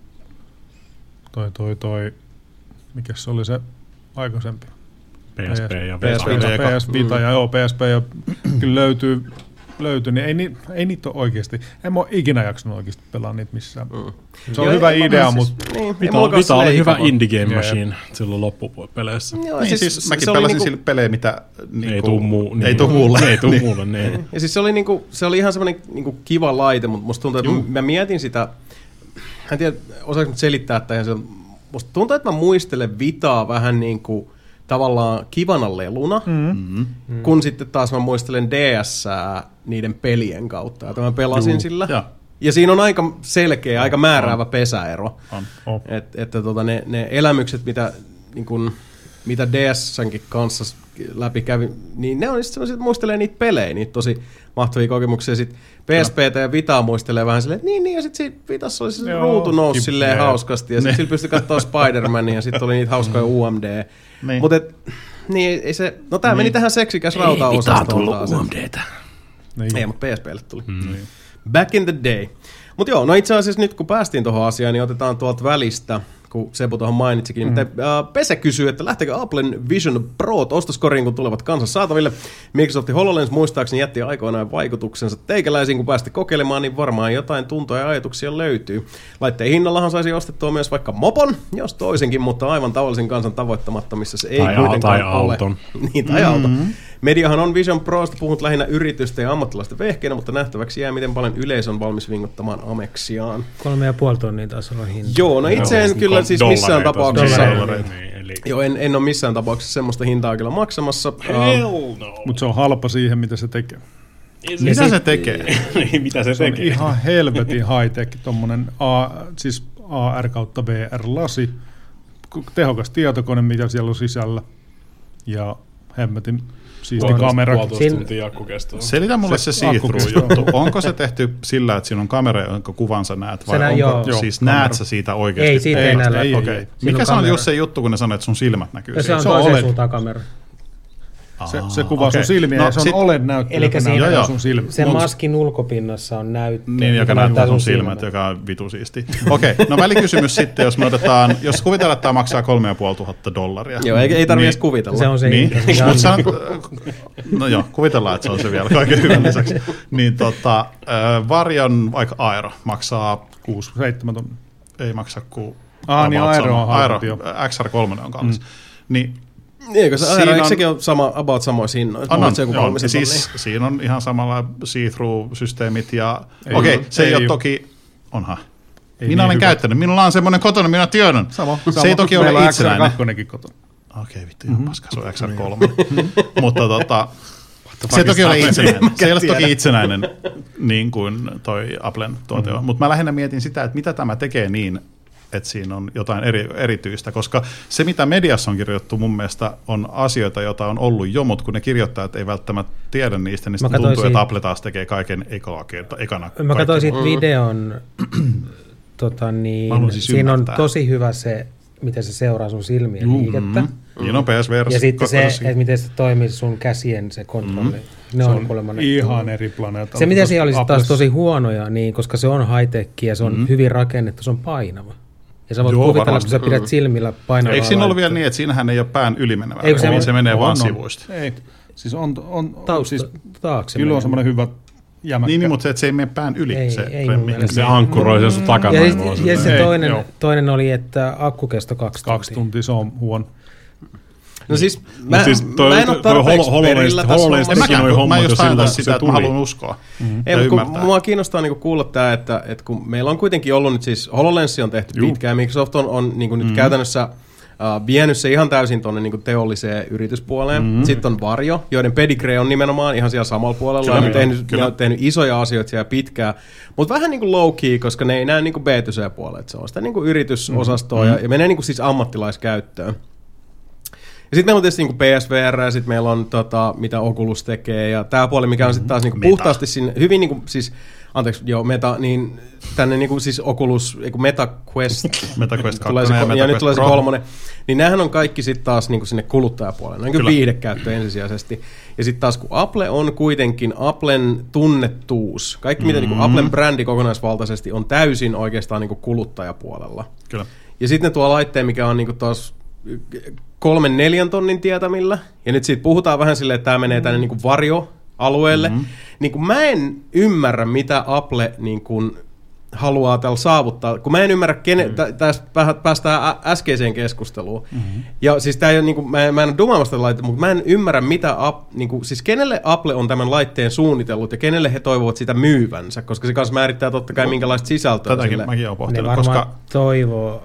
toi toi toi, mikä se oli se aikaisempi? P S P ja P S Vita, P S Vita ja joo, P S P ja kyllä löytyy, löytyy niin ei, ni, ei niitä ole oikeasti, en mä ole ikinä jaksanut oikeasti pelaa niitä missään. Mm. Se on joo, hyvä idea, siis, mutta... Niin, Vita, Vita oli hyvä indie game machine yeah. silloin loppupeleissä. Joo, niin, siis, siis mäkin pelasin niinku, sille pelejä, mitä... Niinku, ei tuu muu, niin, ei tuu muulle. Ei tuu muulle, niin. Ja siis se oli, niinku, se oli ihan semmoinen niinku kiva laite, mutta musta tuntuu, että Juh. mä mietin sitä... En tiedä, osaanko selittää, että ihan se... Musta tuntuu, että mä muistelen Vitaa vähän niin kuin... tavallaan kivana leluna, mm-hmm. kun sitten taas mä muistelen D S:ää niiden pelien kautta, että mä pelasin Juu, sillä. Ja. ja siinä on aika selkeä, aika määräävä on. pesäero. On. On. Et, että tota ne, ne elämykset, mitä, niin kun, mitä D S:nkin kanssa läpi kävi, niin ne on sitten sellaiset, että muistelee niitä pelejä, niitä tosi mahtavia kokemuksia. Sitten P S P:tä ja Vitaa muistelee vähän silleen, että niin, niin, ja sitten siinä Vitassa oli se ruutu nousi silleen hauskasti, ja sitten sillä pystyi katsoa Spider-Mania, ja sitten oli niitä hauskoja U M D. Niin. Mutta niin, ei se, no tää niin. meni tähän seksikäs rauta-osastoon taas. Ei U M D:tä. Niin. Ei, mutta P S P:lle tuli. Mm. Back in the day. Mutta joo, no itse asiassa nyt kun päästiin tuohon asiaan, niin otetaan tuolta välistä, kun Sebu tuohon mainitsikin. Mm. Mutta, uh, Pese kysyy, että lähteekö Applen Vision Pro ostoskoriin, kun tulevat kanssa saataville. Microsoftin HoloLens muistaakseni jätti aikoinaan vaikutuksensa teikäläisiin, kun päästi kokeilemaan, niin varmaan jotain tuntoja ja ajatuksia löytyy. Laitteen hinnallahan saisi ostettua myös vaikka mopon, jos toisenkin, mutta aivan tavallisen kansan tavoittamattomissa se ei tai kuitenkaan tai ole. Auton. niin, tai mm-hmm. auto. Mediahan on Vision Prosta puhunut lähinnä yritysten ja ammattilaisten vehkeinä, mutta nähtäväksi jää, miten paljon yleisö on valmis vingottamaan Amexiaan. Kolme ja puoli tonnia taas on hinta. Joo, no itse en kyllä siis missään tapauksessa... Niin, joo, en, en ole missään tapauksessa semmoista hintaa kyllä maksamassa. Uh, no. Mutta se on halpa siihen, mitä se tekee. Mitä se tekee? mitä se, se tekee? On ihan helvetin high-tech, tommonen A, siis A R kautta V R-lasi, tehokas tietokone, mitä siellä on sisällä, ja hemmetin Siisti kamera. Puolitoista tuntia akkukestoa. Selitä mulle se, se see-through-juttu. Onko se tehty sillä, että siinä on kamera, jonka kuvansa näet, vai nä, onko, joo. siis näet sä siitä oikeasti? Ei, siitä ei näe. Ei, okay. Mikä se on just se juttu, kun ne sanoo, että sun silmät näkyy? Ja se on se toiseen on suuntaan kamera. Se, se kuvaa okay. sun silmiä no, ja se on sit, O L E D-näyttö, joka näyttää sun silmiä. Sen maskin ulkopinnassa on näyttö. Niin, joka näyttää sun silmät, silmät, joka on vitu siisti. Okei, okay, no välikysymys sitten, jos me otetaan, jos kuvitellaan, että tämä maksaa kolme ja puoli tuhatta dollaria. Joo, ei, ei tarvitse niin, edes kuvitella. Se on se niin, hinta. san, no joo, kuvitellaan, että se on se vielä kaiken hyvän lisäksi. Niin tota, äh, Varjon vaikka Aero maksaa kuusi seitsemän tonnia. Ei maksa kuin Ah, niin Aero on Aero, X R kolme on kallis. Mm. Niin eikö se Aero, eikö sekin ole sama, about samoissa hinnoissa? On, on, on. Siis siinä on ihan samalla see-through-systeemit ja okei, okay, se ei, ei ole toki, onhan. Ei minä niin olen hyvä. Käyttänyt, minulla on semmoinen kotona, minä tiedän. Sama, se sama. ei toki ole itsenäinen. X R kakkonenkin kotona. Okei, okay, vittu, ihan paska, se on X R kolme. Mutta tota, se ei toki ole itsenäinen. Se ei ole toki itsenäinen niin kuin toi Applen tuote on. Mm-hmm. Mutta mä lähinnä mietin sitä, että mitä tämä tekee niin, että siinä on jotain eri, erityistä, koska se, mitä mediassa on kirjoittu mun mielestä, on asioita, joita on ollut jo, mutta kun ne kirjoittajat ei välttämättä tiedä niistä, niin sitten tuntuu, siitä, että Apple taas tekee kaiken ekaa kerta, ekana. Mä katsoin siitä videon, tota niin, siis siinä on tosi hyvä se, miten se seuraa sun silmien mm-hmm. liikettä. Niin on P S V R. Ja sitten se, että miten se toimii sun käsien se kontrolli. Mm-hmm. Ne se on, on kuulemma ihan eri planeetta. Se, mitä siellä olisi taas tosi huonoja, niin, koska se on high-tech ja se on mm-hmm. hyvin rakennettu, se on painava. Ja sä voit Joo, kuvitella, varmasti. Kun sä pidät silmillä painavaa. Eikö siinä ollut vielä niin, että siinähän ei ole pään ylimenevä, ei, se, niin se menee on, vaan on. sivuista? Ei, siis on, on, Tausta, siis taakse kyllä on semmoinen hyvä jämäkkä. Niin, mutta se, että se ei mene pään yli, ei, se ei remmi. Se ankkuroi sen sun takana. Ja, ja, ja se toinen, ei, toinen oli, että akkukesto kaksi tuntia. Kaksi tuntia, se on huono. No siis, mä, siis toi, mä en ole tarpeeksi perillä tässä hommassa. Mä en just ajatella sitä, että mä haluan uskoa. Mm-hmm. Ei, mutta mua kiinnostaa niinku kuulla tämä, että, että kun meillä on kuitenkin ollut nyt siis, HoloLens on tehty Juh. pitkään, Microsoft on, on niinku nyt mm-hmm. käytännössä uh, vienyt se ihan täysin tuonne niinku teolliseen yrityspuoleen. Mm-hmm. Sitten on Varjo, joiden pedigree on nimenomaan ihan siellä samalla puolella. Kyllä, ne, on tehnyt, ne on tehnyt isoja asioita siellä pitkään, mutta vähän niinku low-key, koska ne ei näe niinku B two C-puolelle. Se on sitä niinku yritysosastoa mm-hmm. ja, ja menee niinku siis ammattilaiskäyttöön. Ja sitten meillä on tietysti niin P S V R, ja sitten meillä on tota, mitä Oculus tekee, ja tämä puoli, mikä on sitten taas niin puhtaasti sinne, hyvin niin kuin, siis, anteeksi, joo, Meta, niin tänne niin kuin siis Oculus, eiku Meta Quest, Meta Quest tulee se, ja, ja nyt tulee se kolmonen, niin näähän on kaikki sitten taas niin kuin sinne kuluttajapuolelle, niin kuin viihdekäyttö ensisijaisesti. Ja sitten taas kun Apple on kuitenkin, Applen tunnettuus, kaikki mitä mm-hmm. niin kuin Applen brändi kokonaisvaltaisesti on täysin oikeastaan niin kuin kuluttajapuolella. Kyllä. Ja sitten ne tuo laitteen, mikä on niin kuin taas kolmen neljän tonnin tietämillä, ja nyt siitä puhutaan vähän silleen, että tämä menee tänne niin kuin varjoalueelle, mm-hmm. niin kuin mä en ymmärrä, mitä Apple niin kuin haluaa tällä saavuttaa, kun mä en ymmärrä, kene, mm-hmm. tästä päästään ä- äskeiseen keskusteluun, mm-hmm. ja siis tää ei ole, niin kuin, mä, en, mä en ole dumaamasta laitteita, mutta mä en ymmärrä, mitä, ap, niin kuin, siis kenelle Apple on tämän laitteen suunnitellut, ja kenelle he toivovat sitä myyvänsä, koska se kanssa määrittää totta kai minkälaista sisältöä. Tätäkin sille. mäkin olen pohtinut, ne varmaan koska toivoo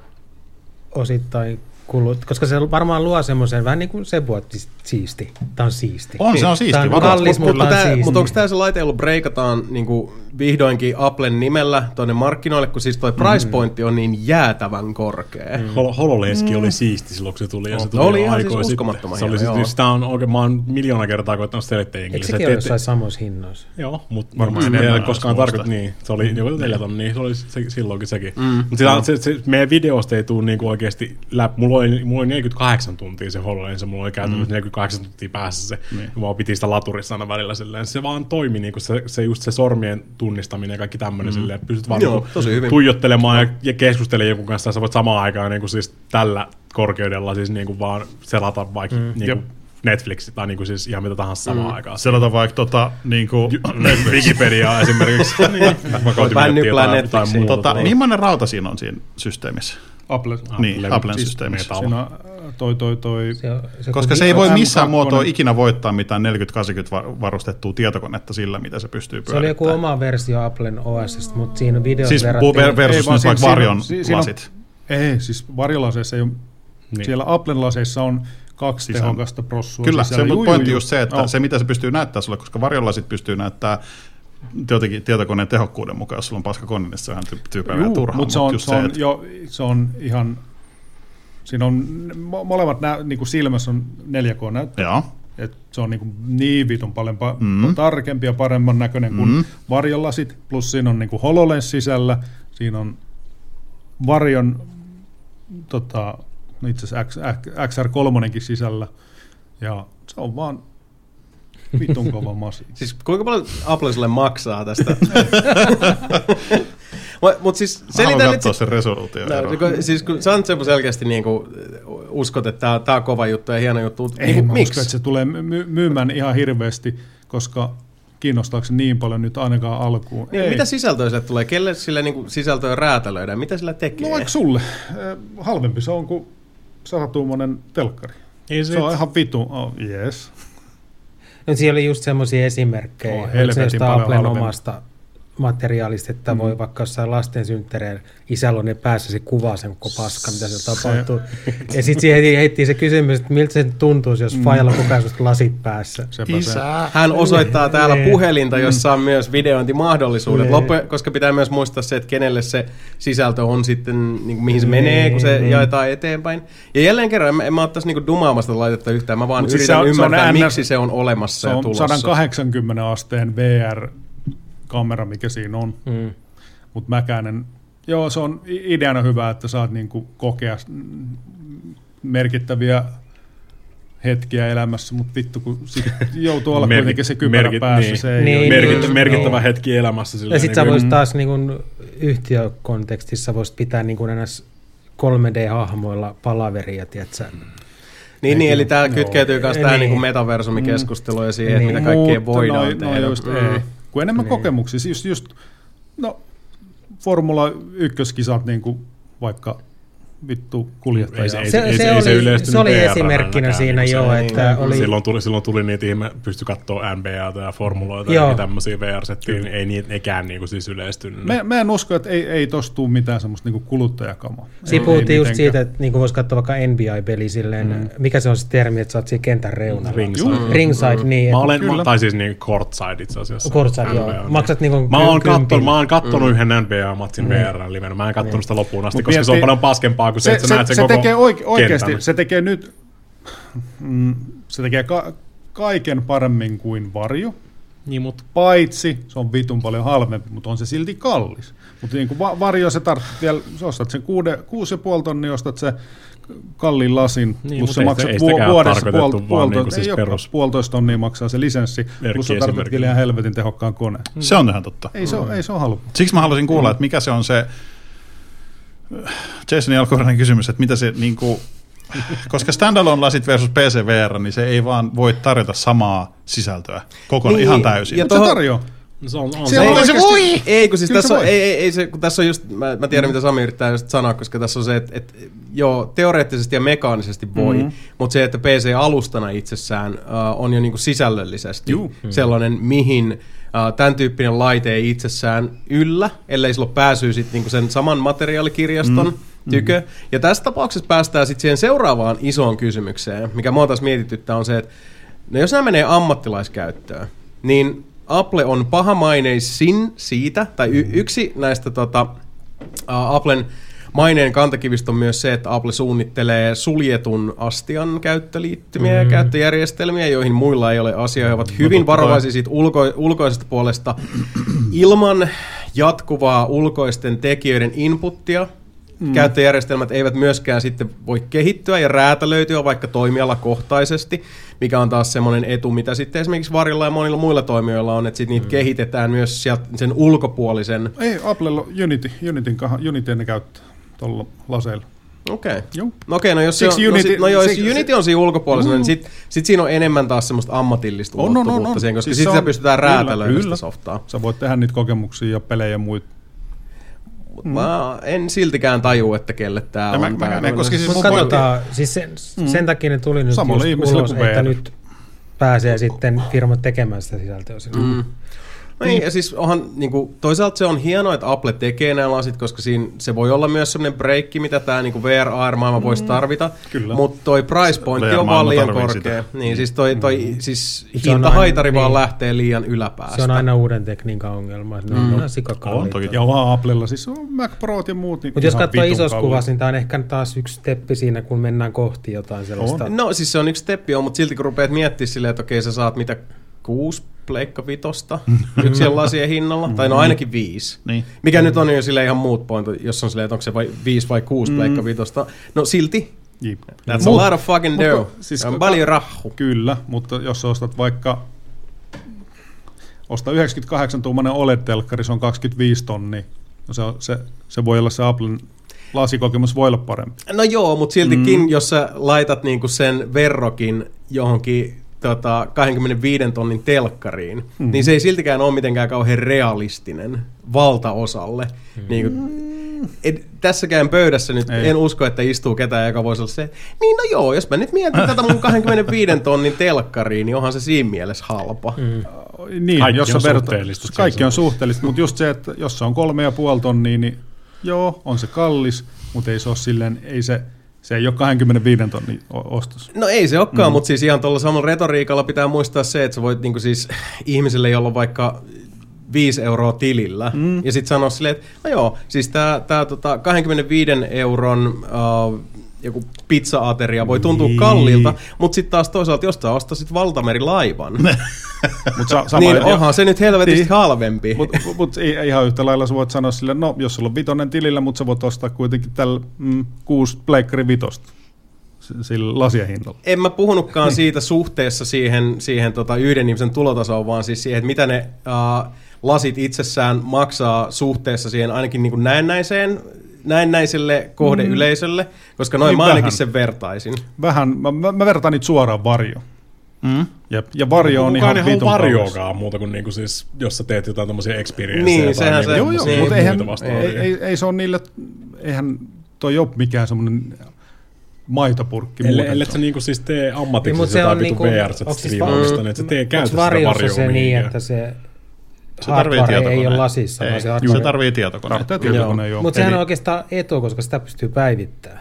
osittain kulut, koska se varmaan luo semmoisen vähän niin kuin se puhutti siisti. Tämä on siisti. On, se on siisti. Tämä on kallis, mutta, mutta, tämä, siisti. Mutta onko tämä se laite, jolla breikataan niin kuin vihdoinkin Applen nimellä tuonne markkinoille, kun siis toi price pointti on niin jäätävän korkea. Mm. Hol- HoloLenskin mm. oli siisti silloin, kun se tuli. Ja se tuli oli ihan siis uskomattoman hieno. Se oli siis, sitä on oikein, mä oon miljoona kertaa koittanut selittää jengille. Eikö sekin ole jossain samoissa hinnoissa? Joo, mutta varmaan se ei koskaan tarkoittaa. Niin, se oli joku neljä tonnia, se oli se, silloinkin sekin. Mm. Mutta se, se, meidän videosta ei tule niinku oikeasti läpi. Mulla oli, mulla oli neljäkymmentäkahdeksan tuntia se HoloLens, mulla oli käytännössä mm. neljäkymmentäkahdeksan tuntia päässä se. Niin. Ja mä piti sitä laturissa aina välillä silleen. Se vaan toimi, niinku se, se just se sormien tunnistaminen ja kaikki tämmöinen mm. silleen. Pystyt vaan Joo, niinku tuijottelemaan ja, ja keskustelemaan jonkun kanssa. Sä voit samaan aikaan niinku siis tällä korkeudella siis niinku vaan selata vaikka mm. niinku Netflixit tai niinku siis ihan mitä tahansa samaan mm. aikaan. Selata vaikka tota niinku Wikipediaa esimerkiksi. Niin. Mä koitin miettiä jotain muuta. Tota, millainen rauta siinä on siinä systeemissä? Apple. Niin, Applen systeemissä. Siinä toi, toi, toi. Se, se koska se ei voi missään muotoa ikinä voittaa mitään neljäkymmentä kahdeksankymmentä varustettua tietokonetta sillä, mitä se pystyy pyörittämään. Se oli joku oma versio Applen O S:stä, mutta siinä videossa siis verrattiin. Versus nyt vaikka Varjon lasit. Ei, siis Varjolaseissa ei ole, niin. Siellä Applen laseissa on kaksi siis tehokasta prossua. Kyllä, se on pointti just se, että oh. se mitä se pystyy näyttämään sulle, koska Varjolasit pystyy näyttämään jotenkin tietokoneen tehokkuuden mukaan, jos sulla on paska kone, niin se on ihan tyypävä ja turhaa. Mutta se, mut se, se, jo, se on ihan, siinä on molemmat nä, niin kuin silmässä on neljä K-näyttö. Joo. Et se on niinku niin vitun paljon pa- Mm. tarkempi ja paremman näköinen kuin Mm. varjolasit, plus siinä on niinku HoloLens sisällä, siinä on varjon tota, itse asiassa X R kolme sisällä, ja se on vaan vitun kova masi. Siis kuinka paljon Apple sulle maksaa tästä? Mutta siis Mä selitä haluan nyt... katsoa sen resoluution. No, kun, siis kun sä Sempo selkeästi niinku uskot, että tää on kova juttu ja hieno juttu. Ei Niinku, mä miksi? usko, että se tulee my- myymään ihan hirveästi, koska kiinnostaako se niin paljon nyt ainakaan alkuun? Niin, Ei. mitä sisältöä sille tulee? Kelle sille niinku sisältöä räätälöidään? Mitä sillä tekee? No vaikka sulle. Eh, halvempi se on kuin satatuumainen telkkari. Is Se on it? ihan vitu. Oh, yes. No, siellä oli just semmoisia esimerkkejä, Oh, oh, helvetin josta paljon Applen halvempi. omasta materiaalista, että mm. voi vaikka jossain lasten synttäreillä isällä on ne päässä se kuvaa sen koko paska, mitä se tapahtuu. Ja sitten siihen heitti se kysymys, että miltä se tuntuisi, jos mm. Fajalla koko ajan lasit päässä. Sepä se. Hän osoittaa täällä Niin. puhelinta, jossa on myös videointimahdollisuudet. Niin. Loppu, koska pitää myös muistaa se, että kenelle se sisältö on sitten, niin kuin, mihin se Niin, menee, kun se niin. jaetaan eteenpäin. Ja jälleen kerran, en, en mä ottaisi niin dumaamasta laitetta yhtään, mä vaan Mut Mut siis yritän se on- se on ymmärtää, N S miksi se on olemassa Se ja on tulossa. sata kahdeksankymmentä asteen V R-kamera, mikä siinä on. Mm. Mutta mäkään en... Joo, se on i- ideana hyvä, että saat niinku kokea mm, merkittäviä hetkiä elämässä, mutta vittu, kun sit joutuu olla Merkit- kuitenkin se kypärä merkit- päässä, niin. se ei Niin, ole... Merkit, niin. merkittävä Niin. hetki elämässä. Ja sitten sä niin voisit taas niin kun yhtiökontekstissa voisit pitää niin kun ns. kolme D-hahmoilla palaveria, tiedätkö? Niin, niin, eli tämä Joo. kytkeytyy myös tähän Niin. niin metaversumikeskusteluun ja siihen, että Niin. mitä kaikkea Mutta voidaan no, tehdä. No just Mm. ei. Kun enemmän Niin. kokemuksia, siis just, just no, Formula ykköskisat niin kuin vaikka vittu kuljettaja. Ei se- ei Se, ei se, ei se oli, yleistynyt se oli V R esimerkkinä -näkään, siinä niin joo, se- että niin. oli... Silloin tuli, silloin tuli niitä ihme, pystyi katsoa N B A:ta ja formuloita Joo. ja tämmöisiä V R-settiä, niin ei niitä nekään niinku siis yleistynyt. Mä, mä en usko, että ei, ei tosta tule mitään semmoista niinku kuluttajakamaa. Siinä Ei- puhuttiin ei just mitenkään. siitä, että niin voisi katsoa vaikka N B A-peli silleen, mm. mikä se on se termi, että sä oot siinä kentän reunalla. Ringside. Mm. Ringside, niin. Mä että- olen, Kyllä. mä, tai siis niin courtside itse asiassa. Courtside, joo. N B A. Maksat niinku Mä oon ky- kympin. kattonut, mä oon kattonut yhden N B A-matsin V R livenä. Mä en kattonut sitä loppuun asti, Mut koska se on miettii- paljon paskempaa kuin se, että sä näet sen se koko tekee oike, oikeasti, kentän. se tekee nyt, mm, se tekee ka, kaiken paremmin kuin varjo, Niin, mut paitsi se on vitun paljon halvempi, mutta on se silti kallis. Mutta niin kuin va- varjo, se tarvitsee vielä, sä ostat sen kuude, kuusi ja puoli tonnia, ostat se kalliin lasin, Niin, plus mut se ei maksaa sitä- ei vu- sitäkään vuodessa tarkoitettu puol, vaan puolto, niinku siis ei perus- perus. puolitoista tonnia maksaa se lisenssi, plus sä tarvitset Merkkiesimerkki. vielä ihan helvetin tehokkaan koneen. Se on ihan totta. Ei se, mm. ei se ole halpa. Siksi mä haluaisin kuulla, että mikä se on se Jasonin alkuperäinen kysymys, että mitä se niinku, koska standalone-lasit versus P C V R, niin se ei vaan voi tarjota samaa sisältöä kokonaan Niin, ihan täysin. ja Mutta tohon- se tarjoaa. se on, on Siellä se. on oikeasti- Ei, kun siis Kyllä tässä se on, voi. ei, ei, ei se, kun tässä on just, mä, mä tiedän mitä Sami yrittää just sanoa, koska tässä on se, että, että joo, teoreettisesti ja mekaanisesti voi, mm-hmm. mutta se, että P C-alustana itsessään uh, on jo niinku sisällöllisesti Juu. sellainen, mihin uh, tämän tyyppinen laite ei itsessään yllä, ellei sillä ole pääsyä sit niinku sen saman materiaalikirjaston mm-hmm. tykö. Ja tässä tapauksessa päästään sitten siihen seuraavaan isoon kysymykseen, mikä mua taas mietityttää, on se, että no jos nämä menee ammattilaiskäyttöön, niin Apple on pahamaineisin siitä, tai y- yksi näistä tota, uh, Applen maineen kantakivistä on myös se, että Apple suunnittelee suljetun astian käyttöliittymiä mm. ja käyttöjärjestelmiä, joihin muilla ei ole asiaa. He ovat hyvin totta varovaisia siitä ulko- ulkoisesta puolesta ilman jatkuvaa ulkoisten tekijöiden inputtia. Mm. Käyttöjärjestelmät eivät myöskään sitten voi kehittyä ja räätälöityä vaikka toimialakohtaisesti, mikä on taas semmoinen etu, mitä sitten esimerkiksi Varilla ja monilla muilla toimijoilla on, että sitten niitä mm. kehitetään myös sieltä sen ulkopuolisen. Ei, Applella on Unity, Unityn, Unity ne käyttää tuolla laseilla. Okei. Okay. Joo. No okei, no jos, se on, Siksi no, Unity- sit, no joo, jos siksi- Unity on siinä ulkopuolisena, Mm. niin sitten sit siinä on enemmän taas semmoista ammatillista On, on, on, ulottuvuutta on. siihen, koska Siis siis se sitten on- pystytään kyllä, räätälöimään kyllä. sitä softaa. Sä voit tehdä niitä kokemuksia ja pelejä ja muita. Mm. Mä en siltikään tajua, että kelle tää Ja mä- on. mä- tää mä- on- koska siis Mutta mun katsotaan, siis sen, Mm. sen takia ne tuli nyt Samalle just ihmiselle ulos, kuin V R. että nyt pääsee sitten firmat tekemään sitä sisältöä sillä. Mm. Niin, ja siis onhan, niin kuin, toisaalta se on hienoa, että Apple tekee nämä lasit, koska siinä se voi olla myös sellainen breikki, mitä tämä niin V R A R-maailma voisi tarvita, mm. mutta toi price pointti on vaan liian korkea. Niin, siis toi, toi mm. siis hintahaitari vaan niin. lähtee liian yläpäästä. Se on aina uuden tekniikan ongelma, että ne mm. on sikakalliita. Ja vaan Applella, siis on Mac Prot ja muut. Niin mutta jos katsoo isossa kuvassa, niin tämä on ehkä taas yksi steppi siinä, kun mennään kohti jotain sellaista. On. No siis se on yksi steppi, on, mutta silti kun rupeat miettimään silleen, että okei sä saat mitä kuusi pleikka vitosta yksien lasien hinnalla, tai no ainakin viisi. Niin. Mikä nyt on jo silleen ihan muut point, jos on silleen, että onko se vai viisi vai kuusi mm. pleikka vitosta. No silti, Jip. that's Mut, a lot of fucking dough. Siis on paljon rahhu. Kyllä, mutta jos ostat vaikka osta yhdeksänkymmentäkahdeksan tuumainen O L E D-telkkari, se on kaksikymmentäviisi tonnia. No se, se, se voi olla se Applen lasikokemus voi olla parempi. No joo, mutta siltikin, mm. jos sä laitat niinku sen verrokin johonkin tota, kaksikymmentäviisi tonnin telkkariin, mm. niin se ei siltikään ole mitenkään kauhean realistinen valtaosalle. Mm. Niin kuin, et, tässäkään pöydässä nyt ei. En usko, että istuu ketään, joka voisi olla se, niin no joo, jos mä nyt mietin tätä mun kaksikymmentäviisi tonnin telkkariin, niin onhan se siinä mielessä halpa. Mm. Niin, kaikki jos on suhteellista. Kaikki on suhteellista, mutta just se, että jos se on kolme ja puoli tonnia, niin joo, on se kallis, mutta ei se ole silleen, ei se, se ei ole kaksikymmentäviisi tonnin ostos. No ei se olekaan, mm. mutta siis ihan tuolla samalla retoriikalla pitää muistaa se, että sä voit niinku siis ihmiselle, jolla on vaikka viisi euroa tilillä, mm. ja sitten sanoa silleen, että no joo, siis tämä tää, tota, kaksikymmentäviisi euron uh, joku pizza-ateria voi tuntua niin. kalliilta, mutta sitten taas toisaalta, jos sä ostasit valtamerilaivan, mut sa- niin onhan se nyt helvetisti niin. halvempi. Mutta mut, ihan yhtä lailla sä voit sanoa sille, no jos sulla on vitonen tilillä, mutta sä voit ostaa kuitenkin tällä mm, kuusi pleikkari vitosta sillä lasien hinnalla. En mä puhunutkaan siitä suhteessa siihen, siihen tota yhden ihmisen tulotasoon, vaan siis siihen, että mitä ne uh, lasit itsessään maksaa suhteessa siihen ainakin niin kuin näennäiseen näennäiselle kohdeyleisölle, mm. koska noin niin mä ainakin vähän. sen vertaisin. Vähän, mä, mä, mä vertaan niitä suoraan varjoon. Mm. Ja, ja varjo on ihan vitun kauas. Varjoakaan muuta kuin niinku siis, jos sä teet jotain tommosia experienceja. Niin, sehän se. Joo, joo, niin, mutta eihän, ei, ei, ei se ole niille, eihän toi ole mikään semmoinen maitopurkki. Elle, ellet sä niinku siis tee ammatiksi jotain vitun V R-striimaamista, niin että sä tee käytä sitä varjoa. Onko se niin, että se hardware ei ole lasissa, ei, vaan se hardware. Se tarvii tietokone. Mutta sehän on oikeastaan etu, koska sitä pystyy päivittämään.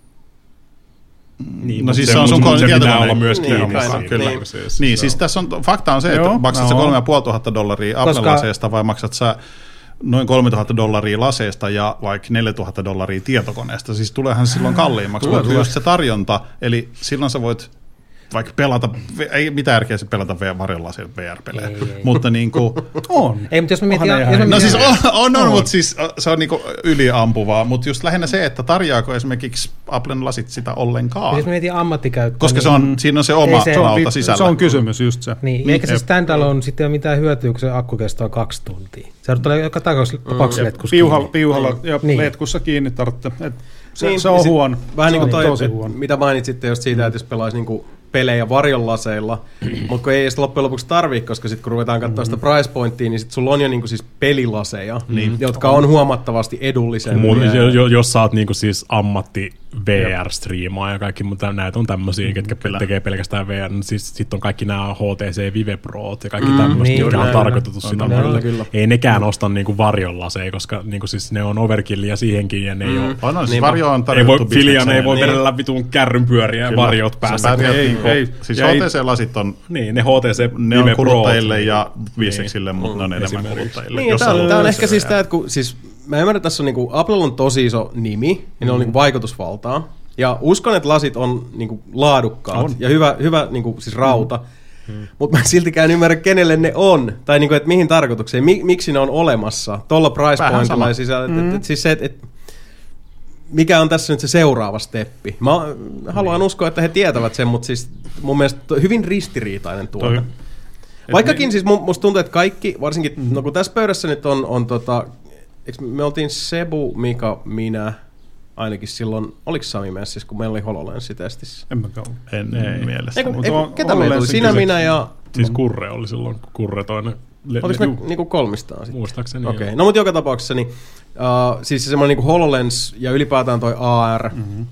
Niin, no siis se on sun tietokone. Olla myös niin, mukaan, kyllä. Niin, siis, niin siis tässä on, fakta on se, että joo, maksat no. sä kolme ja puoli tuhatta dollaria Apple-laseesta vai maksat sä noin kolmetuhatta dollaria laseesta ja vaikka neljätuhatta dollaria tietokoneesta. Siis tuleehan silloin kalliimmaksi, mutta just se tarjonta, eli silloin sä voit vaikka pelata, ei mitään järkeä pelata varjolla siellä V R-pelejä, mutta niin kuin on. Ei, mutta jos mä mietin... No siis on, on, on, mutta siis se on niin kuin yliampuvaa, mutta just lähinnä se, että tarjoako esimerkiksi Applen lasit sitä ollenkaan. Jos mä mietin ammattikäyttöä... Koska se on, siinä on se oma se, lauta sisällä. Se on kysymys just se. Niin, niin eikä se standalone sitten ole mitään hyötyä, kun se akku kestää kaksi tuntia. Se tulee joka tapauksessa letkussa kiinni. Piuhalla ja letkussa kiinni tarvitse. Se, se on huono. Vähän niin kuin toi, mitä mainitsitte just siitä, että jos pelaisi niinku pelejä varjonlaseilla, mutta kun ei edes loppujen lopuksi tarvitse, koska sitten kun ruvetaan katsoa sitä price pointtia, niin sitten sulla on jo niinku siis pelilaseja, mm. jotka on huomattavasti edullisempia. Mun, jos sä oot niinku siis ammatti V R-striimaa ja kaikki, mutta näitä on tämmöisiä, mm, ketkä kyllä. tekee pelkästään V R, niin siis sitten on kaikki nämä H T C Vive Prot ja kaikki mm, tämmöistä, niin, jotka on tarkoitettu sitä varrella. Ei nekään osta niinku varjonlaseja, koska niinku siis ne on overkillia siihenkin ja ne mm. ei ole... On, on siis varjo on tarjottu bisnekseen. Filian ei voi niin. vedellä vitun kärrynpyöriä ja varjot päässä. Ei, ei. Siis H T C-lasit on... Niin, ne H T C ne on kuluttajille ja bisneksille, mutta ne on enemmän kuluttajille. Niin, tämä on ehkä siis tämä, että kun siis... Mä ymmärrän, että tässä on niinku, Applella on tosi iso nimi, ja mm. ne on niinku vaikutusvaltaa. Ja uskon, että lasit on niinku laadukkaat on. ja hyvä, hyvä niinku, siis rauta. Mm. Mutta mä siltikään ymmärrä, kenelle ne on. Tai niinku, että mihin tarkoitukseen, mi, miksi ne on olemassa. Tuolla price pointilla sisällä. Mm. Et, et, siis se, et, et, mikä on tässä nyt se seuraava steppi. Mä haluan niin. uskoa, että he tietävät sen, mutta siis mun mielestä hyvin ristiriitainen tuote. Vaikkakin niin. siis musta tuntuu, että kaikki, varsinkin, mm. no kun tässä pöydässä nyt on, on tota, me oltiin Sebu, Mika, minä, ainakin silloin, oliko Sami messissä, kun meillä oli HoloLens-testissä? En mä kauan. En, en mielessä. Eiku, eiku, ketä meillä oli? Sinä, minä ja... Siis Kurre oli silloin, Kurre toinen. Oliko me niinku kolmistaan sitten? Muistaakseni. Okei, okay. No mutta joka tapauksessa, niin, uh, siis semmoinen niinku HoloLens ja ylipäätään toi A R, mm-hmm.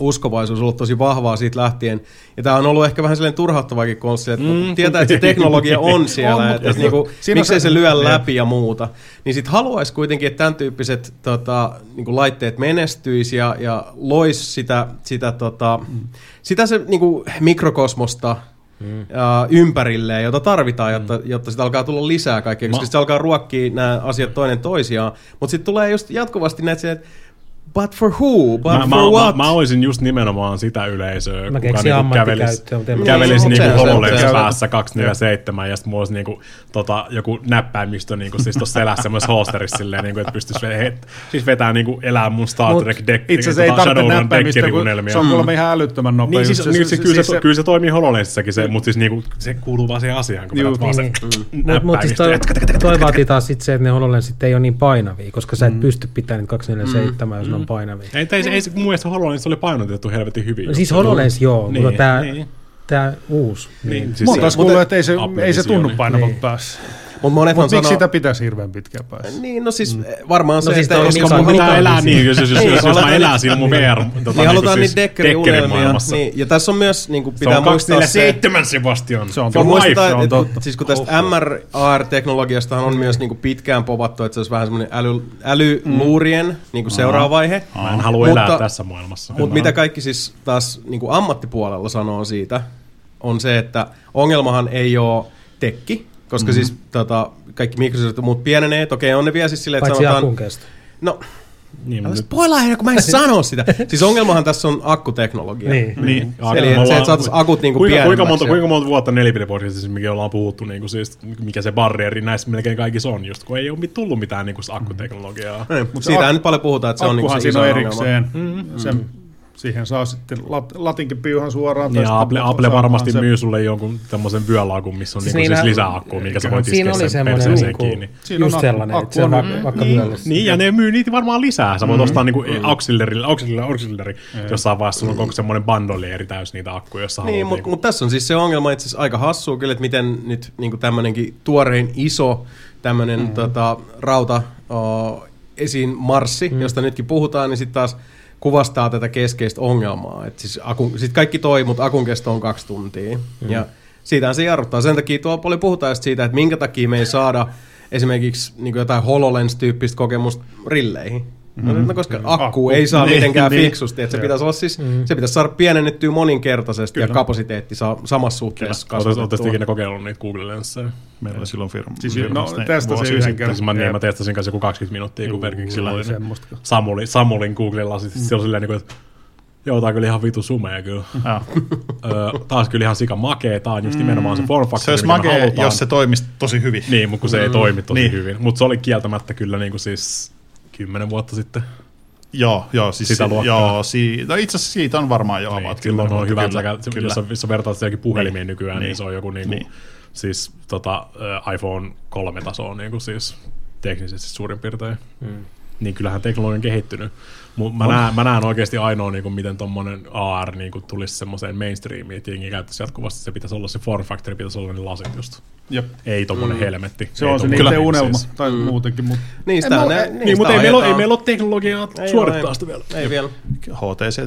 uskovaisuus on ollut tosi vahvaa siitä lähtien. Ja tämä on ollut ehkä vähän sellainen turhauttavaakin konsepti, että mm. tietää, että se teknologia on siellä, on, että et niinku, miksei se, se lyö ne. läpi ja muuta. Niin sitten haluaisi kuitenkin, että tämän tyyppiset tota, niinku laitteet menestyisi ja, ja loisi sitä, sitä, tota, mm. sitä se niinku, mikrokosmosta mm. ja, ympärilleen, jota tarvitaan, jotta, mm. jotta sitä alkaa tulla lisää kaikkea, koska se alkaa ruokkia nämä asiat toinen toisiaan. Mutta sitten tulee just jatkuvasti näitä, että but for who? But mä, for mä, what? Mä, mä olisin just nimenomaan sitä yleisöä, mä kuka niinku kävelisi, kävelisi niin, niinku se, HoloLens se, se, päässä kaksikymmentäseitsemän ja sitten mulla olisi niinku, tota, joku näppäimistö niinku, siis tuossa selässä semmoisessa holsterissa silleen, niinku, että pystyisi ve- siis vetää niinku, elää mun Star Trek deck, itse asiassa tota, ei tarvitse näppäimistä, kun se on kuulemma ihan älyttömän nopea. Niin, siis, se, niin, se, kyllä, siis se, se, kyllä se toimii HoloLensissakin, se, mutta siis niinku, se kuuluu vaan siihen asiaan, kun vedät vaan se näppäimistö. Toi vaatii taas sit se, että ne HoloLensit ei ole niin painavia, koska sä et pysty pitämään kaksikymmentäseitsemän, jos ne on painavia. Ei se mun mielestä HoloLens oli painotettu helvetin hyvin. No siis HoloLens joo, niin, mutta tää, niin. tää uusi. Niin, Niin. siis Monta taas kuuluu, että ei se, ei se tunnu niin. painavalta Niin. päässä. Mut monet Mutta on miksi sanoo, sitä pitäisi hirveän pitkään päässä? niin, no siis mm. varmaan No se, siis että toi on koska Mika- mun Pitää Mika- elää niin, jos, jos, jos, Niin, jos mä aletaan elän nyt- siinä mun V R, tota, niin halutaan siis niitä dekkeri-unelmia. maailmassa. Niin, ja tässä on myös, niin kuin Se pitää on muistaa se, kaksikymmentäseitsemän, Sebastian. Se on on life, muistaa, se on että, totta. siis kun tästä M R A R-teknologiastahan on myös niin kuin pitkään povattu, että se olisi vähän semmoinen äly, älyluurien mm. niin kuin seuraava vaihe. Mä en halua Mutta- elää tässä maailmassa. Mutta mitä kaikki siis taas niin kuin ammattipuolella sanoo siitä, on se, että ongelmahan ei ole tekki, koska mm-hmm. siis tota, kaikki Microsoft ja muut pienenee. Okei, on ne vielä siis silleen, että Paitsi sanotaan... akun kesto. No, Niin, älä nyt- spoilaa heille, kun mä en sano sitä. Siis ongelmahan tässä on akkuteknologia. Niin. Niin, Eli että se, että saataisiin akut niinku kuinka, kuinka, pienemmäksi. monta, kuinka monta vuotta nelipidepodcastissa, mikä ollaan puhuttu, niin kuin siis, mikä se barrieri näissä melkein kaikissa on, just kun ei ole tullut mitään niin kuin akkuteknologiaa. Niin, mutta siitähän nyt paljon puhutaan, että se on niinku Akkuhan se siinä iso on ongelma. erikseen. Mm-hmm. Sen, siihen saa sitten lat, latinkin pyyhän suoraan. Ja tästä, Apple, mutta Apple saa varmasti se- myy sulle jonkun tämmöisen vyölaakun, missä on Siis siis, niinku niinä- siis lisäakkua, minkä sä voit Siinä iskeä oli sen semmoinen perseeseen niinku, kiinni. Siinä just on sellainen, akku että se on on- va- vaikka Niin, vyöllistä. niin, ja ne myy niitä varmaan lisää. Sä voit ostaa niinku auxiliary, auxiliary, auxiliary jossain vaiheessa sulla on koko semmoinen bandolieri täys niitä akkuja, jos sä Niin, haluat. mutta mut tässä on siis se ongelma itse asiassa aika hassua kyllä, että miten nyt niin tämmöinenkin tuorein iso tämmöinen mm. tota, rauta o, esiin marssi, mm. josta nytkin puhutaan, niin sitten taas kuvastaa tätä keskeistä ongelmaa. Et siis akun, sit kaikki toi, mutta akun kesto on kaksi tuntia. Mm. Ja siitähän se jarruttaa. Sen takia tuolla paljon puhutaan siitä, että minkä takia me ei saada esimerkiksi niin jotain HoloLens-tyyppistä kokemusta rilleihin. Mm-hmm. No, koska akku, akku ei saa niin, mitenkään niin. fiksusti. Että se, pitäisi olla siis, mm-hmm. se pitäisi saada pienennettyä moninkertaisesti Kyllä. ja kapasiteetti saa samassa suhteessa kasvatettua. Oletteko ikinä kokeillut niitä Google Lenssejä? Meillä oli silloin firma. Siis, firmassa no, ne testasin vuosi yhden sitten. kerran. Siis mä, niin, Jep. mä testasin kanssa joku kaksikymmentä minuuttia, kun perkiksi Mulla oli sillä semmoista. Samuli, Samulin Googlen lasit. Mm. Se on silleen, että joo, tää on kyllä ihan vitu sumea kyllä. Joo. Öö, tää on kyllä ihan sika makea. Tää on just nimenomaan se form Se factor, olisi mikä me makea, halutaan. jos se toimisi tosi hyvin. Niin, mutta kun se ei toimi tosi Niin. hyvin. Mutta se oli kieltämättä kyllä niin kuin siis kymmenen vuotta sitten. Joo, joo, siis Sitä si- luokkaa. joo, si- no itse asiassa siitä on varmaan jo Niin, about silloin kymmenen on hyvä, vuotta, että kyllä, jos, kyllä. jos vertaat sitä johonkin puhelimiin Niin. nykyään, niin, Niin. se on joku niinku, Niin. siis tota, ä, iPhone kolme tasoa niinku siis teknisesti suurin piirtein. Mm. Niin kyllähän teknologia on kehittynyt. Mut mä, näen, mä näen oikeasti ainoa, niinku, miten tommonen A R niinku, tulisi semmoiseen mainstreamiin, että jengi käyttäisi jatkuvasti. Se pitäisi olla se form factor, pitäisi olla ne lasit just. Jep. Ei tommonen mm. helmetti. Se ei on se tommonen niiden unelma, siis. tai muutenkin, mutta Niin, sitä, Ei, ne, mä- niin, Niin, sitä mutta ei meillä, ole, ei ajetaan. meillä ole teknologiaa Ei suorittaa ole, sitä vielä. Ei vielä. H T C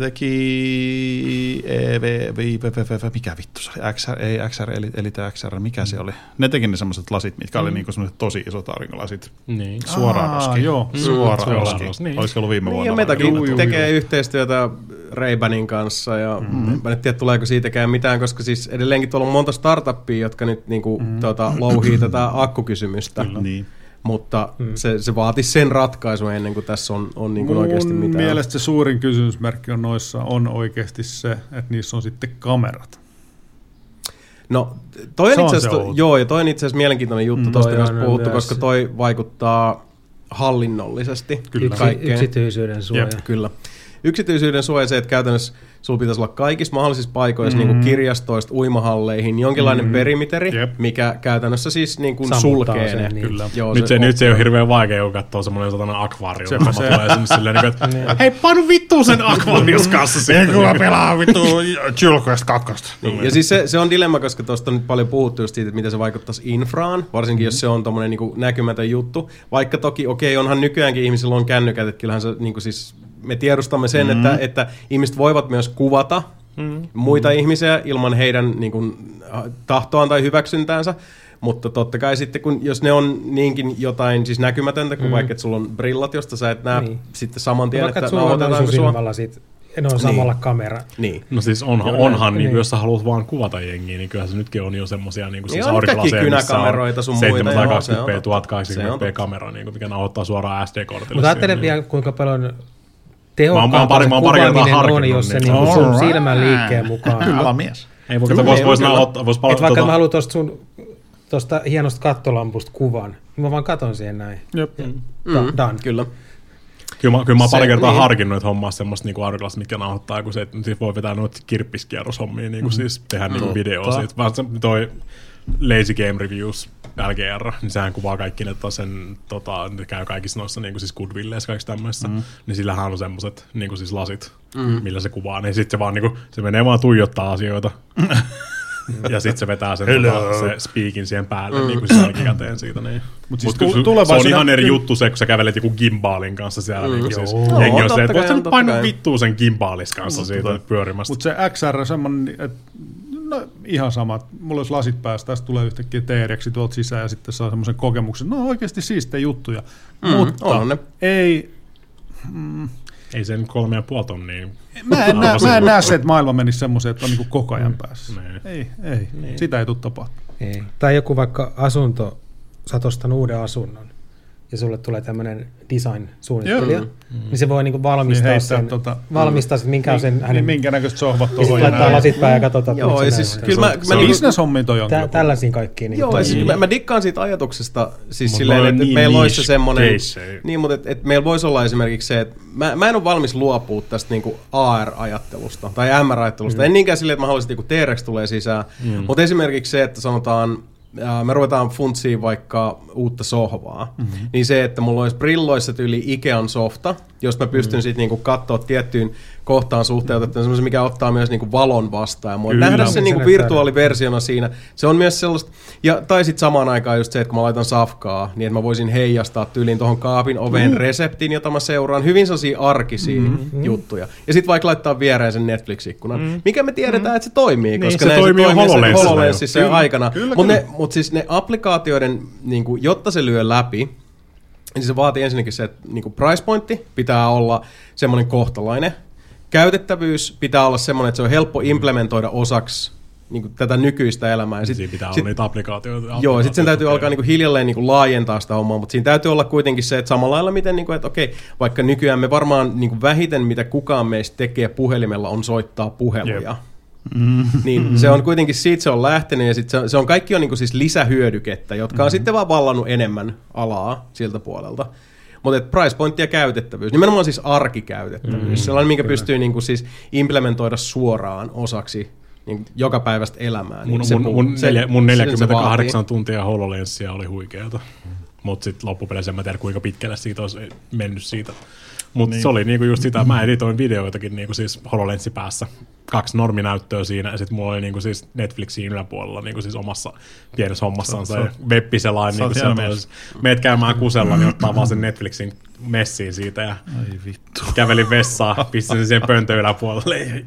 teki E V, V, V, V, V, mikä vittu se oli, X R, ei X R, eli, eli tämä X R, mikä se oli? Ne teki ne semmoiset lasit, mitkä oli niinku semmoiset tosi isot aurinkolasit. Niin. Suoraan Aa, roskiin. joo. Suoraan Suoraan roskiin. roskiin, niin. Olisiko ollut viime Niin, vuonna? ja Metakin Juu, juu, tekee juu. yhteistyötä Ray-Banin kanssa, ja mm-hmm. mä en tiedä, tuleeko siitäkään mitään, koska siis edelleenkin tuolla on monta startuppia, jotka nyt niinku, mm-hmm. tota, louhii tätä akkukysymystä. Niin. Mutta mm. se, se vaatisi sen ratkaisun ennen kuin tässä on, on niin kuin oikeasti mun mitään. mielestä se suurin kysymysmerkki on noissa on oikeasti se, että niissä on sitten kamerat. No, toi on Se on itse se asiassa, outo. joo, ja toi on itse asiassa mielenkiintoinen juttu, Mm, tuosta toi kanssa on puhuttu, myös- koska toi vaikuttaa hallinnollisesti Yksi, kaikkeen. yksityisyyden suoja. Jep. Kyllä. Yksityisyyden suoja se, että käytännössä sulla pitäisi olla kaikissa mahdollisissa paikoissa mm-hmm. niin kuin kirjastoista uimahalleihin jonkinlainen mm-hmm. perimeteri, Jep. mikä käytännössä siis niin kuin Sammuttaa sulkee sen, ne. niin. Kyllä. Joo, Nyt se, nyt se ei ole hirveän vaikea, kun katsoo semmoinen satana akvaarium. Sepä Mä se. tulee sinne silleen, niin kuin, että hei, painu vittuun sen akvaariuskassa Ei sitten. kuka pelaa vittu Julquest kakkosta. Niin, ja siis se, se on dilemma, koska tuosta on nyt paljon puhuttu just siitä, että miten se vaikuttaisi infraan, varsinkin mm-hmm. jos se on tommonen niin kuin näkymätön juttu. Vaikka toki, okei, onhan nykyäänkin ihmisillä on kännykät, että kyllähän se niin kuin siis me tiedostamme sen, mm-hmm. että, että ihmiset voivat myös kuvata mm-hmm. muita mm-hmm. ihmisiä ilman heidän niin kuin, tahtoaan tai hyväksyntäänsä. Mutta totta kai sitten, kun jos ne on niinkin jotain siis näkymätöntä, kuin mm. vaikka, että sulla on brillat, josta sä et näe niin. sitten saman tien, vaikka, että nauhoitetaanko sua. Ne on samalla niin. kamera. Niin. No siis onhan, Joo, onhan niin. Niin, jos sä haluat vaan kuvata jengiä, niin kyllähän se nytkin on jo semmosia niin siis aurinkolaseja, missä on seitsemänsataakaksikymmentä p, tuhatkahdeksankymmentä p kamera, niin mikä nauhoittaa suoraan S D-kortille. Mutta ajattelen vielä, kuinka paljon tehokkaampaa se kuvaaminen on, jos se niin sun silmän liikkeen mukaan. Ala mies. Ei voi vois, vois nauhoittaa, vois palata. Vaikka mä haluan tuosta sun tuosta hienosta kattolampusta kuvan, niin mä vaan katon siihen näin. Jep. Done. Kyllä. Kyllä mä, kyllä mä oon pari kertaa niin. harkinnut, että hommaa semmoista niinku aurinkolasit, mitkä nauhoittaa, kun se, että siis voi vetää noita kirppiskierroshommia, niin kuin mm. siis tehdä niinku videoa siitä. Vaan se, toi Lazy Game Reviews L G R, niin sehän kuvaa kaikki, että sen, tota, ne käy kaikissa noissa niinku siis Goodwilleissä, kaikissa tämmöisissä, mm. niin sillähän on semmoiset niinku siis lasit, mm. millä se kuvaa, niin sitten se vaan niinku, se menee vaan tuijottaa asioita. Ja sitten se vetää sen tota, se speakin siihen päälle mm. niin kuin jälkikäteen siitä. Niin. Mut siis Mut tu- se on ihan eri juttu se, kun sä kävelet joku gimbaalin kanssa siellä. Mm. Niin siis jengi on se, että voit sä nyt painaa vittuun sen gimbaalis kanssa mm. siitä pyörimästä. Mutta se X R on semmoinen, että no ihan sama. Mulla jos lasit päästä, tästä tulee yhtäkkiä teeriäksi tuolta sisään ja sitten saa semmoisen kokemuksen. No oikeasti siistejä juttuja. Mm. Mutta ne. ei... Mm, Ei se nyt kolme ja puoli tonnia. Mä en, nä, mä en näe se, että maailma menisi semmoiseen, että on niinku koko ajan päässä. Mm. Ei, ei. Niin. Sitä ei tule tapahtumaan. Ei. Tai joku vaikka asunto, sä oot ostanut uuden asunnon, ja sulle tulee tämmöinen design-suunnittelija, mm. niin se voi niinku valmistaa niin sen, tota, valmistaa sen, minkä on sen hänen... Niin minkä näköistä sohvat tuohon. Ja laittaa lasit päälle ja katsotaan. Joo, ja siis kyllä mä... Se on business-hommin toi on. Tällaisiin kaikkiin. Niin joo, ja siis mä, mä dikkaan siitä ajatuksesta, siis silleen, että niin meillä olisi semmoinen... Niin, mutta että et meillä voisi olla esimerkiksi se, että mä, mä en ole valmis luopua tästä niinku A R-ajattelusta tai M R-ajattelusta. Mm. En niinkään silleen, että mä haluaisin, että T-Rex tulee sisään, mm. mutta esimerkiksi se, että sanotaan... me ruvetaan funtsiin vaikka uutta sohvaa, mm-hmm. niin se, että mulla olisi brilloissa tyyli Ikean softa, josta mä pystyn mm-hmm. sitten niinku katsoa tiettyyn kohtaan suhteutettuna semmoisen, mikä ottaa myös niinku valon vastaan. Ja nähdä sen niinku virtuaaliversiona siinä. Se on myös sellaista, ja, tai sitten samaan aikaan just se, että kun mä laitan safkaa, niin että mä voisin heijastaa tyyliin tuohon kaapin oveen mm-hmm. reseptin, jota mä seuraan. Hyvin sellaisia arkisia mm-hmm. juttuja. Ja sitten vaikka laittaa viereen sen Netflix-ikkunan, mm-hmm. mikä me tiedetään, mm-hmm. että se toimii, koska niin, se toimii HoloLensissa jo aikana. Mutta Mutta siis ne applikaatioiden, niin kuin, jotta se lyö läpi, niin se vaatii ensinnäkin se, että niin kuin price pointti pitää olla semmoinen kohtalainen. Käytettävyys pitää olla semmoinen, että se on helppo implementoida osaksi niin kuin tätä nykyistä elämää. Ja sit, siinä pitää sit, olla niitä applikaatioita. Joo, sitten sen täytyy alkaa niin kuin hiljalleen niin kuin laajentaa sitä hommaa, mutta siinä täytyy olla kuitenkin se, että samalla lailla miten, niin kuin, että okei, vaikka nykyään me varmaan niin kuin vähiten, mitä kukaan meistä tekee puhelimella, on soittaa puheluja. Yep. Mm. Niin se on kuitenkin siitä se on lähtenyt ja sit se, on, se on kaikki on niinku siis lisähyödykettä, jotka on mm. sitten vaan vallannut enemmän alaa siltä puolelta. Mutta price point ja käytettävyys, nimenomaan siis arkikäytettävyys, mm. sellainen, minkä Kyllä. pystyy niinku siis implementoida suoraan osaksi niin jokapäiväistä elämää. Niin mun, se, mun, mun, se, neljä, mun neljäkymmentäkahdeksan se tuntia HoloLensia oli huikeata, mm. mutta sitten loppupeleissä en mä tiedä kuinka pitkälle siitä olisi mennyt siitä. Mutta niin. se oli niinku just sitä, mä editoin videoitakin niinku siis HoloLensi päässä. Kaksi norminäyttöä siinä, ja sitten mulla oli niinku siis Netflixin yläpuolella niinku siis omassa pienessä hommassaan se web-selain. Niinku se, meet käymään kusella, niin ottaa vaan sen Netflixin messiin siitä, ja ai vittu. Kävelin vessaan, pistin sen siihen pöntön yläpuolelle.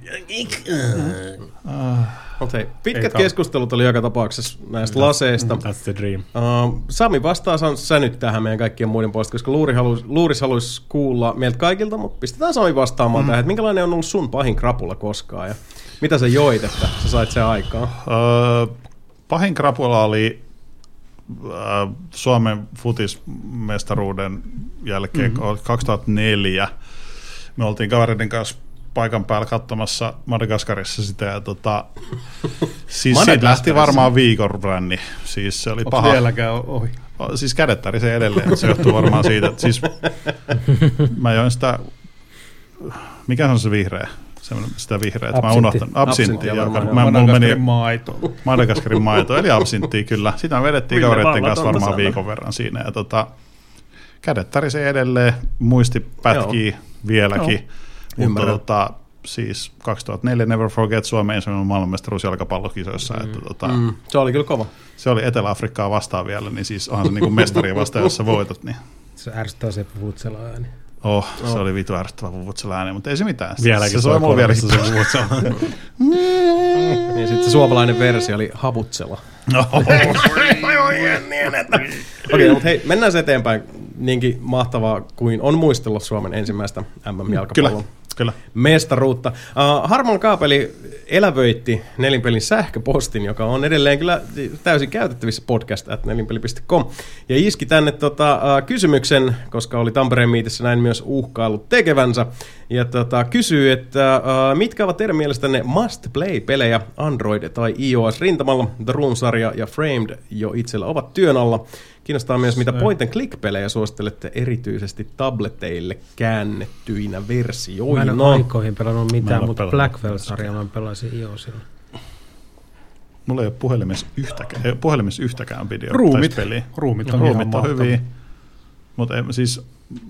Mutta hei, pitkät keskustelut oli joka tapauksessa näistä laseista. That's the dream. Uh, Sami, vastaa sä nyt tähän meidän kaikkien muiden puolesta, koska Luuri haluis, Luuris haluaisi kuulla meiltä kaikilta, mutta pistetään Sami vastaamaan mm. tähän, että minkälainen on ollut sun pahin krapula koskaan ja mitä sä joit, että sä sait sen aikaan? Uh, pahin krapula oli uh, Suomen futismestaruuden jälkeen mm-hmm. kaksituhattaneljä. Me oltiin kavereiden kanssa paikan päällä katsomassa Madagaskarissa sitä, ja tota, siis siitä lähti varmaan viikon ränni. Siis se oli Onko paha. vieläkään ohi? Siis kädet tärisee edelleen, se johtuu varmaan siitä, että siis mä join sitä, mikä on se vihreä? Sitä vihreää, että mä unohtan. Absintti. Madagaskarin maito. Madagaskarin maito, eli absinttia kyllä. Sitä me vedettiin kavereiden kanssa varmaan sana. viikon verran siinä, ja tota, kädet tärisee edelleen, muisti pätkii Joo. vieläkin. Joo. Mutta tota, siis kaksituhattaneljä Never Forget Suomen ensimmäinen maailmanmestaruus jalkapallokisoissa. Mm. Että, tota, mm. Se oli kyllä kova. Se oli Etelä-Afrikkaa vastaan vielä, niin siis onhan se niin kuin mestaria vastaan, jos sä voitat. Niin. Se ärsyttää se Vutsela ääni. Oh, se oh. oli vitu ärsyttävä Vuvutsela ääni, mutta ei se mitään. Vieläkin se soi mulla vieläkin se Vuvutsela. Niin sitten se suomalainen versio oli Havutsela. Okei, mutta hei, mennään se eteenpäin. Niinkin mahtavaa kuin on muistella Suomen ensimmäistä M M-jalkapallon Kyllä. mestaruutta. Uh, Harman Kaapeli elävöitti Nelinpelin sähköpostin, joka on edelleen kyllä täysin käytettävissä podcast at nelinpeli piste com. Ja iski tänne tota, uh, kysymyksen, koska oli Tampereen miitissä näin myös uhkaillut tekevänsä. Ja tota, kysyy, että uh, mitkä ovat teidän mielestänne must-play-pelejä Android- tai iOS-rintamalla? The Room-sarja ja Framed jo itsellä ovat työn alla. Kiinnostaa myös, mitä point-and-click-pelejä suosittelette erityisesti tableteille käännettyinä versioina. Mä en ole aikoihin pelannut mitään, mutta Blackwell-sarja mä pelasin iOSilla. Mulla ei ole puhelimessa yhtäkään, ei ole puhelimessa yhtäkään video. Ruumit. Ruumit on, Ruumit on hyviä. Mutta siis,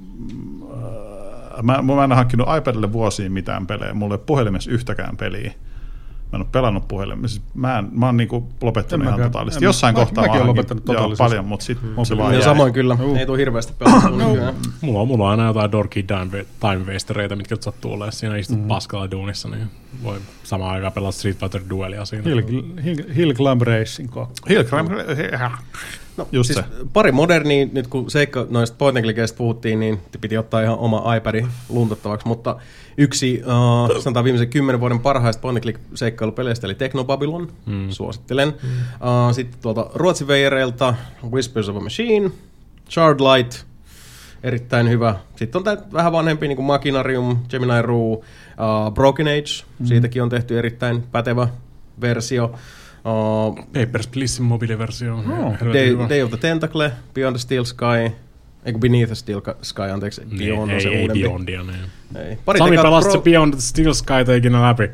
äh, mä, mä en ole hankkinut iPadille vuosiin mitään pelejä. Mulla ei ole puhelimessa yhtäkään peliä. Mä en ole pelannut puhelimessa. Siis mä, en, mä oon niinku lopettanut ihan totaalisesti. Jossain mä, kohtaa mä oon lopettanut totaalisesti. Paljon, mutta sitten mm. se vaan jäi. Samoin kyllä. Uh. Ei tule hirveästi pelata. no. mulla, on, mulla on aina jotain dorky time wastereita, mitkä sattuu olemaan. Siinä istut mm. paskalla duunissa, niin voi samaan aikaan pelata Street Fighter Duelia siinä. Hill, Hill, Hill Climb Racing. Hill Climb Racing. No, just siis se. Pari modernia, nyt kun seikka noista point and clickeistä puhuttiin, niin piti ottaa ihan oma iPadin luntattavaksi, mutta yksi, uh, sanotaan viimeisen kymmenen vuoden parhaista point and click seikkailupeleistä, eli Technobabylon, mm. suosittelen. Mm. Uh, sitten tuolta Ruotsin veijereilta Whispers of a Machine, Shardlight, erittäin hyvä. Sitten on tämä vähän vanhempi, niin kuin Machinarium, Gemini Rue, uh, Broken Age, mm. siitäkin on tehty erittäin pätevä versio. Uh, Papers, Pleasein mobiiliversio. Oh. Day, Day of the Tentacle, Beyond the Steel Sky, eikö Beneath the Steel Sky, anteeksi, niin, Beyond ei, on se ei, uudempi. Beyondia, ei. Sami pelasi se Beyond the Steel Sky ikinä läpi.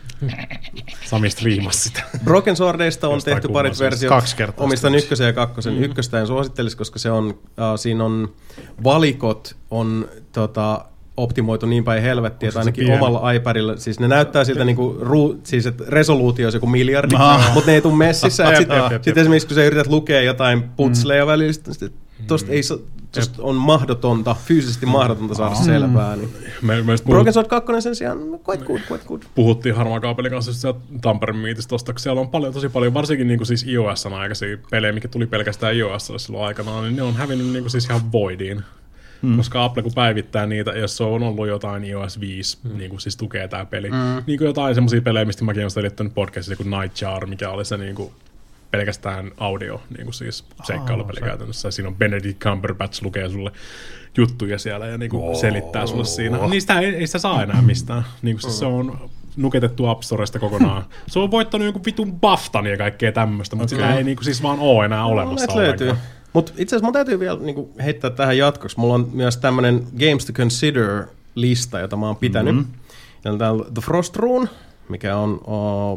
Sami striimasi sitä. Broken Swordista on tehty parit versiot. Kaksi kertaa. Omistan ykkösen ja kakkosen. Mm. Ykköstä en suosittelisi, koska se on, uh, siinä on valikot on tota, optimoitu niin päin helvettiä, että ainakin pieni? Omalla iPadilla, siis ne näyttää siltä niinku, ru, siis että resoluutio olisi joku miljardi, ah. mutta ne ei tule messissä. Sitten sit esimerkiksi kun sä yrität lukea jotain putsleja mm. välillä, tosta ei tosta on mahdotonta, fyysisesti mahdotonta saada mm. selvää. Niin. Me, me Broken Sword kaksi sen sijaan, quite good, quite good. Puhuttiin Harmaan Kaapelin kanssa Tampereen miitistä tosta, kun siellä on paljon, tosi paljon, varsinkin niin kuin siis iOS:n aikaisia pelejä, mikä tuli pelkästään iOS:lle silloin aikanaan, niin ne on hävinnyt niin kuin siis ihan voidiin. Mm. Koska Apple kun päivittää niitä, jos se on ollut jotain iOS viisi, mm. niin kuin siis tukee tämä peli. Mm. Niin kuin jotain semmoisia pelejä, mistä mäkin olen selittänyt podcastissa, kuin Nightjar, mikä oli se niin kuin pelkästään audio, niin kuin siis seikkailupeli oh, käytännössä. Siinä on Benedict Cumberbatch lukee sulle juttuja siellä ja niin kuin oh, selittää sulle siinä. Oh. Niin sitä ei, ei sitä saa enää mistään. Niin kuin siis se on nuketettu App Storesta kokonaan. Se on voittanut jonkun vitun BAFTAn ja kaikkea tämmöistä, mutta okay. sitä ei niin kuin siis vaan ole enää olemassa. No, löytyy. Mutta itse asiassa mun täytyy vielä niinku heittää tähän jatkoksi. Mulla on myös tämmönen Games to Consider-lista, jota mä oon pitänyt. Mm-hmm. Täällä The Frost Rune, mikä on uh,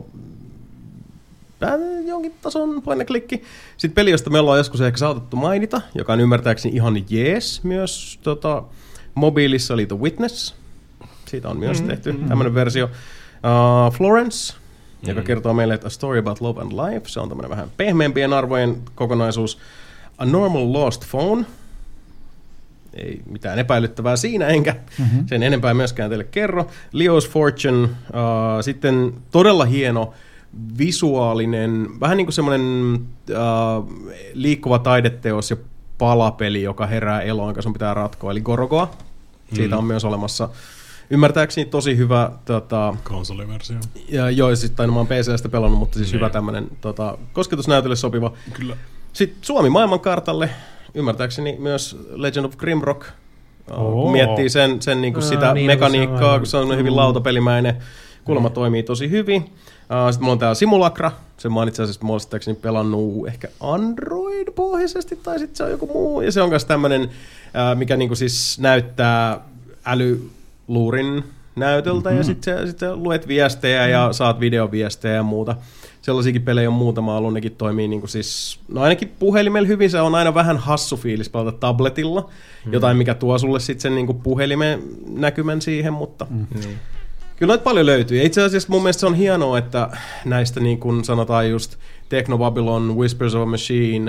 jonkin tason point and click. Sitten peli, josta me ollaan joskus ehkä saatettu mainita, joka on ymmärtääkseni ihan jees myös tota, mobiilissa, oli The Witness. Siitä on myös mm-hmm. tehty tämmönen versio. Uh, Florence, mm-hmm. joka kertoo meille, että A Story About Love and Life. Se on tämmönen vähän pehmeämpien arvojen kokonaisuus. A Normal Lost Phone. Ei mitään epäilyttävää siinä, enkä mm-hmm. sen enempää myöskään teille kerro. Leo's Fortune. Uh, sitten todella hieno visuaalinen, vähän niin kuin semmoinen uh, liikkuva taideteos ja palapeli, joka herää eloon, jonka sun pitää ratkoa, eli Gorogoa. Siitä mm. on myös olemassa ymmärtääkseni tosi hyvä tota, konsoliversio. Ja joo, sitten mä oon P C:stä pelannut, mutta siis ne. Hyvä tämmöinen tota, kosketusnäytölle sopiva. Kyllä. Sitten Suomi maailmankartalle, ymmärtääkseni myös Legend of Grimrock, oh. kun miettii sen, sen niin kuin no, sitä niin, mekaniikkaa, se kun se on mm. hyvin lautapelimäinen, kuulemma mm. toimii tosi hyvin. Uh, sitten mulla on täällä Simulacra, sen mä oon itse asiassa muistaakseni pelannut ehkä Android-pohjaisesti, tai sitten se on joku muu, ja se on myös tämmöinen, uh, mikä niin kuin siis näyttää älyluurin näytöltä, mm-hmm. ja sitten sit luet viestejä mm-hmm. ja saat videoviestejä ja muuta. Sellaisiakin pelejä on muutama ollut, nekin toimii niin kuin siis, no ainakin puhelimella hyvin, se on aina vähän hassu fiilis pelata tabletilla, mm-hmm. jotain mikä tuo sulle sitten sen niin kuin puhelimen näkymän siihen, mutta mm-hmm. kyllä noita paljon löytyy. Ja itse asiassa mun mielestä se on hienoa, että näistä niin kuin sanotaan just Technobabylon, Whispers of a Machine,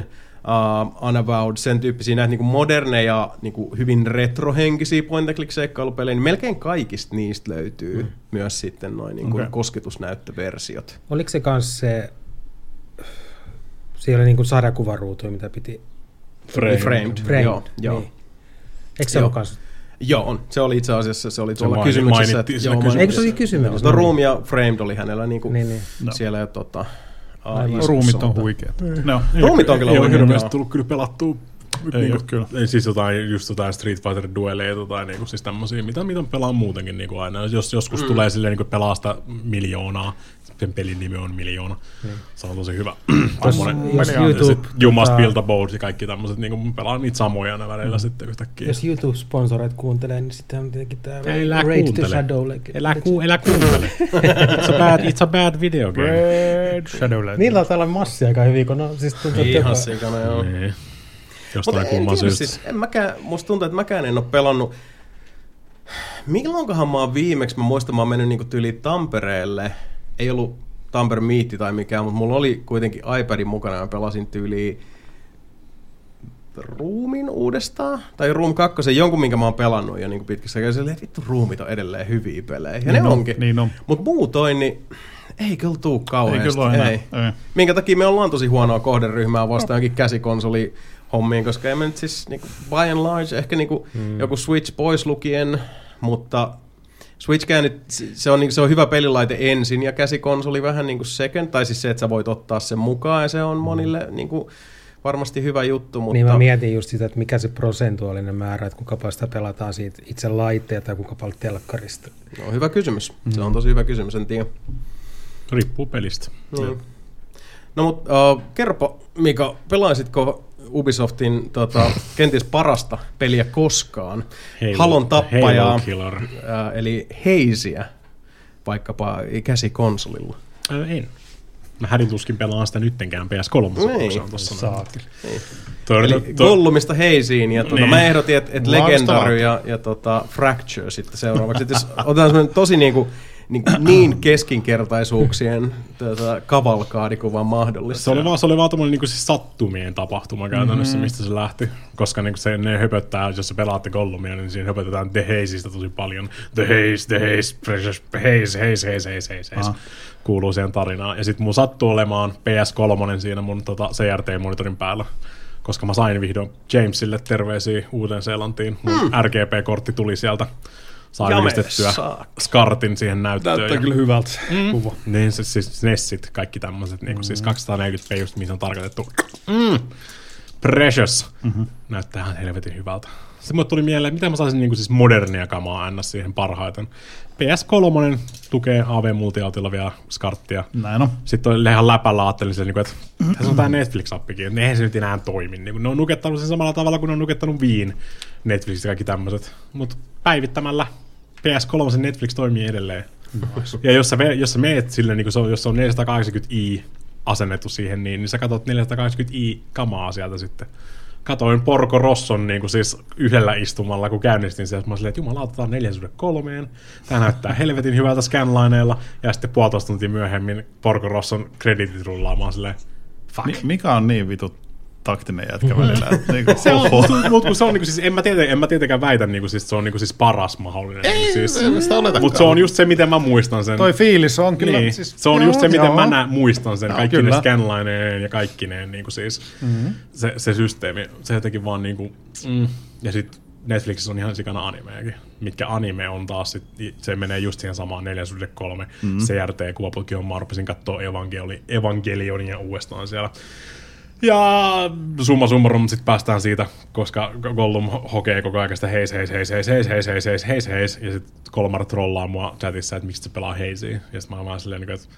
uh, Unavowed, sen tyyppisiä näitä niin kuin moderneja, niin kuin hyvin retrohenkisiä point-and-click-seikkailupelejä, niin melkein kaikista niistä löytyy mm. myös sitten noin niin kuin okay. kosketusnäyttöversiot. Oliko se kanssa se, siellä oli niin kuin sarjakuvaruutuja, mitä piti... Framed. Framed, Framed. Joo. joo. Niin. Eikö se ole kanssa? Joo, on. Se oli itse asiassa, se oli tuolla se kysymyksessä. Että, joo, kysymyksessä. Eikö se oli kysymyksessä? No, Room ja Framed oli hänellä niin kuin niin, niin. No. siellä jo tota... Ruumit on huikeat. No. Ruumit on kyllä huikeat. Ei ole hirveästi tullut kyllä pelattua. Ei niin ole kyllä. Siis jotain, just jotain Street Fighter-dueleja tai niinku, siis tämmöisiä, mitä, mitä pelaa muutenkin niinku aina. Jos joskus mm. tulee silleen niinku pelaa sitä miljoonaa, sen pelin nimi on miljoona. Mm. Se on tosi hyvä. You must build a boat ja kaikki tämmöiset, niinku pelaa niitä samoja aina välillä mm. sitten yhtäkkiä. Jos YouTube-sponsoreet kuuntelee, niin sitten on tietenkin tämä Raid to Shadow. Elä, ku, elä kuuntele. It's a bad, it's a bad video game. Raid Shadow. Niillä on täällä massia aika hyvin, kun no, siis tuntuu, että ihan sikana, joo. Niin. Jostain kumman syystä. Siis, en mäkään, musta tuntuu, että mäkään en ole pelannut. Milloinkohan mä oon viimeksi, mä muistan, mä oon mennyt niinku tyyliin Tampereelle. Ei ollut Tampere Meetti tai mikään, mutta mulla oli kuitenkin iPadin mukana ja mä pelasin tyyliin Roomin uudestaan. Tai Room kaksi, jonkun minkä mä oon pelannut jo niinku pitkässä aikaa. Silleen, vittu Roomit on edelleen hyviä pelejä. Ja niin ne on, onkin. Niin on. Mut muutoin, niin ei kyllä tuu kauheasti. Ei kyllä ei. ei. Minkä takia me ollaan tosi huonoa kohderyhmää vastaan jonkin käsikonsoli hommiin, koska ei me nyt siis niinku, by and large, ehkä niinku, mm. joku Switch pois lukien, mutta Switchkään nyt, se on, se on hyvä pelilaite ensin ja käsikonsoli vähän niin kuin second, tai siis se, että sä voit ottaa sen mukaan ja se on monille niin kuin, varmasti hyvä juttu. Mutta... Niin mä mietin just sitä, että mikä se prosentuaalinen määrä, että kuinka paljon sitä pelataan siitä itse laitteelta tai kuinka paljon telkkarista. No hyvä kysymys, mm. se on tosi hyvä kysymys, en tiedä. Riippuu pelistä. Niin. No mutta uh, kerropa Mika, pelaisitko Ubisoftin tota, kenties parasta peliä koskaan, Halo, Halon tappajaa, Halo ää, eli Hazea, vaikkapa käsikonsolilla? Ää, en. Mä hädin tuskin pelaan sitä nyttenkään P S kolme. Niin, saakeli. Niin. Eli Gollumista Hazeen, ja tuota, niin. Mä ehdotin, että et Legendary ja, ja tota, Fracture sitten seuraavaksi. Et jos otetaan semmoinen tosi niinku, niin, niin keskinkertaisuuksien tuota, kavalkaadi kuin vaan mahdollista. Se oli vaan, se oli vaan tommoinen niin siis sattumien tapahtuma käytännössä, mm-hmm. mistä se lähti. Koska niin se, ne höpöttää, jos sä pelaatte Gollumia, niin siinä höpötetään The Hazeista tosi paljon. The Haze, The Haze, Precious, Haze, Haze, Haze, Haze, Haze, Haze. Kuuluu siihen tarinaan. Ja sit mun sattuu olemaan P S kolme siinä mun tota, C R T-monitorin päällä. Koska mä sain vihdoin Jamesille terveisiä Uuteen-Seelantiin. Mun mm. R G P-kortti tuli sieltä. Sain yhdistettyä skartin siihen näyttöön. Näyttää ja... kyllä hyvältä se mm. kuva. Niin, siis, siis Nessit, kaikki tämmöiset, niin mm. siis kaksisataaneljäkymmentä p just mihin on tarkoitettu. Mm. Precious. Mm-hmm. Näyttää ihan helvetin hyvältä. Sitten mulle tuli mieleen, miten mä saisin niin kuin siis modernia kamaa aina siihen parhaiten. P S kolme tukee A V-multiautilla vielä skarttia. Näin on. Sitten oli ihan läpällä ajattelin, että tässä on tämä Netflix-appikin, että eihän se nyt enää toimi. Niin ne on nukettanut sen samalla tavalla kuin ne on nukettanut Viin Netflixit ja kaikki tämmöiset. Mutta päivittämällä P S kolme Netflix toimii edelleen. Nice. Ja jos sä, jos sä meet sille, niin se on, jos se on neljäsataakahdeksankymmentä i asennettu siihen, niin, niin sä katsot neljäsataakahdeksankymmentä i kamaa sieltä sitten. Katoin Porco Rosson niin kuin siis yhdellä istumalla, kun käynnistin sen, mä silleen, että jumala, otetaan neljä kolmeen. Tämä näyttää helvetin hyvältä scanlineilla. Ja sitten puolitoista tuntia myöhemmin Porco Rosson kreditit rullaamaan silleen, fuck. Mi- mikä on niin vitut taktinen jätkä välillä? Niinku, se on, mutta se on niinku siis, en mä, tieten, en mä tietenkään väitä, niinku siis, se on niinku siis paras mahdollinen. Ei, siis, mutta se on just se, miten mä muistan sen. Toi fiilis on kyllä. Niin, siis, se on joo, just se, miten joo. mä nä, muistan sen. No, kaikki kyllä. ne scanlineen ja kaikki ne, niinku siis, mm-hmm. se, se systeemi. Se jotenkin vaan niinku, mm, ja sit Netflixissä on ihan sikana animeakin, mitkä anime on taas, sit, se menee just siihen samaan neljä kolme mm-hmm. C R T-kuvapokin on, mä rupesin katsoa Evangeli- Evangelionia uudestaan siellä. Ja summa summarum sitten päästään siitä, koska Gollum hokee koko ajan sitä heis, heis, heis, heis, heis, heis, heis, heis, heis, heis, ja sitten Kolmar trollaa mua chatissa, että miksi se pelaa heisiä. Ja sitten mä oon vaan silleen, että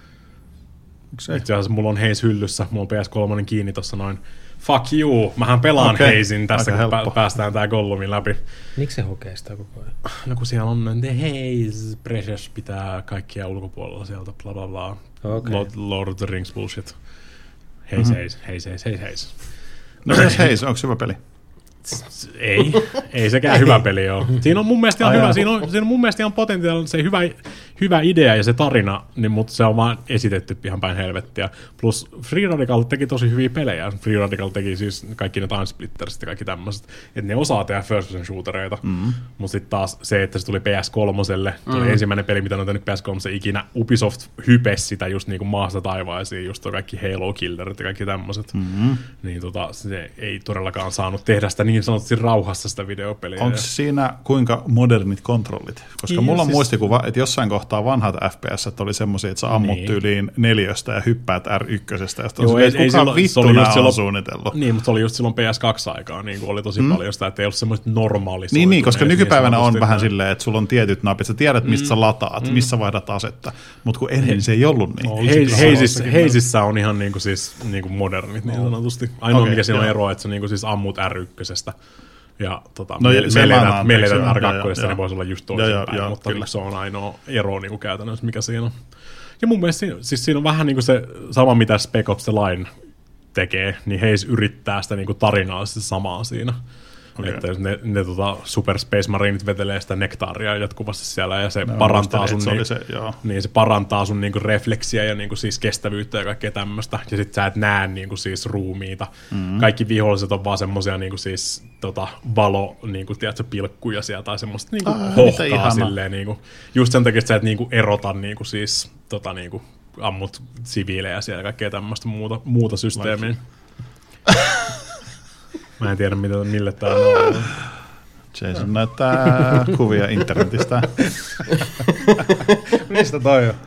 itse asiassa mulla on heis hyllyssä, mulla on P S kolme kiinni tossa noin. Fuck you, mähän pelaan okay. heisin tässä, kun pä- päästään tää Gollumin läpi. Miksi se hokee sitä koko ajan? No kun siellä on The Haze, Precious pitää kaikkia ulkopuolella sieltä, bla bla bla. Okay. Lord, Lord of the Rings bullshit. Heis, mm-hmm. heis, heis, heis, heis, heis. No se heis, onko hyvä peli? Ei, ei sekään hyvä peli ole. Siinä on mun mielestä ihan hyvä, siinä on, siinä on mun mielestä ihan potentiaalinen, se hyvä, hyvä idea ja se tarina, niin, mutta se on vaan esitetty ihan päin helvettiä. Plus Free Radical teki tosi hyviä pelejä. Free Radical teki siis kaikki ne Time Splittersit ja kaikki tämmöiset, että ne osaa tehdä first person shootereita, mm-hmm. mutta sitten taas se, että se tuli P S kolme, tuli mm-hmm. ensimmäinen peli, mitä on tehnyt P S kolme ikinä, Ubisoft hypesi sitä just niinku maasta taivaisiin, just tuo kaikki Halo Killerit ja kaikki tämmöiset, mm-hmm. niin tota, se ei todellakaan saanut tehdä sitä niin sanotusti rauhassa sitä videopeliä. Onko siinä kuinka modernit kontrollit? Koska ja mulla on siis muistikuva, että jossain kohtaa vanhat F P S oli semmoisia, että sä ammut niin tyyliin neljöstä ja hyppäät R yksi, ja sitten joo, ei, ei kukaan vittu nää on silloin suunnitellut. Niin, mutta se oli just silloin P S kaksi aikaa, niin oli tosi mm. paljon sitä, että ei ollut semmoista normaalisuutta. Niin, niin, koska nykypäivänä on vähän näin silleen, että sulla on tietyt napit, sä tiedät, mistä mm. sä lataat, mm. missä vaihdat asetta, mutta kun ennen se ei ollut niin. No, Heis, heisissä, heisissä on ihan niinku siis, niinku modernit niin sanotusti. Ainoa okay, mikä siinä on ero, että sä niinku siis ammut R ykkösestä. Ja tota, no, meillä tätä R kaksi, niin voisi olla just toisinpäin, mutta kyllä se on ainoa ero niin kuin käytännössä, mikä siinä on. Ja mun mielestä siinä, siis siinä on vähän niin kuin se sama, mitä Spec Ops The Line tekee, niin Heis yrittää sitä niin kuin tarinallisesti samaa siinä. Okay. Että ne, ne tota, Super Space Marineit vetelee sitä nektaaria jatkuvasti siellä, ja se, no, parantaa, sun, niin, se, niin, se parantaa sun niinku refleksiä ja niinku siis kestävyyttä ja kaikkea tämmöistä. Ja sit sä et näe niinku siis ruumiita. Mm-hmm. Kaikki viholliset on vaan semmosia niinku siis tota, valo, niinku, tiedätkö, pilkkuja siellä tai semmoista niinku ah, hohkaa silleen. Niinku, just sen takia, että sä et niinku erota niinku siis tota, niinku, ammut siviilejä siellä ja kaikkea tämmöistä muuta, muuta systeemiä. Mä en tiedä, mitä, mille tää on. Jason näyttää kuvia internetistä. Mistä toi on?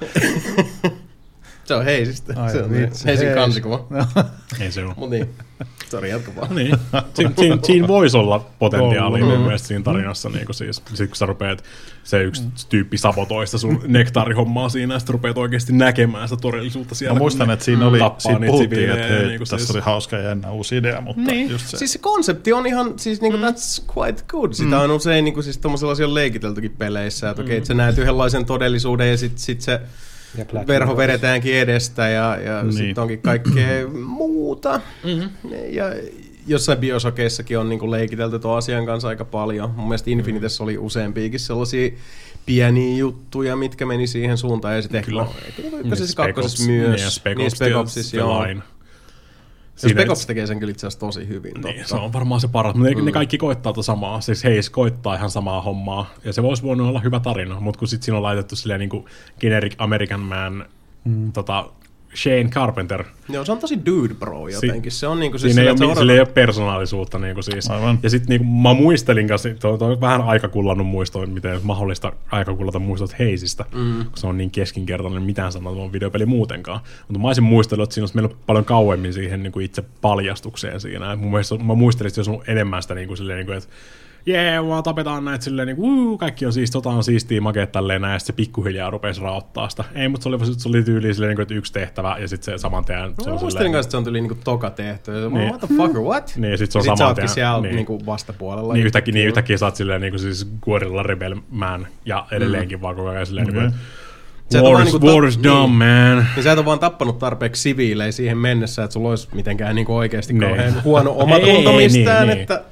Se on Heisistä. Ai, se on vitsi. Heisin Heis. Kansikuva. No. Ei se ole. Mut niin. Sori, jatka vaan. Niin. Siin, siin, siinä voisi olla potentiaalia mun mielestä siinä tarinassa. Niin kun siis, sit kun sä rupeat, se yksi tyyppi sabotoista sun nektaarihommaa siinä, ja sit rupeat oikeasti näkemään sitä todellisuutta siellä. Mä muistan, että siinä, oli, siinä puhuttiin, että hei, niin tässä siis oli hauska ja jännä uusi idea, mutta niin. just se. Siis se konsepti on ihan, siis niinku mm. that's quite good. Sitä mm. on usein niinku siis tommosella on leikiteltykin peleissä, että mm. okei, että sä näet yhdenlaisen todellisuuden ja sit, sit se verho vedetäänkin edestä ja, ja niin. Sitten onkin kaikkea muuta. Mm-hmm. Ja jossain Bioshockeissakin on niinku leikitelty tuon asian kanssa aika paljon. Mun mielestä Infinitessä oli useampiakin sellaisia pieniä juttuja, mitkä meni siihen suuntaan. Ja sitten ehkä ykkösessä ja kakkosessa myös. Niin, Spec Opsissa, joo. Spec Ops tekee sen kyllä itse asiassa tosi hyvin. Niin, totta. Se on varmaan se paras, mutta mm. ne kaikki koittaa tuota samaa. Siis Heis koittaa ihan samaa hommaa, ja se voisi voinut olla hyvä tarina, mutta kun sitten siinä on laitettu silleen niin kuin generic American Man, mm. tota, Shane Carpenter. Joo, se on tosi dude bro jotenkin. Se on niinku siis sillä ei, ole, sillä ei ole persoonallisuutta niinku siis. Aivan. Ja sitten niinku mä muistelin kanssa, to, to, vähän aikakullannut muisto, miten mahdollista aikakullata muistot Heisistä, mm. kun se on niin keskinkertainen mitään sanoa videopeli muutenkaan. Mutta mä olisin muistellut, että siinä olisi mennyt paljon kauemmin siihen niinku itse paljastukseen siinä. Et mun mielestä, mä muistelin, että jos on enemmän sitä niinku silleen, niinku, että jee, yeah, vaan tapetaan näitä silleen, niin kuin, kaikki on siis, tota on siistiä, makeet tälleen näin, ja sitten se pikkuhiljaa rupesi raottaa sitä. Ei, mutta se oli, se oli tyyliin silleen, että yksi tehtävä, ja sitten se saman tien... No, muistelin kanssa, että se on tyyliin niin toka tehtävä. Niin. What the fucker, what? Niin, ja sitten se on ja saman tien... Ja sitten sä ootkin siellä niin vastapuolella. Niin, yhtäkkiä, niin yhtäkkiä sä oot silleen niin kuin siis Guerrilla Rebel Man, ja edelleenkin mm. vaan koko ajan silleen, mm-hmm. niin kuin, war is, niinku war is dumb, niin, man. Niin sä et ole vaan tappanut tarpeeksi siviilejä siihen mennessä, että sulla olisi mitenkään niin oikeasti kauhean huono omatunto mistään, niin, että...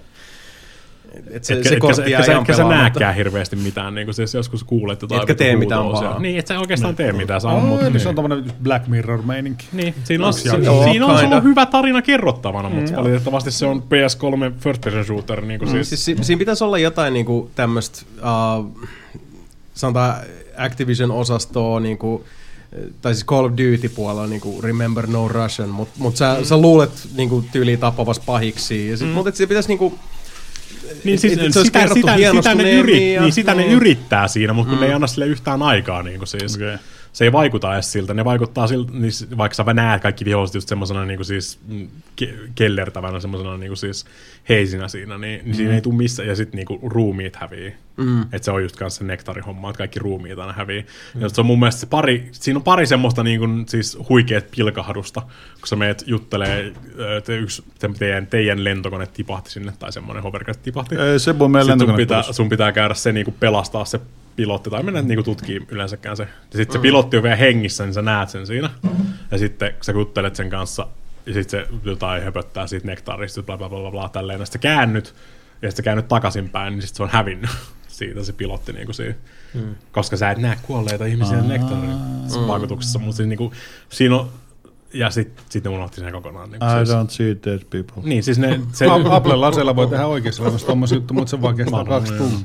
Et se, etkä, se kortti etkä, etkä sä nääkään hirveästi mitään, niin kuin siis joskus kuulet jotain. Etkä tee mitään vaan. Niin, et sä oikeastaan tee mitään. Oh, oh, niin. Se on tommonen Black Mirror-meininki. Niin, siinä on, siinä, siinä, siinä on, on hyvä tarina kerrottavana, mm, mutta valitettavasti se on P S kolme first person shooter. Niin kuin mm, siis. Siis, siinä pitäisi olla jotain niin kuin tämmöistä, uh, sanotaan Activision-osastoa, niin kuin, tai siis Call of Duty-puolella, niin kuin Remember No Russian, mutta mut sä, mm. sä luulet niin kuin tyyliin tappavas pahiksi. Mm. Mutta se pitäisi... Niin kuin, niin, siis, sitä, sitä, sitä, ne, yrit, ja, niin, sitä niin. ne yrittää siinä, mutta mm. ne ei anna sille yhtään aikaa. Niin siis. Okay. Se ei vaikuta edes siltä. Ne vaikuttaa siltä, niin vaikka sä näet kaikki viholliset just semmoisena niin siis, ke- kellertävänä, semmoisena niin siis heisinä siinä, niin, niin mm. siinä ei tule missään. Ja sitten niin ruumiit hävii. Mm. Että se on just kanssa se nektarihomma, että kaikki ruumiit aina hävii. Mm. Ja se on mun mielestä se pari, siinä on pari semmoista niin kuin, siis huikeat pilkahdusta, kun sä meet juttelee, että yksi teidän, teidän lentokone tipahti sinne, tai semmoinen hovercraft tipahti. Ei, se voi meidän lentokone sun pitää, sun pitää käydä se niin kuin pelastaa se pilotti, tai mennä niinku tutkii yleensäkään se. Ja sitten se pilotti on vielä hengissä, niin sä näet sen siinä. Ja sitten sä juttelet sen kanssa, ja sitten se jotain höpöttää siitä nektaarista, bla bla bla bla, tälleen. Ja sitten sä käännyt, ja sitten sä käännyt takaisinpäin, niin sitten se on hävinnyt. siitä se pilotti niinku siinä. Mm. Koska sä et näe kuolleita ihmisiä nektarin mm. vaikutuksessa, mutta siis niinku, siinä on, ja sitten sit ne unohti sen kokonaan. Niinku, I siis, don't see dead people. Niin, siis ne... Se, Apple laseella voi tehdä oikeassa elämässä tommosia juttu, mutta se vaan kestää kaksi tuntia.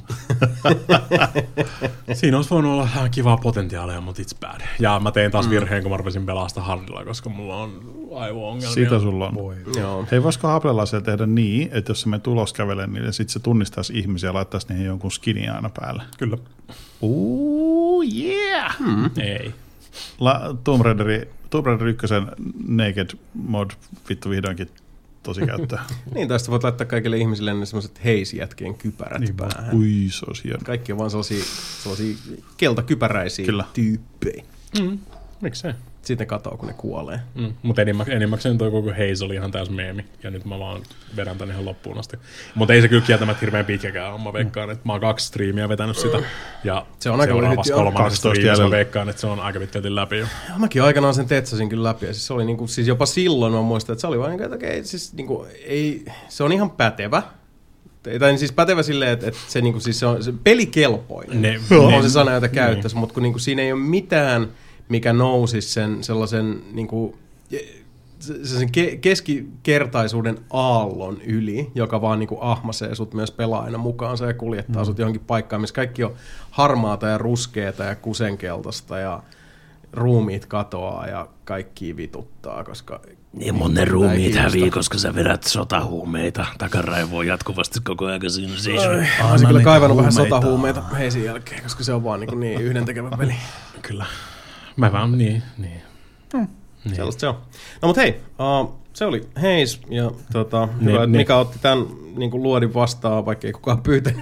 Siinä olisi voinut olla ihan kivaa potentiaalia, mutta it's bad. Ja mä tein taas virheen, kun mä rupesin pelaa sitä hardilla, koska mulla on aivo-ongelmia. Siitä sulla on. Voi. Joo. Hei, voisiko Apple-laseella tehdä niin, että jos se me tulos kävelee, niin sitten se tunnistaisi ihmisiä ja laittaisi niihin jonkun skinin aina päälle? Kyllä. Ooh, yeah! Hmm. Ei. La, Tomb Raideri, Tomb Raider yksi Naked mod vittu vihdoinkin tosi käyttöä. Niin, tästä voit laittaa kaikille ihmisille ne semmoiset heisijätkien kypärät niin päähän. Ui, se olisi hieno. Kaikki on vaan sellaisia, sellaisia keltakypäräisiä Kyllä. tyyppejä. Mm. Miksei? Sitten ne katoo, kun ne kuolee. Mm. Mutta enimmäkseen toi koko Haze oli ihan täys meemi, ja nyt mä vaan vedän tän ihan loppuun asti. Mutta ei se kyllä kieltämättä hirveän pitkäkään ole, mä veikkaan, että mä oon kaksi striimiä vetänyt sitä, ja se on aika seuraavassa kolmannessa striimissä mä jäljellä. veikkaan, että se on aika pitkälti läpi jo. Ja mäkin aikanaan sen tetsasin kyllä läpi, ja siis se oli niinku, siis jopa silloin mä muistan, että se oli vaan niinku, että okei, siis niinku, ei, se on ihan pätevä. Tai siis pätevä silleen, että, että se, niinku, siis se on se pelikelpoinen, Ne, on ne, se sana, jota käyttäisi, mutta kun niinku, siinä ei ole mitään, mikä nousisi sen sellaisen niinku, sen ke- keskikertaisuuden aallon yli, joka vaan niinku ahmasee sut myös pelaajana mukaansa ja kuljettaa mm. sut johonkin paikkaan, missä kaikki on harmaata ja ruskeata ja kusenkeltaista ja ruumiit katoaa ja kaikki vituttaa, koska... Niin mun ne ruumiit hävii, koska sä vedät sotahuumeita takaraivoon jatkuvasti koko ajan siinä seisoo. Mä olisin kyllä kaivannut vähän sotahuumeita heisin jälkeen, koska se on vaan niin, niin yhdentekevä peli. Kyllä. Mä vaan, niin, niin. Hmm. niin. Sellaista se on. No mut hei, uh, se oli Heis, ja tota, ne, hyvä, ne. Mika otti tämän niin kuin luodin vastaan, vaikka ei kukaan pyytänyt.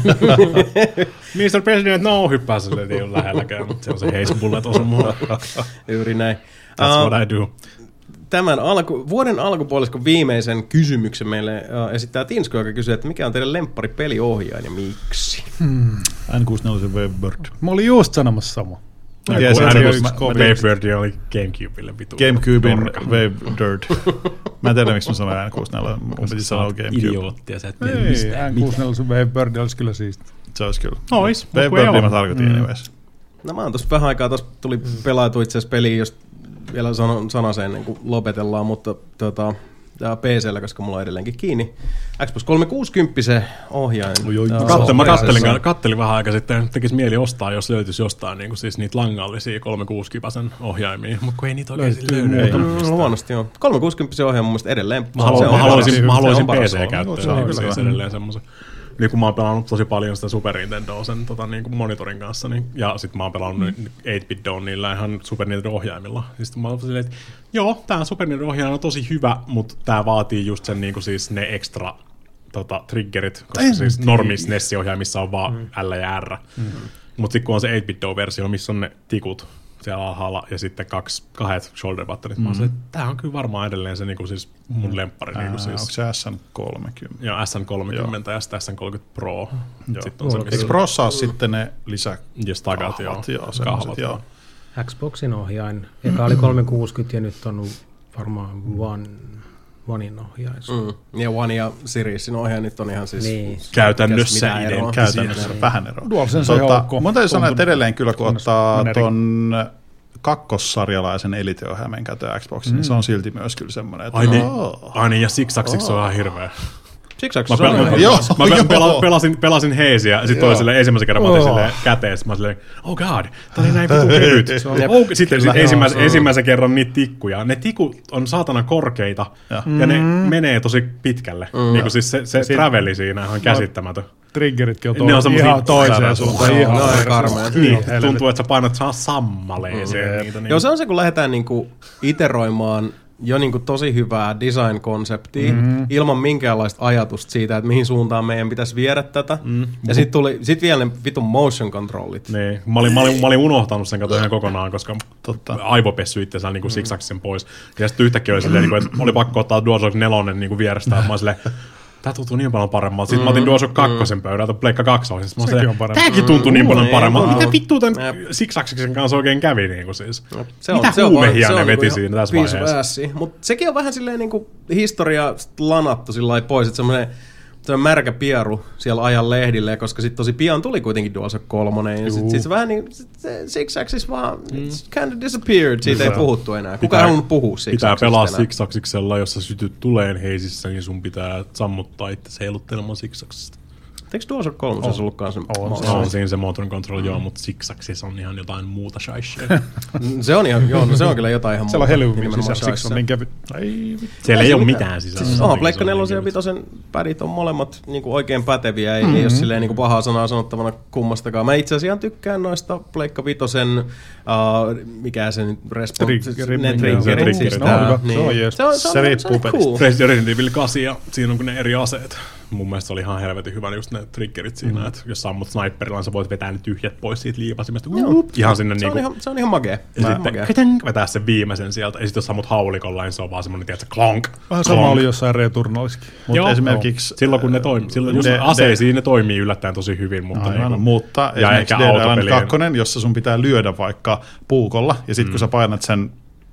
mister President, no, hyppää sille, ei ole lähelläkään, mutta se on se Haze Bullet osa mua. Juuri näin. That's Uh, what I do. Tämän alku, vuoden alkupuoliskon viimeisen kysymyksen meille uh, esittää Tinsku, joka kysyy, että mikä on teidän lemppari peliohjaaja ja miksi? Hmm. N kuusikymmentäneljä Wavebird. Mä olin just sanomassa sama. Wavebird oli Gamecubelle vitu. Gamecubein Wavebird. Mä en tiedä, miksi mä sanoin N kuusikymmentäneljä. Mun piti sanoa Gamecube. Idioottia, sä et tiedä Ei, mistään. N kuusikymmentäneljä Wavebird olisi kyllä siisti. Se olisi kyllä. Ois. Wavebirdia mä tarkoitin Mm. anyways. No mä oon tossa vähän aikaa, tossa tuli pelaitu itse asiassa peliä, jos vielä sanon sanase ennen kuin lopetellaan, mutta tota, P C:llä, koska mulla on edelleenkin kiinni. Xbox kolmesataakuusikymmentä ohjaajan. Kattelin, mä kattelin, kattelin vähän aikaa sitten, tekisi mieli ostaa, jos löytyisi jostain niin kuin siis niitä langallisia kolmesataakuusikymmentä ohjaimia, mutta kun ei niitä oikeasti löydy. No, huonosti joo. kolmesataakuusikymmentä ohjaaja mun mielestä edelleen. Mä, haluan, se mä on haluaisin, paras. mä haluaisin Se on P paras. C-käyttöön, Se on niin kyllä siis edelleen semmoisen. Niin kun mä oon pelannut tosi paljon sitä Super Nintendoa sen tota, niin kuin monitorin kanssa, niin, ja sit mä oon pelannut mm. eight bit Dawn niillä ihan Super Nintendo-ohjaimilla. Ja sit mä oon silleen, että joo, tää Super Nintendo-ohjaaja on tosi hyvä, mutta tää vaatii just sen niin kuin siis ne extra tota, triggerit, koska en siis normis N E S-ohjaimissa on vaan mm. L ja R. Mm-hmm. Mutta sitten kun on se eight bit Dawn-versio, missä on ne tikut siellä alhaalla ja sitten kaksi, kahdet shoulder buttonit, mm-hmm. mä oon silleen, että tää on kyllä varmaan edelleen se niin kuin siis mun lemppari. Ää, niin kuin siis. Onko se S N kolmekymmentä? Joo, S N kolmekymmentä ja sitten S N kolmekymmentä Pro. Sitten on se, Eikö Prossa ole sitten ne lisä... Jos takat, joo. Kahvat, joo, semmoiset, Kahvat, joo. Xboxin ohjain. Eka oli kolmesataakuusikymmentä ja nyt on varmaan One, Onein ohjain. Mm. Ja One ja Seriesin ohjaaja nyt on ihan siis... Niin. Käytännössä mitään eroa. identtisiä. Käytännössä vähän eroa. DualSense on Tota, ok. mun täytyy sanoa, että edelleen kyllä kun Kunnes ottaa menee ton kakkossarjalaisen eliteohjaimen käyttöön Xboxin, mm. niin se on silti myös kyllä semmoinen, että Ai niin, oh. ai niin ja Six-Axiksi on ihan hirveä. Siksi Mä, pel- mä, Joo, mä joo. pela- pelasin, pelasin Heisiä ja sitten Joo. oli silleen ensimmäisen kerran mä otin Oh. silleen käteen, sit mä silleen, oh god, tää oli näin vitu kevyt. Oh, sitten Kyllä. ensimmäisen, Joo, se on. ensimmäisen kerran niitä tikkuja. Ne tikut on saatana korkeita ja, ja ne menee tosi pitkälle. Mm. Niin kuin siis se, se traveli siinä on ihan käsittämätön. Triggeritkin on, Ne on to- semmosia ihan toiseen särätä. suuntaan. Joo, Ihan ne on toiseen karmeja. suuntaan. Niin, Helvetti. tuntuu, että sä painat saa sammaleeseen Mm. niitä. Niin. Joo, se on se, kun lähdetään niinku iteroimaan jo niinku tosi hyvää design-konseptia mm-hmm. ilman minkäänlaista ajatusta siitä, että mihin suuntaan meidän pitäisi viedä tätä. Mm. Ja sitten tuli sit vielä ne vitun motion controllit. Niin. Mä, olin, mä, olin, mä olin unohtanut sen kato ihan kokonaan, koska Totta. aivopessy itsessään niin Six-Axin pois. Ja sitten yhtäkkiä oli silleen, niin että oli pakko ottaa DualShock neljä niin vierestä. Mä olin silleen, tää tuntuu niin paljon paremmalta. Sitten mm, mä otin DualShock kaksi mm. pöydältä, Pleikka kaksi ohjassa. Mä olin Sekin on silleen, parempi. tääkin tuntui niin paljon Mm, paremmalta. ei, Mitä no. vittua tän Jep. Six-Axin kanssa oikein kävi niin kuin siis? Se Mitä se huumehia se ne on veti niinku siinä tässä piece of vaiheessa? assia. Mut sekin on vähän silleen niinku historia lanattu sillä lailla pois, että semmoinen se on märkä pieru siellä ajan lehdille, koska sitten tosi pian tuli kuitenkin DualShock kolme, ja sitten sit se vähän niin, se Six Axis vaan, it's kind of disappeared, siitä ei puhuttu enää. Kuka ei halunnut puhua Six Pitää Axisista pelaa enää. Six Axiksella, jos sä sytyt tuleen heisissä, niin sun pitää sammuttaa itse heiluttelemaan Six Axista. Eikö DualShock kolme oh. ollut kanssa? On, Oh, se On siinä se motion control, joo, mutta Six Axis on ihan jotain muuta shaishea. se on ihan, joo, no se on kyllä jotain ihan Siellä on helvummin nimenomaan sisällä, siksi on shaisee. niin kevyt. Ai, Siellä ei ole mitään sisällä. Siis onhan Pleikka nelosen ja vitosen pädit on molemmat niinku oikein päteviä, ei, mm-hmm. ei ole silleen niinku pahaa sanaa sanottavana kummastakaan. Mä itse asiassa ihan tykkään noista Pleikka vitosen, uh, mikä se nyt response, ne triggerit. Siis no, tää, hyvä. niin. Se on jees. Se on, se on, Se se riippuu on pelistä. cool. Resident Evil kahdeksan ja siinä on ne eri aseet. Mun mielestä se oli ihan helvetin hyvä just ne triggerit siinä, mm. että jos sammut sniperilla, sä voit vetää ne tyhjät pois siitä liipasimesta. Uup, ihan sinne se, niinku. on ihan, se on ihan magea. Ja sitten magea. keteng, vetää sen viimeisen sieltä. Ja sitten jos sammut haulikolla, niin se on vaan semmonen, tiedätkö, klonk. Vähän sama oli jossain Returnaliskin. Mutta esimerkiksi... Silloin kun ne toimii, silloin just de, aseisiin ne toimii yllättäen tosi hyvin, mutta... Aivan, niinku, mutta ja esimerkiksi ehkä Dead Island autopelien- kaksi, jossa sun pitää lyödä vaikka puukolla, ja sitten mm. kun sä painat sen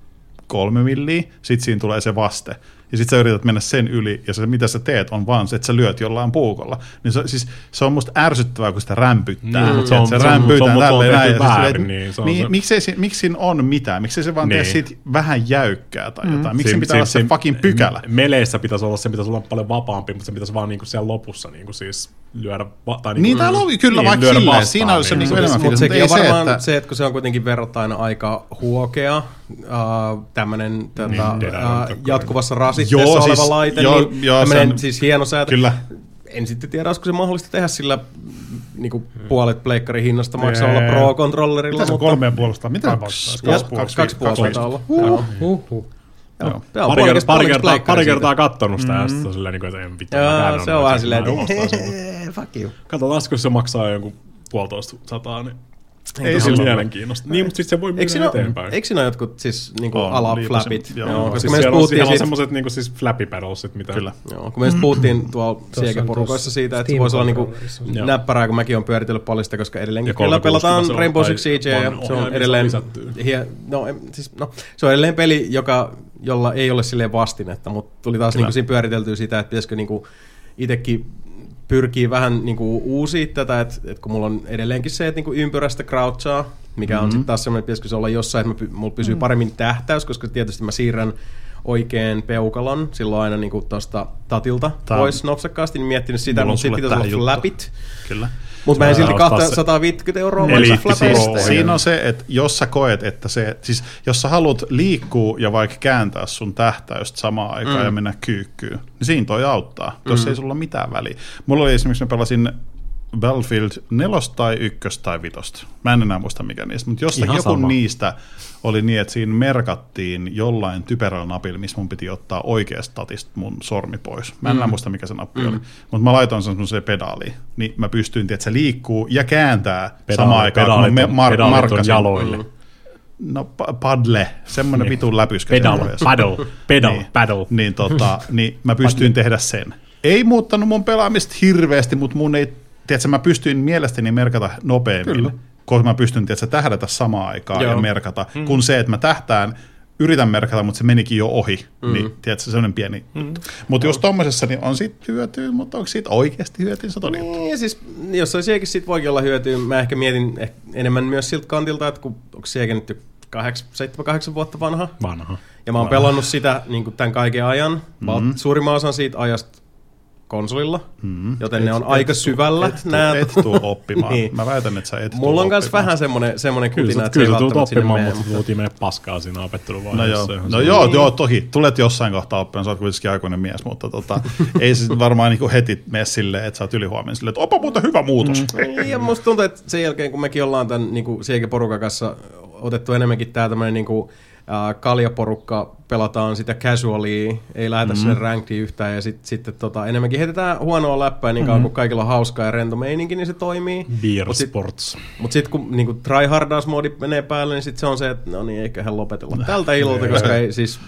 kolme milliä, sit siinä tulee se vaste. Ja sit sä yrität mennä sen yli, ja se, mitä sä teet on vaan se, että sä lyöt jollain puukolla. Niin se, siis, se on musta ärsyttävää, kun sitä rämpyttää. Mm, Mm, se on- se, se on- rämpytään se on- tälleen se on näin. tehty Ja siis väärin, silleen, niin se on niin, se- miksei, se- miksi siinä on mitään? Miksei se vaan Niin. tee siitä vähän jäykkää tai jotain? Siin- Miksi siinä pitää olla se siin- fucking pykälä? Meleissä pitäisi olla, se pitäisi olla paljon vapaampi, mutta se pitäisi vaan niinku siellä lopussa niinku siis lyödä... Va- tai Niin, täällä oli kyllä vaikka lyödä silleen, vastaan, siinä oli se niin. niinku Mutta enemmän mut fiilis, sekin mutta on ei se, varmaan että... se, että kun se on kuitenkin verrattain aika huokea, uh, tämmöinen tota, Niin, Dead Island uh, kakkonen. jatkuvassa rasitteessa Joo, oleva siis- laite, joo, niin joo, tämmöinen sen- siis hieno säätö. Kyllä. En sitten tiedä, olisiko se mahdollista tehdä sillä niinku puolet pleikkarin hinnasta maksavalla Ei. Pro-controllerilla. Mitä se on mutta- kolmeen puolesta? Mitä se Kaksi. vastaa? Ja, Kaksi puolesta. kaksi puolesta Kaksi taitaa olla. Joo. Huhhuh. Joo. Pari, Joo, kertaa, puolikas- pari, puolikas kertaa, pleikkari pari siitä. kertaa kattonut sitä, ja sitten on silleen, niin kuin, että en vittu. Joo, mä se on vähän silleen, mä en että ostaa sitä. eh, fuck you. Katsotaan, kun se maksaa jonkun puolitoista sataa, niin Ei ei tosi se paljon. mielenkiinnosta. Niin, mutta sitten se voi Eikö myydä siinä, ole, eteenpäin. eikö siinä ole jotkut siis niinku On, alaflapit? liipasen- joo. Joo, koska Siis me siellä on, puhuttiin siellä on siitä, semmoset niinku siis flappy pedalsit, mitä... Kyllä. joo, kun me just puhuttiin tuolla Siege-porukoissa tuossa siitä, että se Steam voisi olla niinku Controllerissa. Joo. näppärää, kun mäkin on pyöritellyt paljon sitä, koska edelleenkin Ja kyllä pelataan kolmesataakuusikymmentä se on, Rainbow tai Six Siege ja on se on ohjaimissa edelleen, lisätty. hie, no, em, siis, no, se on edelleen peli, joka, jolla ei ole silleen vastinetta, mutta tuli taas niinku siinä pyöriteltyä sitä, että pitäisikö niinku itsekin pyrkii vähän niinku uusia tätä, että et kun mulla on edelleenkin se, että niinku ympyrästä crouchaa, mikä on mm-hmm. sitten taas semmoinen, että pitäisikö se olla jossain, että mä py- mulla pysyy mm-hmm. paremmin tähtäys, koska tietysti mä siirrän oikein peukalon silloin aina niinku tosta tatilta Tää- pois nopsakkaasti, niin miettinyt sitä, Mulla on mutta sitten sulle pitäisi tää olla juttu. flapit. Kyllä. Mutta mä en silti ostaa se- kaksisataaviisikymmentä euroa Eli maksa flapeista. Siis, siinä on se, että jos sä koet, että se, siis jos sä haluat liikkua ja vaikka kääntää sun tähtäystä samaan aikaan mm. ja mennä kyykkyyn, niin siinä toi auttaa, jos mm. ei sulla ole mitään väliä. Mulla oli esimerkiksi, mä pelasin Battlefield nelosta tai ykköstä tai vitosta. Mä en enää muista mikä niistä, mutta jossakin Ihan joku sama. niistä oli niin, että siinä merkattiin jollain typerällä napilla, missä mun piti ottaa oikeasta tatista mun sormi pois. Mä en enää muista mikä se nappi mm. oli, mutta mä laitoin sen semmoiseen pedaaliin, niin mä pystyin, että se liikkuu ja kääntää samaan aikaan, kun mä pedaalit, me- mar- pedaalit on markkasin. jaloille. No pa- paddle, semmoinen Niin. vitun läpyskä. Pedal, semmoinen. paddle, pedal, niin, paddle. Niin, tota, niin mä pystyin tehdä sen. Ei muuttanut mun pelaamista hirveästi, mutta mun ei, tiedätkö, mä pystyin mielestäni merkata nopeammin. Kyllä. Koska mä pystyn, tiedätkö, tähdätä samaan aikaan Joo. ja merkata, mm. kun se, että mä tähtään, yritän merkata, mutta se menikin jo ohi. Mm. Niin, tiedätkö, semmoinen pieni. Mm. Mutta jos tommosessa, niin on siitä hyötyä, mutta onko siitä oikeasti hyötyä, se todella. Niin, ja siis jossain Siegessä sit voikin olla hyötyä. Mä ehkä mietin eh, enemmän myös siltä kantilta, että kun onko Siege nyt jo seitsemän kahdeksan vuotta vanha. Vanha. Ja mä oon pelannut sitä niin kuin tämän kaiken ajan. Mm-hmm. Suurimman osan siitä ajasta konsolilla, mm-hmm. joten et, ne on et, aika syvällä. Et, nää... et tuu oppimaan. niin. Mä väitän, että sä et Mulla on tuu myös vähän semmoinen, semmoinen Kyllä, kutina, sä, että se ei kyllä sä tulet välttämättä sinne oppimaan, mene. mutta luultiin mennä paskaa siinä No opetteluvaiheessa. joo, Ihan no se- joo, joo, toki. Tulet jossain kohtaa oppimaan, sä oot kuitenkin aikuinen mies, mutta tota, ei se varmaan niinku heti mene silleen, että sä oot ylihuominen silleen, että opa muuten hyvä muutos. Mm. Ja musta tuntuu, että sen jälkeen, kun mekin ollaan tämän niin Siege-porukan kanssa otettu enemmänkin tää tämmöinen niin kuin, äh, kaljaporukka, pelataan sitä casualia, ei lähetä mm. sinne rankedia yhtään, ja sit, sitten tota, enemmänkin heitetään huonoa läppää, niin kauan mm. kun kaikilla on hauskaa ja rento meininki, niin se toimii. Beer Mut sit- Sports. Mutta sitten kun niinku tryhardaus-moodi menee päälle, niin sit se on se, että no niin, eiköhän lopetella tältä ilolta, koska ei siis,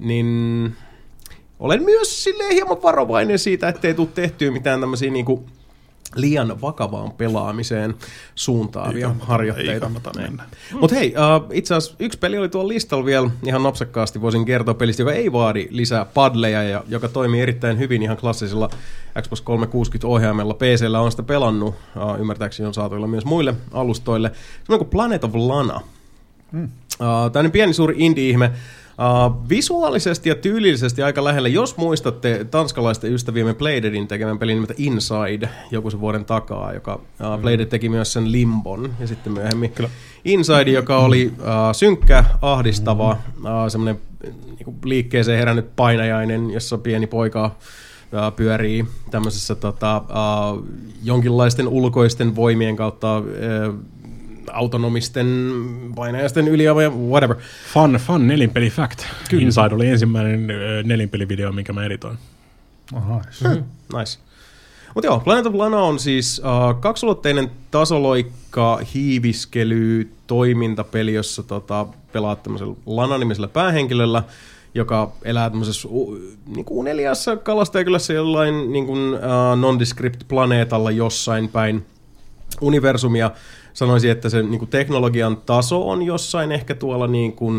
niin olen myös silleen hieman varovainen siitä, ettei tule tehtyä mitään tämmöisiä niinku liian vakavaan pelaamiseen suuntaavia Ei kannata, harjoitteita. ei kannata mennä. Mutta hei, uh, itse asiassa yksi peli oli tuolla listalla vielä ihan napsakkaasti, voisin kertoa pelistä, joka ei vaadi lisää padleja ja joka toimii erittäin hyvin ihan klassisella Xbox kolmesataakuusikymmentä-ohjaimella. P C:llä on sitä pelannut, uh, ymmärtääkseni on saatuilla myös muille alustoille. Semmoinen kuin Planet of Lana. Mm. Uh, Tällainen pieni suuri indie-ihme. Uh, visuaalisesti ja tyylillisesti aika lähellä, jos muistatte tanskalaisten ystäviemme Playdeadin tekemän pelin nimeltä Inside joku sen vuoden takaa, joka uh, Playdead teki myös sen Limbon ja sitten myöhemmin Kyllä. Inside, joka oli uh, synkkä, ahdistava, uh, semmoinen niinku liikkeeseen herännyt painajainen, jossa pieni poika uh, pyörii tämmöisessä tota, uh, jonkinlaisten ulkoisten voimien kautta uh, autonomisten painajaisten yliavoja, whatever. Fun, fun nelinpeli fact. Kyllä. Inside oli ensimmäinen nelinpelivideo, minkä mä editoin. Aha, hmm. Nice. Mutta joo, Planet of Lana on siis uh, kaksulotteinen tasoloikka, hiiviskely, toimintapeli, jossa tota, pelaat tämmöisellä Lana-nimisellä päähenkilöllä, joka elää tämmöisessä uh, niin kuin uneliassa kalastajakylässä jollain niin kuin, uh, nondescript-planeetalla jossain päin universumia. Sanoisin, että se niin kuin teknologian taso on jossain ehkä tuolla niin kuin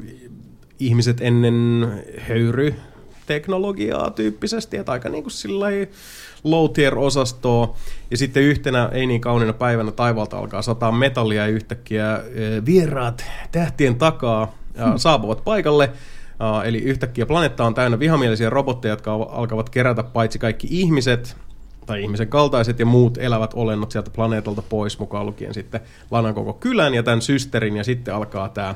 ihmiset ennen höyryteknologiaa tyyppisesti, että aika niin kuin sillai low tier -osastoa. Ja sitten yhtenä ei niin kauniina päivänä taivaalta alkaa sataa metallia ja yhtäkkiä vieraat tähtien takaa hmm. saapuvat paikalle. Eli yhtäkkiä planeetta on täynnä vihamielisiä robotteja, jotka alkavat kerätä paitsi kaikki ihmiset, tai ihmisen kaltaiset ja muut elävät olennot sieltä planeetalta pois, mukaan lukien sitten Lanan koko kylän ja tämän systerin, ja sitten alkaa tämä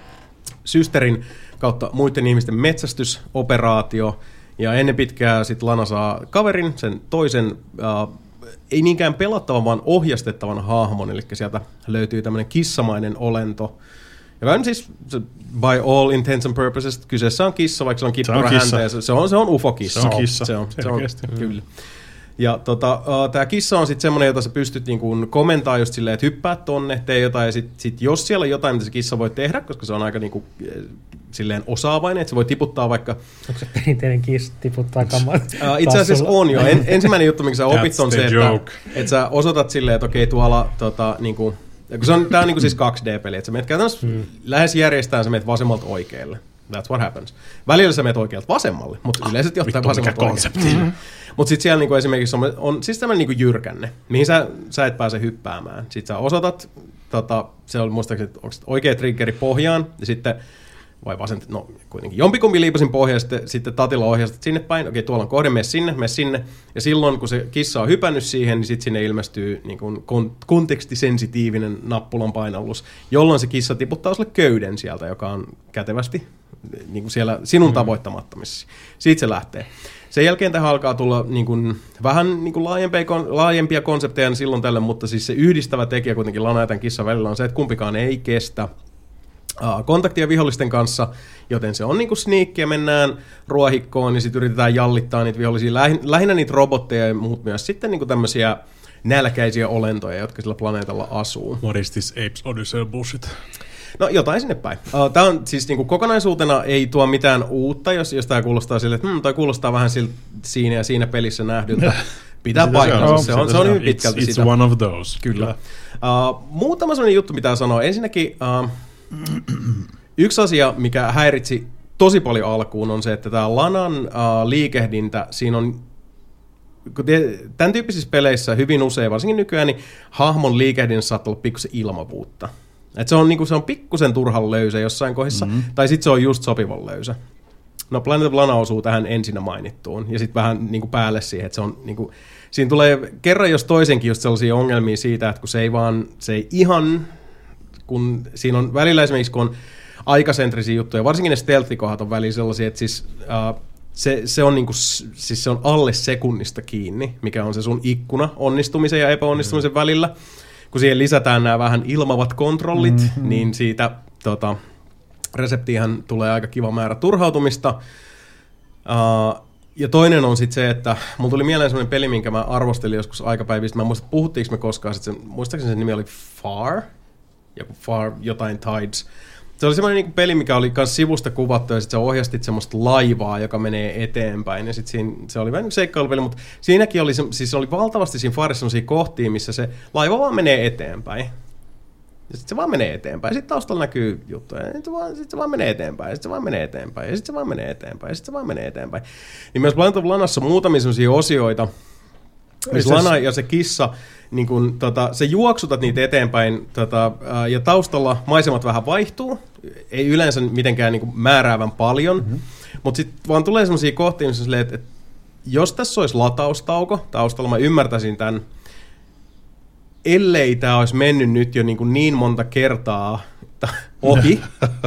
systerin kautta muiden ihmisten metsästysoperaatio, ja ennen pitkää sitten Lana saa kaverin, sen toisen, äh, ei niinkään pelattavan, vaan ohjastettavan hahmon, eli sieltä löytyy tämmöinen kissamainen olento, joka on siis, by all intents and purposes, kyseessä on kissa, vaikka se on kippura häntä, ja se, se on, se on ufo-kissa. Se on kissa, se on, se on, se on kyllä. Ja tota, uh, tämä kissa on sitten semmoinen, jota sä pystyt niinku komentamaan just silleen, että hyppää tonne, tee jotain, ja sitten sit jos siellä on jotain, mitä se kissa voi tehdä, koska se on aika niinku, silleen osaavainen, että se voi tiputtaa vaikka... Onko se perinteinen kissa tiputtaa kamaa? Uh, itse asiassa on jo. En, ensimmäinen juttu, minkä sä opit, on se, että, että sä osoitat silleen, että okei, tuolla tota, niinku, kun se on, tää on niinku siis kaksi D-peli, että sä menet käytännössä hmm. lähes järjestään, sä menet vasemmalta oikealle. That's what happens. Välillä sä menet oikealta vasemmalle, mutta yleisesti ottaen vasemmalta oikealle. Mm-hmm. Mutta sitten siellä niinku esimerkiksi on, on siis tämmöinen niinku jyrkänne, mihin sä, sä et pääse hyppäämään. Sitten sä osoitat, tota, se on muistaakseni, onko oikea triggeri pohjaan, ja sitten, vai vasen, no kuitenkin jompikumpi liipasin pohjaan, sitten, sitten tatilla ohjastat sinne päin, okei tuolla on kohde, mene sinne, mene sinne, ja silloin kun se kissa on hypännyt siihen, niin sitten sinne ilmestyy niinku kon- kontekstisensitiivinen nappulan painallus, jolloin se kissa tiputtaa sulle köyden sieltä, joka on kätevästi niinku siellä sinun tavoittamattomissa. Siitä se lähtee. Sen jälkeen tähän alkaa tulla niin kuin, vähän niin kuin laajempia, laajempia konsepteja niin silloin tällä, mutta siis se yhdistävä tekijä kuitenkin Lana ja tämän kissan välillä on se, että kumpikaan ei kestä uh, kontaktia vihollisten kanssa, joten se on niin kuin sneakkiä, mennään ruohikkoon ja sitten yritetään jallittaa niitä vihollisia, Lähin, lähinnä niitä robotteja ja muut myös sitten niin kuin tämmöisiä nälkäisiä olentoja, jotka sillä planeetalla asuu. What is this Apes Odyssey bullshit? No jotain sinne päin. Uh, tämä on siis niinku kokonaisuutena ei tuo mitään uutta, jos, jos tämä kuulostaa sille, että hm, toi kuulostaa vähän siltä siinä ja siinä pelissä nähdyltä. Pitää paikkansa. Se on, se on hyvin pitkälti it's, sitä. It's one of those. Kyllä. Uh, muutama sellainen juttu, mitä sanoa. Ensinnäkin uh, yksi asia, mikä häiritsi tosi paljon alkuun, on se, että tämä Lanan uh, liikehdintä, siinä on tämän tyyppisissä peleissä hyvin usein, varsinkin nykyään, niin hahmon liikehdinnässä saattaa olla pikkusen ilmavuutta. Et se on, niinku, se on pikkusen turhan löysä jossain kohdissa, mm-hmm. tai sitten se on just sopivan löysä. No Planet of Lana osuu tähän ensinnä mainittuun, ja sitten vähän niinku päälle siihen, että se on, niinku, siinä tulee kerran jos toisenkin just sellaisia ongelmia siitä, että kun se ei vaan, se ei ihan, kun siinä on välillä esimerkiksi, kun on aikasentrisiä juttuja, varsinkin ne stealth-kohdat on välillä sellaisia, että siis, uh, se, se, on niinku, siis se on alle sekunnista kiinni, mikä on se sun ikkuna onnistumisen ja epäonnistumisen mm-hmm. välillä. Kun siihen lisätään nämä vähän ilmavat kontrollit, mm-hmm. niin siitä tota, reseptiinhän tulee aika kiva määrä turhautumista. Uh, ja toinen on sitten se, että mulla tuli mieleen sellainen peli, minkä mä arvostelin joskus aikapäivistä. Mä en muista, puhuttiinko me koskaan, sit sen, muistaakseni sen nimi oli Far, joku Far jotain Tides. Se oli semmoinen niinku peli, mikä oli myös sivusta kuvattu, ja sitten sä ohjastit semmoista laivaa, joka menee eteenpäin, ja sitten se oli vähän niin seikkailupeli, mutta siinäkin oli, siis oli valtavasti siinä Farissa semmoisia kohtia, missä se laiva vaan menee eteenpäin. Ja sitten se vaan menee eteenpäin, ja sitten taustalla näkyy juttuja, ja sitten se, vaan, sit se vaan menee eteenpäin, ja sitten se vaan menee eteenpäin, ja sitten se vaan menee eteenpäin, ja sitten se vaan menee eteenpäin. Niin myös Planet of Lanassa on muutamia semmoisia osioita, missä Lana ja se kissa, niin kun, tota, se juoksutat niitä eteenpäin, tota, ää, ja taustalla maisemat vähän vaihtuu, ei yleensä mitenkään niin kun määräävän paljon, mm-hmm. mutta sitten vaan tulee semmoisia kohtia, missä silleen, että, että jos tässä olisi lataustauko taustalla, mä ymmärtäisin tämän, ellei tämä olisi mennyt nyt jo niin, kuin niin monta kertaa ohi,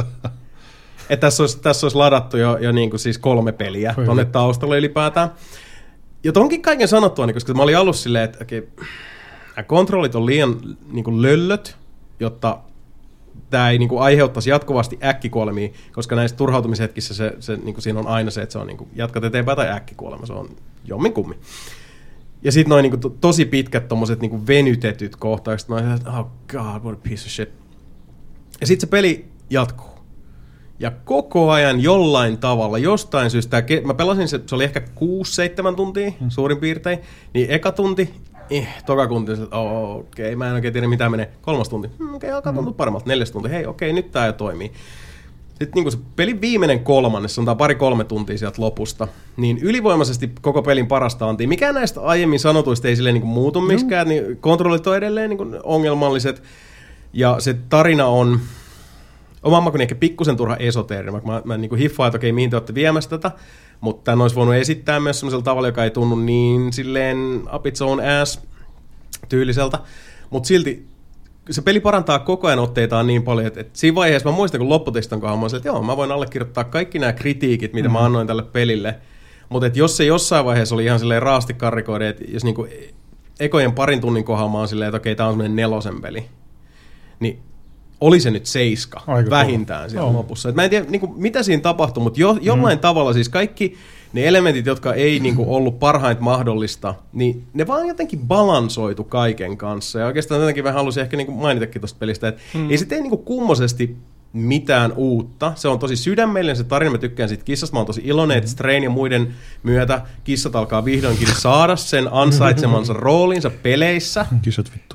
että tässä olisi, tässä olisi ladattu jo, jo niin kuin siis kolme peliä tuonne taustalle ylipäätään. Ja tonkin kaiken sanottua, niin koska mä olin alussa silleen, että okay, nämä kontrollit on liian niin kuin löllöt, jotta tämä ei niin kuin aiheuttaisi jatkuvasti äkkikuolemia, koska näissä turhautumishetkissä se, se, niin kuin siinä on aina se, että se on niin kuin jatkat eteenpäin tai äkkikuolema, se on jomminkummin. Ja sitten noin niinku to, tosi pitkät tommoset niinku venytetyt kohtaukset. Mä olin, että oh god, what a piece of shit. Ja sitten se peli jatkuu. Ja koko ajan jollain tavalla, jostain syystä, mä pelasin se, se oli ehkä kuusi seitsemän tuntia hmm. suurin piirtein, niin eka tunti, eh, toka tunti, että oh, okei, okay, mä en oikein tiedä mitä menee. Kolmas tunti, hmm, okei, okay, alkaa tuntua paremmalta. Neljäs tunti, hei, okei, okay, nyt tää jo toimii. Sitten niin se pelin viimeinen kolmannes, sanotaan pari-kolme tuntia sieltä lopusta, niin ylivoimaisesti koko pelin parasta antia. Mikään näistä aiemmin sanotuista ei silleen niin kuin muutu miksikään, mm. niin kontrollit on edelleen niin kuin ongelmalliset. Ja se tarina on oman makuni ehkä pikkusen turha esoteerinen, vaikka mä, mä niin kuin hiffaan, että okei, mihin te olette viemässä tätä, mutta tämän olisi voinut esittää myös sellaisella tavalla, joka ei tunnu niin silleen up its own ass tyyliseltä, mutta silti se peli parantaa koko ajan otteitaan niin paljon, että, että siinä vaiheessa mä muistan, kun lopputekstin kohdalla mä olin, että joo, mä voin allekirjoittaa kaikki nämä kritiikit, mitä mm-hmm. mä annoin tälle pelille, mutta että jos se jossain vaiheessa oli ihan silleen raasti karrikoiden, että jos niinku ekojen parin tunnin kohdalla mä oon silleen, että okei, tää on semmoinen nelosen peli, niin oli se nyt seiska aika vähintään kova siellä oh. lopussa. Et mä en tiedä, niinku, mitä siinä tapahtui, mutta jo, jollain mm. tavalla siis kaikki ne elementit, jotka ei niinku ollut parhainta mahdollista, niin ne vaan jotenkin balansoitu kaiken kanssa. Ja oikeastaan jotenkin vähän halusin ehkä niinku mainitakin tuosta pelistä, että mm. ei se tee niinku kummosesti mitään uutta. Se on tosi sydämellinen se tarina, mä tykkään siitä kissasta. Mä oon tosi iloinen, että Strain ja muiden myötä kissat alkaa vihdoinkin saada sen ansaitsemansa roolinsa peleissä. Kissat vittu.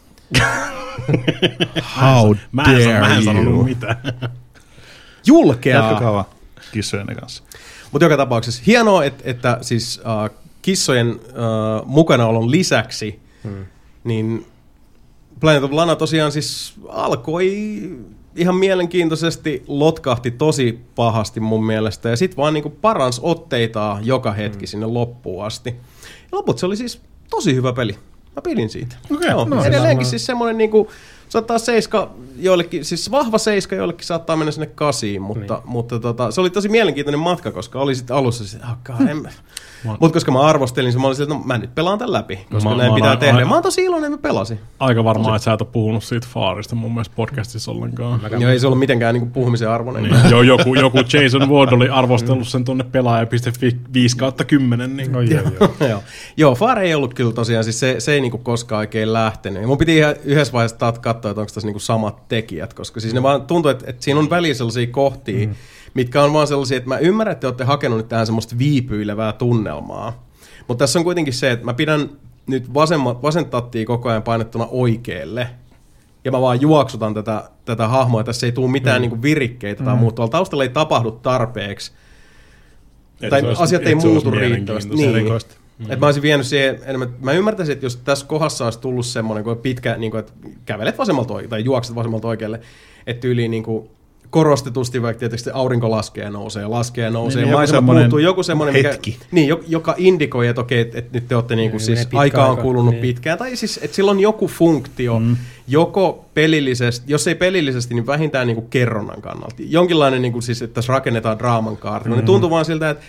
How mä dare en, mä en you? sanonut mitään. Julkeaa. Jatkakaa vaan kissojen kanssa. Mutta joka tapauksessa hienoa, että, että siis uh, kissojen uh, mukanaolon lisäksi hmm. niin Planet of Lana tosiaan siis alkoi ihan mielenkiintoisesti, lotkahti tosi pahasti mun mielestä ja sit vaan niinku paransi otteitaan joka hetki hmm. sinne loppuun asti. Ja loput se oli siis tosi hyvä peli. Mä pidin siitä. Okay, Joo, no, edelleenkin siis semmoinen niinku, saattaa seiska joillekin, siis vahva seiska joillekin saattaa mennä sinne kasiin, mutta, niin. mutta tota, se oli tosi mielenkiintoinen matka, koska oli sitten alussa se, oh God, en... Mutta koska mä arvostelin sen, mä olin silleen, että no, mä nyt pelaan tän läpi, koska mä, näin mä pitää a, tehdä. A, mä oon tosi iloinen, että mä pelasin. Aika varmaan, että sä et ole puhunut siitä Faarista mun mielestä podcastissa ollenkaan. Joo, ei se ollut mitenkään niinku puhumisen arvoinen. Niin. Joo, joku, joku Jason Ward oli arvostellut sen tuonne pelaaja piste viisi kautta kymmenen. Niin. No, joo, joo. joo. joo, Faar ei ollut kyllä tosiaan, siis se, se ei niinku koskaan oikein lähtenyt. Ja mun piti ihan yhdessä vaiheessa katsoa, että onko tässä niinku samat tekijät, koska siis ne vaan tuntuu, että, että siinä on väliin sellaisia kohtia, mm. mitkä on vaan sellaisia, että mä ymmärrän, että te olette hakenut nyt tähän semmoista viipyilevää tunnelmaa. Mutta tässä on kuitenkin se, että mä pidän nyt vasemma, vasentattia koko ajan painettuna oikealle, ja mä vaan juoksutan tätä, tätä hahmoa, ja tässä ei tule mitään mm. niinku virikkeitä mm. tai muuta. Tuolla taustalla ei tapahdu tarpeeksi, et tai olisi, asiat ei muutu riittävästi. Niin. Mm. Et mä olisin vienyt siihen enemmän. Mä ymmärtäisin, että jos tässä kohdassa olisi tullut semmoinen pitkä, niin kuin, että kävelet vasemmalta oikealle, tai juokset vasemmalta oikealle, että tyyliin niin kuin korostetusti, vaikka tietysti aurinko laskee ja nousee, laskee ja nousee, niin, maisema puuttuu, joku semmoinen, mikä, niin, joka indikoi, että okei, että, että nyt te olette niin kuin, siis aikaa on kulunut niin. pitkään, tai siis, että sillä on joku funktio, mm. joko pelillisesti, jos ei pelillisesti, niin vähintään niin kuin kerronnan kannalta. Jonkinlainen, niin kuin, siis, että tässä rakennetaan draaman kaarta, mm. niin tuntuu vaan siltä, että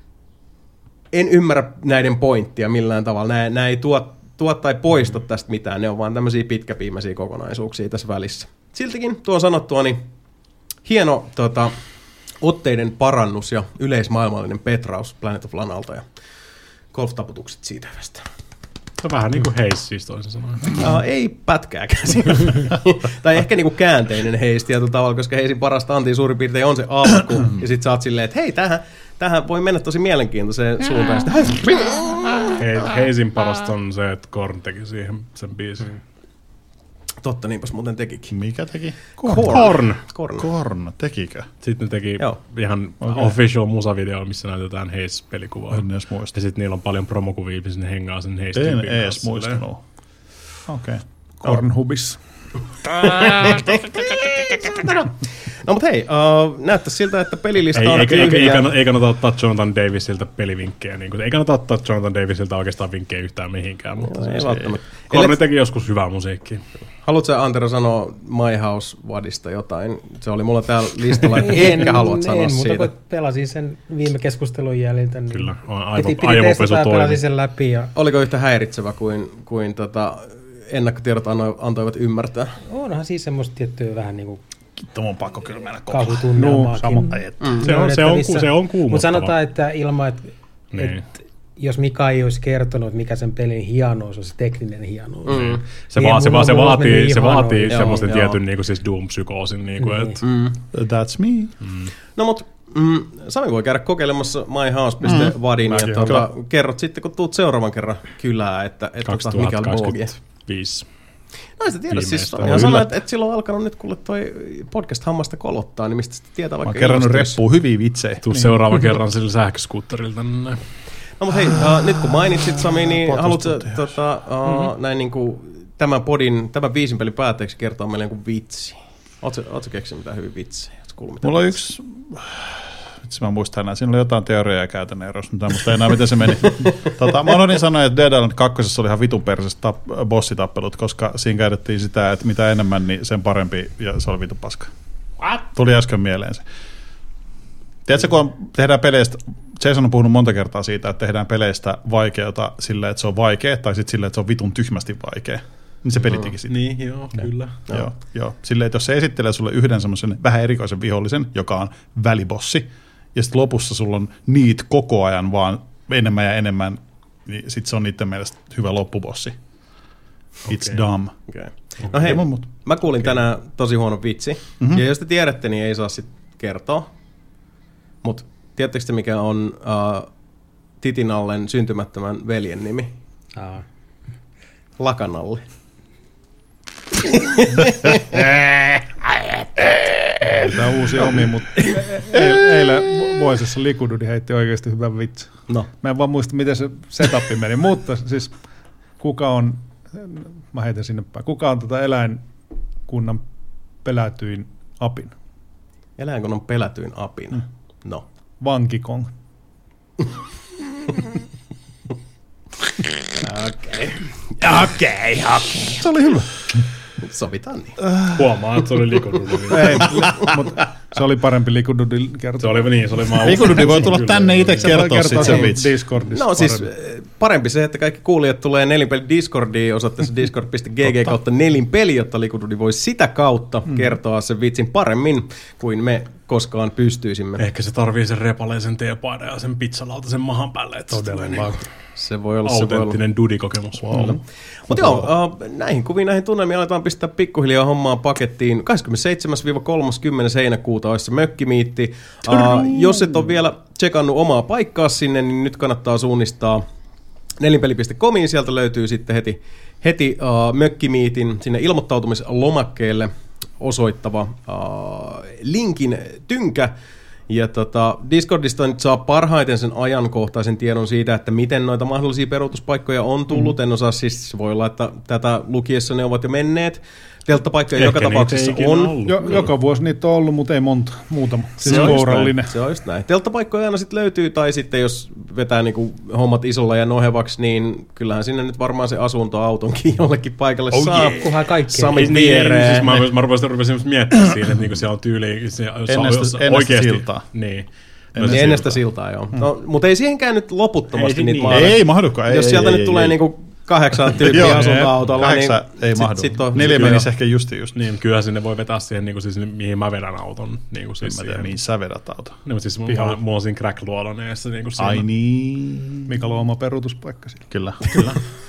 en ymmärrä näiden pointtia millään tavalla, nämä, nämä ei tuo, tuo tai poista tästä mitään, ne on vaan tämmöisiä pitkäpiimäisiä kokonaisuuksia tässä välissä. Siltikin tuon sanottua, niin hieno tota, otteiden parannus ja yleismaailmallinen petraus Planet of Lanalta ja golf-taputukset siitä hyvästä. Se on vähän niin kuin Haze siis toisin sanoen. Uh, ei pätkääkään siinä. Tai ehkä niinku käänteinen Haze tietyllä tavalla, koska Hazin parasta antia suurin piirtein on se alku. Ja sit sä oot silleen, että hei, tähän, tähän voi mennä tosi mielenkiintoiseen suuntaan. Sitten, Hazin parasta on se, että Korn teki siihen sen biisin. totta, niinpäs muuten tekikin. Mikä teki? Korn! Korn. Korn, tekikö? Sitten ne teki Joo. ihan Okei. official musavideo, missä näytetään Haze-pelikuvaa. En edes muista. Ja sitten niillä on paljon promokuvia, missä ne hengaa sen En Haze-tyypin edes kanssa. muistanut. Okei. Okay. Kornhubis. No mut hei, uh, näyttäisi siltä, että pelilista Ei, on ei, ei, ei, tyhjä. kannata, ei kannata ottaa Jonathan Davisilta pelivinkkejä. Niin kuin, ei kannata ottaa Jonathan Davisilta oikeastaan vinkkejä yhtään mihinkään. Mutta Joo, ei siis välttämättä. Korni Ellet- teki joskus hyvää musiikkia. Haluatko sä, Antero, sanoa My House Vadista jotain? Se oli mulla täällä listalla, että ehkä haluat sanoa en, mutta siitä. kun pelasin sen viime keskustelun jäljiltä, niin Kyllä, aivo, piti, piti aivopesu testata ja toimi. pelasin sen läpi. Ja Oliko yhtä häiritsevä kuin, kuin tota, ennakkotiedot anno, antoivat ymmärtää? onhan siis semmoista tiettyä vähän niin kuin Tuo on pakko kyllä mennä kovaa. kauhutunnelmaakin. No, Mm. Se on, se on, se on kuumottava. Mutta sanotaan, että ilman, että Niin. et, jos Mika ei olisi kertonut, mikä sen pelin hienous on, se tekninen hienous. Mm. Se, Niin, va, se, mulla- va, se mulla vaatii, meni se ihan vaatii noin. semmoisen Joo, tietyn joo. niin kuin siis Doom-psykoosin. Niin kuin, Niin. että, Mm. That's me. No mut mm, Sami voi käydä kokeilemassa myhouse piste vadin mm. ja Mäkin tota, kerrot sitten, kun tuut seuraavan kerran kylään, että et, tota, mikä oli boogia. kaksituhattakaksikymmentäviisi. No ei sitä tiedä, siis Viimeistään. ihan On sanoa, yllät- että et silloin on alkanut nyt kuule toi podcast-hammasta kolottaa, niin mistä sitä tietää Mä vaikka oon kerännyt ilmestyisi. reppuun hyviä vitsejä. Tuu seuraavan kerran sillä sähköskuutterilla tänne. No mutta hei, uh, nyt kun mainitsit Sami, niin Podcast haluatko tuntia. tota, uh, mm-hmm. näin niinku tämän podin, tämän viisin pelin päätteeksi kertoa meille jonkun vitsi? Ootko, ootko keksinyt mitään hyvin vitsejä? Ootko kuullut mitään Mulla on vitsejä? yksi, vitsi mä muistan enää, siinä oli jotain teoriaa ja käytännön erosta, mutta muista ei enää miten se meni. tota, mä unohdin sanoa, että Dead Island kakkosessa oli ihan vitun persestä tap- bossitappelut, koska siinä käytettiin sitä, että mitä enemmän, niin sen parempi, ja se oli vitun paska. What? Tuli äsken mieleen se. Tiedätkö, kun on, tehdään peleistä, Jason on puhunut monta kertaa siitä, että tehdään peleistä vaikeata sillä, että se on vaikea, tai sitten sillä, että se on vitun tyhmästi vaikea. Niin se peli teki sitä. Niin, joo, kyllä. Joo, joo. joo. Silleen, että jos se esittelee sulle yhden semmoisen vähän erikoisen vihollisen, joka on välibossi, ja sitten lopussa sulla on niitä koko ajan vaan enemmän ja enemmän, niin sitten se on niiden mielestä hyvä loppubossi. It's Okei. dumb. Okay. No hei, Ilman muuta. mä kuulin okay. tänään tosi huono vitsi, Mhm. mm-hmm. ja jos te tiedätte, niin ei saa sit kertoa. Mutta tiedättekö te, mikä on uh, Titinallen syntymättömän veljen nimi? Aa. Lakanalle. Tämä on uusi omi, mutta e- eilen Voisessa Likududi heitti oikeasti hyvän vitsi. No. Mä en vaan muista, miten se setup meni, mutta siis kuka on, mä heitän sinne päin, kuka on tota eläinkunnan pelätyin apin? Eläinkunnan pelätyin apina. Mm. No. Vankikong. Okei. Okei, okei. Se oli hyvä. Sovitaan niin. Huomaa, että se oli Likududi. Ei, mutta se oli parempi Likududin kertoa. Se oli niin, se oli maa. Likududi voi tulla tänne itse Se voi kertoa kertoa sitten sen sen vitsi. Discordissa. No siis paremmin. eh, parempi se, että kaikki kuulijat tulee Nelinpeli Discordiin osoitteessa discord piste g g kautta nelinpeli, jotta Likududi voi sitä kautta mm. kertoa sen vitsin paremmin kuin me koskaan pystyisimme. Ehkä se tarvii sen repaleisen teepaidan ja sen pizzalautasen mahan päälle, että se tulee niin Se voi olla, se voi olla. autenttinen Dudi-kokemus. Wow. Mutta joo, uh, näihin kuviin, näihin tunnelmiin aletaan pistää pikkuhiljaa hommaa pakettiin. kahdeskymmenesseitsemäs kolmaskymmenes heinäkuuta olisi se mökkimiitti. Uh, jos et ole vielä tsekannut omaa paikkaa sinne, niin nyt kannattaa suunnistaa nelinpeli piste comiin. Sieltä löytyy sitten heti, heti uh, mökkimiitin sinne ilmoittautumislomakkeelle osoittava uh, linkin tynkä. Ja tota, Discordista nyt saa parhaiten sen ajankohtaisen tiedon siitä, että miten noita mahdollisia peruutuspaikkoja on tullut. Mm. En osaa siis, voi olla, että tätä lukiessa ne ovat jo menneet. Telttapaikkoja joka niitä tapauksessa ei ikinä on. ollut. Jo, joka vuosi niitä on ollut, mutta ei monta. Muutama. Siis Se on, just kourallinen. näin. Se on just näin. Telttapaikkoja aina sitten löytyy, tai sitten jos vetää niinku hommat isolla ja nohevaksi, niin kyllähän sinne nyt varmaan se asuntoautonkin jollekin paikalle Oh saa. yeah. Kunhan kaikki. Samin Niin, viereen. siis mä, mä rupesin, rupesin miettimään siinä, että niinku siellä on tyyli, se, jos Ennen on, sitä- jos ennen sitä oikeasti, siltaa. Niin. Ennen, niin ennen sitä siltaa, joo. Mm. No, mutta ei siihen käynyt loputtomasti Ei, niitä niin. maaleja. Ei mahdukaan. Ei, Jos ei, sieltä ei, nyt ei, tulee ei. niinku kahdeksan Joo, tyyppiä asuntoautolla, niin kahdeksan ei mahdu. sit on, Neljä kyllä. menisi ehkä justi just. Niin, kyllä sinne voi vetää siihen, niin kuin siis, mihin mä vedän auton. Niin kuin siis En mä tiedä, siihen. mihin sä vedät auto. Niin, mutta siis mulla, mulla on siinä crack-luodon eessä. Niin kuin siinä. Ai niin. Mikalla on oma peruutuspaikka siellä. Kyllä, kyllä.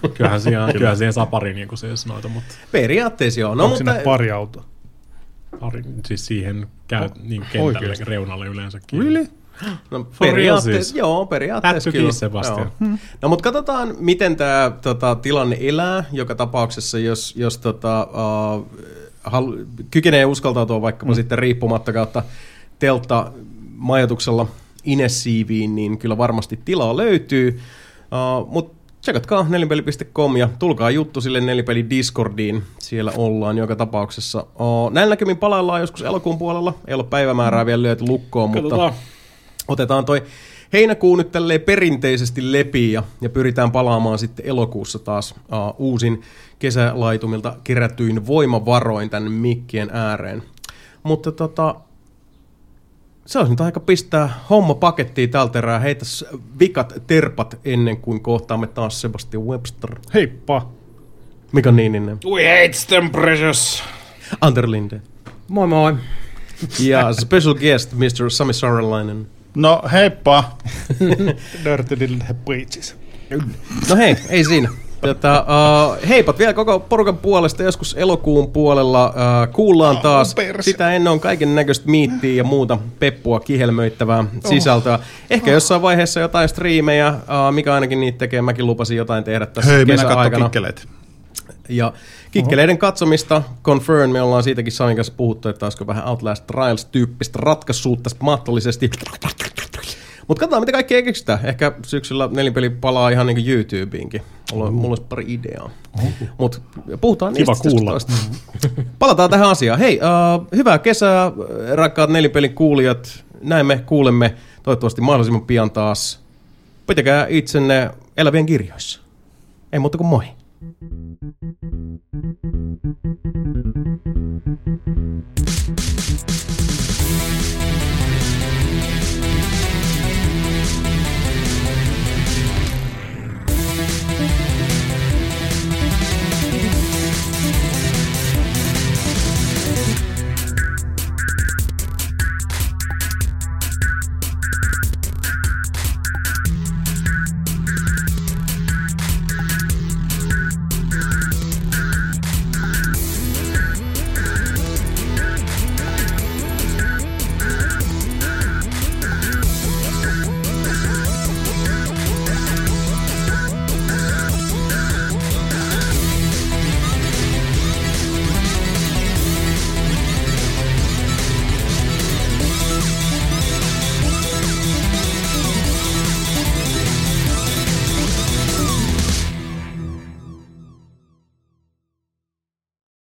Kyllähän siihen, kyllähän siihen saa pari niin kuin siis noita, mutta... Periaatteessa joo. No, Onko mutta... sinne pari autoa? Pari, siis siihen käy O- niin kentälle, oikeesti? reunalle yleensäkin. Really? No, For real periaatteessa, siis. joo, periaatteessa That to kyllä. kiss, Sebastian. Joo. No, mutta katsotaan, miten tämä tota, tilanne elää joka tapauksessa, jos, jos tota, uh, hal- kykenee uskaltautua vaikkapa mm. sitten riippumatta kautta teltta majoituksella Inessiiviin, niin kyllä varmasti tilaa löytyy. Uh, mutta tsekatkaa nelipeli piste com ja tulkaa juttu sille Nelipeli Discordiin. Siellä ollaan joka tapauksessa. Uh, näillä näkymin palaillaan joskus elokuun puolella. Ei ole päivämäärää vielä lyöty lukkoon, Katsotaan. mutta otetaan toi heinäkuu nyt tälleen perinteisesti lepiin ja, ja pyritään palaamaan sitten elokuussa taas uh, uusin kesälaitumilta kerätyin voimavaroin tänne mikkien ääreen. Mutta tota... Se olisi nyt aika pistää homma pakettiin tältä erää. Heitäs vikat terpat ennen kuin kohtaamme taas Sebastian Webster. Heippa! Mika Niininen. We hate them precious. Anderlinde. Moi moi. Ja special guest mister Sami Saralainen. No heippa. Dirty little bitches. No hei, ei siinä. Tätä, uh, heipat vielä koko porukan puolesta joskus elokuun puolella. Uh, kuullaan taas. perse. Sitä ennen on kaiken näköistä miittiä ja muuta peppua kihelmöittävää sisältöä. Ehkä jossain vaiheessa jotain striimejä, uh, mikä ainakin niitä tekee. Mäkin lupasin jotain tehdä tässä Hei, mennään kesäaikana. katso kikkeleitä. Ja kikkeleiden katsomista, confirm, me ollaan siitäkin Samin kanssa puhuttu, että olisiko vähän Outlast Trials-tyyppistä ratkaisuutta mahdollisesti. Mutta katsotaan, mitä kaikkea keksitään. Ehkä syksyllä nelipeli palaa ihan niin kuin YouTubeinkin. Mulla, on, mulla olisi pari ideaa. Mutta puhutaan Kiva niistä. kuulla. Palataan tähän asiaan. Hei, uh, hyvää kesää, rakkaat nelipelin kuulijat. Näemme, kuulemme toivottavasti mahdollisimman pian taas. Pitäkää itsenne elävien kirjoissa. Ei muuta kuin moi.